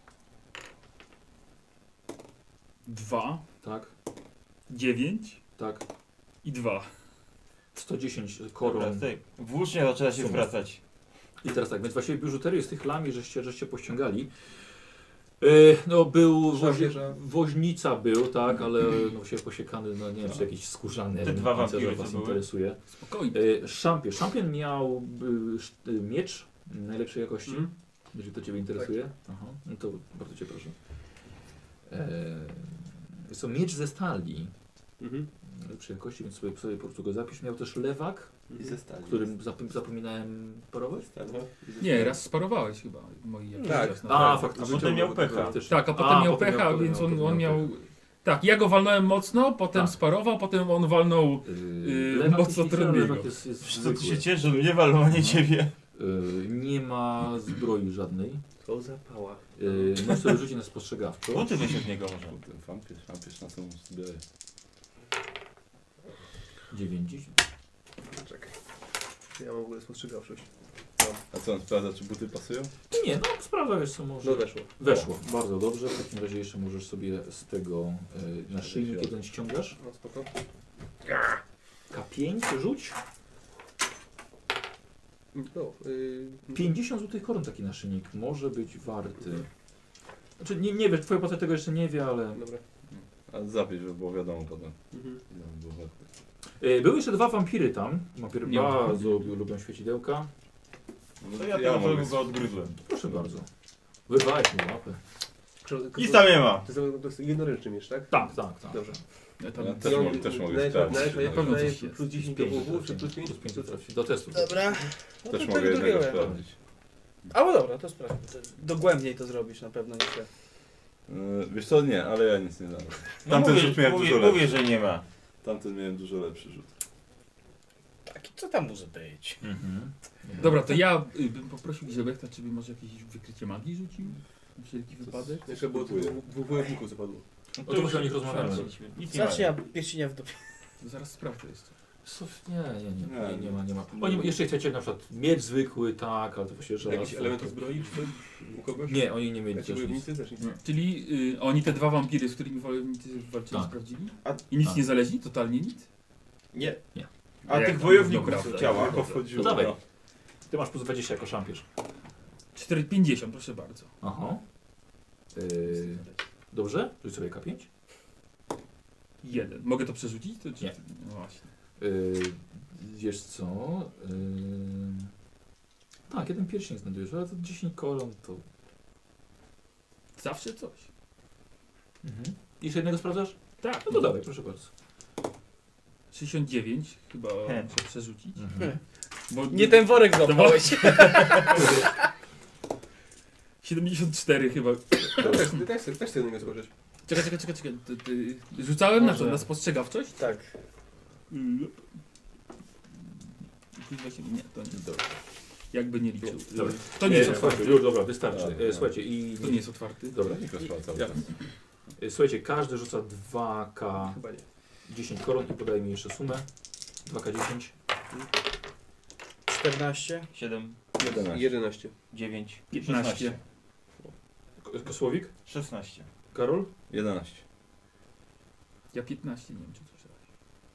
2, tak, 9 tak. i 2. 110 Dobra, koron. tutaj włócznia zaczyna się Suma. zwracać. I teraz tak, więc właściwie biżuterię z tych lami żeście pościągali. No był Szafierza. woźnica był, tak, ale no się posiekany, no nie wiem, czy jakiś skórzany. Te dwa pancerz wampiry, was co były? interesuje. Spokojnie. Szampion. Szampion miał miecz najlepszej jakości, Mhm. jeżeli to Ciebie interesuje. Aha, no to bardzo Cię proszę. Jest to miecz ze stali Mhm. najlepszej jakości, więc sobie po prostu go zapisz. Miał też lewak, I ze stali. którym zapominałem parować. Aha. I ze Nie, stali. raz sparowałeś chyba moi jakiś Tak. czas. A, faktycznie. A potem miał pecha. Też. Tak, a potem miał potem pecha, potem więc potem on miał... pecha. Tak, ja go walnąłem mocno, potem Tak. sparował, potem on walnął... Lewak mocno jest trudnego. lewak jest Co ty się zwykły. cieszy, mnie walą, a nie ciebie. Nie ma zbroi żadnej. To zapała. Możesz sobie rzucić na spostrzegawczo. Buty weź od niego może. Ten wampierz na co mu zbierze. 90. Czekaj. Ja mam w ogóle spostrzegawczość. A co on sprawdza, czy buty pasują? Nie, no sprawdza wiesz co może. No weszło. Weszło, bardzo dobrze. W takim razie jeszcze możesz sobie z tego naszyjnik jeden ściągasz. No spoko. K5 rzuć. No, 50 złotych koron taki naszyjnik może być warty. Znaczy nie wiesz, twoja postać tego jeszcze nie wie, ale... Dobra. A zapisz, żeby było wiadomo potem. Mhm. No, było warto. Były jeszcze dwa wampiry tam. Wampiry Nie ma. bardzo lubią świecidełka. To ja tego mogę go odgryzłem. Proszę bardzo. Wyrwałeś mu łapę. Nic tam nie ma. To jest jednoręczny miecz, tak? Tak, tak, tak. Dobrze. Ja tam... Ja I też on- mogę- też mogę najpierw- sprawdzić. najpierw jak Pewno daje coś jest. plus 10 do Pięć WW, czy plus 5? Plus 5 trafi. Do testu. Dobra. No Też to mogę tego jednego drugiego. sprawdzić. A no dobra, to sprawdź. Dogłębniej to zrobisz na pewno niż ja. Wiesz co, nie, ale ja nic nie dam. No Tamten mówię, rzut miałem mówię, dużo mówię, lepszy. że nie ma. Tamten miałem dużo lepszy rzut. Taki, co tam może być? Mhm. Dobra, to ja bym poprosił Gilberta, czy by może jakieś wykrycie magii rzucił? Na wszelki wypadek? Jeszcze było dwóch wojowników zapadło. No to właśnie o nich rozmawiamy. Nic nie ma. Znaczy ja pierścienia w dupie. To zaraz sprawdzę jeszcze. Nie ma. Oni jeszcze chcecie na przykład miecz zwykły, tak, ale to właśnie że Jakiś element zbroi czy coś? U kogoś? Nie, oni nie mieli Jacy też nic. wojownicy też nic. Czyli oni te dwa wampiry, z którymi wojownicy walczyli, Tak. sprawdzili? A- I nic tak. nie znaleźli? Totalnie nic? Nie. Nie. A Jak tych to wojowników prawda? ciała. Tylko wchodziło. No dawaj. Ty masz plus 20 jako szampierz. 4,50, proszę bardzo. Aha. Dobrze? Rzuć sobie K5. 1. Mogę to przerzucić? To, czy... Nie. No właśnie. Wiesz co? Tak, jeden pierścień znajdujesz, ale to 10 koron to... Zawsze coś. Mhm. Jeszcze jednego sprawdzasz? Tak. No to dawaj, proszę bardzo. 69 chyba He. muszę przerzucić. Mhm. Bo, Nie ten worek złapałeś. 74 chyba. Też chcę jednego zobaczyć. Czekaj. Rzucałem na co? Może. Na spostrzegawczość? Tak. Nie, to nie. Dobra. Jakby nie liczył. Dobra. To nie jest Słuchajcie, otwarty. już dobra, wystarczy. Dobra. Słuchajcie, i... To nie jest otwarty. Dobra. Niko sprawdza cały Ja. czas. Słuchajcie, każdy rzuca 2K Chyba nie. 10 koron i podaje mi jeszcze sumę. 2K10. 14. 7, 11. 11. 9, 15. Kosłowik? 16. Karol? 11. Ja 15, nie wiem czy coś raz.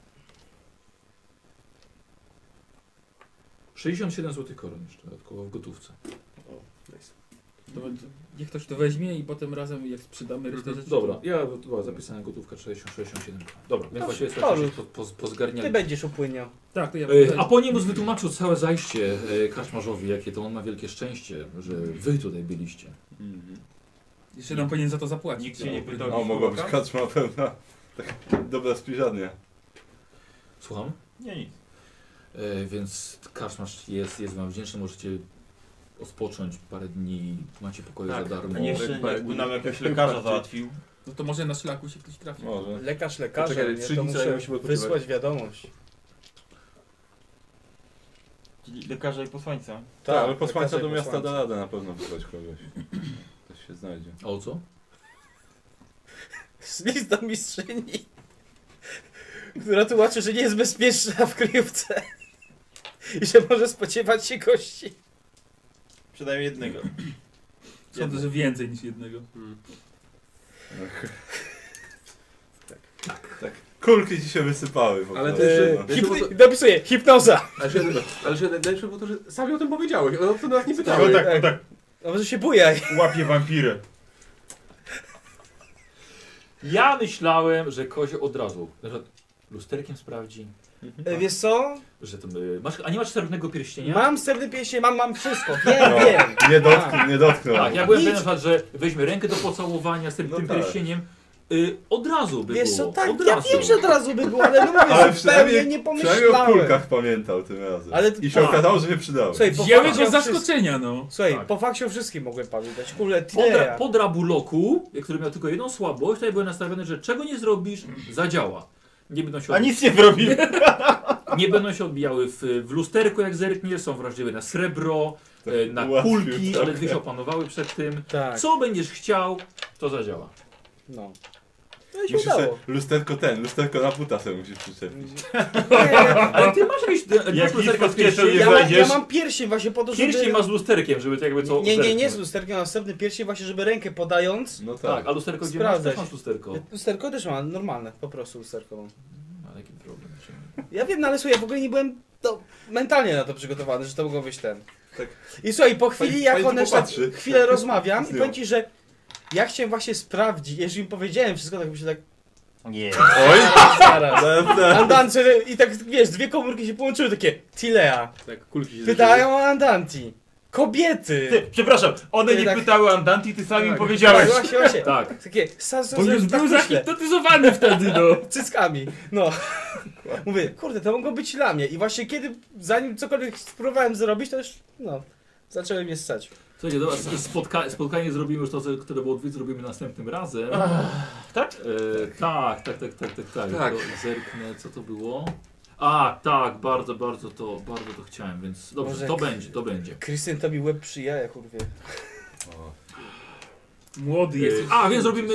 67 zł koron jeszcze dodatkowo w gotówce. Nice. To niech ktoś to weźmie i potem razem jak sprzedamy resztę rzeczy. Dobra, ja była zapisana gotówka 67. Dobra, więc No, właśnie sporo. jesteśmy po Ty zgarnianiu. będziesz upłyniał. Tak, to ja A po niemu wytłumaczył całe zajście karczmarzowi, jakie to on ma wielkie szczęście, że wy tutaj byliście. jeszcze nam powinien za to zapłacić. Nikt się nie pytał. O, mogła być kaczma pełna. Tak, dobra spiżarnia. Słucham? Nie, nic. Więc karczmarz jest wam wdzięczny, możecie odpocząć parę dni, macie pokoje Tak, za darmo. a jeszcze jakby nam jakiegoś lekarza załatwił. No to może na szlaku się ktoś trafi. Może. Lekarz lekarzem, Poczekaj, nie? 3 To dni muszę musimy odpoczywać. wysłać wiadomość. Czyli lekarza i posłańca. Tak, ale lekarza posłańca i do miasta posłańca. da radę na pewno wysłać kogoś. Ktoś się znajdzie. A o co? List do mistrzyni, która tłumaczy, że nie jest bezpieczna w kryjówce i że może spodziewać się gości. Przynajmniej jednego. Sądzę, że więcej niż jednego. Tak. Kulki ci się wysypały w ogóle. Ale to jeszcze- No. Napisuję, hipnoza. Ale że najlepsze było to, że sami o tym powiedziałeś. O to nas nie Tak, pytałeś. tak. A może się bujaj. Łapie wampirę. Ja myślałem, że Kozio od razu że lusterkiem sprawdzi, Wiesz co? że to masz, a nie masz srebrnego pierścienia? Mam srebrny pierścień, mam wszystko. Wiem. Nie dotknął. Tak, ja byłem Nic. pewien, na przykład, że weźmie rękę do pocałowania z tym No tak. pierścieniem. Od razu by Wiesz było. co, tak, od ja razu. wiem, że od razu by było, ale no mówię, Ale zupełnie nie przynajmniej o pomyślałem. kulkach pamiętał tym razem. Ale- I się tak. okazało, że się przydały. Słuchaj, po Wzięły fakcie go z o wszystkim- zaskoczenia, no. Słuchaj, Tak. po fakcie o wszystkim mogłem pamiętać. Kurde, Po tyle. Drabuloku, który miał tylko jedną słabość, tutaj byłem nastawiony, że czego nie zrobisz, zadziała. Nie będą się, A nic nie zrobił. nie będą się odbijały w lusterku, jak zerkniesz, są wrażliwe na srebro, na ułatwił kulki, trochę. ale dwie się opanowały przed tym. Tak, Co będziesz chciał, to zadziała. no. No i się Musisz udało. lusterko na buta sobie musisz przyczepić. Ale ty masz jakieś Jak lusterka nic z w kieszeni pierścieniem? nie Ja znajdziesz. mam pierścień właśnie po to, żeby... Pierścień ma z lusterkiem, żeby to jakby co... Nie, z zerknąć. lusterkiem, a następny pierścień właśnie, żeby rękę podając. No Tak, tak. a lusterko gdzie masz? Sprawdzać. Też masz lusterko. Lusterko też mam, normalne, po prostu lusterko mam. Ale jaki problem? Ja wiem, no ale słuchaj, ja w ogóle nie byłem mentalnie na to przygotowany, że to mogło być ten. Tak. I słuchaj, po chwili Pani- jak pani one tu popatrzy. chwilę rozmawiam Z i nią. powiem ci, że ja chciałem właśnie sprawdzić, jeżeli im powiedziałem wszystko, tak myślę tak, Nie. Oj! zaraz. Andance i tak wiesz, dwie komórki się połączyły, takie Tilea. Tak, kulki się Pytają o Andanti. Kobiety. Ty, przepraszam, one Ty nie tak- pytały Andanti, ty sam im Tak. powiedziałeś. Tak, właśnie. Tak. Takie Bo już tak był myślę. zahipnotyzowany wtedy, no. Cyckami. No. Mówię, kurde, to mogło być dla mnie. I właśnie kiedy, zanim cokolwiek spróbowałem zrobić, to już, no, zaczęły mnie ssać. Słuchajcie, dobra, spotkanie zrobimy już to, które było zrobimy następnym razem. Tak? Tak. Tak. To zerknę, co to było. A, tak, bardzo to chciałem, więc dobrze, Może to będzie. Krystian to mi łeb przy jajach urwie. Młody jesteś. A, więc zrobimy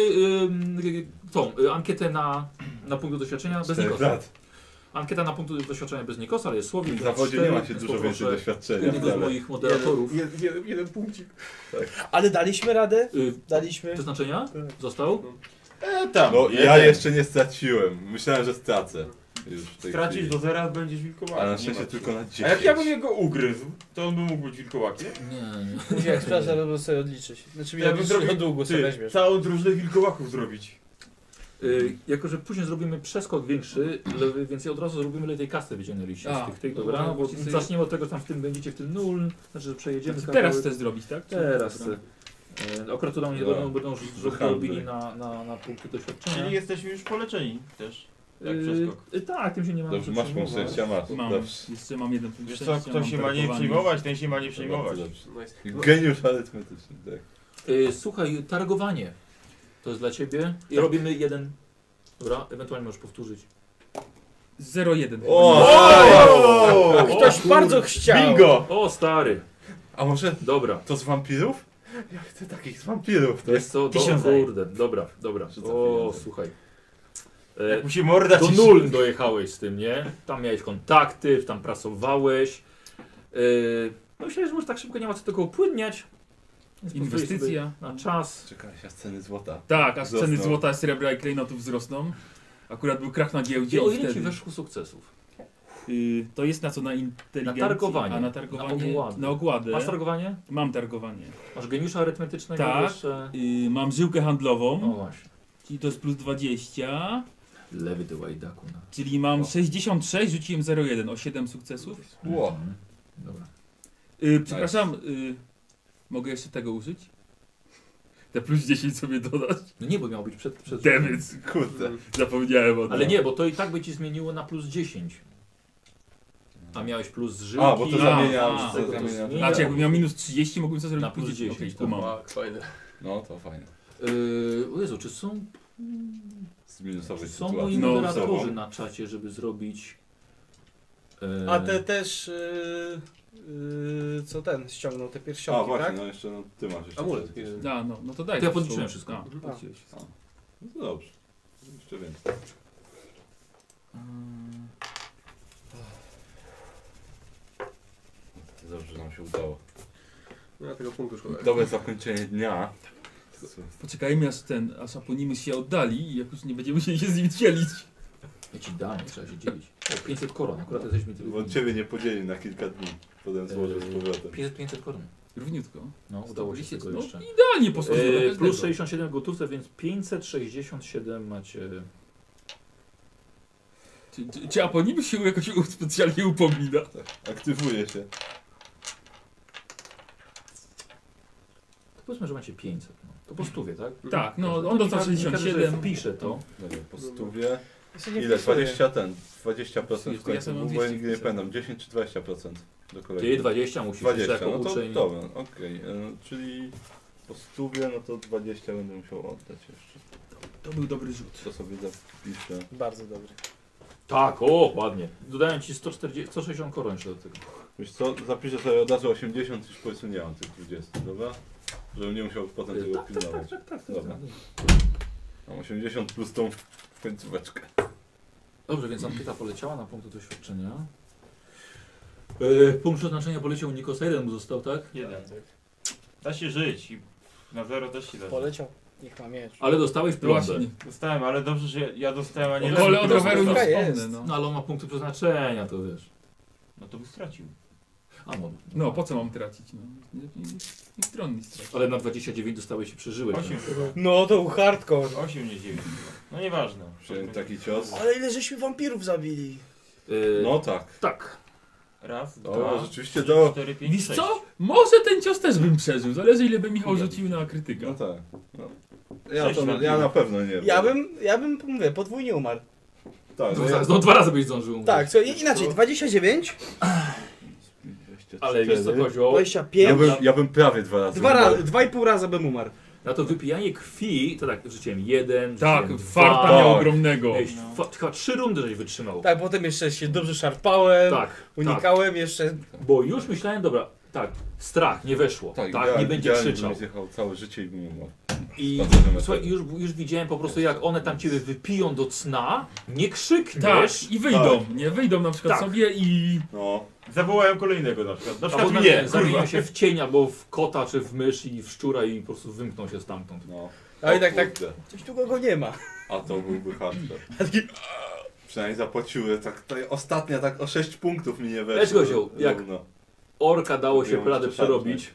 tą ankietę na punkty doświadczenia bez 4 Nikosa. lat. Ankieta na punkty doświadczenia bez Nikosa, ale jest Słowik. W zawodzie nie ma się dużo więcej doświadczenia. Jednego z wcale. moich moderatorów. Jeden punkcik. Ale daliśmy radę? Daliśmy. Przeznaczenia? Został? Tam. No jeden. ja jeszcze nie straciłem. Myślałem, że stracę. Już w tej Stracisz chwili. do zera, będziesz wilkołakiem. Ale na nie szczęście martw się. tylko na 10. A jak ja bym jego ugryzł, to on by mógł być wilkołakiem? Nie. Jak sprawdzę, żeby sobie odliczyć. Znaczy, Ja ja bym bym zrobił- zrobił długo sobie Ty, weźmiesz. całą drużynę wilkołaków zrobić. Jako, że później zrobimy przeskok większy, więc ja od razu zrobimy ile tej kasty wyciągnęliście A, z tych, dobra, dobra? Bo właśnie sobie- zaczniemy od tego, że tam w tym będziecie w tym nul, znaczy, że przejedziemy Teraz kawałek. chcesz zrobić, tak? Teraz. Dobra. Akurat to nam nie Dobra. będą Handel. robili na punkty doświadczenia. Czyli jesteśmy już poleczeni też. Jak przeskok. Tak, tym się nie ma Dobrze, masz punkt szczęścia, masz. Mam. Dobrze. Jeszcze mam jeden punkt Wiesz co, szczęścia, kto mam się ma nie targowanie. przejmować, ten się ma nie przejmować. Dobrze. Nice. Geniusz arytmetyczny, tak. Słuchaj, targowanie. To jest dla ciebie. I robimy jeden. Dobra, ewentualnie możesz powtórzyć. 0-1. O! Ktoś bardzo chciał. Bingo! O, stary. A może Dobra. to z wampirów? Ja chcę takich z wampirów. To Wiesz jest... co, Tysiąc kurde. Dobra. Czy za O, pieniądze? słuchaj. Jak mu się morda Do ciśnie. nul dojechałeś z tym, nie? Tam miałeś kontakty, tam pracowałeś. No myślałem, że może tak szybko nie ma co tego upłynniać. Więc pozwolisz Inwestycja. sobie na czas. Czekałeś, aż ceny złota. Tak, aż ceny Wzrosną. złota, srebra i klejnotów wzrosną. Akurat był krach na giełdzie I o i ile ci wtedy. weszło sukcesów? To jest na co? Na inteligencję? Na targowanie. A na targowanie? Na ogłady. Na ogładę. Masz targowanie? Mam targowanie. Masz geniusza arytmetycznego Tak. jeszcze? Mam żyłkę handlową, O właśnie. czyli to jest plus 20. Lewy ty łajdaku. No. Czyli mam 66, rzuciłem 0,1 o 7 sukcesów. Ło. Dobra. Przepraszam, mogę jeszcze tego użyć? Te plus 10 sobie dodać? No nie, bo miał być przed Demet, Kurde. zapomniałem o tym. Ale nie, bo to i tak by ci zmieniło na plus 10. A miałeś plus z żyłki. A, bo to zamienia... a, to to zamienia. zmienia. Znaczy, jakbym miał minus 30, mógłbym sobie Na zrobić plus plus 10. 10, Okej, kumam. Tak, fajne. No, to fajne. O Jezu, czy są Z minusowej Są sytuacji. moi No, moderatorzy na czacie, żeby zrobić... A te też, co ten ściągnął, te A, pierścionki, właśnie, tak? no jeszcze, no ty masz jeszcze. Amulet. przecież. jeden. Da, no to daj. To ja to podliczyłem wszystko. A, podliczyłeś. No to dobrze. Jeszcze więcej. Dobrze, że nam się udało. Ja tego punktu szkoda. Dobre zakończenie dnia. Poczekajmy aż Aponimus się oddali i jak już nie będziemy musieli się z nim dzielić. Ja ci dam, nie trzeba się dzielić. O, 500 koron, akurat jesteśmy Bo on ciebie nie podzieli na kilka dni. Potem złożę z powrotem. 500 koron. Równiutko. No, udało się Zdobyliście, tego no, jeszcze. idealnie poszło. Plus 67 gotówce, więc 567 macie. Czy Aponibus się jakoś specjalnie upomina? Aktywuje się. To powiedzmy, że macie 500. No. To po stówie, tak? Tak, no on dostał 67. Pisze to. Dobra, po stówie. Ja sobie nie Ile? wpisuję. 20% w końcu, mam bo ja 200 nigdy nie pamiętam. 10 czy 20% do kolegi? Ty 20 musisz 20, jako no to uczeń. dobra, okej. Czyli po stówie, no to 20 będę musiał oddać jeszcze. To był dobry rzut. Co sobie zapiszę. Bardzo dobry. Tak, o, ładnie. Dodałem ci 160 koron jeszcze do tego. Wiesz co, zapiszę sobie od razu 80, już po prostu nie mam tych 20, dobra? Żebym nie musiał potem tego pilnować. Tak. Dobra. Mam 80 plus tą końcóweczkę. Dobrze, więc ankieta poleciała na punkty doświadczenia. Punkt przeznaczenia poleciał Nikosa, jeden mu został, tak? Jeden. Da się żyć i na zero też się da. Poleciał. Niech ma miecz. Ale dostałeś No plombę. właśnie. Dostałem, ale dobrze, że ja dostałem, a nie Kole Lewy od prosto roweru nie dostał. Jest. wspomnę, no. No ale on ma punkty przeznaczenia, to wiesz. No to by stracił. A no. No, po co mam tracić, no? Niech tron mi straci. Ale na 29 dostałeś i przeżyłeś. 8 chyba. No to był hardcore. 8, nie 9 chyba. No nieważne. Wziąłem taki cios. Ale ile żeśmy wampirów zabili? No tak. Tak. Raz, O, dwa, rzeczywiście trzy, to- 4, 5, Wiesz 6. co? Może ten cios też bym przeżył. Zależy ile by Michał rzucił na krytyka. No tak. No. Sześć na Ja na pewno nie. Ja bym mówię, podwójnie umarł. Tak, no ja, No 2 razy byś zdążył. Tak, co inaczej, 29, 24. Ale wiesz co, Kozioł? 25, Ja bym prawie 2 razy. 2,5 raza bym umarł. Na to wypijanie krwi, to tak rzuciłem 1, Tak, rzuciłem farta 2. miał ogromnego. Ej, chyba 3 rundy żeś wytrzymał. Tak, potem jeszcze się dobrze szarpałem, Tak, unikałem jeszcze. Bo już myślałem, dobra, tak, strach, nie weszło. Tak, nie będzie krzyczał. Bym zjechał całe życie i bym umarł. I Spacerem słuchaj, już widziałem po prostu jak one tam ciebie wypiją do cna, nie krzykniesz. Tak, i wyjdą, nie? Wyjdą na przykład Tak. sobie i... No. Zawołałem kolejnego na przykład. Na przykład Albo mnie, nie, zamienią kurwa. się w cień albo w kota, czy w mysz i w szczura i po prostu wymkną się stamtąd. No. A i O tak, kurde. coś tu go nie ma. A to byłby hardcore. A taki, Przynajmniej zapłaciły, tak ostatnia tak o 6 punktów mi nie weszło. Weź, Kozioł, jak- Równo. Orka dało się Mówiłem, radę że przerobić.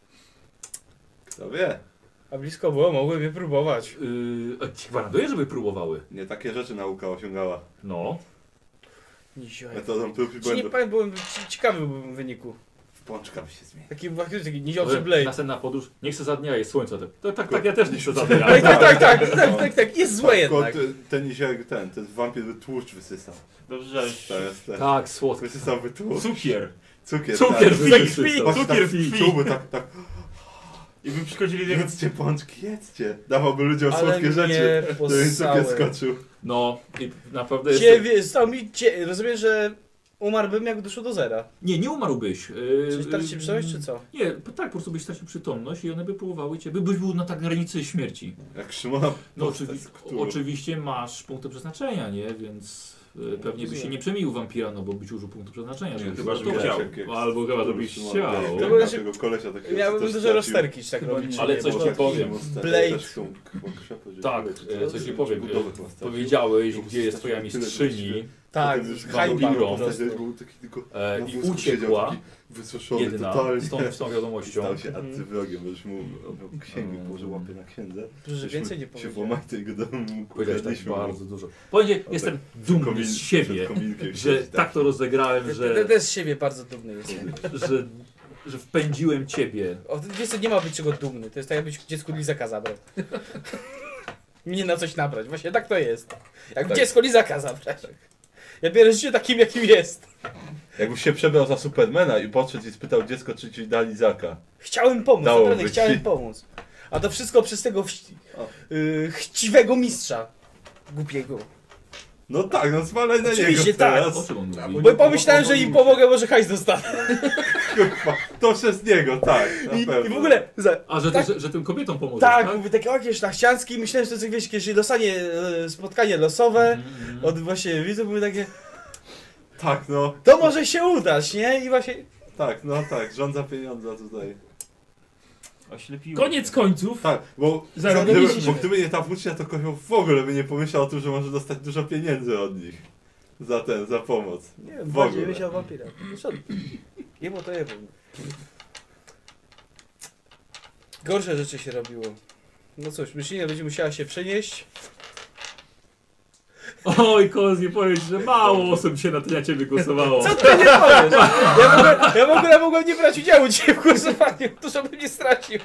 Kto wie? a blisko było, mogłem je próbować. Ci gwarantuję, żeby próbowały. Nie takie rzeczy nauka osiągała. No. Niziołek. Metodą prób i Czy nie błędów. powiem, byłem ciekawy byłbym wyniku. W pączka by się zmienił. Taki faktycznie taki niziołczy blade. Następna podróż, nie chcę za dnia jest słońce. Tak, ja też nie chcę za dnia. Tak, jest złe jednak. Ten wampir by tłuszcz wysysał. Dobrze, że To jest ten. Tak, słodko. Wysysałby tłuszcz. cukier. Cukier, Cukier tak. w krwi, Patrz, cukier w tak, krwi. czułby tak. I by przychodzili do niego. Jedzcie pączki, jedzcie. Dawałby ludziom Ale słodkie rzeczy. mnie To im cukier possałem. skoczył. No i naprawdę jest... Stał mi rozumiem, że umarłbym jak doszło do zera. Nie umarłbyś. Czy stracić przytomność, czy co? Nie, tak, po prostu byś stracił przytomność i one by próbowały cię, byś był na tak granicy śmierci. Jak Szymona No postać z Cthulhu. oczywiście masz punkty przeznaczenia, nie? Więc pewnie byś się nie przemienił w wampira, no bo byś użył punktu przeznaczenia. Nie, żeby chyba, to że chciał. jak Albo chyba, żebyś Szymon, chciał. wiesz, To jak było naszego kolesia takiego, Miałbym co dużo stracił. rozterki, czy tak Chyba robić. nie. Ale nie, coś bo ci to- powiem. Blade. Tak, coś ci powiem. Budowy chyba stracił. Powiedziałeś, Był gdzie jest twoja tyle mistrzyni właściwie. Tak, Potem już hańba wampirą. po prostu. Był taki tylko i na wózku siedział, uciekła taki wysuszony jedna totalnie. z tą wiadomością. Stał się antywrogiem, bo już mu księgi położył łapie na księdze. Że więcej nie się powiedział. włamać do jego domu, Powiedziałeś tak ukradliśmy mu. bardzo dużo. Powiem, tak jestem dumny z siebie, że tak to rozegrałem, że, Też z siebie bardzo dumny jestem. że wpędziłem ciebie. Wiesz co, nie ma być czego dumny. To jest tak jakbyś dziecku lizaka zabrał. Mnie na coś nabrać. Właśnie tak to jest. Jak Tak. dziecko lizaka zabrać. Ja biorę życie takim jakim jest. Jakbyś się przebrał za Supermana i podszedł i spytał dziecko, czy ci dali zaka. Chciałem pomóc, Dało naprawdę być. chciałem pomóc. A to wszystko przez tego chciwego mistrza. Głupiego. No tak, no zwalaj na Oczywiście niego tak. teraz. O czym on A, mówi? Bo pomyślałem, że im pomogę, może hajs dostanę. Kurwa, to przez niego, tak, na I pewno. w ogóle... A, że, tak, że tym kobietom pomożesz, tak, tak? mówię, takie okie szlachciancki. Myślałem, że to jest jakieś losanie, spotkanie losowe. Od właśnie widzów były takie... Tak, no, To może się udać, nie? I właśnie... tak, no tak, rządza pieniądza tutaj. Oślepiło. Koniec końców. Tak, bo Zarobiliśmy. gdyby nie ta włócznia, to Kozioł w ogóle by nie pomyślał o tym, że może dostać dużo pieniędzy od nich. Za pomoc. Nie wiem, W bardziej ogóle. myślał o wampirach. Zresztą, jemu to jemu. Gorsze rzeczy się robiło. No cóż, myślę, będzie musiała się przenieść. Oj, Koz, nie powiedz, że mało osób się na ciebie głosowało. Co ty nie powiesz? Ja w ogóle mogłem nie brać udziału dzisiaj w głosowaniu, to żebym nie stracił.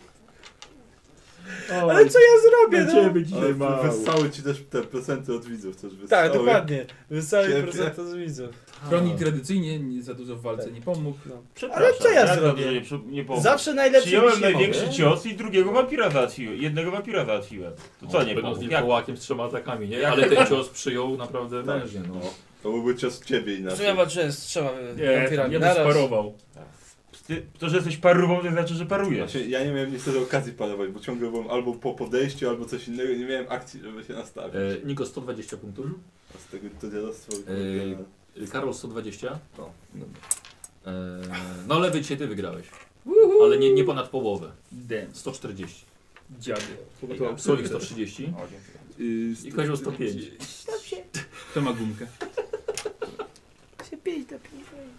Ale co ja zrobię, Na no? ciebie dzisiaj mało. Wyssały ci też te prezenty od widzów, też Tak, wyssały. dokładnie. Wystawię Ciebie. prezent z widzów. Chroni tradycyjnie, nie za dużo w walce Tak. nie pomógł. No. Przepraszam, Ale co ja jak zrobię? dobrze nie pomogę. Zawsze najlepszy Przyjąłem być nie największy mogę. cios i drugiego wampira załatwiłem. Jednego wampira załatwiłem. To co nie Będą z pomógł? nim Jak? kołakiem z 3 atakami, nie? Ale ten cios przyjął naprawdę mężnie, no. To byłby cios ciebie Że inaczej. ja walczyłem z 3 Nie, wampirami ja bym naraz. sparował. To, że jesteś parówą, to znaczy, że parujesz. Znaczy, ja nie miałem niestety okazji parować, bo ciągle byłem albo po podejściu, albo coś innego, nie miałem akcji, żeby się nastawić. Niko 120 punktów. A z tego to dziadostwo... Karol 120. No, dobra. No lewy dzisiaj ty wygrałeś. Ale nie ponad połowę. Damn, 140. dziady. Solik 130. O, dziękuję. I Kozioł 105. Kto ma gumkę? Się 5 do 5.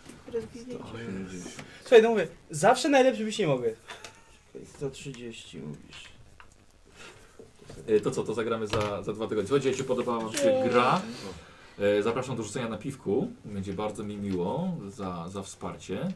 Słuchaj, no mówię, zawsze najlepszy być nie mogę. 130 mówisz. To co, to zagramy za 2 tygodnie. Słuchajcie, jeśli podobała wam się gra, zapraszam do rzucenia na piwku. Będzie bardzo mi miło za wsparcie.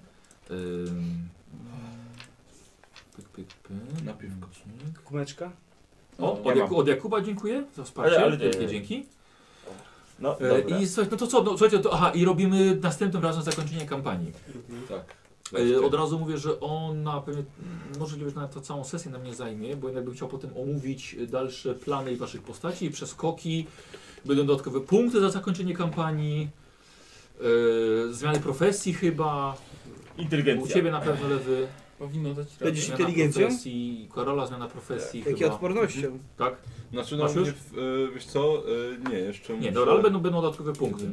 Pyk. Na piwku. Kumeczka? O, Ja mam. od Jakuba dziękuję za wsparcie. Ale Wielkie dzięki. No, dobra. I słuchaj, no to co, no, słuchajcie, i robimy następnym razem zakończenie kampanii. Tak. Od razu mówię, że ona pewnie możliwe, że na to całą sesję nam nie zajmie, bo jednak bym chciał potem omówić dalsze plany waszych postaci i przeskoki. Będą dodatkowe punkty za zakończenie kampanii. Zmiany profesji chyba. U Inteligencja. ciebie na pewno lewy. Powinno dać radę. Będziesz Zmiana inteligencją? profesji. Karola zmiana profesji Jakie chyba. odpornością? Tak? Znaczy, Masz no, już? wiesz co, nie, jeszcze Nie, muszę... dobra, ale będą dodatkowe punkty.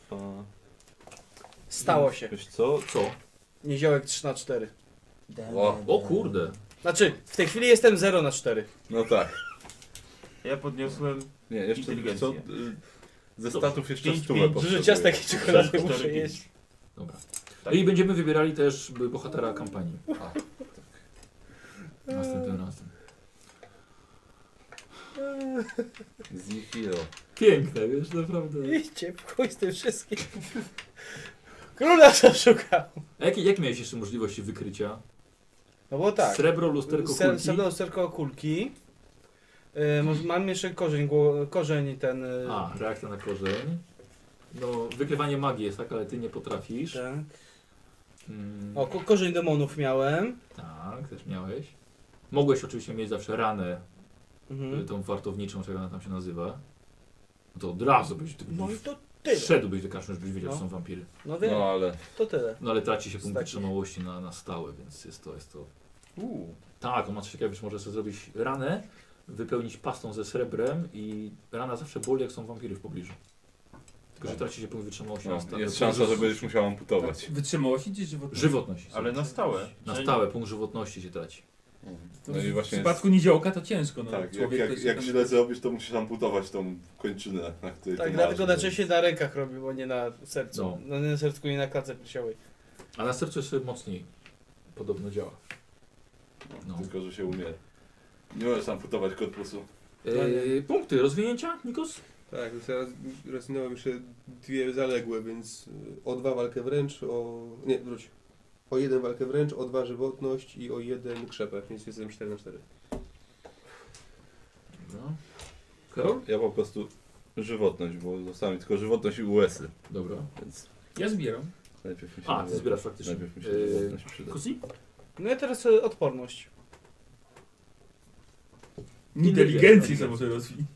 Stało się. Wiesz co? Co? Niziołek 3/4. O kurde. Znaczy, w tej chwili jestem 0/4. No tak. Ja podniosłem Nie, jeszcze wiesz co? Ze statów jeszcze Pięć, stówę pięć, Dużo potrzebuję. ciastek i czekolady Cztery, muszę pięć. jeść. Dobra. Tak. I będziemy wybierali też bohatera kampanii. Następnym razem. Zihiro. Piękne, wiesz, naprawdę. Idźcie w chuj z tym wszystkim. Króla co szukał. A jakie miałeś jeszcze możliwości wykrycia? No bo tak. Srebro, lusterko, kulki. Srebro, lusterko, kulki. Mam jeszcze korzeń ten... A, reakcja na korzeń. No, wykrywanie magii jest tak, ale ty nie potrafisz. Tak. Mm, O, korzeń demonów miałem. tak, też miałeś. Mogłeś oczywiście mieć zawsze ranę, tą wartowniczą, jak ona tam się nazywa. No to od razu byś No i to tyle. szedłbyś do kaszu, żebyś wiedział, No. że są wampiry. No wiem, No ale... to tyle. No ale traci się punkt Taki. wytrzymałości na stałe, więc jest to... Tak, on ma coś takiego, wiesz, może sobie zrobić ranę, wypełnić pastą ze srebrem i rana zawsze boli, jak są wampiry w pobliżu. Tylko, że traci się punkt wytrzymałości na No, stałe. jest szansa, że będziesz musiał amputować. Wytrzymałości czy żywotności? Żywotność. Ale na stałe. Na stałe punkt żywotności się traci. No i W właśnie... przypadku niziołka to ciężko. No. Tak, Człowiek to jak się tam- źle zrobisz, to musisz amputować tą kończynę, na której Tak, to dlatego masz, najczęściej na rękach robię, bo nie na sercu. No. No nie na sercu, nie na klatce piersiowej. A na sercu jeszcze mocniej podobno działa. No. Tylko, że się umie. Nie możesz amputować korpusu. Punkty rozwinięcia, Nikos? Tak, więc teraz rozwinąłem jeszcze dwie zaległe, więc o 2 walkę wręcz, Nie, wróć. O 1 walkę wręcz, o 2 żywotność i o 1 krzepę, więc jestem 4/4. Dobra. Karol? Ja po prostu żywotność, bo została mi tylko żywotność i US-y, Dobra. więc Ja zbieram. najpierw mi się... A, ty zbierasz faktycznie. Najpierw mi się żywotność przyda. Kusi? No ja teraz odporność. Inteligencji sobie może rozwij.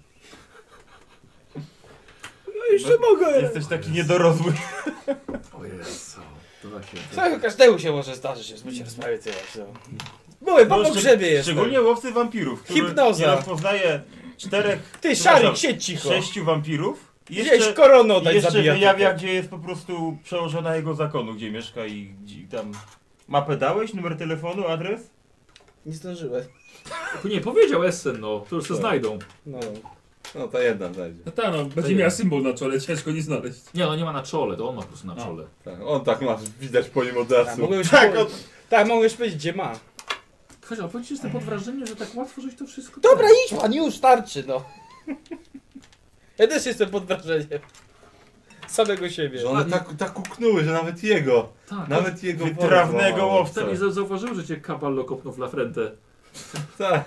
No jeszcze mogę! Jesteś taki niedorosły. O Jezu. To właśnie. Tak, każdemu się może zdarzyć, że zbycie rozprawiać. Były po pogrzebie jestem. Szczególnie łowcy wampirów, który Hipnoza. nie rozpoznaje 4, Ty, Szarik, siedź cicho. 6 wampirów. I Gdzieś jeszcze, koronę i oddać jeszcze zabija. wyjawia, gdzie jest po prostu przełożona jego zakonu, gdzie mieszka i gdzie tam... Mapę dałeś? Numer telefonu? Adres? Nie zdążyłem. Nie, powiedział Essen, no. To już się Tak. znajdą. No. No ta jedna znajdzie. No tak, no, będzie miała symbol na czole, ciężko nie znaleźć. Nie, no nie ma na czole, to on ma po prostu na A. czole. Tak, on tak ma, widać po nim od Tak, razu. mogłem już, Tak, tak, mogłem już powiedzieć, gdzie ma. Chodź, ale powiedzcie, jestem pod wrażeniem, że tak łatwo żeś to wszystko... Dobra, idź pan, już starczy, no. Ja też jestem pod wrażeniem. Samego siebie. Że one tak uknęły, że nawet jego. Tak, Nawet jego Wytrawnego worek łowcę. Wtedy zauważyłem, że cię Caballo kopnął w lafrentę. Tak.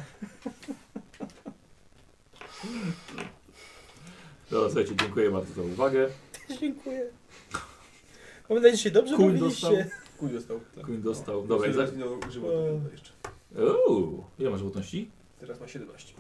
Dobra, słuchajcie, dziękuję bardzo za uwagę. Dziękuję. Mam nadzieję, że się dobrze Kuń bawiliście. Kuj dostał. Tak. Kuń dostał. Dobra, i za... Żywot jeszcze. Ile masz żywotności? Teraz ma 17.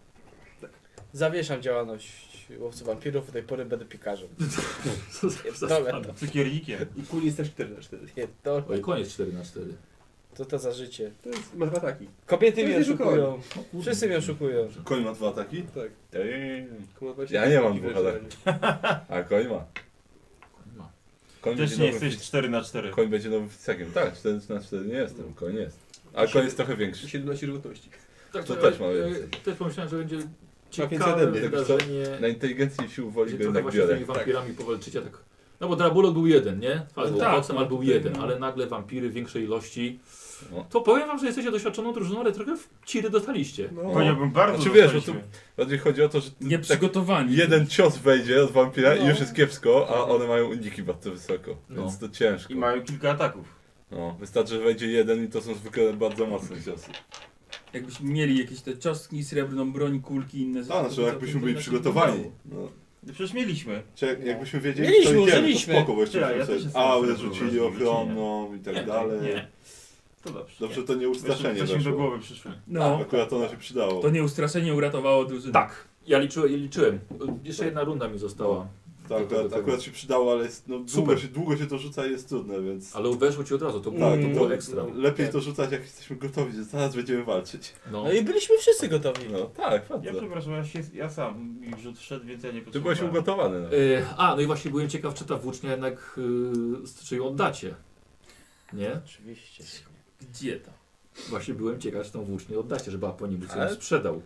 Zawieszam działalność łowcy wampirów, do tej pory będę piekarzem. Co za Pierdolę zasada. to. Cukiernikiem. I kuj jest też 4/4. Pierdolę. Oj, koniec 4/4. Co to za życie? To jest, ma 2 ataki. Kobiety To mnie jest oszukują. O kurde. Wszyscy mnie oszukują. Koń ma 2 ataki? Tak. Damn. Ja nie mam 2 ataków. A koń ma. Ma. Koń Też będzie nie nowym jesteś 4/4. Koń będzie nowym ficakiem. Tak, 4/4 nie jestem, koń jest. A koń jest trochę większy. 17 żywotności. Tak, To też ma więcej. Też pomyślałem, że będzie więcej ciekawe ode mnie. wydarzenie. Na inteligencji i sił woli Gdzie go trochę jednak właśnie z biorę. tymi wampirami powalczycie tak. No bo Drabulok był jeden, nie? Albo tak, boksem, no, albo był tutaj, jeden, no. ale nagle wampiry w większej ilości. No. To powiem wam, że jesteście doświadczoną drużyną, ale trochę w ciry dostaliście. No. Konia bym bardzo Znaczy wiesz, bo dostaliśmy. Bardziej chodzi o to, że tak Nieprzygotowani. jeden cios wejdzie od wampira i No. już jest kiepsko, a one mają uniki bardzo wysoko. No. Więc to ciężko. I mają kilka ataków. No, wystarczy, że wejdzie jeden i to są zwykle bardzo mocne ciosy. Jakbyśmy mieli jakieś te czosnki, srebrną broń, kulki i inne Tak, znaczy jakbyśmy byli to przygotowani. No. No przecież mieliśmy. Czy jakbyśmy wiedzieli, Mieliśmy, co idziemy, to użyliśmy. spoko, bo jeszcze Ja byśmy też sobie jestem aurę srebrną rzucili wrażliwy, ochronną i tak Nie, dalej. Nie. To dobrze. Dobrze, to nie ustraszenie Coś mi do weszło. głowy przyszło. No, Akurat ono się przydało. to nieustraszenie uratowało drużynę. Tak, ja liczyłem. Jeszcze jedna runda mi została. Tak, akurat się przydało, ale jest, no, Super. długo się to rzuca i jest trudne, więc... Ale weszło ci od razu, to, Tak, to było ekstra. lepiej to rzucać, jak jesteśmy gotowi, że zaraz będziemy walczyć. No. No i byliśmy wszyscy gotowi. No tak, Ja bardzo. przepraszam, ja sam mi rzut wszedł, więc ja nie Ty byłeś potrzebowałem. ugotowany. No. No i właśnie byłem ciekaw, czy ta włócznia jednak, czy ją oddacie. Nie? Oczywiście. Gdzie to? Właśnie byłem ciekaw, czy tą włócznię oddacie, żeby Aponimus ją Ale- sprzedał.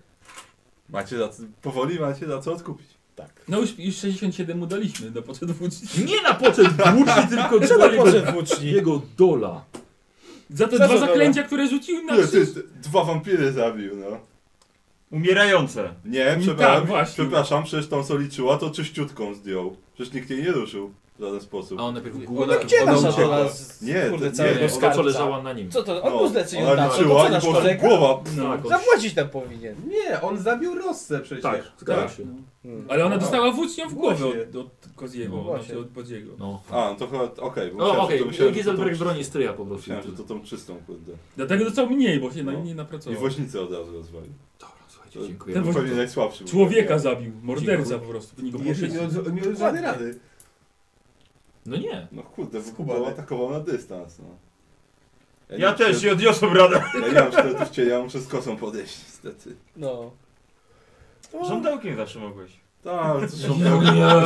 Powoli macie za co odkupić. Tak. No już 67 mu daliśmy do poczet włóczni. Nie na poczet włóczni, tylko Co dla na jego, poczet włóczni? jego dola. Za te Co dwa za zaklęcia, które rzucił na Nie, krzyż. ty 2 wampiry zabił, no. Umierające. Nie, Tak, właśnie. przepraszam, przecież tą co liczyła, to czyściutką zdjął. Przecież nikt jej nie ruszył w żaden sposób. A on najpierw Ona głowę gdzie ona nasza uciekła. dola z Nie, kurde, to- całego nie, ona skarbca? co leżała na nim. Co to? On mu zlecił ją ona na to, to liczyła co i nasz po prostu kolega? głowa. Tak, on- Zapłacić tam powinien. Nie, on zabił Rossę przecież. tak, zgadza Tak. się. Ale ona dostała włócznią w głowę Właśnie. od Koziego, No znaczy właśnie. od Bodziego. No. A, no to chyba, okej. bo No myślałem, że okej, to- myślałem, że to Giselbrecht tą- broni stryja po prostu. Myślałem, że to tą czystą, kurde. Dlatego dostał mniej, bo się No. nie I napracował. woźnicę od razu rozwalił. Dobra, słuchajcie, To dziękuję. Ten był woź- pewnie najsłabszy. Człowieka zabił, morderca Dziękuję. po prostu. Do niego I jeszcze poszedł. nie od żadnej rady. No nie. No kurde, Skubany. bo atakował na dystans, no. Ja też nie odniosłem radę. Ja nie mam sztyletów w cienie, ja muszę z kosą podejść, niestety. No. Żądełkiem zawsze mogłeś. Tak, ale to Nie.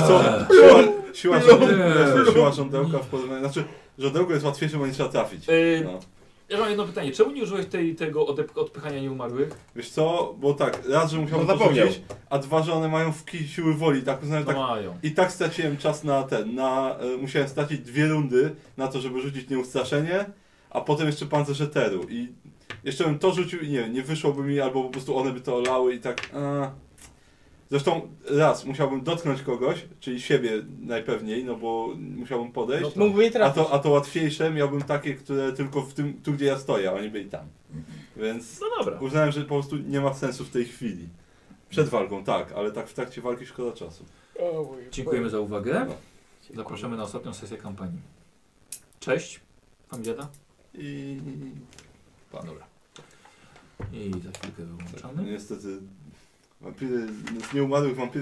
siła żądełka w porównaniu, znaczy żądełko jest łatwiejsze, bo nie trzeba trafić. No. Ja mam jedno pytanie. Czemu nie użyłeś tego odpychania nieumarłych? Wiesz co, bo tak, raz, że musiałem No to zapomniał. rzucić, a dwa, że one mają siły woli, tak uznałem, No tak. mają. I tak straciłem czas na musiałem stracić 2 rundy na to, żeby rzucić nieustraszenie, a potem jeszcze pancerz eteru i jeszcze bym to rzucił i nie wyszłoby mi, albo po prostu one by to olały i tak. Zresztą raz musiałbym dotknąć kogoś, czyli siebie najpewniej, no bo musiałbym podejść. Mógłby jej trafić. A to łatwiejsze miałbym takie, które tylko w tym, tu gdzie ja stoję, a oni byli tam. Więc No dobra. uznałem, że po prostu nie ma sensu w tej chwili. Przed walką tak, ale tak w trakcie walki szkoda czasu. Dziękujemy za uwagę. No. Zapraszamy na ostatnią sesję kampanii. Cześć. Familiada? I Dobra. I za chwilkę wyłączamy. niestety wampiry, z nieumarłych wampirów